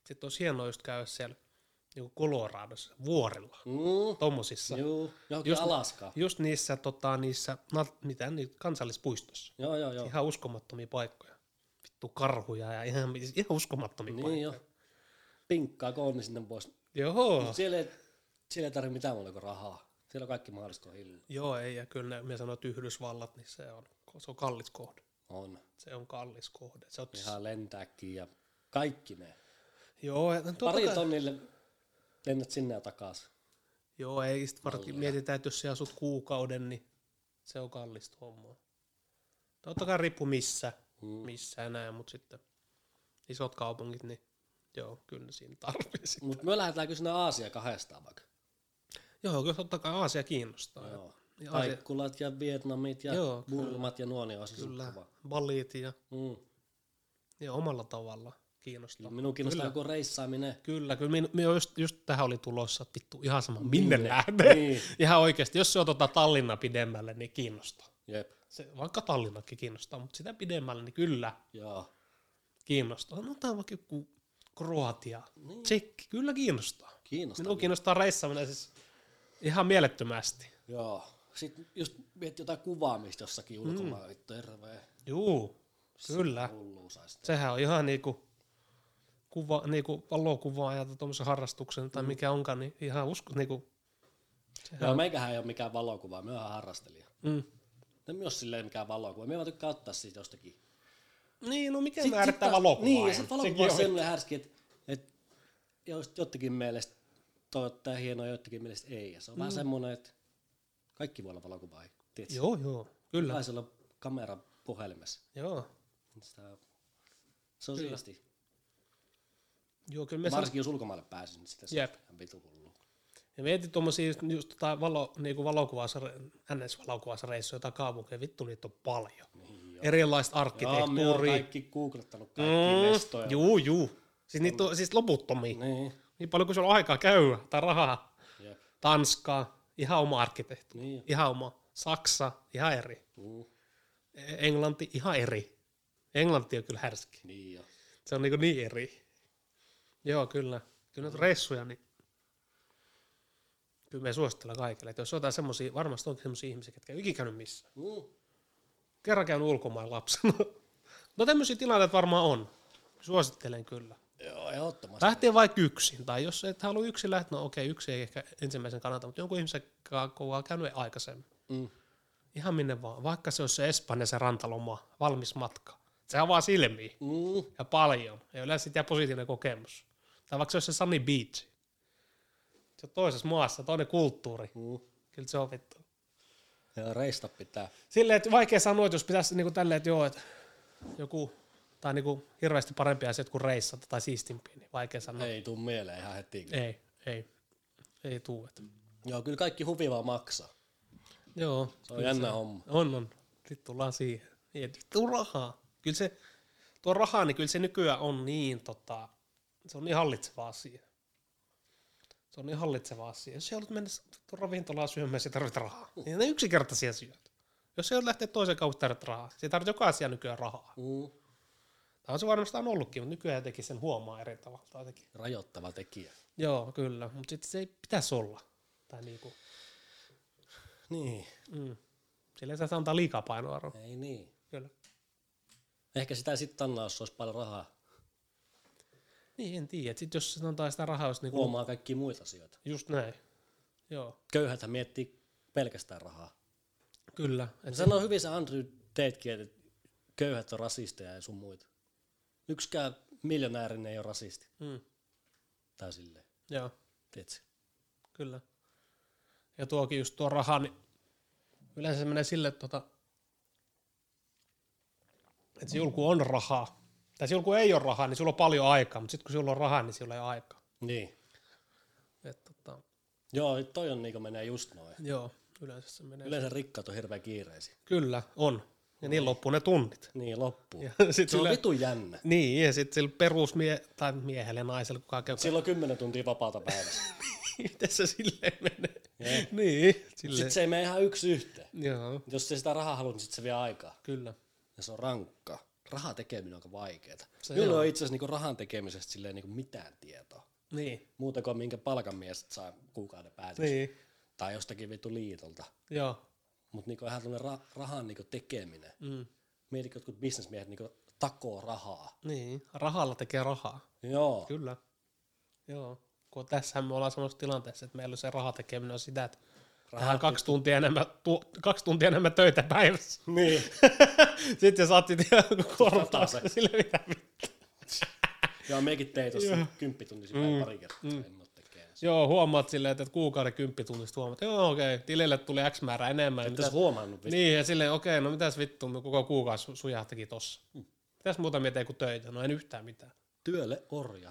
Sitten olisi hienoa just käydä siellä niinku Coloradossa, vuorilla, Mm. tommosissa. Juu, johonkin Just- Alaskaan. Just niissä, tota, niissä na, mitä, niitä kansallispuistossa. Joo, joo, joo. Ihan uskomattomia paikkoja. Vittu karhuja ja ihan, ihan uskomattomia Niin paikkoja. jo. Pinkkaa koonni sinne pois. Joo. Mut siellä ei, siellä ei tarvitse mitään muuta kuin rahaa. Siellä on kaikki mahdollista hilloa. Joo, ei, ja kyllä ne, me sanoin, että Yhdysvallat, niin se on, se on kallis kohde. On. Se on kallis kohde. Se on, Ihan lentääkin ja kaikki ne. joo, ja totta Pari kai- tonnille lennät sinne ja takaisin. Joo, ei sitten varsinkin Malleja. mietitään, että jos sä asut kuukauden, niin se on kallista hommaa. Totta kai riippuu missä, Mm. missä ja näin, mutta sitten isot kaupungit, niin joo, kyllä siinä tarvitsisi. Mutta me lähdetään kyllä sinne Aasia kahdestaan vaikka. Joo, kyllä totta kai Aasia kiinnostaa. Joo. Ja Aasia, Kaikkulat ja Vietnamit ja Joo, kyllä. Burmat ja nuo, niin olisi kyllä, kova. Balit ja, Mm. ja omalla tavalla kiinnostaa. Minun kiinnostaa Kyllä. joku reissaaminen. Kyllä, kyllä minä, minä just, just tähän oli tulossa, että vittu ihan sama, minne, Minne? minne lähtee. Niin. Ihan oikeasti, jos se on tota Tallinna pidemmälle, niin kiinnostaa. Jep. Se, vaikka Tallinnakin kiinnostaa, mutta sitä pidemmälle, niin kyllä Joo. kiinnostaa. No tämä on vaikka joku Kroatia, Niin. Tsekki, kyllä kiinnostaa. Kiinnostaa. Minua kiinnostaa reissaaminen siis ihan mielettömästi. Joo. Sitten just mietti jotain kuvaamista jossakin ulkomaan, vittu terve. Juu, kyllä. Hulluus saisi. Sehän on ihan niinku, kuva, niinku valokuvaa ja tuommoisen harrastuksen tai mikä onkaan, niin ihan usko, niinku, sehän Joo, on, meikähän ei ole mikään valokuva, me oonhan harrastelija. mm. En myös silleen mikään valokuva, me vaan tykkää ottaa siitä jostakin. Niin, no mikä Sit- määrittää sit taas- valokuvaa? Niin, ja ihan. sitten Sekin valokuva on on- sellainen härski, että et, just jottekin mielestä toivottaa hienoa, jottekin mielestä ei. Ja se on mm. vähän semmoinen, että kaikki voi olla valokuvaa. Tiedätkö? Joo, joo, kyllä. Taisi olla kamera puhelimessa. Joo, Sitä, se on siisti. joo, kyllä me san- Varsinkin jos ulkomaille pääsin, niin sitä se Jep. on ihan vitu hullu. ja mietin tuommoisia just, just tota valo, niinku valokuvassa, N S-valokuvassa reissuja tai kaupunkeja, vittu niitä on paljon. Niin, Erilaista joo, me on arkkitehtuuria. kaikki googlettanut kaikkia mestoja. Mm, juu, juu. Siis niitä on siis loputtomia. Niin, Niin paljon kuin sulla on aikaa käydä tai rahaa. jep. Tanskaa, ihan oma arkkitehtuuri. Niin. Ihan oma. Saksa, ihan eri. Mm, E- Englanti, ihan eri. Englanti on kyllä härski. niin jo. Se on niin, niin eri. Joo, kyllä. Kyllä näitä reissuja, niin kyllä me suositellaan kaikille. Että jos on jotain semmosia, varmasti onkin semmosia ihmisiä, ketkä ei ole ikinä käynyt missään. Mm. Kerran käynyt ulkomaan lapsena. No tämmöisiä tilanteita varmaan on. Suosittelen kyllä. Joo, ehdottomasti. Lähtee vaikka yksin, tai jos et halua yksin lähteä, no okei, yksi ei ehkä ensimmäisen kannata, mutta jonkun ihmisen kanssa on käynyt aikaisemmin. Mm. Ihan minne vaan, vaikka se olisi se Espanja, se rantaloma, valmis matka. Se avaa silmiä Mm. ja paljon, ja yleensä siitä jää positiivinen kokemus. Tai vaikka se olisi se Sunny Beach. Se on toisessa maassa, toinen kulttuuri. Mm. Kyllä se on vittu. Joo, reista pitää. Silleen, että vaikea sanoa, että jos pitäisi niinku tälleen, että joo, että joku, tai niinku hirveästi parempia asioita kuin reissata tai siistimpiä, niin vaikea sanoa. Ei tuu mieleen ihan heti. Ei, ei, ei tuu. Että. Joo, kyllä kaikki huvi vaan maksaa. Joo. Se on jännä homma. On, on. Sitten tullaan siihen. Niin, että vittu rahaa. Kyllä se, tuo raha, niin kyllä se nykyään on niin, tota, se on niin hallitseva asia. Se on niin hallitseva asia. Jos sä haluat mennä vittu ravintolaan syömään, sä tarvitset rahaa. Niin ne yksinkertaisia asioita. Jos sä haluat lähteä toiseen kautta, tarvitset rahaa. Sä tarvitset joka asia nykyään rahaa. Mm. Tämä on se varmasti ollutkin, mutta nykyään jotenkin sen huomaa eri tavalla. Tai jotenkin. Rajoittava tekijä. Joo, kyllä. Mutta sitten se ei pitäisi olla. Tai niinku, Niin, mm. Silleen se antaa liikaa painoarvoa. ei niin. Kyllä. Ehkä sitä sitten annaa, jos olisi paljon rahaa. Niin, en tiedä. Sitten jos sanotaan sitä rahaa, jos niinku, Huomaa kaikkia muita asioita. just näin. Joo, Köyhäthän miettii pelkästään rahaa. kyllä. Et Sanoo hyvin se Andrew Tatekin, että köyhät on rasisteja ja sun muita. Yksikään miljonäärin ei ole rasisti. mm, Tai silleen, joo, tiedätkö? kyllä. Ja tuokin just tuo raha, niin yleensä se menee sille, että, tota, että sinulla kun on rahaa, tai sinulla kun ei ole rahaa, niin sulla on paljon aikaa, mutta sitten kun sinulla on rahaa, niin sinulla ei ole aikaa. Niin. Et, tota, Joo, toi on niinku menee just noin. joo, yleensä se menee. Yleensä rikkaat on hirveän kiireisiä. Kyllä, on. Ja niin loppuu ne tunnit. Niin, loppuu. Ja sit Se on sillä- vitun jännä. Niin, ja sitten sillä perusmie tai miehellä ja naisella, kuka käy. Silloin on kymmenen tuntia vapaata päivässä. Miten se silleen menee? Jep. Niin, silleen. Sitten se ei mene ihan yksi yhteen. Joo, Jos se sitä rahaa haluaa, niin sitten se vie aikaa. kyllä. Ja se on rankkaa. rahan tekeminen on aika vaikeaa. Se Minulla on. on itse asiassa niinku rahan tekemisestä silleen niinku mitään tietoa. Niin. Muuta kuin minkä palkanmies saa kuukauden päätös. Niin. Tai jostakin vittu liitolta. Joo. Mutta niinku ihan tämmöinen ra- rahan niinku tekeminen. Mm. Mietitkö, jotkut bisnesmiehet niinku takoo rahaa. Niin. Rahalla tekee rahaa. Joo. Kyllä. Joo. Kun tässähän me ollaan samassa tilanteessa, että meillä se raha tekeminen on sitä, että tehdään kaksi tuntia, enemmän, tu, kaksi tuntia enemmän töitä päivässä. Niin. Sitten sä saat sitten joku korvaus Satasen. sille mitä vittu. Joo, mekin tein tuossa kymppituntisen päin pari kertaa. Mm. En ole tekemään. Joo, huomaat silleen, että kuukauden kymppituntista huomaat, joo okei, okay, tilille tuli X määrä enemmän. Et tässä huomannut vittu. Niin, ja silleen, okei, okay, no mitäs vittu, no koko kuukausi su- sujahtikin tossa. Mm. Mitäs muuta mietin kuin töitä? No en yhtään mitään. Työlle orja.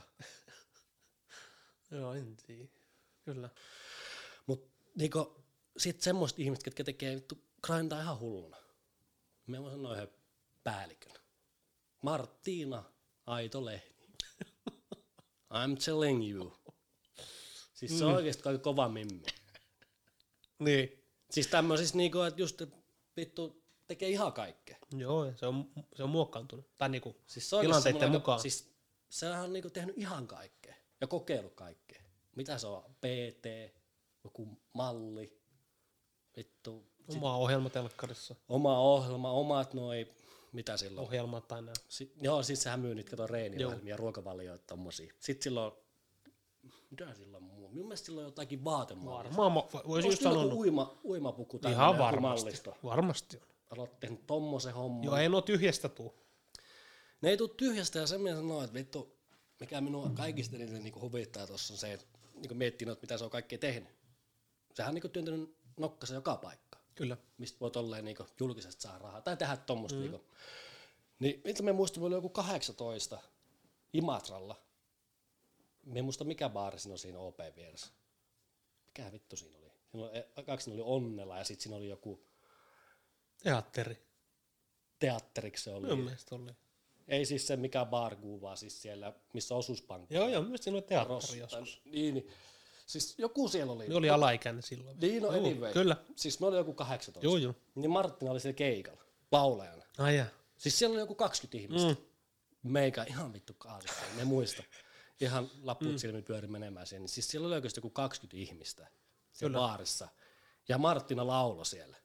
Joo, en tiedä. Kyllä. Mut niinku, sit semmoista ihmistä, ketkä tekee vittu grindaa ihan hulluna. Mä voin sanoa yhden päällikön. Marttiina Aito-Lehni. I'm telling you. Siis se on oikeesti aika kova mimmi. Niin. Siis tämmöisissä niinku, että just et vittu tekee ihan kaikkea. Joo, ja se on, se on muokkaantunut. Tai niinku Siis se on tilanteiden semmoinen mukaan. aika- Siis sehän on niinku tehnyt ihan kaikkea ja kokeillut kaikkea. Mitä se on? P T, joku malli, vittu, Oma ohjelma telkkarissa. oma ohjelma, omat noi, mitä silloin? Ohjelmat tai nää. Si- joo, siis sehän myy niitä, kato reeniohjelmia, ruokavalioita, tommosia. Sitten silloin, mitä silloin muu? Minun mielestä silloin jotakin vaatemallia. Varmaan mä voisin just Olisiko sanonut. joku uima, uimapuku tai Ihan joku varmasti. mallisto? Varmasti on. Aloit tehnyt tommosen homman. Joo, ei nuo tyhjästä tuu. Ne ei tuu tyhjästä ja sen mielessä sanoo, että vittu, mikä minua kaikista eniten niinku huvittaa tuossa on se, että niinku miettii noita, mitä se on kaikkea tehnyt. Sehän on niinku työntänyt nokkansa joka paikkaan, Kyllä. mistä voi tolleen niinku julkisesti saa rahaa tai tehdä tommoista. Mm. Niinku. Niin mitä me muistan, oli joku kahdeksantoista Imatralla. Me en muista mikä baari siinä on siinä O P vieressä. Mikä vittu siinä oli? Siinä oli kaksi oli Onnella ja sitten siinä oli joku Teatteri. teatteriksi se oli. Minun mielestä oli. Ei siis se mikä barkuu, vaan siis siellä, missä osuuspankki. Joo, joo, myös siinä oli teatteri Rosta. joskus. Niin, niin. Siis joku siellä oli. Ne oli alaikäinen silloin. Niin, no Joo, anyway. Kyllä. Siis me oli joku kahdeksantoista. Joo, joo. Niin Marttina oli siellä keikalla, laulajana. Ai jaa. Siis siellä oli joku kaksikymmentä ihmistä. Mm. Meikä ihan vittu kaasista, ne muista. Ihan laput mm. silmin pyöri menemään siihen. Niin siis siellä oli oikeasti joku kaksikymmentä ihmistä siellä Kyllä. baarissa. Ja Marttina lauloi siellä.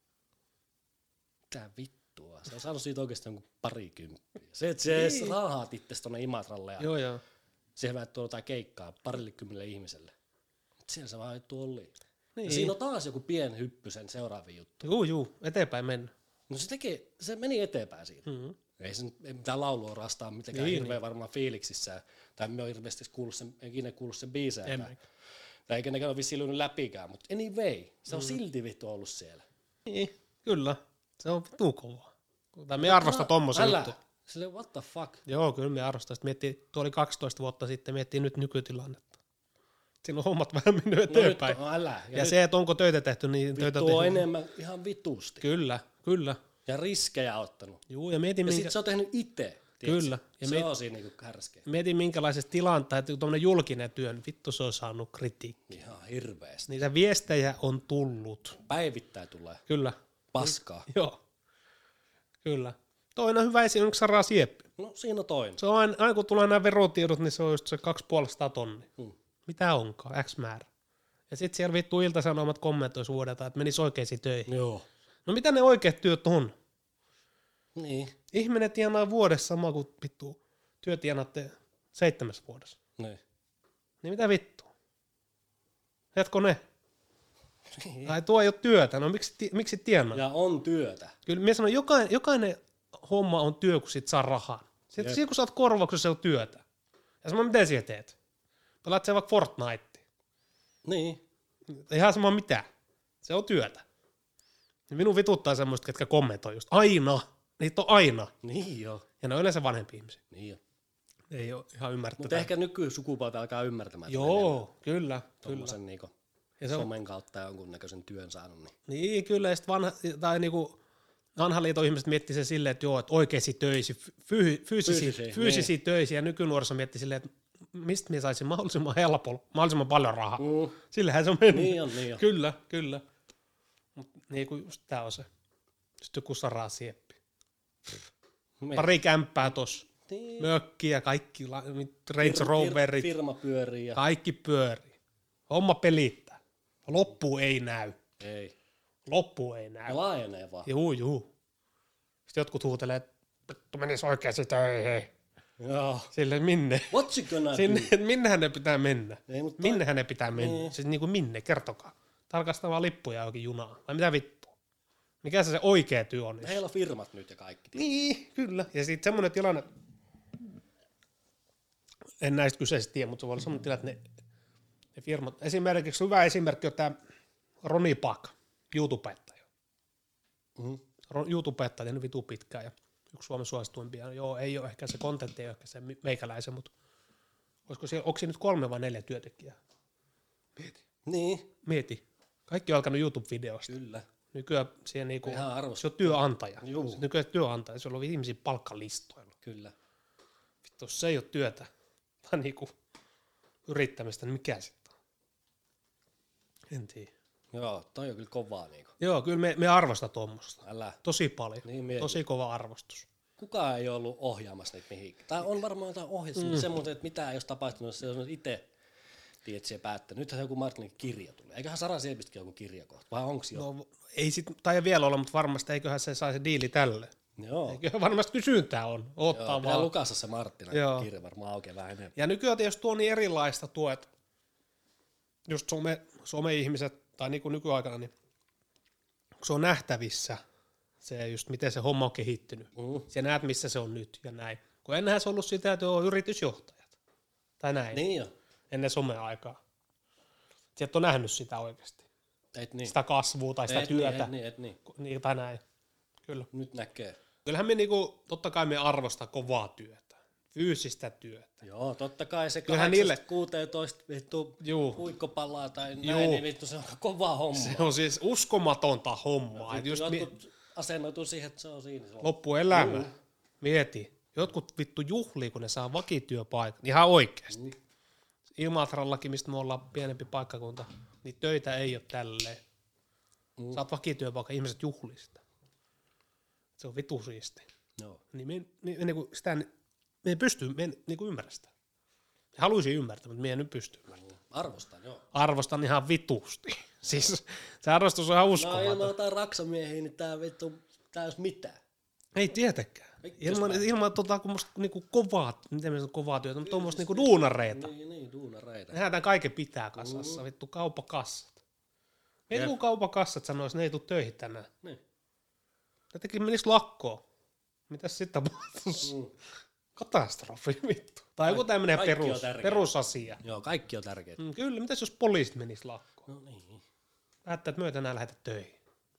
Mitä vittua? Se on saanut siitä oikeasti jonkun parikymppiä. Se, että se edes rahat itse tuonne Imatralle ja Joo, joo. siihen vähän tuolla jotain keikkaa parille kymmenelle ihmiselle. Mut siellä se vaan vittu oli. Ja Niin. siinä on taas joku pieni hyppy sen seuraaviin juttu. Juu, juu. Eteenpäin mennä. No se teki, se meni eteenpäin siitä. Mm-hmm. Ei se nyt- ei mitään laulua rastaa mitenkään Niin, hirveän varmaan fiiliksissä. Tai me on hirveästi kuullut sen, ikinä kuullut sen biisejäkään. En. Tai eikä nekään ole vissiin lyönyt läpikään, mutta anyway, se on mm. silti vittu ollut siellä. Niin, kyllä. Se on vittu kovaa. Tai me arvostaa tommosen Älä, juttu. sille what the fuck. Joo, kyllä me arvostaa. Sitten miettii, tuo oli kaksitoista vuotta sitten, miettii nyt nykytilannetta. Siinä on hommat vähän mennyt No nyt eteenpäin. on, älä. Ja, ja se, että onko töitä tehty, niin töitä vittu on tehty. enemmän ihan vitusti. Kyllä, kyllä. Ja riskejä ottanut. Juu, ja mietin, Ja minkä, sit se on tehnyt itse. Kyllä. Ja Se me- on siinä niinku härskeä. mietin minkälaisessa tilanteessa, että tuommoinen julkinen työ, niin vittu se on saanut kritiikkiä. Ihan hirveästi. Niitä viestejä on tullut. Päivittäin tulee Kyllä. paskaa. Joo. Kyllä. Toinen hyvä esimerkiksi Sara Sieppi. No siinä on toinen. Se on aina, aina kun tulee nämä verotiedot, niin se on just se kaksisataaviisikymmentä tonnia. Mm. Mitä onkaan, X määrä. Ja sitten siellä vittu Ilta-Sanomat kommentoisi vuodelta, että menisi oikeisiin töihin. Joo. No mitä ne oikeat työt on? Niin. Ihminen tienaa vuodessa sama kuin vittu työ tienaatte seitsemässä vuodessa. Niin. Niin mitä vittu? Jatko ne? Tai tuo ei ole työtä, no miksi, ti- miksi tienaa? Ja on työtä. Kyllä minä sanon, jokainen, jokainen homma on työ, kun sit saa rahaa. Sitten siinä kun saat korvauksessa, se on työtä. Ja sama, miten siellä teet? Pelaat se vaikka Fortnite. Niin. Ihan sama mitä. Se on työtä. Ja minun vituttaa semmoista, ketkä kommentoi just aina. Niitä on aina. Niin jo. Ja ne on yleensä vanhempi ihmisiä. Niin jo. Ei ole ihan ymmärrettävää. Mutta ehkä nykysukupolvet alkaa ymmärtämään. Joo, kyllä, kyllä. Tuommoisen niinku Ja se on, somen kautta ja jonkunnäköisen työn saanut. Niin. niin kyllä, ja sitten vanha, tai niinku, vanhan liiton ihmiset miettii se silleen, että joo, että oikeasti töisi, fy, fyysisiä, Fyysisiä, fyysisiä töisiä, ja nykynuoriso miettii silleen, että mistä minä saisin mahdollisimman helpolla, mahdollisimman paljon rahaa. Mm. Sillähän se on mennyt. Niin on, niin on. Kyllä, kyllä. Mutta niin kuin just tää on se. Just joku Sara Sieppi. Me- pari kämppää tossa, Niin. mökkiä, kaikki la- Range Fir- Roverit, Firma pyörii ja... kaikki pyörii. Homma pelittää. Loppu ei näy. Ei. Loppu ei näy. Ja laajenee vaan. Juu, juu. Sitten jotkut huutelee, että vittu menis oikeasti töihin. Joo. Sille minne? What's you gonna Sinne, do? että minnehän ne pitää mennä? Ei, mutta Minnehän ne pitää mennä? Niin. Siis niinku minne, kertokaa. Tarkastaa vaan lippuja johonkin junaan. Vai mitä vittua? Mikä se, se oikea työ on? Heillä on firmat nyt ja kaikki. Niin, kyllä. Ja sitten semmoinen tilanne, en näistä kyseisistä tiedä, mutta se voi olla semmoinen tilanne, että ne, ne firmat, esimerkiksi hyvä esimerkki on tämä Roni Pak, YouTubettaja. Mm-hmm. YouTubettaja, tehnyt vitu pitkään ja yksi Suomen suosituimpia. Joo, ei ole ehkä se kontentti, ei ole ehkä se meikäläisen, mutta olisiko siellä, onko siinä nyt kolme vai neljä työntekijää? Mieti. Niin, Mieti. Kaikki on alkanut YouTube-videosta. kyllä. Nykyään siihen niinku, Ihan se arvosta. on työnantaja. Juu. Nykyään työnantaja, se on ihmisiä palkkalistoilla. Kyllä. Vittu, jos se ei ole työtä tai niinku yrittämistä, niin mikä sitten on? En tiedä. Joo, toi on kyllä kovaa niinku. Joo, kyllä me, me arvostaa tuommoista. Älä. Tosi paljon. Niin mietin. Tosi kova arvostus. Kukaan ei ollut ohjaamassa niitä mihinkään. Tai on varmaan jotain ohjassa, mm. mutta semmoinen, että mitään ei olisi tapahtunut, se on itse tiedät, päättänyt. Nythän joku Martinin kirja tulee. Eiköhän Sara Siepistäkin joku kirja kohta, vai onko jo? No, ei sit, tai vielä olla, mutta varmasti eiköhän se saisi diili tälle. Joo. Eiköhän varmasti kysyntää on. Ottaa Joo, pitää vaan. lukassa se Marttina Joo. kirja varmaan aukeaa vähän enemmän. Ja nykyään tietysti tuo niin erilaista tuet, just some, some-ihmiset, tai niin kuin nykyaikana, niin kun se on nähtävissä, se just miten se homma on kehittynyt. Mm. Sä näet, missä se on nyt ja näin. Kun ennenhän se on ollut sitä, että on yritysjohtajat. Tai näin. Niin jo. Ennen some-aikaa. Sä et ole nähnyt sitä oikeasti. Et niin. Sitä kasvua tai sitä et työtä. Niin, et niin, et niin. Niin, tai näin. Kyllä. Nyt näkee. Kyllähän me niinku, totta kai me arvostaa kovaa työtä. Fyysistä työtä. Joo, totta kai se Kyllähän kahdeksasta kuuteentoista vittu Juu. puikkopalaa tai Juu. näin, niin vittu se on kova homma. Se on siis uskomatonta hommaa. Et just mi- Jotkut asennoituu siihen, että se on siinä. Se on. loppuelämä. Juu. Mieti. Jotkut vittu juhlii, kun ne saa vakityöpaikan. Ihan oikeasti. Mm. Imatrallakin, mistä me ollaan pienempi paikkakunta, niin töitä ei ole tälleen. Mm. Saat vakityöpaikan, ihmiset juhlii sitä. Se on vitu siisti. Joo. Niin me, me, me, niinku sitä, me ei pysty, me ei niinku ymmärrä sitä. Haluaisin ymmärtää, mutta me ei nyt pysty ymmärtämään. Arvostan, joo. Arvostan ihan vitusti. Siis se arvostus on ihan No uskomaton. ilman jotain raksamiehiä, niin tää vittu, tää olisi mitään. Ei tietenkään. Pikkus Ilman, vähän. ilman tota, kummoista niinku kovaa, miten me sanon kovaa työtä, mutta tuommoista niinku duunareita. Niin, niin, duunareita. Nehän tämän kaiken pitää kasassa, vittu kaupakassat. Meitä Jep. kun kaupakassat sanois, ne ei tule töihin tänään. Niin. Ne teki menis lakkoon. Mitäs sitten tapahtuisi? Mm. Katastrofi, vittu. Tai joku tämmönen kaikki on perus, tärkeää. perusasia. Joo, kaikki on tärkeää. Mm, kyllä, mitäs jos poliisit menis lakkoon? No niin. Päättää, että me ei tänään lähetä töihin.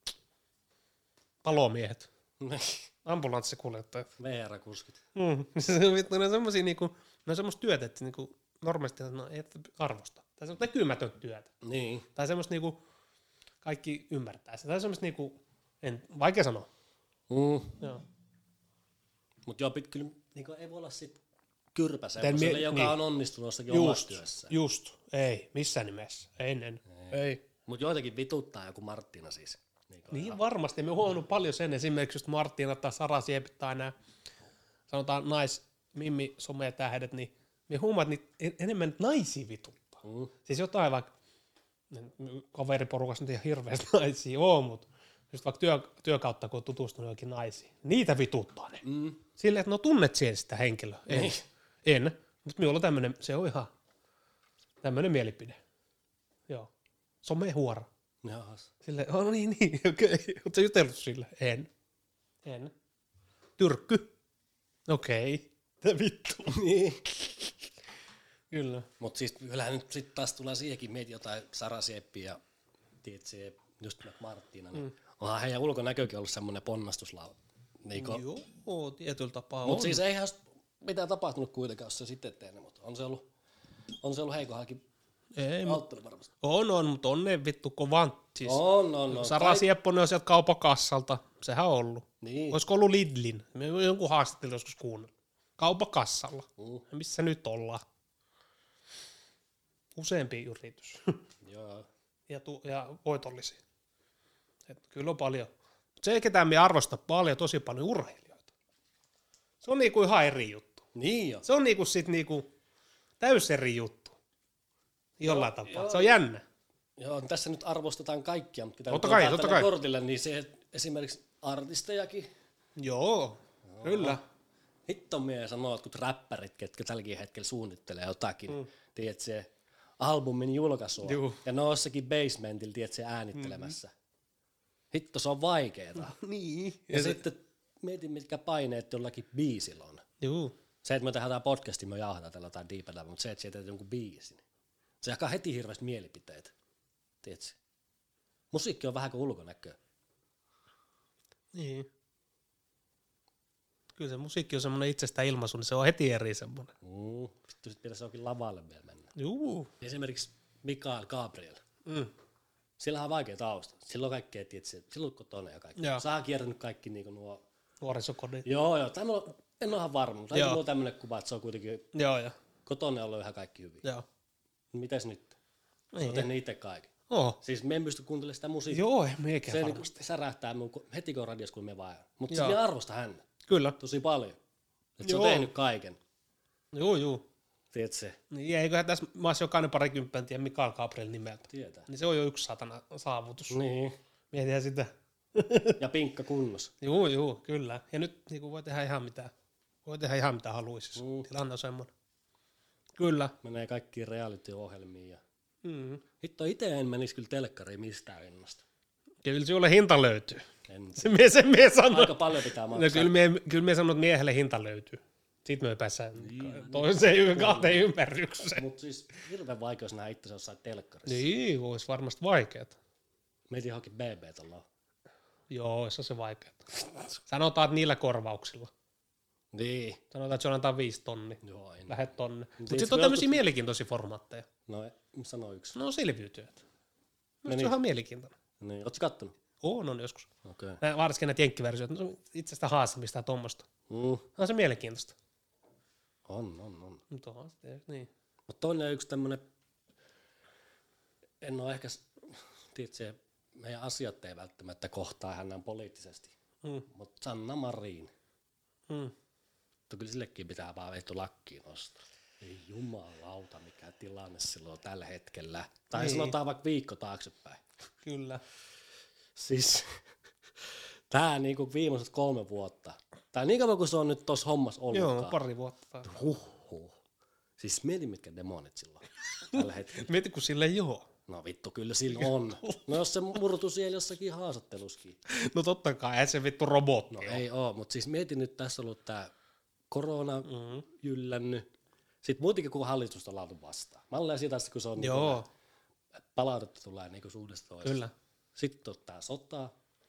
Palomiehet, Niin. ambulanssikuljettajat. V R-kuskit. Mm. Se on vittu, ne on semmosia niinku, ne on semmoista työtä, että niinku normaalisti no, ei arvosta. Tai semmoista näkymätöntä työtä. Niin. Tai semmoista niinku, kaikki ymmärtää sitä. Tai semmoista niinku, en, vaikea sanoa. Mm. Joo. Mut joo, pit, kyllä niin ei voi olla sit kyrpä Tän semmoiselle, mie- joka niin. on onnistunut jossakin omassa Just, työssä. just, ei, missään nimessä. Ennen, ei. ei. Mut joitakin vituttaa joku Marttina siis. Niin, Niin varmasti, me huomannut paljon sen, esimerkiksi just Marttina tai Sara Siepit tai nämä, sanotaan nais, mimmi, some-tähdet, niin me huomaat, että niitä en- enemmän naisia vituttaa. Mm. Siis jotain vaikka, kaveriporukassa nyt ihan hirveästi naisia on, mutta just vaikka työ, työkautta, kun on tutustunut johonkin naisiin, niitä vituttaa ne. Mm. Silleen, että no tunnet siihen sitä henkilöä. En. Niin. En. Mutta minulla on tämmönen, se on ihan tämmönen mielipide. Joo. Somehuora. Jahas. Silleen, oh niin, niin, okei. Okay. Oletko sä jutellut sille? En. En. Tyrkky. Okei. Okay. Mitä vittu? Niin. Kyllä. Mut siis kyllähän nyt sit taas tulee siihenkin mieti jotain Sara Sieppiä ja tiedätkö, just Marttina, niin mm. onhan heidän ulkonäkökin ollut semmoinen ponnastuslau. Niinku. Joo, tietyllä tapaa Mut on. siis eihän mitään tapahtunut kuitenkaan, jos se sitten tehnyt, mutta on se ollut, on se ollut heikohakin Ei, mut auttanut varmasti. on, on, mutta on ne vittu kovan. Siis On, on, on. Sara Kaik- Siepponen on sieltä kaupakassalta. Sehän on ollut. Niin. Olisiko ollut Lidlin? Me jonkun haastattelu joskus kuunnellut. Kaupakassalla. Mm. Missä nyt ollaan? Useampi yritys. Joo. ja, tu- ja voitollisia. Et kyllä on paljon. Se, ketä me arvostaa paljon, tosi paljon urheilijoita. Se on niinku ihan eri juttu. Niin jo. Se on niinku sit niinku täys eri juttu. Jollain tapaa. joo. Se on jännä. Joo, tässä nyt arvostetaan kaikkia, mutta pitää Totta nyt kai, ottaa totta tälle kai. kortille, niin se esimerkiksi artistejakin. Joo, Joo. kyllä. Hitto mie sanoo, että kun räppärit, ketkä tälläkin hetkellä suunnittelee jotakin, mm. tiedät se albumin julkaisua, Juu. ja ne on jossakin basementilla, tiedät se äänittelemässä. Mm-hmm. Hitto, se on vaikeeta. Niin. Ja, ja sitten mietin, mitkä paineet jollakin biisillä on. Joo. Se, että me tehdään jotain podcastia, me jauhataan tällä jotain diipellä, mutta se, että sieltä jonkun biisin. Se jakaa heti hirveästi mielipiteitä. Tiedätkö? Musiikki on vähän kuin ulkonäköä. Niin. Kyllä se musiikki on semmoinen itsestään ilmaisu, niin se on heti eri semmoinen. Mm. Vittu, sit pitäisi onkin lavalle vielä mennä. Juu. Esimerkiksi Mikael Gabriel. Mm. Sillä on vaikea tausta. Sillä on kaikkea, tiedätkö, sillä on kotona ja kaikki. Joo. Sä oot kiertänyt kaikki niinku nuo... Nuorisokodin. Joo, joo. Tämä on, en ole ihan varma, mutta Joo. mulla on tämmönen kuva, että se on kuitenkin Joo, joo. kotona ollut ihan kaikki hyvin. Joo. Mitäs nyt? Sä Niin. oot tehnyt itse kaiken. Oho. Siis me en pysty kuuntelemaan sitä musiikkia. Joo, ei meikä Se niinku varmasti. särähtää mun ko- heti kun radios, kun me vaan. Mutta Joo. siis me arvostan häntä Kyllä. tosi paljon. Että se on Joo. tehnyt kaiken. Joo, joo. Tiedät se? Niin eiköhän tässä maassa jokainen parikymppään tiedä Mikael Gabriel nimeltä. Tietää. Niin se on jo yksi satana saavutus. Niin. Mietitään sitä. Ja pinkka kunnossa. Joo, joo, kyllä. Ja nyt niin voi tehdä ihan mitä, voi tehdä ihan mitä haluaisi. Mm. Tilanne on semmoinen. Kyllä. Menee kaikkiin reality-ohjelmiin. Ja... Mm. Hitto, itse en menisi kyllä telkkariin mistään innosta. Kyllä sinulle hinta löytyy. En. Se mie, se mie sanoo. Aika paljon pitää maksaa. No, kyllä mie, kyllä mie sanoo, että miehelle hinta löytyy. Sitten me päästään niin, toiseen niin, kahteen ympärrykseen. Mutta siis hirveän vaikeus nähdä itse jossain telkkarissa. Niin, olisi varmasti vaikeeta. Mietin johonkin B B tuolla. Joo, se on se vaikeeta. Sanotaan, että niillä korvauksilla. Niin. Sanotaan, että se on antaa viisi tonni. Joo, en. Lähet tonne. Mutta itse sitten on kun tämmöisiä joskus- mielenkiintoisia formaatteja. No, sano yksi. No selviytyöt. No No, se niin. on ihan mielenkiintoinen. Niin. Ootko kattonut? On, on joskus. Okei. Okay. Nää, varsinkin näitä jenkkiversioita. No, itsestä haastamista ja tuommoista. Mm. On se mielenkiintoista. On, on, on. Mutta onhan se, niin. Mutta toinen yksi tämmönen, en ole ehkä, s- tiedätkö, meidän asiat ei välttämättä kohtaa hänen poliittisesti, Mm. mutta Sanna Marin, Mm. mutta kyllä sillekin pitää vaan veittu lakkiin nostaa. Ei jumalauta, mikä tilanne silloin tällä hetkellä. Tai Niin. sanotaan vaikka viikko taaksepäin. Kyllä. Siis tää niinku viimeiset kolme vuotta. Tai niin kauan kuin se on nyt tossa hommassa ollutkaan. Joo, pari vuotta. Tai... Huhhuh. Siis mieti mitkä demonit silloin tällä hetkellä. Mieti, kun sille joo. No vittu, kyllä sillä on. No jos se murtu siellä jossakin haastattelussakin. No totta kai, ei se vittu robotti No ole. ei oo, mutta siis mieti nyt, tässä on ollut tää korona Mm. jyllännyt. Sitten muutenkin kun hallitusta on laatu vastaan. Mä olen siitä, kun se on Joo, niinku, palautetta tulee niinku suudesta toisesta. kyllä. Sitten on tää sota.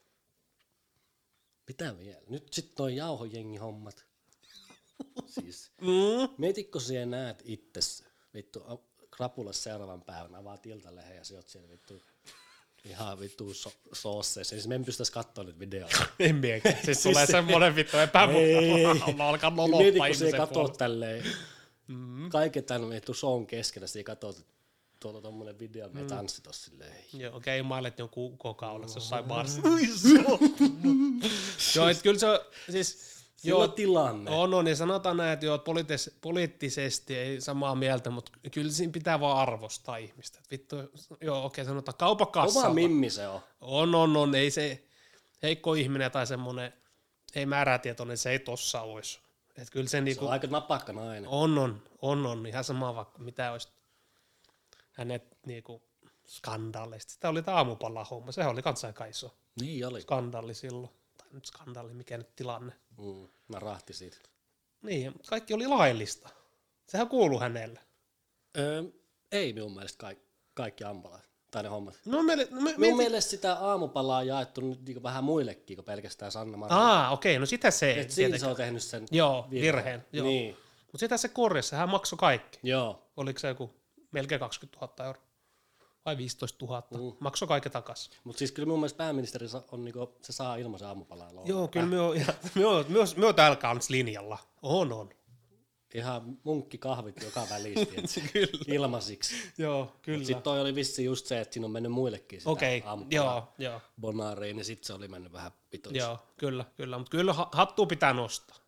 Mitä vielä? Nyt sitten toi jauhojengi hommat. Siis, Mm. mietitkö siellä näet itses, vittu, a- krapulassa seuraavan päivänä, avaat iltalehen ja sä oot siellä vittu, ihan vittu so- soosseissa. Siis me en pystyisi katsoa nyt videoita. En miekään. Siis, Siis tulee se- semmoinen vittu Ei. epämukava. Mä alkan noloppaa Mietitkö siellä ihmisen katsoo puolesta. tälleen, kaiken tämän vittu shown keskellä, siellä katsoo, että tuolla on tommonen video, me tanssi tossa silleen. Joo, okei, okay, mailet jonkun kokaulassa jossain baarissa. Mm. Joo, et kyllä se on, siis, Joo, joo, tilanne. on, on, ja sanotaan näin, että joo, poliittis- poliittisesti ei samaa mieltä, mutta kyllä siinä pitää vaan arvostaa ihmistä. Et vittu, joo, okei, okay, sanotaan kaupakassalla. Oma mimmi se on. On, on, on, ei se heikko ihminen tai semmoinen, ei määrätietoinen, se ei tossa olisi. Et kyllä se, Se niinku, on aika napakka nainen. on, on, on, on, ihan sama vaikka mitä olisi hänet niinku skandaaleista. Sitä oli tämä aamupala-homma, sehän oli kanssa aika iso Niin oli. skandaali silloin. Tai nyt skandaali, mikä nyt tilanne. Mm, mä rahti siitä. Niin, kaikki oli laillista. Sehän kuului hänelle. Öö, ei minun mielestä kaikki, kaikki ampalaat tai ne hommat. No, me, no, me, Minun me, mielestä sitä aamupalaa on jaettu nyt niinku vähän muillekin kuin pelkästään Sanna Marin. Aa, okei, no sitä se ei. Et siinä se tietenkään. on tehnyt sen Joo, virheen. Joo. Niin, Mutta sitä se korjasi, hän maksoi kaikki. joo. Oliko se joku melkein kaksikymmentätuhatta euroa? Vai viisitoistatuhatta? Mm. Maksoi kaiken takaisin. Mutta siis kyllä mun mielestä pääministeri sa- on niinku, se saa ilmaisen aamupalaa. lohdulla. Joo, kyllä me on, me on, me on, me on täällä kanssa linjalla. On, on. Ihan munkki kahvit joka välisti, et Kyllä. ilmaisiksi. Joo, kyllä. Sitten toi oli vissi just se, että siinä on mennyt muillekin sitä Okei, okay. aamupalaa joo, joo, bonaariin, niin sitten se oli mennyt vähän pitoksi. joo, kyllä, kyllä. Mutta kyllä ha- hattua pitää nostaa.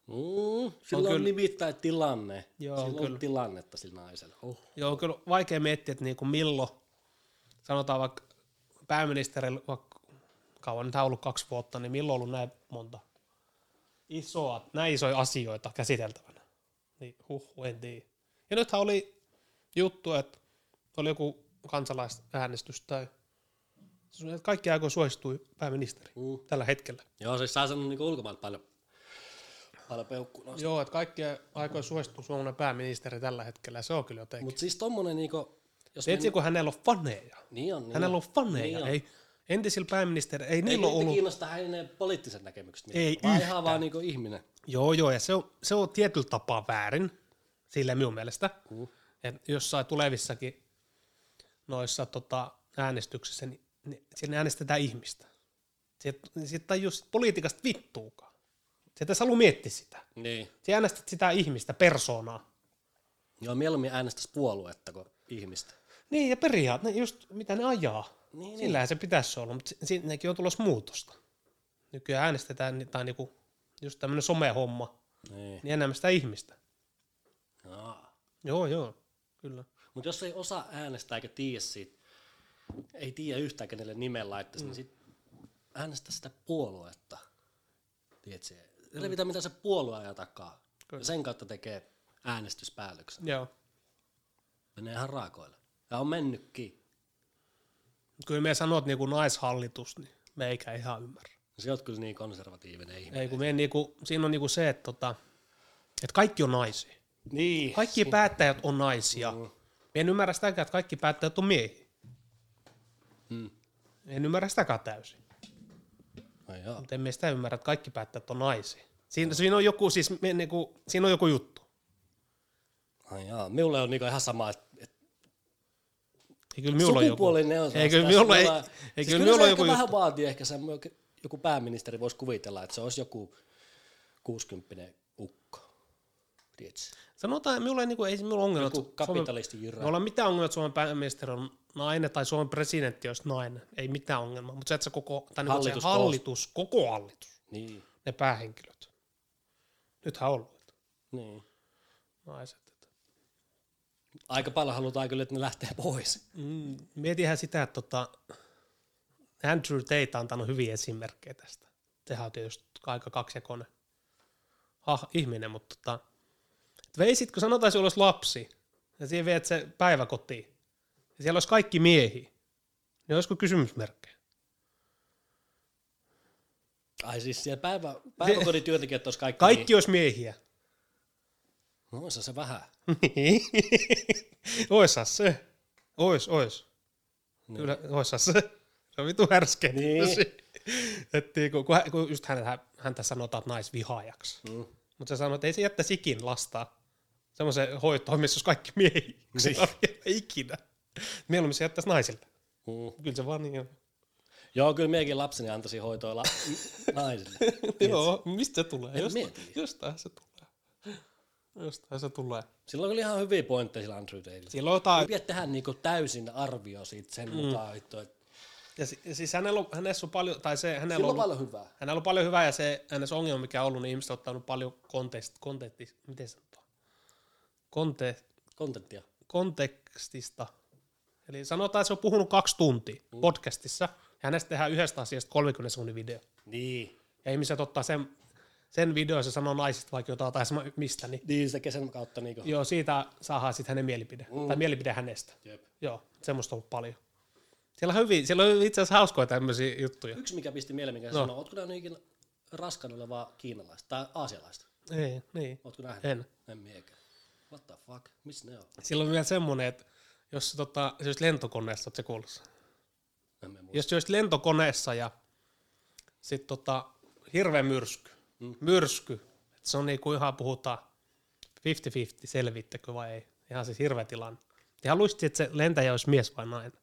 Mm, sillä on, on kyllä, nimittäin tilanne. Joo, sillä on kyllä. tilannetta sillä naisella. Oh. Joo, on kyllä vaikea miettiä, että niinku milloin, sanotaan vaikka pääministerillä, vaikka kauan nyt on ollut kaksi vuotta, niin milloin on ollut näin monta isoa, näin isoja asioita käsiteltävänä. Niin huh, en tiedä. Ja nythän oli juttu, että oli joku kansalaisäänestys tai kaikki aikoin suositui pääministeri mm. tällä hetkellä. Joo, siis saa sanoa niinku ulkomailta paljon, paljon peukkua. Joo, että kaikki aikoin suositui suomalainen pääministeri tällä hetkellä, ja se on kyllä jotenkin. Mutta siis tommonen niinku... Tiedätkö, kun hänellä on faneja? Niin on, niin hänellä on faneja. Niin on. Ei, entisillä pääministeri, ei niillä ei ole ollut... kiinnostaa hänen poliittiset näkemykset. Ei mitään, vaan yhtään. ihan vaan niinku ihminen. Joo, joo, ja se on, se on tietyllä tapaa väärin, sille minun mielestä. Mm. Että jossain tulevissakin noissa tota, äänestyksissä, niin, niin siinä äänestetään ihmistä. Siitä ei just politiikasta vittuukaan. Sieltä ei halua miettiä sitä. Niin. Sä äänestät sitä ihmistä, persoonaa. Joo, mieluummin äänestäisi puoluetta kuin ihmistä. Niin, ja periaatteessa just mitä ne ajaa. Niin, Sillähän niin. se pitäisi olla, mutta siinäkin on tulossa muutosta. Nykyään äänestetään, tai niinku, just tämmöinen somehomma, Niin. niin enemmän sitä ihmistä. Jaa. Joo, joo, kyllä. Mutta jos ei osaa äänestää eikä tiedä siitä, ei tiedä yhtään kenelle nimen laittaisi, mm. niin sit äänestä sitä puoluetta. Tiedätkö? Revitä mm. mitä se puolue ajaa takaa. Kyllä. Ja sen kautta tekee äänestyspäätöksen. Joo. Menee ihan raakoille. Ja on mennytkin. Kyllä me sanot niinku naishallitus, niin me eikä ihan ymmärrä. Se on kyllä niin konservatiivinen ihminen. Ei, kun me niinku, siinä on niinku se, että tota, et kaikki on naisia. Niin. Kaikki si- päättäjät on naisia. Mm. Me en ymmärrä sitäkään, että kaikki päättäjät on miehiä. Mm. En ymmärrä sitäkään täysin. No mutta en me sitä ymmärrä, että kaikki päättäjät on naisia. Siinä, siinä, on, joku, siis, me, niinku, siinä on joku juttu. Ai jaa, minulle on niinku ihan sama, että et ei kyllä minulla on joku. Ei kyllä minulla ei, ei siis kyllä minulla on joku vähän juttu. vaatii ehkä se, joku pääministeri voisi kuvitella, että se olisi joku kuusikymppinen ukko. Tiedätkö? Sanotaan, minulla ei, niinku, ei minulla ongelma. Joku kapitalisti jyrä. Minulla ei ole mitään ongelmaa, että Suomen pääministeri on nainen tai Suomen presidentti olisi nainen. Ei mitään ongelmaa, mutta se, että se koko tai hallitus, se hallitus koko hallitus, niin. Ne päähenkilöt. Nythän on ollut. Niin. Naiset. Aika paljon halutaan kyllä, että ne lähtee pois. Mm, mietihän sitä, että tota, Andrew Tate on antanut hyviä esimerkkejä tästä. Sehän on tietysti aika kaksijakoinen ah, ihminen, mutta tota, veisitkö, sanotaan, sinulla olisi lapsi, ja siihen viet se päiväkotiin, ja siellä olisi kaikki miehiä, niin olisiko kysymysmerkkejä? Ai siis siellä päivä, päiväkodin työntekijät olisi kaikki Kaikki miehiä. olisi miehiä. No olisi se vähän. Oishan se. Ois, ois. No. Kyllä, oishan se. Se on vitu härskeä. Niin. Että kun, kun, kun just häntä, häntä sanotaan naisvihaajaksi. Mm. Mutta se sanoo, että ei se jättäisi ikin lastaa semmoisen hoitoon, missä olisi kaikki miehiä. Niin. Ikinä. Mieluummin se jättäisi naisille. Mm. Kyllä se vaan niin on. Joo, kyllä minäkin lapseni antaisin hoitoilla naisille. Joo, mistä se tulee? Jostain, mieti. jostain se tulee. Jostain se tulee. Silloin oli ihan hyviä pointteja sillä Andrew Tateilla. Silloin jotain... Ei pidä tehdä niinku täysin arvio siitä sen mm. mukaan. Että... Ja siis hänellä on, hänessä on paljon, tai se, hänellä Sillä on ollut, paljon hyvää. Hänellä on paljon hyvää, ja se hänessä ongelma, mikä on ollut, niin ihmiset on ottanut paljon kontekst, konteksti, miten sanotaan? Konte, Kontenttia. kontekstista. Eli sanotaan, että se on puhunut kaksi tuntia mm. podcastissa, ja hänestä tehdään yhdestä asiasta kolmekymmentä sekunnin video. Niin. Ja ihmiset ottaa sen, sen video, se sanoo naisista vaikka jotain tai mistä. Niin, niin se kesän kautta. Niin joo, siitä saadaan sitten hänen mielipide, mm. tai mielipide hänestä. Jep. Joo, semmoista on ollut paljon. Siellä on, hyvin, siellä on itse asiassa hauskoja tämmöisiä juttuja. Yksi, mikä pisti mieleen, mikä no. sanoo, ootko nähnyt ikinä raskaana olevaa kiinalaista tai aasialaista? Ei, niin. Ootko nähnyt? En. En miekään. What the fuck? Missä ne on? Silloin on vielä semmoinen, että jos tota, se olisi lentokoneessa, oot se kuullut? Jos se olisi lentokoneessa ja sitten tota, hirveä myrsky, mm. myrsky, että se on niinku ihan puhutaan viisikymmentä viisikymmentä, selvittäkö vai ei. Ihan siis hirveä tilanne. Ja haluaisit, että se lentäjä olisi mies vai nainen?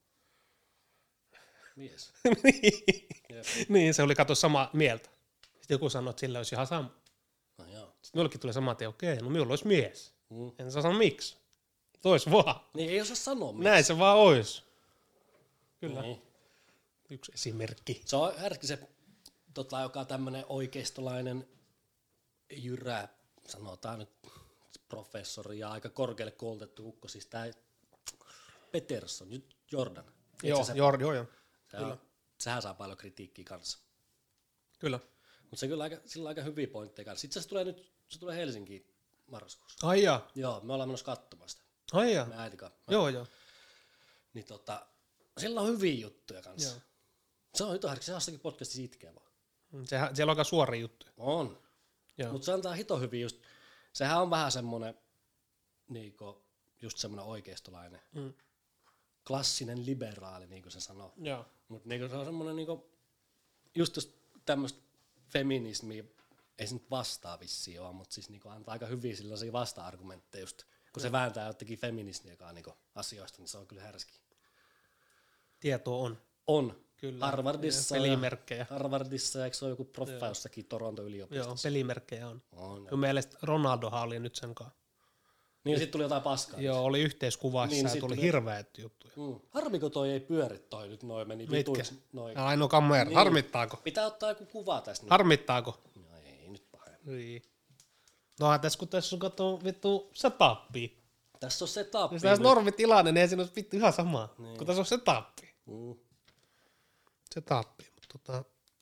Mies. Niin, se oli kato samaa mieltä. Sitten joku sanoi, että sillä olisi ihan sama. No joo. Sitten minullekin tuli sama, että okei, no minulla olisi mies. Mm. En saa sanoa miksi. Tois vaan. Niin ei osaa sanoa miksi. Näin se vaan olisi. Kyllä. Niin. Yksi esimerkki. Se on härski se, tota, joka on tämmönen oikeistolainen jyrä, sanotaan nyt professori ja aika korkealle koulutettu ukko, siis tää Peterson, Jordan. Joo, se, joo, joo, joo. se on, sehän saa paljon kritiikkiä kanssa. Kyllä. Mutta se kyllä aika, sillä on aika hyviä pointteja kanssa. Sitten se tulee nyt, se tulee Helsinkiin marraskuussa. Ai jaa. Joo, me ollaan menossa katsomaan sitä. Ai jaa. Me äitikaan. Joo, joo. Niin tota, sillä on hyviä juttuja kanssa. Joo. Se on nyt se jossakin podcastissa itkeä vaan. Sehän, siellä on aika suoria juttuja. On. Mutta se antaa hito hyvin just, sehän on vähän semmonen, niinku, just semmonen oikeistolainen, mm. klassinen liberaali, niin kuin se sanoo. Joo. Mutta niinku, se on semmonen, niinku, just tämmöistä feminismiä, ei se nyt vastaa vissiin ole, mutta siis niinku, antaa aika hyviä sellaisia vasta-argumentteja just, kun se vääntää jotenkin feminismiäkaan niinku, asioista, niin se on kyllä härski. Tietoa on. On. Kyllä. Harvardissa, pelimerkkejä. Harvardissa, eikö se ole joku proffa jossakin Toronto yliopistossa? Joo, pelimerkkejä on. On. Minun mielestä Ronaldohan oli nyt sen kanssa. Niin sitten tuli jotain paskaa. Joo, oli yhteiskuvassa niin, ja tuli hirveät juttuja. Mm. Harmiko toi ei pyöri toi nyt noin meni vituiksi. Noin. Ainoa kamera, niin. Harmittaako? Pitää ottaa joku kuva tästä. Harmittaako? No ei nyt pahemmin. Niin. No tässä kun tässä on kato vittu setupia. Tässä on setup. Jos tässä normitilanne, niin ei siinä ole vittu ihan sama. Niin. Kun tässä on setup. Mm. Setup, mutta tota...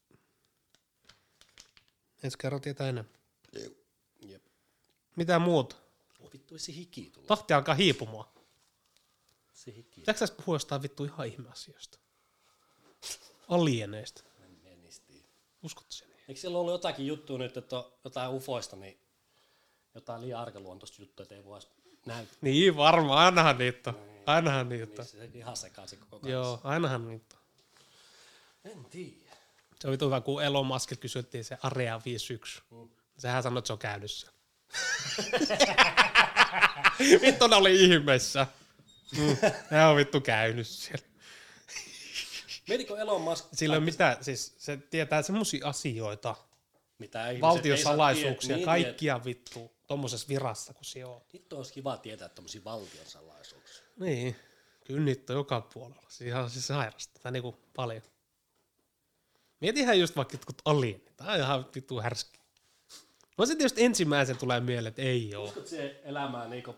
Ensi kerran tietää enemmän. Jep. Mitä muuta? Vittu, se hiki tulla. Tahti alkaa hiipumaan. Se hiki. Pitääkö tässä puhua jostain vittu ihan ihmeasioista? Alieneista. Menistiin. Uskotko sen? Eikö siellä ollut jotakin juttua nyt, että on jotain ufoista, niin jotain liian arkaluontoista juttua, että ei voisi näyttää. Niin varmaan, ainahan niitä on. Niin. Ainahan niitä on. Niin se ihan sekaisin koko kanssa. Joo, ainahan niitä on. En tiedä. Se on vittu hyvä, kun Elon Muskilta kysyttiin se Area viisikymmentäyksi. Mm. Sehän sanoi, että se on käynyt siellä. Vittu ne oli ihmeessä. Mm. Ne on vittu käynyt siellä. Mietitkö Elon Musk? Sillä on mitä, siis se tietää semmosia asioita, mitä valtiosalaisuuksia, niin, kaikkia tiet... vittu, tommosessa virassa kun se on. Nyt olisi kiva tietää tommosia valtiosalaisuuksia. Niin, kyllä niitä on joka puolella. Siis ihan siis sairasta, tai niinku paljon. Mietihän just vaikka jotkut alienit, tää on ihan vittu härski. No sitten just ensimmäisen tulee mieleen, että ei oo. Uskot se elämää niinku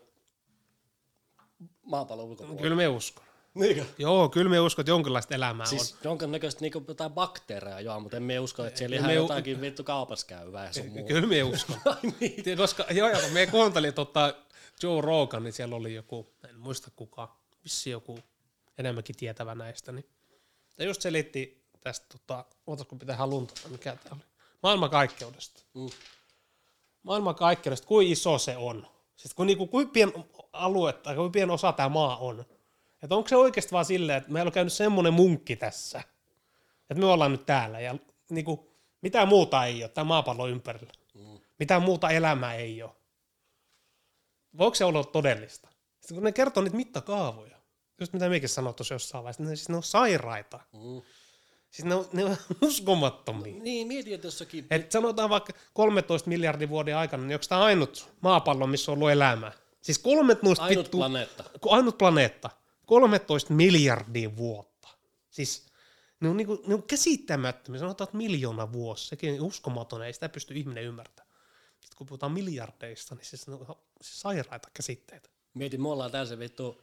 maapallon ulkopuolella? Kyllä me uskon. Niinkö? Joo, kyllä me uskon, että jonkinlaista elämää siis on. jonkinnäköistä niinku jotain bakteereja, joo, mutta emme usko, että siellä ihan jotakin vittu kaupassa käyvää ja sun muu. Kyllä me uskon. niin. Koska joo, joo, me kuuntelin tota Joe Rogan, niin siellä oli joku, en muista kuka, vissi joku enemmänkin tietävä näistä. Niin. Ja just selitti tästä, tota, ootasko pitää haluntata, mikä tää oli. Maailmankaikkeudesta. Mm. Maailmankaikkeudesta, kuinka iso se on. Siis kun, niinku, kuinka pieni alue tai kuinka pieni osa tämä maa on. Että onko se oikeasti vaan silleen, että meillä on käynyt semmoinen munkki tässä, että me ollaan nyt täällä ja niinku, mitään muuta ei ole tämä maapallon ympärillä. Mm. Mitään muuta elämää ei ole. Voiko se olla todellista? Sitten kun ne kertoo niitä mittakaavoja, just mitä mekin sanoin tuossa jossain vaiheessa, ne, siis ne on sairaita. Mm. Siis ne on, ne on uskomattomia. No, niin, mietin, että jossakin... Et sanotaan vaikka kolmetoista miljardin vuoden aikana, niin onko tämä ainut maapallo, missä on ollut elämää? Siis kolmetoista ainut vittu, planeetta. Ainut planeetta. kolmetoista miljardia vuotta. Siis ne on, niinku, ne on käsittämättömiä. Sanotaan, että miljoona vuosi. Sekin on uskomaton, ei sitä pysty ihminen ymmärtämään. Sitten kun puhutaan miljardeista, niin siis ne on siis sairaita käsitteitä. Mietin, me ollaan täysin vittu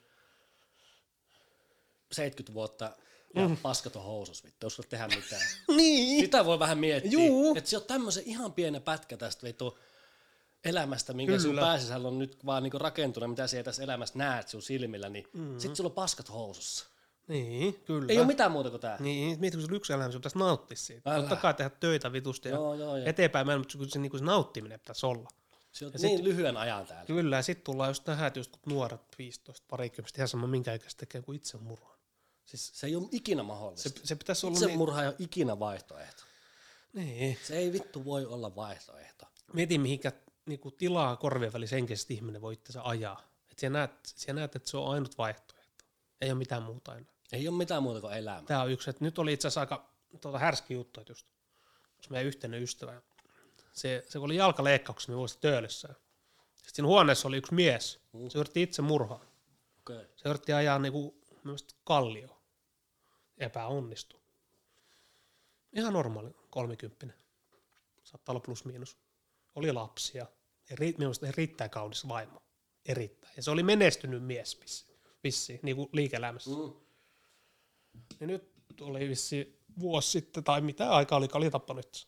seitsemänkymmentä vuotta ja mm. paskat on housus vittu, jos tehdä mitään. Niin. Sitä voi vähän miettiä. Juu. Että se on tämmöisen ihan pienen pätkä tästä vittu elämästä, minkä Kyllä. sun pääsisällä on nyt vaan niinku rakentunut, mitä sä tässä elämässä näet sun silmillä, niin mm-hmm. sit sulla on paskat housussa. Niin, kyllä. Ei ole mitään muuta kuin tää. Niin, mieti, kun se yksi elämä, sun pitäisi nauttia siitä. Totta kai tehdä töitä vitusti ja joo, joo, eteenpäin mennä, mutta se, niin se nauttiminen pitäisi olla. Se on niin sit, lyhyen ajan täällä. Kyllä, ja sitten tullaan just tähän, että just kun nuoret viisitoista, parikymmentä, ihan sama minkä ikäistä tekee kuin itsemurhaa. Siis se ei ole ikinä mahdollista. Se, se pitäisi olla itsemurha niin... ei ole ikinä vaihtoehto. Niin. Se ei vittu voi olla vaihtoehto. Mieti, mihinkä niinku tilaa korvien välissä henkisesti ihminen voi itsensä ajaa. Että sä näet, sä näet, että se on ainut vaihtoehto. Ei ole mitään muuta enää. Ei ole mitään muuta kuin elämä. Tämä on yksi, että nyt oli itse asiassa aika tuota, härski juttu, että just yksi meidän yhteinen ystävä, se, se oli jalkaleikkauksessa, me vuosi töölössä. Sitten siinä huoneessa oli yksi mies, mm. se yritti itse murhaa. Okay. Se yritti ajaa niinku kallio. Epäonnistui. Ihan normaali, kolmekymppinen. Saattaa olla plus miinus. oli lapsia. Ja ri, minusta erittäin kaunis vaimo. Erittäin. Ja se oli menestynyt mies vissiin, vissiin niin kuin liike-elämässä. Mm. Ja nyt oli vissiin vuosi sitten, tai mitä aikaa oli, oli tappanut.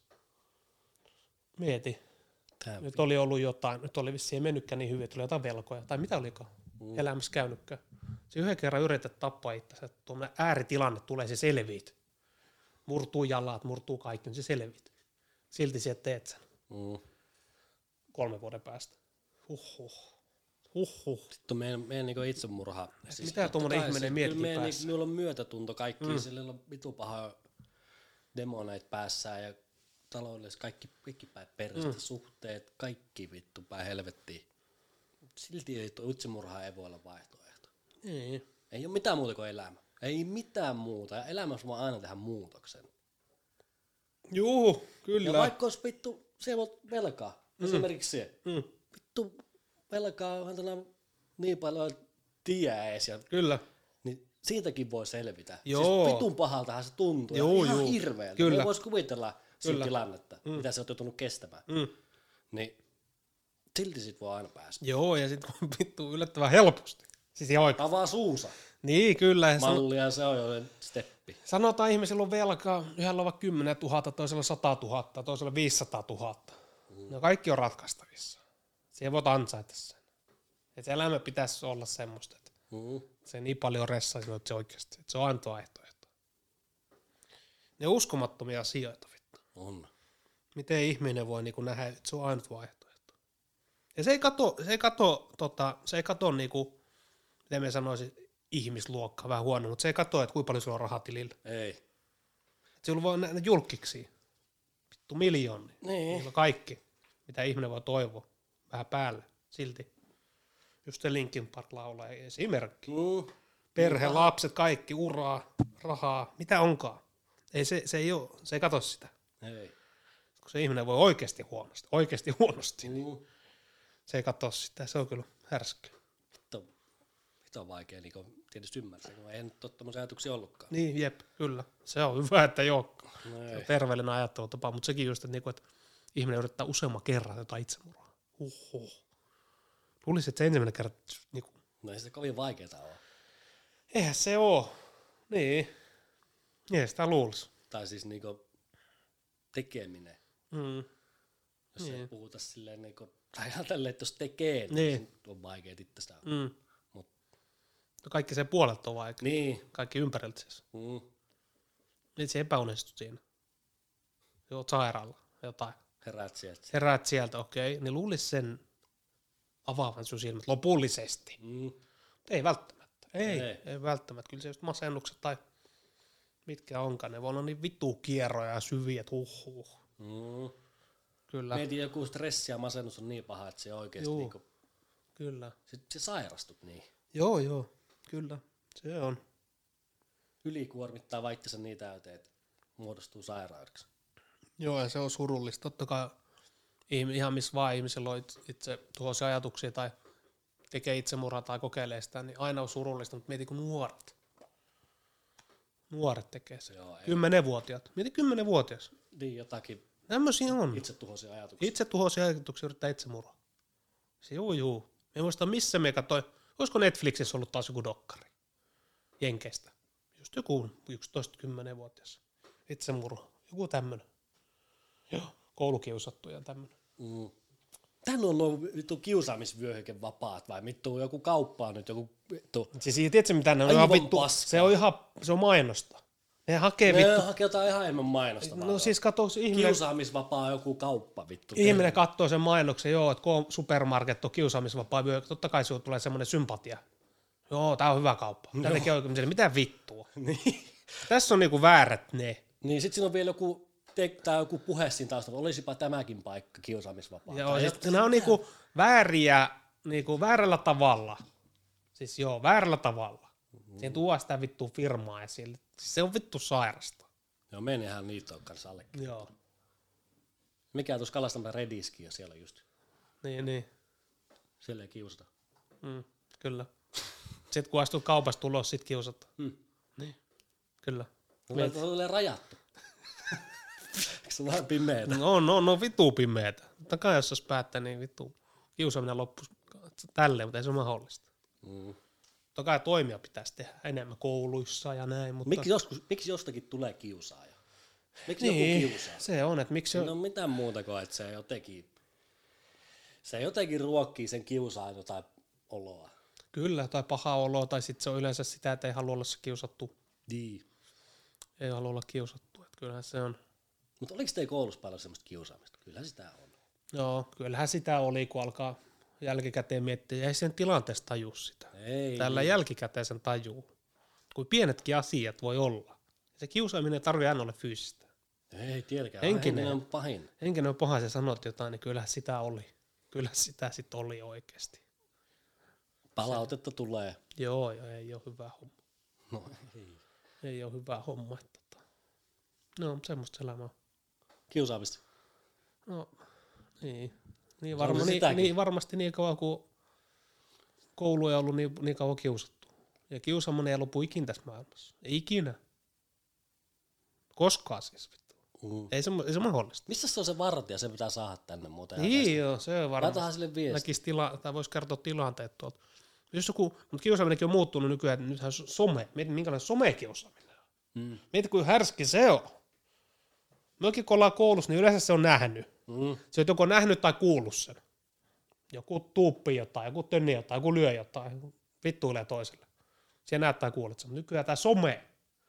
Mieti. Tämä nyt oli ollut jotain, nyt oli vissiin mennytkään niin hyvin, tuli jotain velkoja, tai mitä olikaan mm. elämässä käynytkään. Se yhden kerran yritet tappaa itse, että tuommoinen ääritilanne tulee, se selviit. Murtuu jalat, murtuu kaikki, niin se selviit. Silti sieltä teet sen. Mm. Kolmen vuoden päästä. Huhhuh. Huhhuh. Sitten meidän, meidän niin itsemurha. Siis mitä tuommoinen ihminen miettii päässä? Minulla on myötätunto kaikki, mm. sillä on vitu paha demoneita päässään ja taloudessa kaikki, kaikki päin perästä, mm. suhteet, kaikki vittu päin helvettiin. Silti ei itsemurhaa ei voi olla vaihtoehto. Ei. Ei ole mitään muuta kuin elämä. Ei mitään muuta. Ja elämässä voi aina tehdä muutoksen. Juu, kyllä. Ja vaikka olisi vittu, se voi velkaa. Mm. Esimerkiksi se. Mm. Vittu velkaa on niin paljon tiedä ees. Ja kyllä. Niin siitäkin voi selvitä. Joo. Siis vitun pahaltahan se tuntuu. Joo, ihan juu. hirveältä. Kyllä. Ei voisi kuvitella sitä tilannetta, mm. mitä sä oot joutunut kestämään. Mm. Niin silti sit voi aina päästä. Joo, ja sitten vittu yllättävän helposti. Siis ihan oikein. Avaa suusa. Niin, kyllä. Mallia se on jo steppi. Sanotaan ihmisellä on velkaa, yhdellä on vaikka kymmenen tuhatta, toisella sata tuhatta, toisella viisisataa tuhatta. Mm. No kaikki on ratkaistavissa. Siihen voit ansaita sen. Et elämä pitäisi olla semmoista, että mm. se niin paljon ressaisi, että se oikeasti, että se on aina vaihtoehto. Ne uskomattomia asioita, vittu. On. Miten ihminen voi niin kuin nähdä, että se on ainut vaihtoehto. Ja se ei kato, se ei kato, tota, se ei kato niinku, miten me sanoisin, ihmisluokkaa vähän huono, mutta se ei kato, että kuinka paljon sulla on rahaa tilillä. Ei. Sulla voi nähdä julkkiksi. Vittu miljooni. Niin. Kaikki, mitä ihminen voi toivoa. Vähän päälle, silti. Just se Linkin Park laulaa esimerkki. Mm. Perhe, mm. lapset, kaikki, uraa, rahaa, mitä onkaan. Ei, se, se, ei ole, se ei kato sitä. Ei. Kun se ihminen voi oikeasti huonosti, oikeasti huonosti. Mm. Niin se ei katso sitä, se on kyllä härskä. Vittu, vittu on vaikea niin tietysti ymmärtää, kun ei nyt ole tommosia ajatuksia ollutkaan. Niin, jep, kyllä. Se on hyvä, että ei olekaan. No se on terveellinen ajattelutapa, mutta sekin just, että, niinku, että ihminen yrittää useamman kerran jotain itsemurhaa. Huhhuh. Luulisin, että se ensimmäinen kerran... Niinku... No ei se kovin vaikeeta ole. Eihän se oo. Niin. Ei sitä luulisi. Tai siis niinku tekeminen. Mm. Jos niin. Ei puhuta silleen niinku... Tai ajatellen, että jos tekee, niin, niin on vaikeet itsestään. Mm. Mut. No kaikki sen puolet on vaikea. Niin. Kaikki ympäriltä siis. Mm. Niin se epäonnistut siinä. Oot sairaalla jotain. Heräät sieltä. Heräät sieltä, okei. Okay. Niin luulisi sen avaavan sun silmät lopullisesti. Mm. Ei välttämättä. Ei, ei. ei välttämättä. Kyllä se just masennukset tai mitkä onkaan. Ne voi olla niin vittu kierroja ja syviä, että huh huh. Mm. Kyllä. Mietin, joku stressi ja masennus on niin paha, että se oikeasti Juu. niinku... Kyllä. Sitten se sairastut niin. Joo, joo. Kyllä. Se on. Ylikuormittaa vaikka niin täyteen, että muodostuu sairaudeksi. Joo, ja se on surullista. Totta kai ihan missä vaan ihmisellä on itse tuhoisia ajatuksia tai tekee itsemurhaa tai kokeilee sitä, niin aina on surullista, mutta mieti kun nuoret. Nuoret tekee se. Kymmenenvuotiaat. Mieti kymmenenvuotias. Niin, jotakin. Tämmöisiä on. Itse tuhoisia ajatuksia. Itse tuhoisia ajatuksia yrittää itsemurhaa. Se juu, juu. Me muistan missä me katsoi. Olisiko Netflixissä ollut taas joku dokkari? Jenkeistä. Just joku yksitoista-kymmenenvuotias. Itsemurha. Joku tämmönen. Joo, koulukiusattu ja tämmönen. Mm. Tän on ollut vittu kiusaamisvyöhyke vapaat vai vittu joku kauppa on nyt joku vittu. Siis tiedätkö mitä ne on ihan vittu, se on ihan, se on mainosta. Ne hakee ne vittu. Ne hakee jotain ihan enemmän mainosta. No siis katsoo se ihminen. Kiusaamisvapaa joku kauppa vittu. Ihminen katsoo sen mainoksen, joo, että kun supermarket on kiusaamisvapaa vyöhyke, totta kai sinulle tulee semmoinen sympatia. Joo, tää on hyvä kauppa. Tää tekee oikein, mitä vittua. Niin. Tässä on niinku väärät ne. Niin sit siinä on vielä joku Te, tai joku puhe siinä taustalla, olisipa tämäkin paikka kiusaamisvapaa. Joo, siis nämä on niinku vääriä, niinku väärällä tavalla. Siis joo, väärällä tavalla. Mm. Siihen tuo sitä vittua firmaa esille. Siis se on vittu sairasta. Joo, menihän niitä on kanssa allekin. Joo. Mikä tuossa Kalastanpään Rediski ja siellä just. Niin, niin. Siellä ei kiusata. Mm, kyllä. Sitten kun astut kaupasta ulos, sit kiusataan. Mm. Niin, kyllä. Tulee rajattu. Se on vähän pimeetä. No, no, no vitu pimeetä. Mutta kai jos olisi päättää, niin vittu kiusaaminen loppuisi tälleen, mutta ei se ole mahdollista. Mm. Totta kai toimia pitäisi tehdä enemmän kouluissa ja näin, mutta... Miksi, joskus, miksi jostakin tulee kiusaaja? Miksi niin, joku kiusaa? se on, että miksi... Ei ole mitään muuta kuin, että se jotenkin, se jotenkin ruokkii sen kiusaajan jotain oloa. Kyllä, tai paha olo, tai sitten se on yleensä sitä, että ei halua olla se kiusattu. Niin. Ei halua olla kiusattu, että kyllähän se on... Mutta oliko teillä koulussa paljon semmoista kiusaamista? Kyllähän sitä on. Joo, kyllähän sitä oli, kun alkaa jälkikäteen miettiä. Ei sen tilanteesta tajuu sitä. Ei. Tällä niin. jälkikäteen sen tajuu. Kuin pienetkin asiat voi olla. Se kiusaaminen ei tarvitse aina olla fyysistä. Ei tietenkään. Henkinen. Henkinen on pahin. Henkinen on paha, se sanot jotain, niin kyllähän sitä oli. Kyllä sitä sitten oli oikeasti. Palautetta se. Tulee. Joo, ja ei ole hyvä homma. No ei. Ei ole hyvä homma. Että tota. No, semmoista elämää. Kiusaamista. No, niin. Niin, Se varma, on niin, sitäkin. niin varmasti niin kauan kuin koulu ei ollut niin, niin kauan kiusattu. Ja kiusaaminen ei lopu ikinä tässä maailmassa. Ei ikinä. Koskaan siis. Mm. Ei se, ei se mahdollista. Missä se on se vartija? Se pitää saada tänne muuten. Niin joo, se on varmasti. Laitahan sille viesti. Näkisi tila, tai voisi kertoa tilanteet tuolta. Jos joku, mutta kiusaaminenkin on muuttunut nykyään, että nythän some. Mieti, minkälainen somekiusaaminen on. Mm. Mieti, kuin härski se on. Mekin kun ollaan koulussa, niin yleensä se on nähnyt. Mm. Se on joko nähnyt tai kuullut sen. Joku tuuppii jotain, joku tönni jotain, joku lyö jotain, vittuilee toiselle. Siellä näet tai kuulet sen. Nykyään tämä some.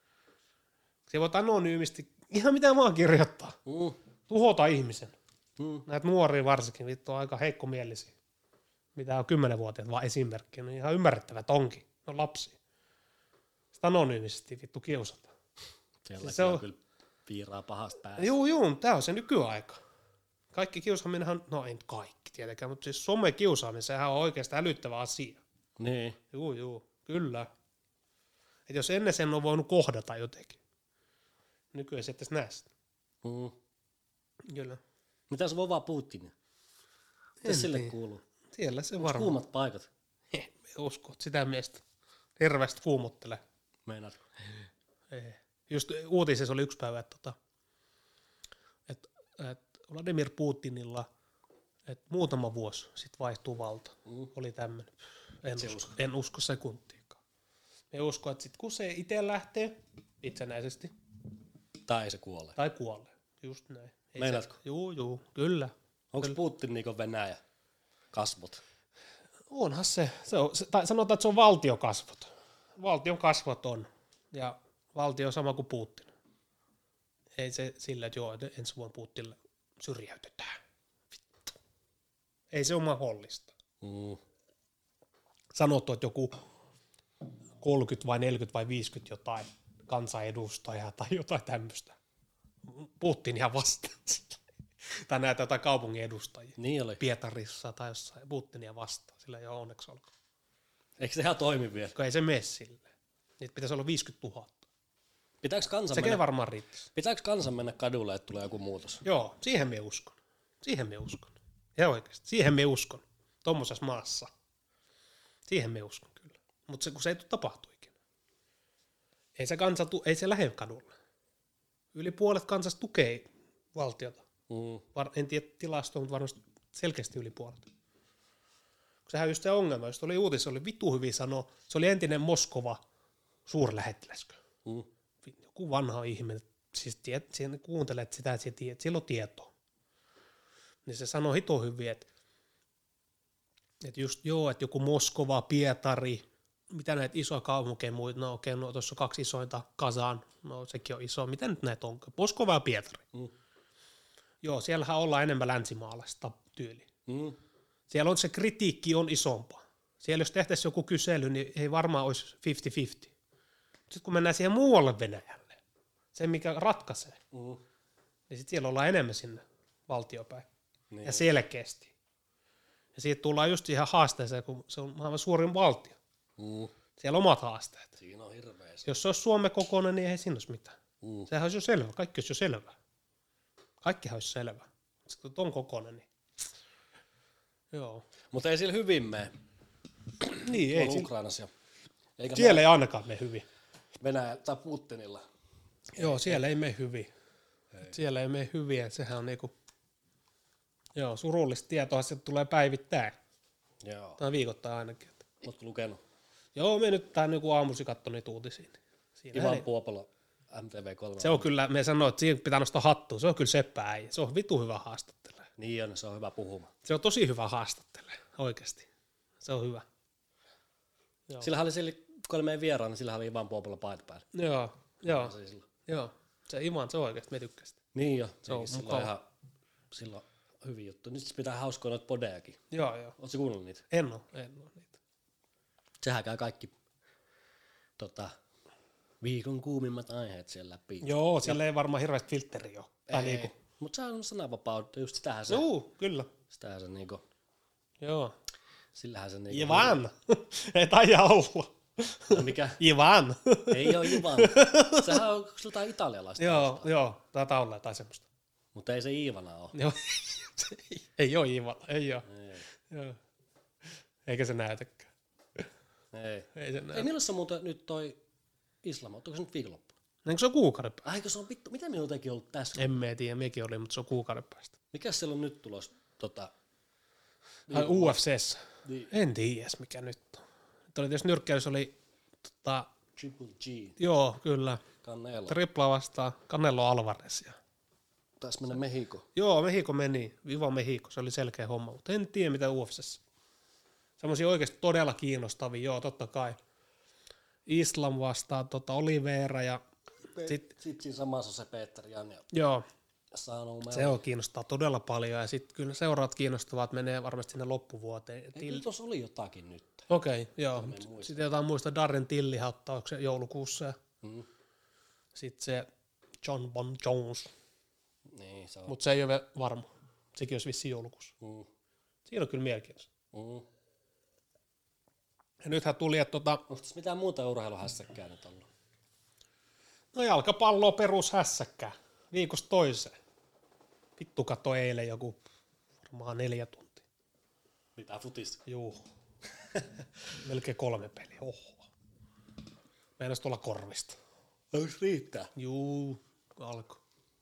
Se voit anonyymisti ihan mitä vaan kirjoittaa. Mm. Tuhota ihmisen. Mm. Näitä nuoria varsinkin, vittu on aika heikkomielisiä. Mitä on kymmenvuotiaat vaan esimerkkiä. No ihan ymmärrettävät onkin. Ne on lapsia. Sitä anonyymisesti vittu kiusataan. Sielläkin se on, on kyllä piiraa pahasta päästä. Juu, juu, tää on se nykyaika. Kaikki kiusaaminenhan, no ei nyt kaikki tietenkään, mutta siis somekiusaaminen, sehän on oikeastaan älyttävä asia. Niin. Juu, juu, kyllä. Et jos ennen sen on voinut kohdata jotenkin, nykyään se edes näe sitä. Mm. Kyllä. Mitä se voi vaan Putin? Mitä En sille tiedä. kuuluu? Siellä se Onks varmaan. kuumat paikat? Heh, me usko, että sitä miestä hirveästi kuumottelee. Meinaat? Ei. Just uutisissa oli yksi päivä, että, tota, että, että Vladimir Putinilla että muutama vuosi sitten vaihtuu valta. Mm. Oli tämmöinen. En, Se usko, usko. en usko sekuntiikaan. Me usko, että sit kun se itse lähtee itsenäisesti Tai se kuolee. tai kuolee. Just näin. Ei Meinaatko? Se, juu, juu, kyllä. Onko Putin niinku Venäjä? Kasvot. Onhan se, se, on, se tai sanotaan, että se on valtiokasvot. Valtion kasvot on. Ja valtio on sama kuin Putin. Ei se sillä, että joo, että ensi vuonna Putinille syrjäytetään. Vittu. Ei se ole mahdollista. Mm. Sanottu, että joku kolmekymmentä vai neljäkymmentä vai viisikymmentä jotain kansanedustajaa tai jotain tämmöistä. Putinia vastaan. Tai näitä jotain kaupungin edustajia. Niin oli. Pietarissa tai jossain Putinia vastaan. Sillä ei ole onneksi olkoon. Eikö se ihan toimi vielä? Kun ei se mene silleen. Niitä pitäisi olla viisikymmentätuhatta. Pitääkö kansan, Sekin ei mennä, varmaan riittäisi. pitääkö kansan mennä kadulle, että tulee joku muutos? Joo, siihen me uskon. Siihen me uskon. Ja oikeasti. Siihen me uskon. Tuommoisessa maassa. Siihen me uskon kyllä. Mutta se, kun se ei tule tapahtua ikinä. Ei se, kansa tu- ei se lähde kadulle. Yli puolet kansasta tukee valtiota. Mm. Var- en tiedä tilastoa, mutta varmasti selkeästi yli puolet. Sehän on just se ongelma, jos oli uutis, oli vittu hyvin sanoa, se oli entinen Moskova suurlähettiläskö. Mm. Joku vanha ihminen, siis tiet, siinä kuuntelet sitä, että, tiedät, että sillä on tietoa. Niin se sanoi hito hyvin, että, että just joo, että joku Moskova, Pietari, mitä näitä isoja kaupunkeja muita, no okei, no tuossa on kaksi isointa, Kazan, no sekin on iso, mitä nyt näitä on, Moskova ja Pietari. Mm. Joo, Siellähän ollaan enemmän länsimaalaista tyyliä. Mm. Siellä on se kritiikki on isompaa. Siellä jos tehtäisiin joku kysely, niin ei varmaan olisi viisikymmentä viisikymmentä. Sitten kun mennään siihen muualle Venäjälle, se mikä ratkaisee, Mm. niin sitten siellä ollaan enemmän sinne valtiopäin. Niin. Ja selkeästi. Ja siitä tullaan just siihen haasteeseen, kun se on maailman suurin valtio. Mm. Siellä on omat haasteet. Siinä on hirveä. Jos se olisi Suomen kokoinen, niin ei siinä olisi mitään. Mm. Sehän olisi jo selvä. Kaikki olisi jo selvä. Kaikkihan olisi selvä. Sitten kun on kokoinen, niin joo. Mutta ei sillä hyvin mene. Niin, ei. Tuolla Sillä, Ukrainassa. ja- Eikä siellä ei ainakaan mene hyvin. Venäjä tai Putinilla. Joo, siellä ei mene hyvin. Et siellä ei mene hyviä, sehän on niinku, joo, surullista tietoa, se tulee päivittäin. Joo. Tai viikoittain ainakin. Että. Ootko lukenut? Joo, me nyt tää niinku aamusi katso niitä uutisia. Siinä Ivan ei, Puopolo, M T V kolme. se on kyllä, me sanoin, että siihen pitää nostaa hattua, se on kyllä seppä äijä. Se on vitu hyvä haastattelemaan. Niin on, se on hyvä puhuma. Se on tosi hyvä haastattelemaan, oikeasti. Se on hyvä. Joo. Sillähän oli sillä, kun oli meidän vieraana, niin sillähän oli Ivan Puopolo paita päällä. Joo, joo, Se silloin. joo. Se Ivan, se on oikeasti, me tykkäsin. Niin jo, Se on silloin mukava. ihan silloin hyvin juttu. Nyt pitää hauskoa noita podejakin. Joo, joo. Ootko kuunnellut niitä? En oo, en oo niitä. Sehän käy kaikki tota, viikon kuumimmat aiheet siellä läpi. Joo, sillä ei varmaan hirveästi filtteri ole. Tai Ei, niinku. mutta se on sananvapautta, just sitähän se, Joo, kyllä. sitähän se niinku, Joo. sillähän se niinku. Ivan! ei taida olla. No mikä? Ivan! Ei oo Ivan. Sehän on jotain italialaista. joo, joo, taitaa olla jotain semmoista. Mutta ei se Iivana oo. Joo, ei oo Ivan, ei oo. Ei. Joo. Eikä se näytäkään. Ei. Ei se Ei, näytä. milloin se muuten nyt toi Islam, onko se nyt viikonloppu? Eikö se on kuukauden päästä? Aiko se on vittu, mitä minun teki ollut tässä? En mä tiedä, mekin oli, mutta se on kuukauden päästä. Mikäs siellä on nyt tulos? Tota, Ai U F C:ssä. niin, En tiedä edes, mikä nyt on. Nyt oli tietysti nyrkkeys oli, tota, Triple G, joo, kyllä, Canelo. tripla vastaan Canelo Alvarez. Ja. Taisi mennä Mehiko. Joo, Mehiko meni, Viva Mehiko, se oli selkeä homma, mutta en tiedä mitä U F C:ssä. Semmoisia oikeasti todella kiinnostavia, joo, totta kai. Islam vastaan tota Oliveira ja Sitten sit, sit siinä samassa on se Peter Jan ja joo, Sanoma. se on kiinnostaa todella paljon ja sitten kyllä seuraat kiinnostavat menee varmasti sinne loppuvuoteen. Ei, Till- kyllä tuossa oli jotakin nyt. Okei, okay, joo. en muista. Sitten jotain muista Darren Tillihän ottaa, onko se joulukuussa ja Mm. sitten se John Bon Jones, Niin, se on. mutta se ei ole vielä varma. Sekin olisi vissiin joulukuussa. Mm. Siinä on kyllä mielenkiintoista. Mm. Ja nythän tuli, että tota, Onko tässä mitään muuta urheiluhässäkkää nyt ollut? no jalkapalloa perushässäkkää viikosta toiseen. Vittu katso eilen joku varmaan neljä tuntia. Mitä futista? Juu. Melkein kolme peliä. Oho. Meinas tuolla korvista. Onko riittää? Juu, alkoi.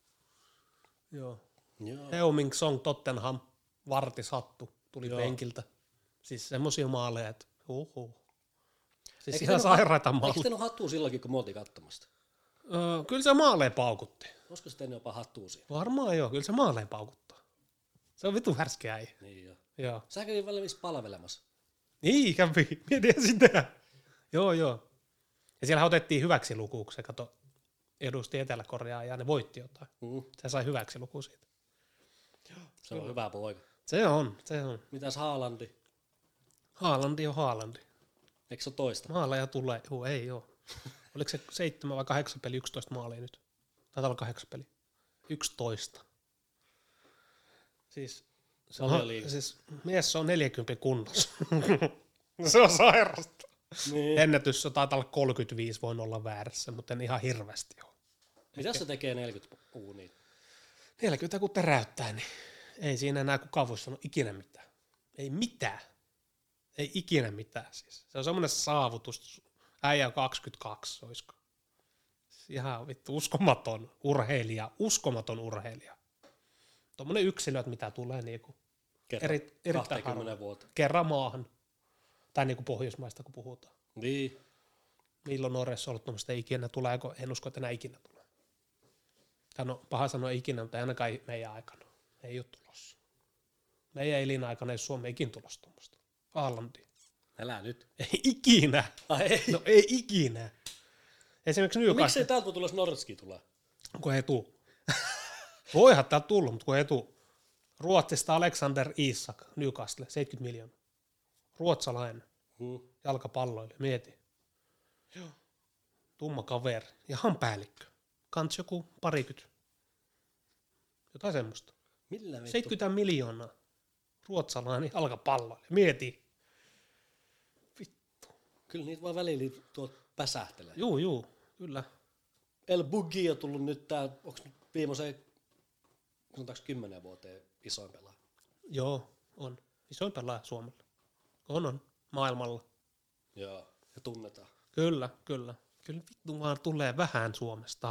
Joo. Joo. Heuming Song Tottenham, varti sattu, tuli Joo. penkiltä. Siis semmosia maaleja, että uhu. Siis Eikö ihan teillä ole- sairaita Eikö maaleja. teillä ole hattua silloinkin, kun me oltiin katsomassa? Öö, kyllä se maaleen paukutti. Olisiko se tehnyt jopa hattua siinä? Varmaan joo, kyllä se maaleen paukuttaa. Se on vitu härskeä äijä. Niin joo. Joo. Sä kävit valmis palvelemassa. Niin, kävi. Mietin sitä. Joo, joo. Ja siellä otettiin hyväksi lukuun, kun se kato edusti Etelä-Koreaa ja ne voitti jotain. Mm. Se sai hyväksi luku siitä. Se on hyvä poika. Se on, se on. Mitäs Haalandi? Haalandi on Haalandi. Eikö se ole toista? Maaleja tulee. Juu, ei oo. Oliko se seitsemän vai kahdeksan peli, yksitoista maalia nyt? Taitaa olla kahdeksan peli. Yksitoista. Siis, se Paljon on, liigaa. siis mies on neljäkymmentä kunnossa. Se on sairasta. Niin. Ennätys on taitaa olla kolmekymmentäviisi, voin olla väärässä, mutta en ihan hirveästi ole. Mitä se tekee neljäkymmentä uunia? neljäkymmentä kun teräyttää, niin ei siinä enää kukaan voi sanoa ikinä mitään. Ei mitään. Ei ikinä mitään siis. Se on semmoinen saavutus. Äijä on kaksikymmentäkaksi, olisiko? Ihan vittu uskomaton urheilija. Uskomaton urheilija. Tuommoinen yksilö, että mitä tulee niinku Kerran eri, erittäin kaksikymmentä harvoin. vuotta. Kerran maahan. Tai niinku Pohjoismaista, kun puhutaan. Niin. Milloin Norjassa on ollut tuommoista ikinä, tuleeko, en usko, että enää ikinä tulee. Tai no, paha sanoa ikinä, mutta ei ainakaan meidän aikana. Ei ole tulossa. Meidän elinaikana ei Suomeen ikinä tulossa tuommoista. Haalandia. Älä nyt. Ei ikinä. Ai ei. No ei ikinä. Esimerkiksi No, Newcastle, miksei täältä voi tulla, jos Norski tulee? kun ei tuu. Voihan täältä tulla, mutta kun ei tuu. Ruotsista Alexander Isak, Newcastle, seitsemänkymmentä miljoonaa. Ruotsalainen, Hmm. jalkapalloilija, mieti. Joo. Tumma kaveri, ihan päällikkö. Kans joku parikymmentä. Jotain semmoista. Millä vittu? seitsemänkymmentä miljoonaa. Ruotsalainen jalkapalloilija, mieti. Kyllä niitä vaan välillä tuot päsähtelee. Juu, juu, kyllä. El Buggi on tullut nyt tää, onks nyt viimeiseen, sanotaanko kymmenen vuoteen isoin pelaaja? Joo, on. Isoin pelaaja Suomella. On, on. Maailmalla. Joo. Ja tunnetaan. Kyllä, kyllä. Kyllä vittu vaan tulee vähän Suomesta.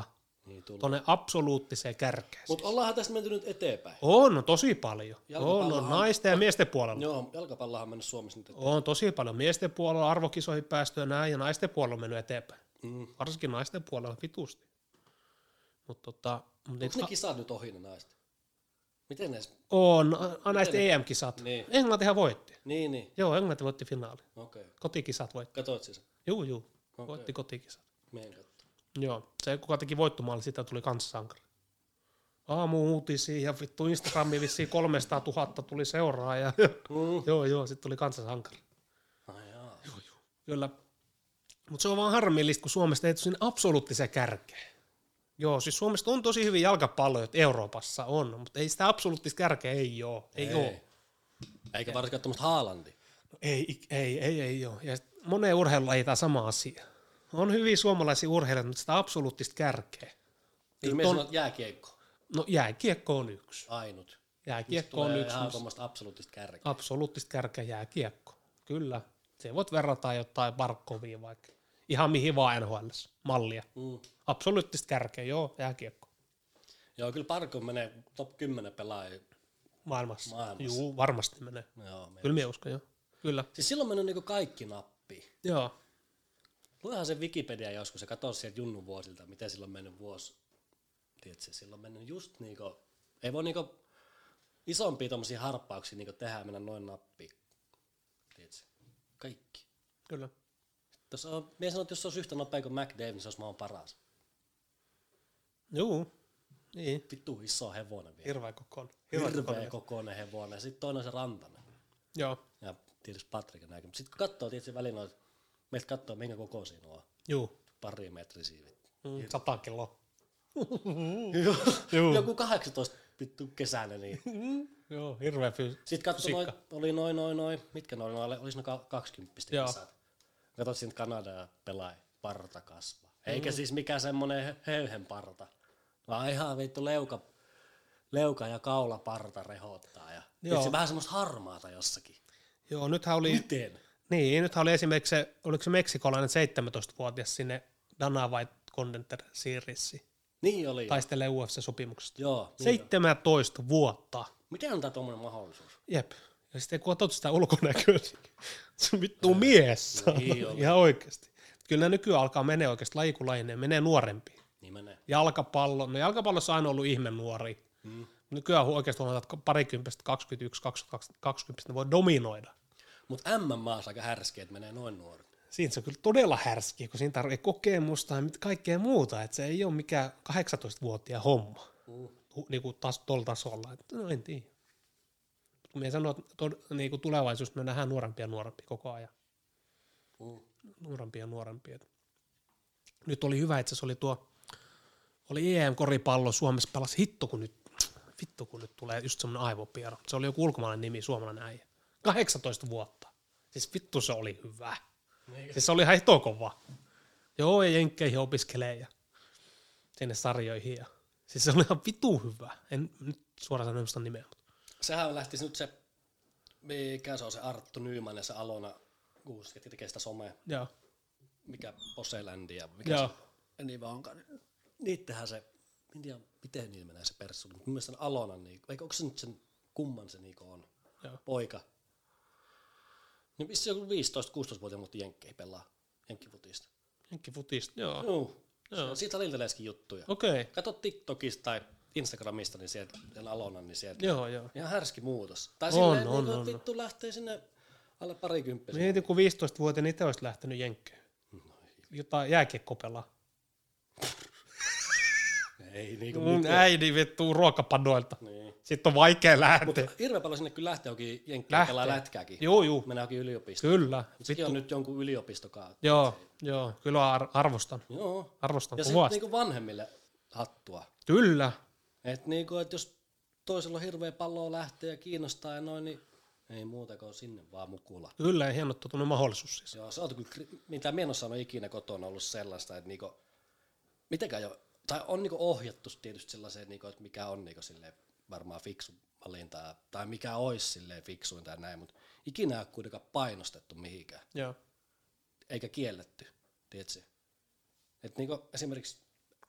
Niin tullaan. tuonne absoluuttiseen kärkeen. Mutta ollaanhan tästä menty nyt eteenpäin. On, tosi paljon. On, Jalkapallohan- on naisten ja miesten puolella. Joo, jalkapallohan on mennyt Suomessa nyt eteenpäin. On tosi paljon miesten puolella arvokisoihin päästy ja näin, ja naisten puolella on mennyt eteenpäin. Mm. Varsinkin naisten puolella vitusti. Mutta tota, mut Onko ne kisat nyt ohi ne naiset? Miten ne edes? on, a- näistä ne- E M-kisat. Niin. Englantihan voitti. Niin, niin. Joo, Englanti voitti finaali. Okei. Okay. Kotikisat voitti. Katoit siis? Juu, juu. Okei. Voitti kotikisat. Meen katsomaan. Joo, se kuka teki voittomaali, sitä tuli kanssasankari. Aamu-uutisia ja vittu Instagramiin vissiin kolmesataatuhatta tuli seuraa ja Mm. joo, joo, sitten tuli kansasankari. Ai jaa. Kyllä. Mutta se on vaan harmillista, kun Suomesta ei tule sinne absoluuttiseen kärkeen. Joo, siis Suomesta on tosi hyvin jalkapalloja, että Euroopassa on, mutta ei sitä absoluuttista kärkeä ei ole. Ei, ei. ole. Eikä varsinkaan tuommoista Haalandia. No, ei, ei, ei, ei ole. Ja moneen urheilulla ei tämä sama asia. On hyviä suomalaisia urheilijoita, mutta sitä absoluuttista kärkeä. Niin me on- sanot jääkiekko. No jääkiekko on yksi. Ainut. Jääkiekko on Tulee yksi. ihan mutta tuommoista absoluuttista kärkeä. absoluuttista kärkeä jääkiekko. Kyllä. Se voit verrata jotain Barkovia vaikka. Ihan mihin vaan N H L mallia. Mm. Absoluuttista kärkeä, joo, jääkiekko. Joo, kyllä Parko menee top kymmenen pelaajia. Maailmassa. Maailmassa. Joo, varmasti menee. Joo, me... Kyllä minä uskon, joo. Kyllä. Siis silloin on mennyt niinku kaikki nappiin. Joo. Luehan se Wikipedia joskus ja katso sieltä Junnun vuosilta, miten silloin on mennyt vuosi. Tiedätkö, silloin on mennyt just niinku, ei voi niinku isompia tommosia harppauksia niinku tehdä ja mennä noin nappiin. Tiedätkö, kaikki. Kyllä. Tuossa on, mie sanon, että jos se olisi yhtä nopea kuin McDavid, niin se olisi maan paras. Joo. Niin. Vittu iso hevonen vielä. Hirveä kokoinen. Hirveä kokoinen hevonen. Sitten toinen on se Rantanen. Joo. Ja tietysti Patrik ja näin. Mutta sitten kun katsoo tietysti välillä noita, meiltä katsoo minkä kokoisia nuo on. Joo. Pari metrisiä. Mm, sata kiloa. Joo. Joku kahdeksantoista vittu kesäinen. Niin. Joo, hirveä fyys- Sitten katsoi, noin, fysiikka. oli noin, noin, noin, mitkä noin, noin olisi ne kaksikymppistä Joo. kesät. Katsot siitä Kanadaa pelaa, parta kasvaa. Eikä siis mikään semmonen höyhen parta, vaan ihan vittu leuka, leuka ja kaula parta rehottaa. Ja Joo. se vähän semmoista harmaata jossakin. Joo, nythän oli... Miten? Niin, nythän oli esimerkiksi se, oliko se meksikolainen seitsemäntoistavuotias sinne Dana White Contender Seriesiin. Niin oli. Taistelee U F C-sopimuksesta. Joo. Niin seitsemäntoista vuotta. Miten on tää tommonen mahdollisuus? Jep. Ja sitten kun katsot sitä ulkonäköä, niin se on vittu mies. Niin oli. Ihan oikeasti. Kyllä ne nykyään alkaa menee oikeasti laji kuin laji, ne menee nuorempiin. Niin menee. Jalkapallo, no jalkapallossa on aina ollut ihme nuori. Mm. Nykyään oikeasti huomataan, että parikymppistä, kaksikymmentäyksi, kaksikymmentä, ne voi dominoida. Mut M M-maassa aika härski, että menee noin nuori. Siinä se on kyllä todella härski, kun siinä tarvitsee kokemusta ja mit- kaikkea muuta, että se ei ole mikään kahdeksantoistavuotiaan homma, Mm. niin kuin tas, tuolla tasolla. Että no en tiedä. Kun minä sanon, että tod, niin kuin tulevaisuus me nähdään nuorempia ja nuorempia koko ajan. Mm. Nuorempia ja nuorempia. Nyt oli hyvä, että se oli tuo, oli E M-koripallo Suomessa pelasi hitto, kun nyt, vittu kun nyt tulee just semmoinen aivopiero. Se oli joku ulkomaalainen nimi, suomalainen äijä. kahdeksantoista vuotta. Siis vittu se oli hyvä. Niin. Siis se oli ihan hitokova. Joo, ja jenkkeihin opiskelee ja sinne sarjoihin. Ja. Siis se oli ihan vitu hyvä. En nyt suoraan sanoa muista nimeä. Mutta. Sehän lähtisi nyt se, mikä se on se Arttu Nyman ja se Alona Kuusi, ketkä tekee sitä somea. Joo. Mikä Poselandi ja mikä Joo. se niin vaan onkaan. Niittehän se, en tiedä miten niillä menee se perssu, mutta mun mielestä sen Alona, niin, vaikka onko se nyt sen kumman se niin on, Joo. poika. Niin vissi joku viisitoista-kuusitoista-vuotiaan mutta jenkkeihin pelaa, jenkkifutista. Jenkkifutista, joo. Joo. Joo. Siitä lilteleeskin juttuja. Okei. Okay. Kato TikTokista tai Instagramista, niin sieltä sen Alonan, niin sieltä Joo, joo. ihan härski muutos. Tai On, silleen, on, niin on, vittu lähtee sinne alle parikymppisen. Mietin, kun viisitoistavuotiaan itse olisi lähtenyt jenkkeen. Jotain jääkiekko pelaa. Ei niinku Mun mitään. äiti vittuu ruokapadoilta. Niin. Sitten on vaikea lähteä. Mutta hirveän paljon sinne kyllä lähtee jokin jenkkeen Lähtee. pelaa lätkääkin. Joo, joo. Mennään jokin yliopistoon. Kyllä. Sekin on nyt jonkun yliopistokaan. Joo, joo. Kyllä ar- arvostan. Joo. Arvostan Ja sitten kovasti. niinku vanhemmille hattua. Kyllä. Että niinku, et jos toisella on hirveä palloa lähtee ja kiinnostaa ja noin, niin ei muuta kuin sinne vaan mukula. Kyllä, ja hieno tuonne mahdollisuus siis. Joo, se on kyllä, kri- mitä minä en ole saanut ikinä kotona ollut sellaista, että niinku, mitenkään jo, tai on niinku ohjattu tietysti sellaiseen, niinku, että mikä on niinku silleen varmaan fiksu valinta, tai mikä olisi silleen fiksuinta ja näin, mutta ikinä ei ole kuitenkaan painostettu mihinkään, Joo. eikä kielletty, tiedätkö? Että niinku esimerkiksi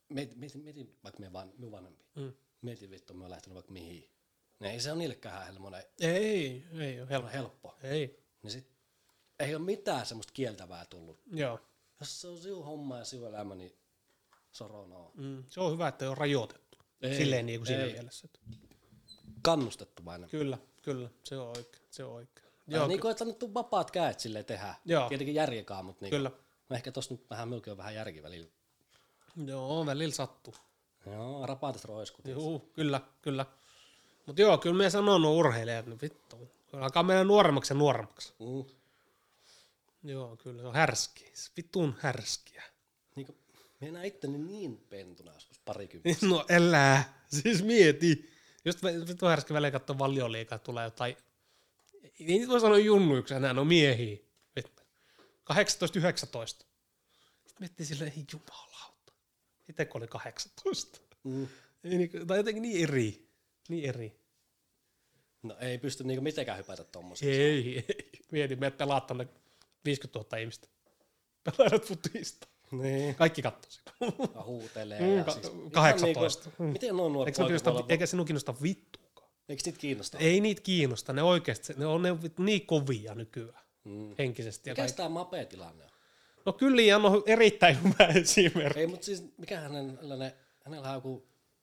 mietin, mietin, mietin vaikka meidän van, minun vanhempi. Mm. Mietin vittu, me on lähtenyt vaikka mihin. Ne ei se ole niillekään helmoinen Ei, ei ole helppo. helppo. Ei. Niin sit ei ole mitään semmoista kieltävää tullut. Joo. Jos se on sinun homma ja sinun elämä, niin sorona on. Mm. Se on hyvä, että ei ole rajoitettu. Ei, Silleen niin kuin siinä ei. mielessä. Että... Kannustettu vain. Kyllä, kyllä. Se on oikein. Se on oikein. Joo, niin kuin, että annettu vapaat kädet silleen tehdä. Joo. Tietenkin järjekaa, mutta niin Kyllä. no ehkä tossa nyt vähän mylki on vähän järki välillä. Joo, välillä sattuu. Joo, rapaatit roiskut. Joo, kyllä, kyllä. Mutta joo, kyllä me sanonut urheilijat, että vittu. Alkaa mennä nuoremmaksi ja nuoremmaksi. Mm. Joo, kyllä se on härski. Vittuun härskiä. Niin kuin, minä näin itteni niin pentuna joskus parikymmentä. No elää, siis mieti. Just vittu härski välillä katsoo Valioliigaa, tulee jotain, ei niitä voi sanoa junnuiksi enää, no miehiä. Vittu. kahdeksantoista yhdeksäntoista. Sitten miettii silleen, ei jumalauta. Itse kun oli kahdeksantoista. Mm. Ei niin, tai jotenkin niin eri. Niin eri. No ei pysty niinku mitenkään hypätä tommosia. Ei, ei. Mieti, meidät pelaat tonne viisikymmentätuhatta ihmistä. Pelaajat futista. Niin. Kaikki kattoo sitä. Ja huutelee. Mm, ja ka- siis, kahdeksantoista. Niinku, miten noin nuori Eikö sinua poika kiinnosta, voi olla- eikä sinua kiinnosta vittuakaan? Eikö niitä kiinnosta? Ei niitä kiinnosta, ne oikeasti, ne on ne niin kovia nykyään Mm. henkisesti. Ja Mikäs kaikki. tää Mape-tilanne on? No kyllä Jan on erittäin hyvä esimerkki. Ei, mutta siis mikä hänellä, hänellä on joku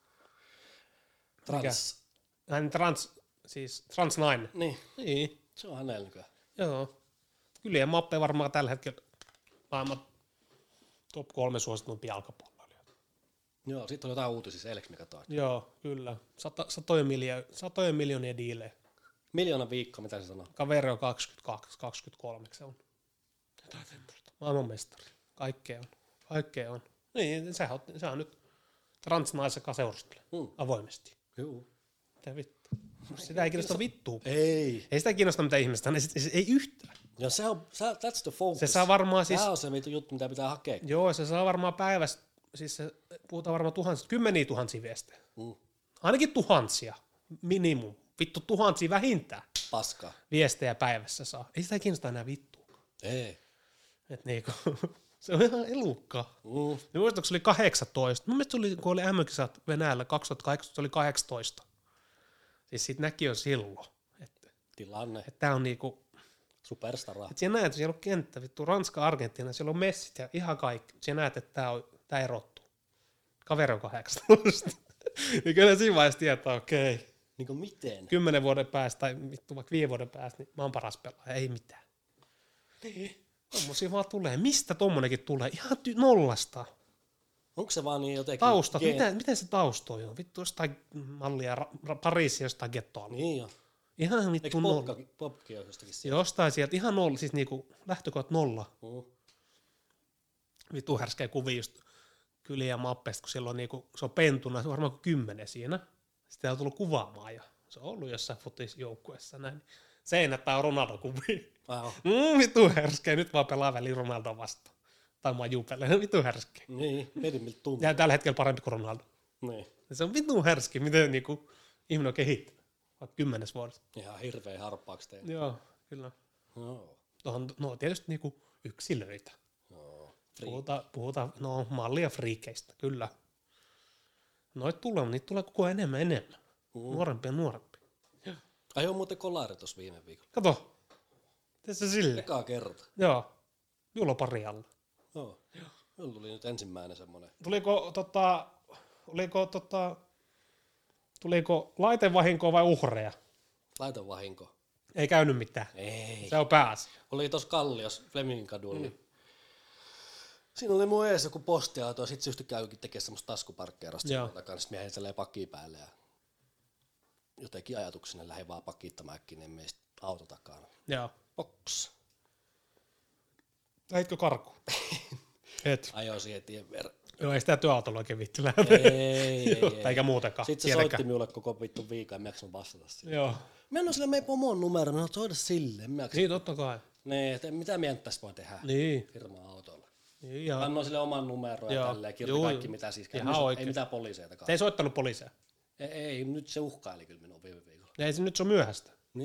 trans. Hän trans, siis transnainen. Niin, Niin, se on hänellä nykyään. joo. Kyllä ja Mappe varmaan tällä hetkellä maailman top kolme suosituimpia jalkapalloilijoita. Joo, sitten on jotain uutisissa eileksi, mikä toi. Joo, kyllä. Sata, satojen, miljo- satojen miljoonia diilejä. Miljoona viikko, mitä se sanoo? Kaveri on kaksikymmentäkaksi kaksikymmentäkolme se on. Jotain semmoista. Maailmanmestari. Kaikkea on. Kaikkea on. Niin, sehän on, sehän on nyt transnaisen kanssa seurustelee Mm. avoimesti. Joo. Mitä vittu? Sitä ei kiinnosta vittua. Ei. Ei sitä kiinnosta mitä ihmistä, ei, ei, ei yhtään. Ja se on, that's the focus. Se saa varmaan siis, Tämä on se mitä juttu, mitä pitää hakea. joo, se saa varmaan päivästä, siis se, puhutaan varmaan tuhansia, kymmeniä tuhansia viestejä. Mm. Ainakin tuhansia, minimum. Vittu tuhansia vähintään Paskaa. viestejä päivässä saa. Ei sitä kiinnosta enää vittua. Ei. Et niinku, se on ihan elukka. Mm. Ja muistatko, se oli kahdeksantoista. Mun mielestä se oli, kun oli M M-kisat Venäjällä kaksituhattakahdeksantoista, se oli kahdeksantoista. Siis siitä näki jo silloin, että Tilanne. et tää on niinku, Superstara. et siellä näet, että siellä on kenttä, vittu Ranska, Argentiina, siellä on messit ja ihan kaikki. Siellä näet, että tää, on, tää erottuu. Kaveri on kahdeksantoista. Niin kyllä siinä vaiheessa tietää, okei. Okay. Niinku miten? Kymmenen vuoden päästä tai vittu vaikka viiden vuoden päästä, niin mä oon paras pelaaja, ei mitään. Niin. Tommosia vaan tulee. Mistä tommonenkin tulee? Ihan ty- nollasta. Onko se vaan niin jotenkin... Taustat, Gen- miten, miten se taustoi on? Vittu jostain mallia, ra- ra- Pariisin jostain gettoa. Niin jo. Ihan Eikö vittu nolla. popka, popki on jostakin siellä? Jostain sieltä, ihan nolla, siis niinku lähtökohdat nolla. Mm. Vittu härskejä kuvia just kyliä ja mappeista, kun siellä on niinku, se on pentuna, se on varmaan kuin kymmenen siinä. Sitten on tullut kuvaamaan ja se on ollut jossain futisjoukkueessa näin. Seinättää on Ronaldo-kuvia. Wow. Mm, vittu härskejä, nyt vaan pelaa väliin Ronaldo vastaan. Tai mä jupelle, vittu härskejä. Niin, mietin miltä tuntuu. Ja tällä hetkellä parempi kuin Ronaldo. Niin. Se on vittu härski, miten niinku ihminen on kehittynyt. Vaikka kymmenes vuodessa. Ihan hirveä harppaaksi tein. Joo, kyllä. Joo. Tuohon, no tietysti niinku yksilöitä. Joo. Puhutaan, puhutaan, no mallia friikeistä, kyllä. Noit tulee, niitä tulee koko ajan enemmän enemmän. Mm. Nuorempia ja nuorempia. Ai on muuten kolari tuossa viime viikolla. Kato, tee se sille. Ekaa kerta. Joo, minulla on pari alla. Joo. Minulla tuli nyt ensimmäinen semmonen. Tuliko tota, oliko tota, tuliko laitevahinkoa vai uhreja? Laitevahinko. Ei käynyt mitään. Ei. Se on pääasia. Oli tuossa Kallios Flemingin kadulla. Mm. Siinä oli mun ees joku postiauto ja sit se just käykin tekemään semmoista taskuparkkeerasta Joo. siinä takana. Sit mä jäin silleen pakkiin päälle ja jotenkin ajatuksena lähdin vaan pakittamaan äkkiä, niin meistä auto takana. Joo. Boks. Lähitkö karkuun? Et. Ajoin siihen tien verran. Joo, ei sitä työautolla oikein vitti lähteä. Ei, ei, ei. Eikä muutenkaan. Sitten se tietenkään. soitti minulle koko vittu viikon, en jaksanut vastata siihen. Joo. Mä en oo sille meidän pomon numero, no soida sille, en mä jaksa. Niin, totta kai. Nee, et mitä mieltä tästä voi tehdä Niin. firma-autolla? Niin ja Annoin sille oman numeron ja Joo. tälleen, kirjoitin Juu, kaikki juu. mitä siis Ihan käy. Ei oikein. mitään poliiseitakaan. te ei soittanut poliisia. Ei, ei, nyt se uhkaili kyllä minua viime viikolla. Ei se nyt se on myöhäistä. Niin,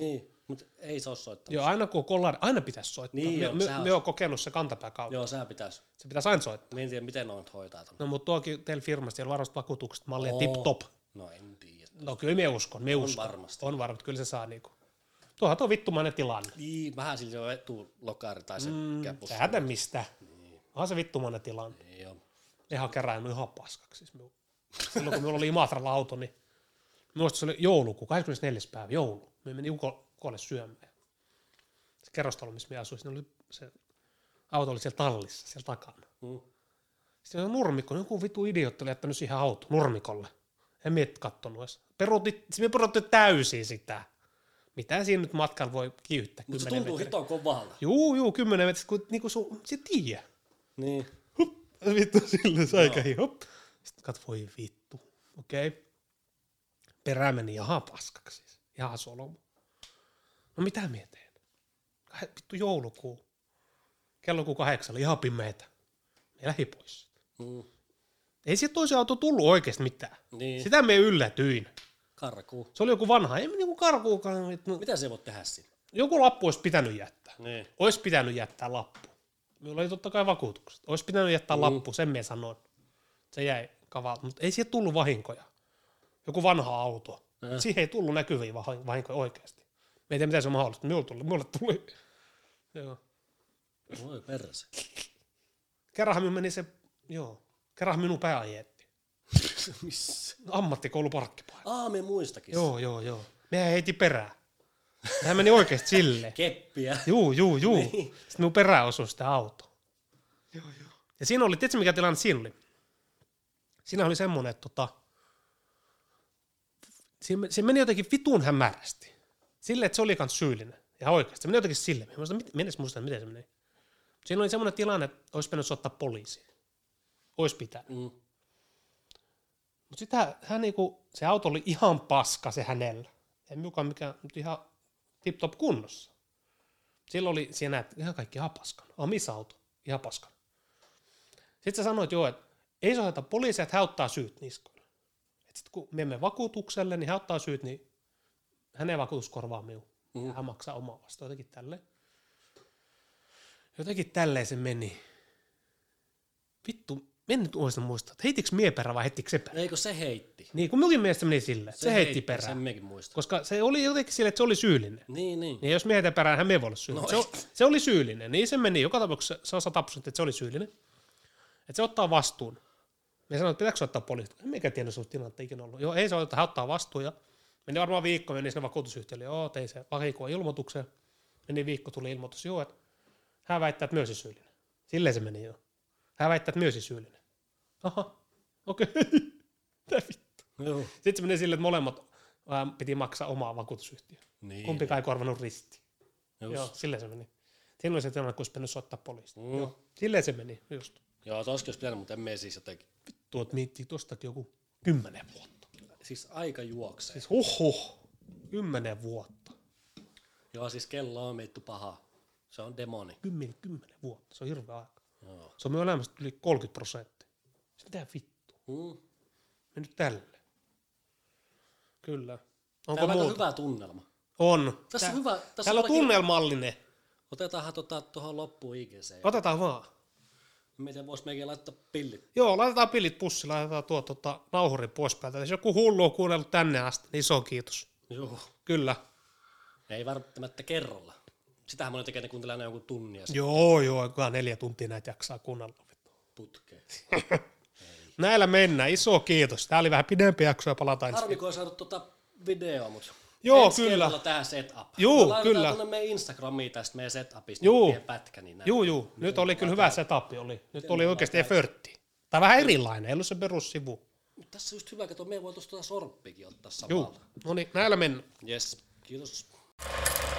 Mut ei se ole soittanut. Joo, aina kun on kollari, aina pitäisi soittaa. Niin me, joo, me, sehän me on kokenut se kantapääkautta. Joo, sehän pitäisi. Se pitäisi aina soittaa. Mä en tiedä, miten noin hoitaa ton. No mutta tuokin teillä firmasta, siellä on varmasti vakuutukset mallia Oo. tip-top. No en tiedä. No kyllä me uskon, me On uskon. varmasti. On varmasti, kyllä se saa niinku. Tuohan tuo vittumainen tilanne. Niin, vähän sillä jo etulokari tai se Mm, käpus. Tähätä mistä. Niin. Onhan se vittumainen tilanne. Niin joo. Ihan kerännyt ihan paskaksi. Siis me, silloin kun minulla oli Imatralla auto, niin minusta se oli joulukuu, kahdeskymmenesneljäs päivä, joulu. Me meni ukolle syömään. Se kerrostalo, missä me asuin, oli, se auto oli siellä tallissa, siellä takana. Mm. Sitten on nurmikko, joku vittu idiootti oli jättänyt siihen auto nurmikolle. En miet kattonut edes. Peruutti, me peruutti täysin sitä. Mitä siinä nyt matkalla voi kiihyttää? Mutta se kymmenen tuntuu metriä. hiton kovalta. Juu, juu, kymmenen metriä, kun niinku sun, se tiedä. Niin. Hup, vittu sille säikähi, hop. Sitten kat, voi vittu, okei. Okay. Perä meni ihan paskaksi siis, ihan solmu. No mitä mie teen? Vittu joulukuu. Kello kun kahdeksan oli ihan pimeetä. Me lähi pois. Mm. Ei sieltä toisen auto tullut oikeasti mitään. Niin. Sitä me yllätyin. Karkuu. Se oli joku vanha, ei niinku karkuukaan. No, Mitä se voi tehdä siinä? joku lappu olisi pitänyt jättää. Niin. Olisi pitänyt jättää lappu. Minulla oli totta kai vakuutukset. Olisi pitänyt jättää mm. lappu, sen minä sanoin. Se jäi kavalta, mutta ei sieltä tullut vahinkoja. Joku vanha auto. Äh. Siihen ei tullut näkyviä vahinkoja oikeasti. Me ei tiedä, miten se on mahdollista. Minulle tuli. Minulle tuli. Joo. Voi perse. Kerranhan minun meni se, joo. Kerranhan minun pää ajetti. Missä? Ammattikoulu parkkipaikka. Aa, me muistakin. Joo, joo, joo. Mehän heiti perään. Sehän meni oikeasti silleen. Keppiä. Juu, juu, juu. Niin. Sitten minun perään osui sitä autoa. Joo, joo. Ja siinä oli, tiedätkö mikä tilanne siinä oli? Siinä oli semmoinen, että tota, siinä, siinä meni jotenkin vitun hämärästi. Silleen, että se oli kans syyllinen. Ja oikeasti. Se meni jotenkin silleen. Minä muistan, minä edes muistan, miten se meni. Siinä oli semmoinen tilanne, että olisi pitänyt soittaa poliisiin. Olisi pitänyt. Mm. Mutta sitten hän, hän niinku, se auto oli ihan paska se hänellä. Ei mukaan mikään, mutta ihan tip-top kunnossa. Silloin oli, siellä näet, ihan kaikki ihan paskana. Oh, missä auto? Ihan paskana. Sitten sä sanoit joo, että ei soita poliisia, että hän ottaa syyt niskoille. Että sitten kun me menemme vakuutukselle, niin hän ottaa syyt, niin hänen vakuutus korvaa minun. Mm. Hän maksaa omaa vastaan jotenkin tälleen. Jotenkin tälleen se meni. Vittu, en nyt oikeastaan muista, että heitikö mie perä vai heittikö se perä? Eikö se heitti? Niin, kun minunkin mielestä meni silleen, se, se heitti, heitti perään. Sen mekin muistan. Koska se oli jotenkin silleen, että se oli syyllinen. Niin, niin. Niin jos miehetään perään, hän me voi olla syyllinen. No, se, se oli syyllinen, niin se meni. Joka tapauksessa se on sata prosenttia, että se oli syyllinen. Että se ottaa vastuun. Me sanoin, että pitääkö se ottaa poliisi? En mikä tiedä, että tilannetta ikinä ollut. Joo, ei se ole, että hän ottaa vastuun. Ja meni varmaan viikko, meni sinne vakuutusyhtiölle. Joo, tei se vahinkoa ilmoitukseen. Meni viikko, tuli ilmoitus. Joo, että hän väittää, että myös syyllinen. Silleen se meni jo. Hän väittää, että myös syyllinen. Aha, okei. Okay. Tää vittu. Joo. Sitten se meni silleen, että molemmat ää, piti maksaa omaa vakuutusyhtiöä. Niin. Kumpikaan ei korvannut risti. Just. Joo, silleen se meni. Siinä oli se tilanne, kun olisi pitänyt soittaa poliista. Mm. Joo, silleen se meni, just. Joo, toskin olisi pitänyt, mutta en mene siis jotenkin. Tuot miettii tostakin joku kymmenen vuotta. Siis aika juoksee. Siis huhhuh, kymmenen vuotta. Joo, siis kello on meittu paha. Se on demoni. Kymmenen, kymmenen vuotta, se on hirveä aika. Joo. Se on minun elämästä yli kolmekymmentä prosenttia. Se mitä vittu, Mm. mennyt tälle. Kyllä. Onko Täällä on aika muuta? hyvä tunnelma. On. Tässä Tää, on hyvä. Tässä täällä on todellakin- tunnelmallinen. Otetaanhan tuota, tuohon loppuun I G C. Otetaan vaan. Miten vois meikin laittaa pillit? Joo, laitetaan pillit pussiin, laitetaan tuo tota, nauhuri pois päältä. Jos joku hullu on kuunnellut tänne asti, niin iso kiitos. Joo. Kyllä. Ei välttämättä kerralla. Sitähän moni tekee, ne kuuntelee aina jonkun tunnia sitten Joo, joo, kukaan neljä tuntia näitä jaksaa kuunnella. putkeen. Näillä mennään, iso kiitos. Tää oli vähän pidempi jakso ja palataan ensi Harmi, kun ei saanut tuota videoa, mutta Joo, ensi kyllä. kerralla tää setup. Juu, Me laitetaan kyllä. tuonne meidän Instagramiin tästä meidän setupista. Juu. Juu. Pätkä, niin Juu, juu. Nyt oli kyllä hyvä setup. Oli. Nyt oli oikeasti eförtti. Tai vähän erilainen, ei ollut se perussivu. Tässä on just hyvä, että me voitaisiin tuota sorppikin ottaa Juu, samalla. no niin, näillä mennään. Yes, kiitos.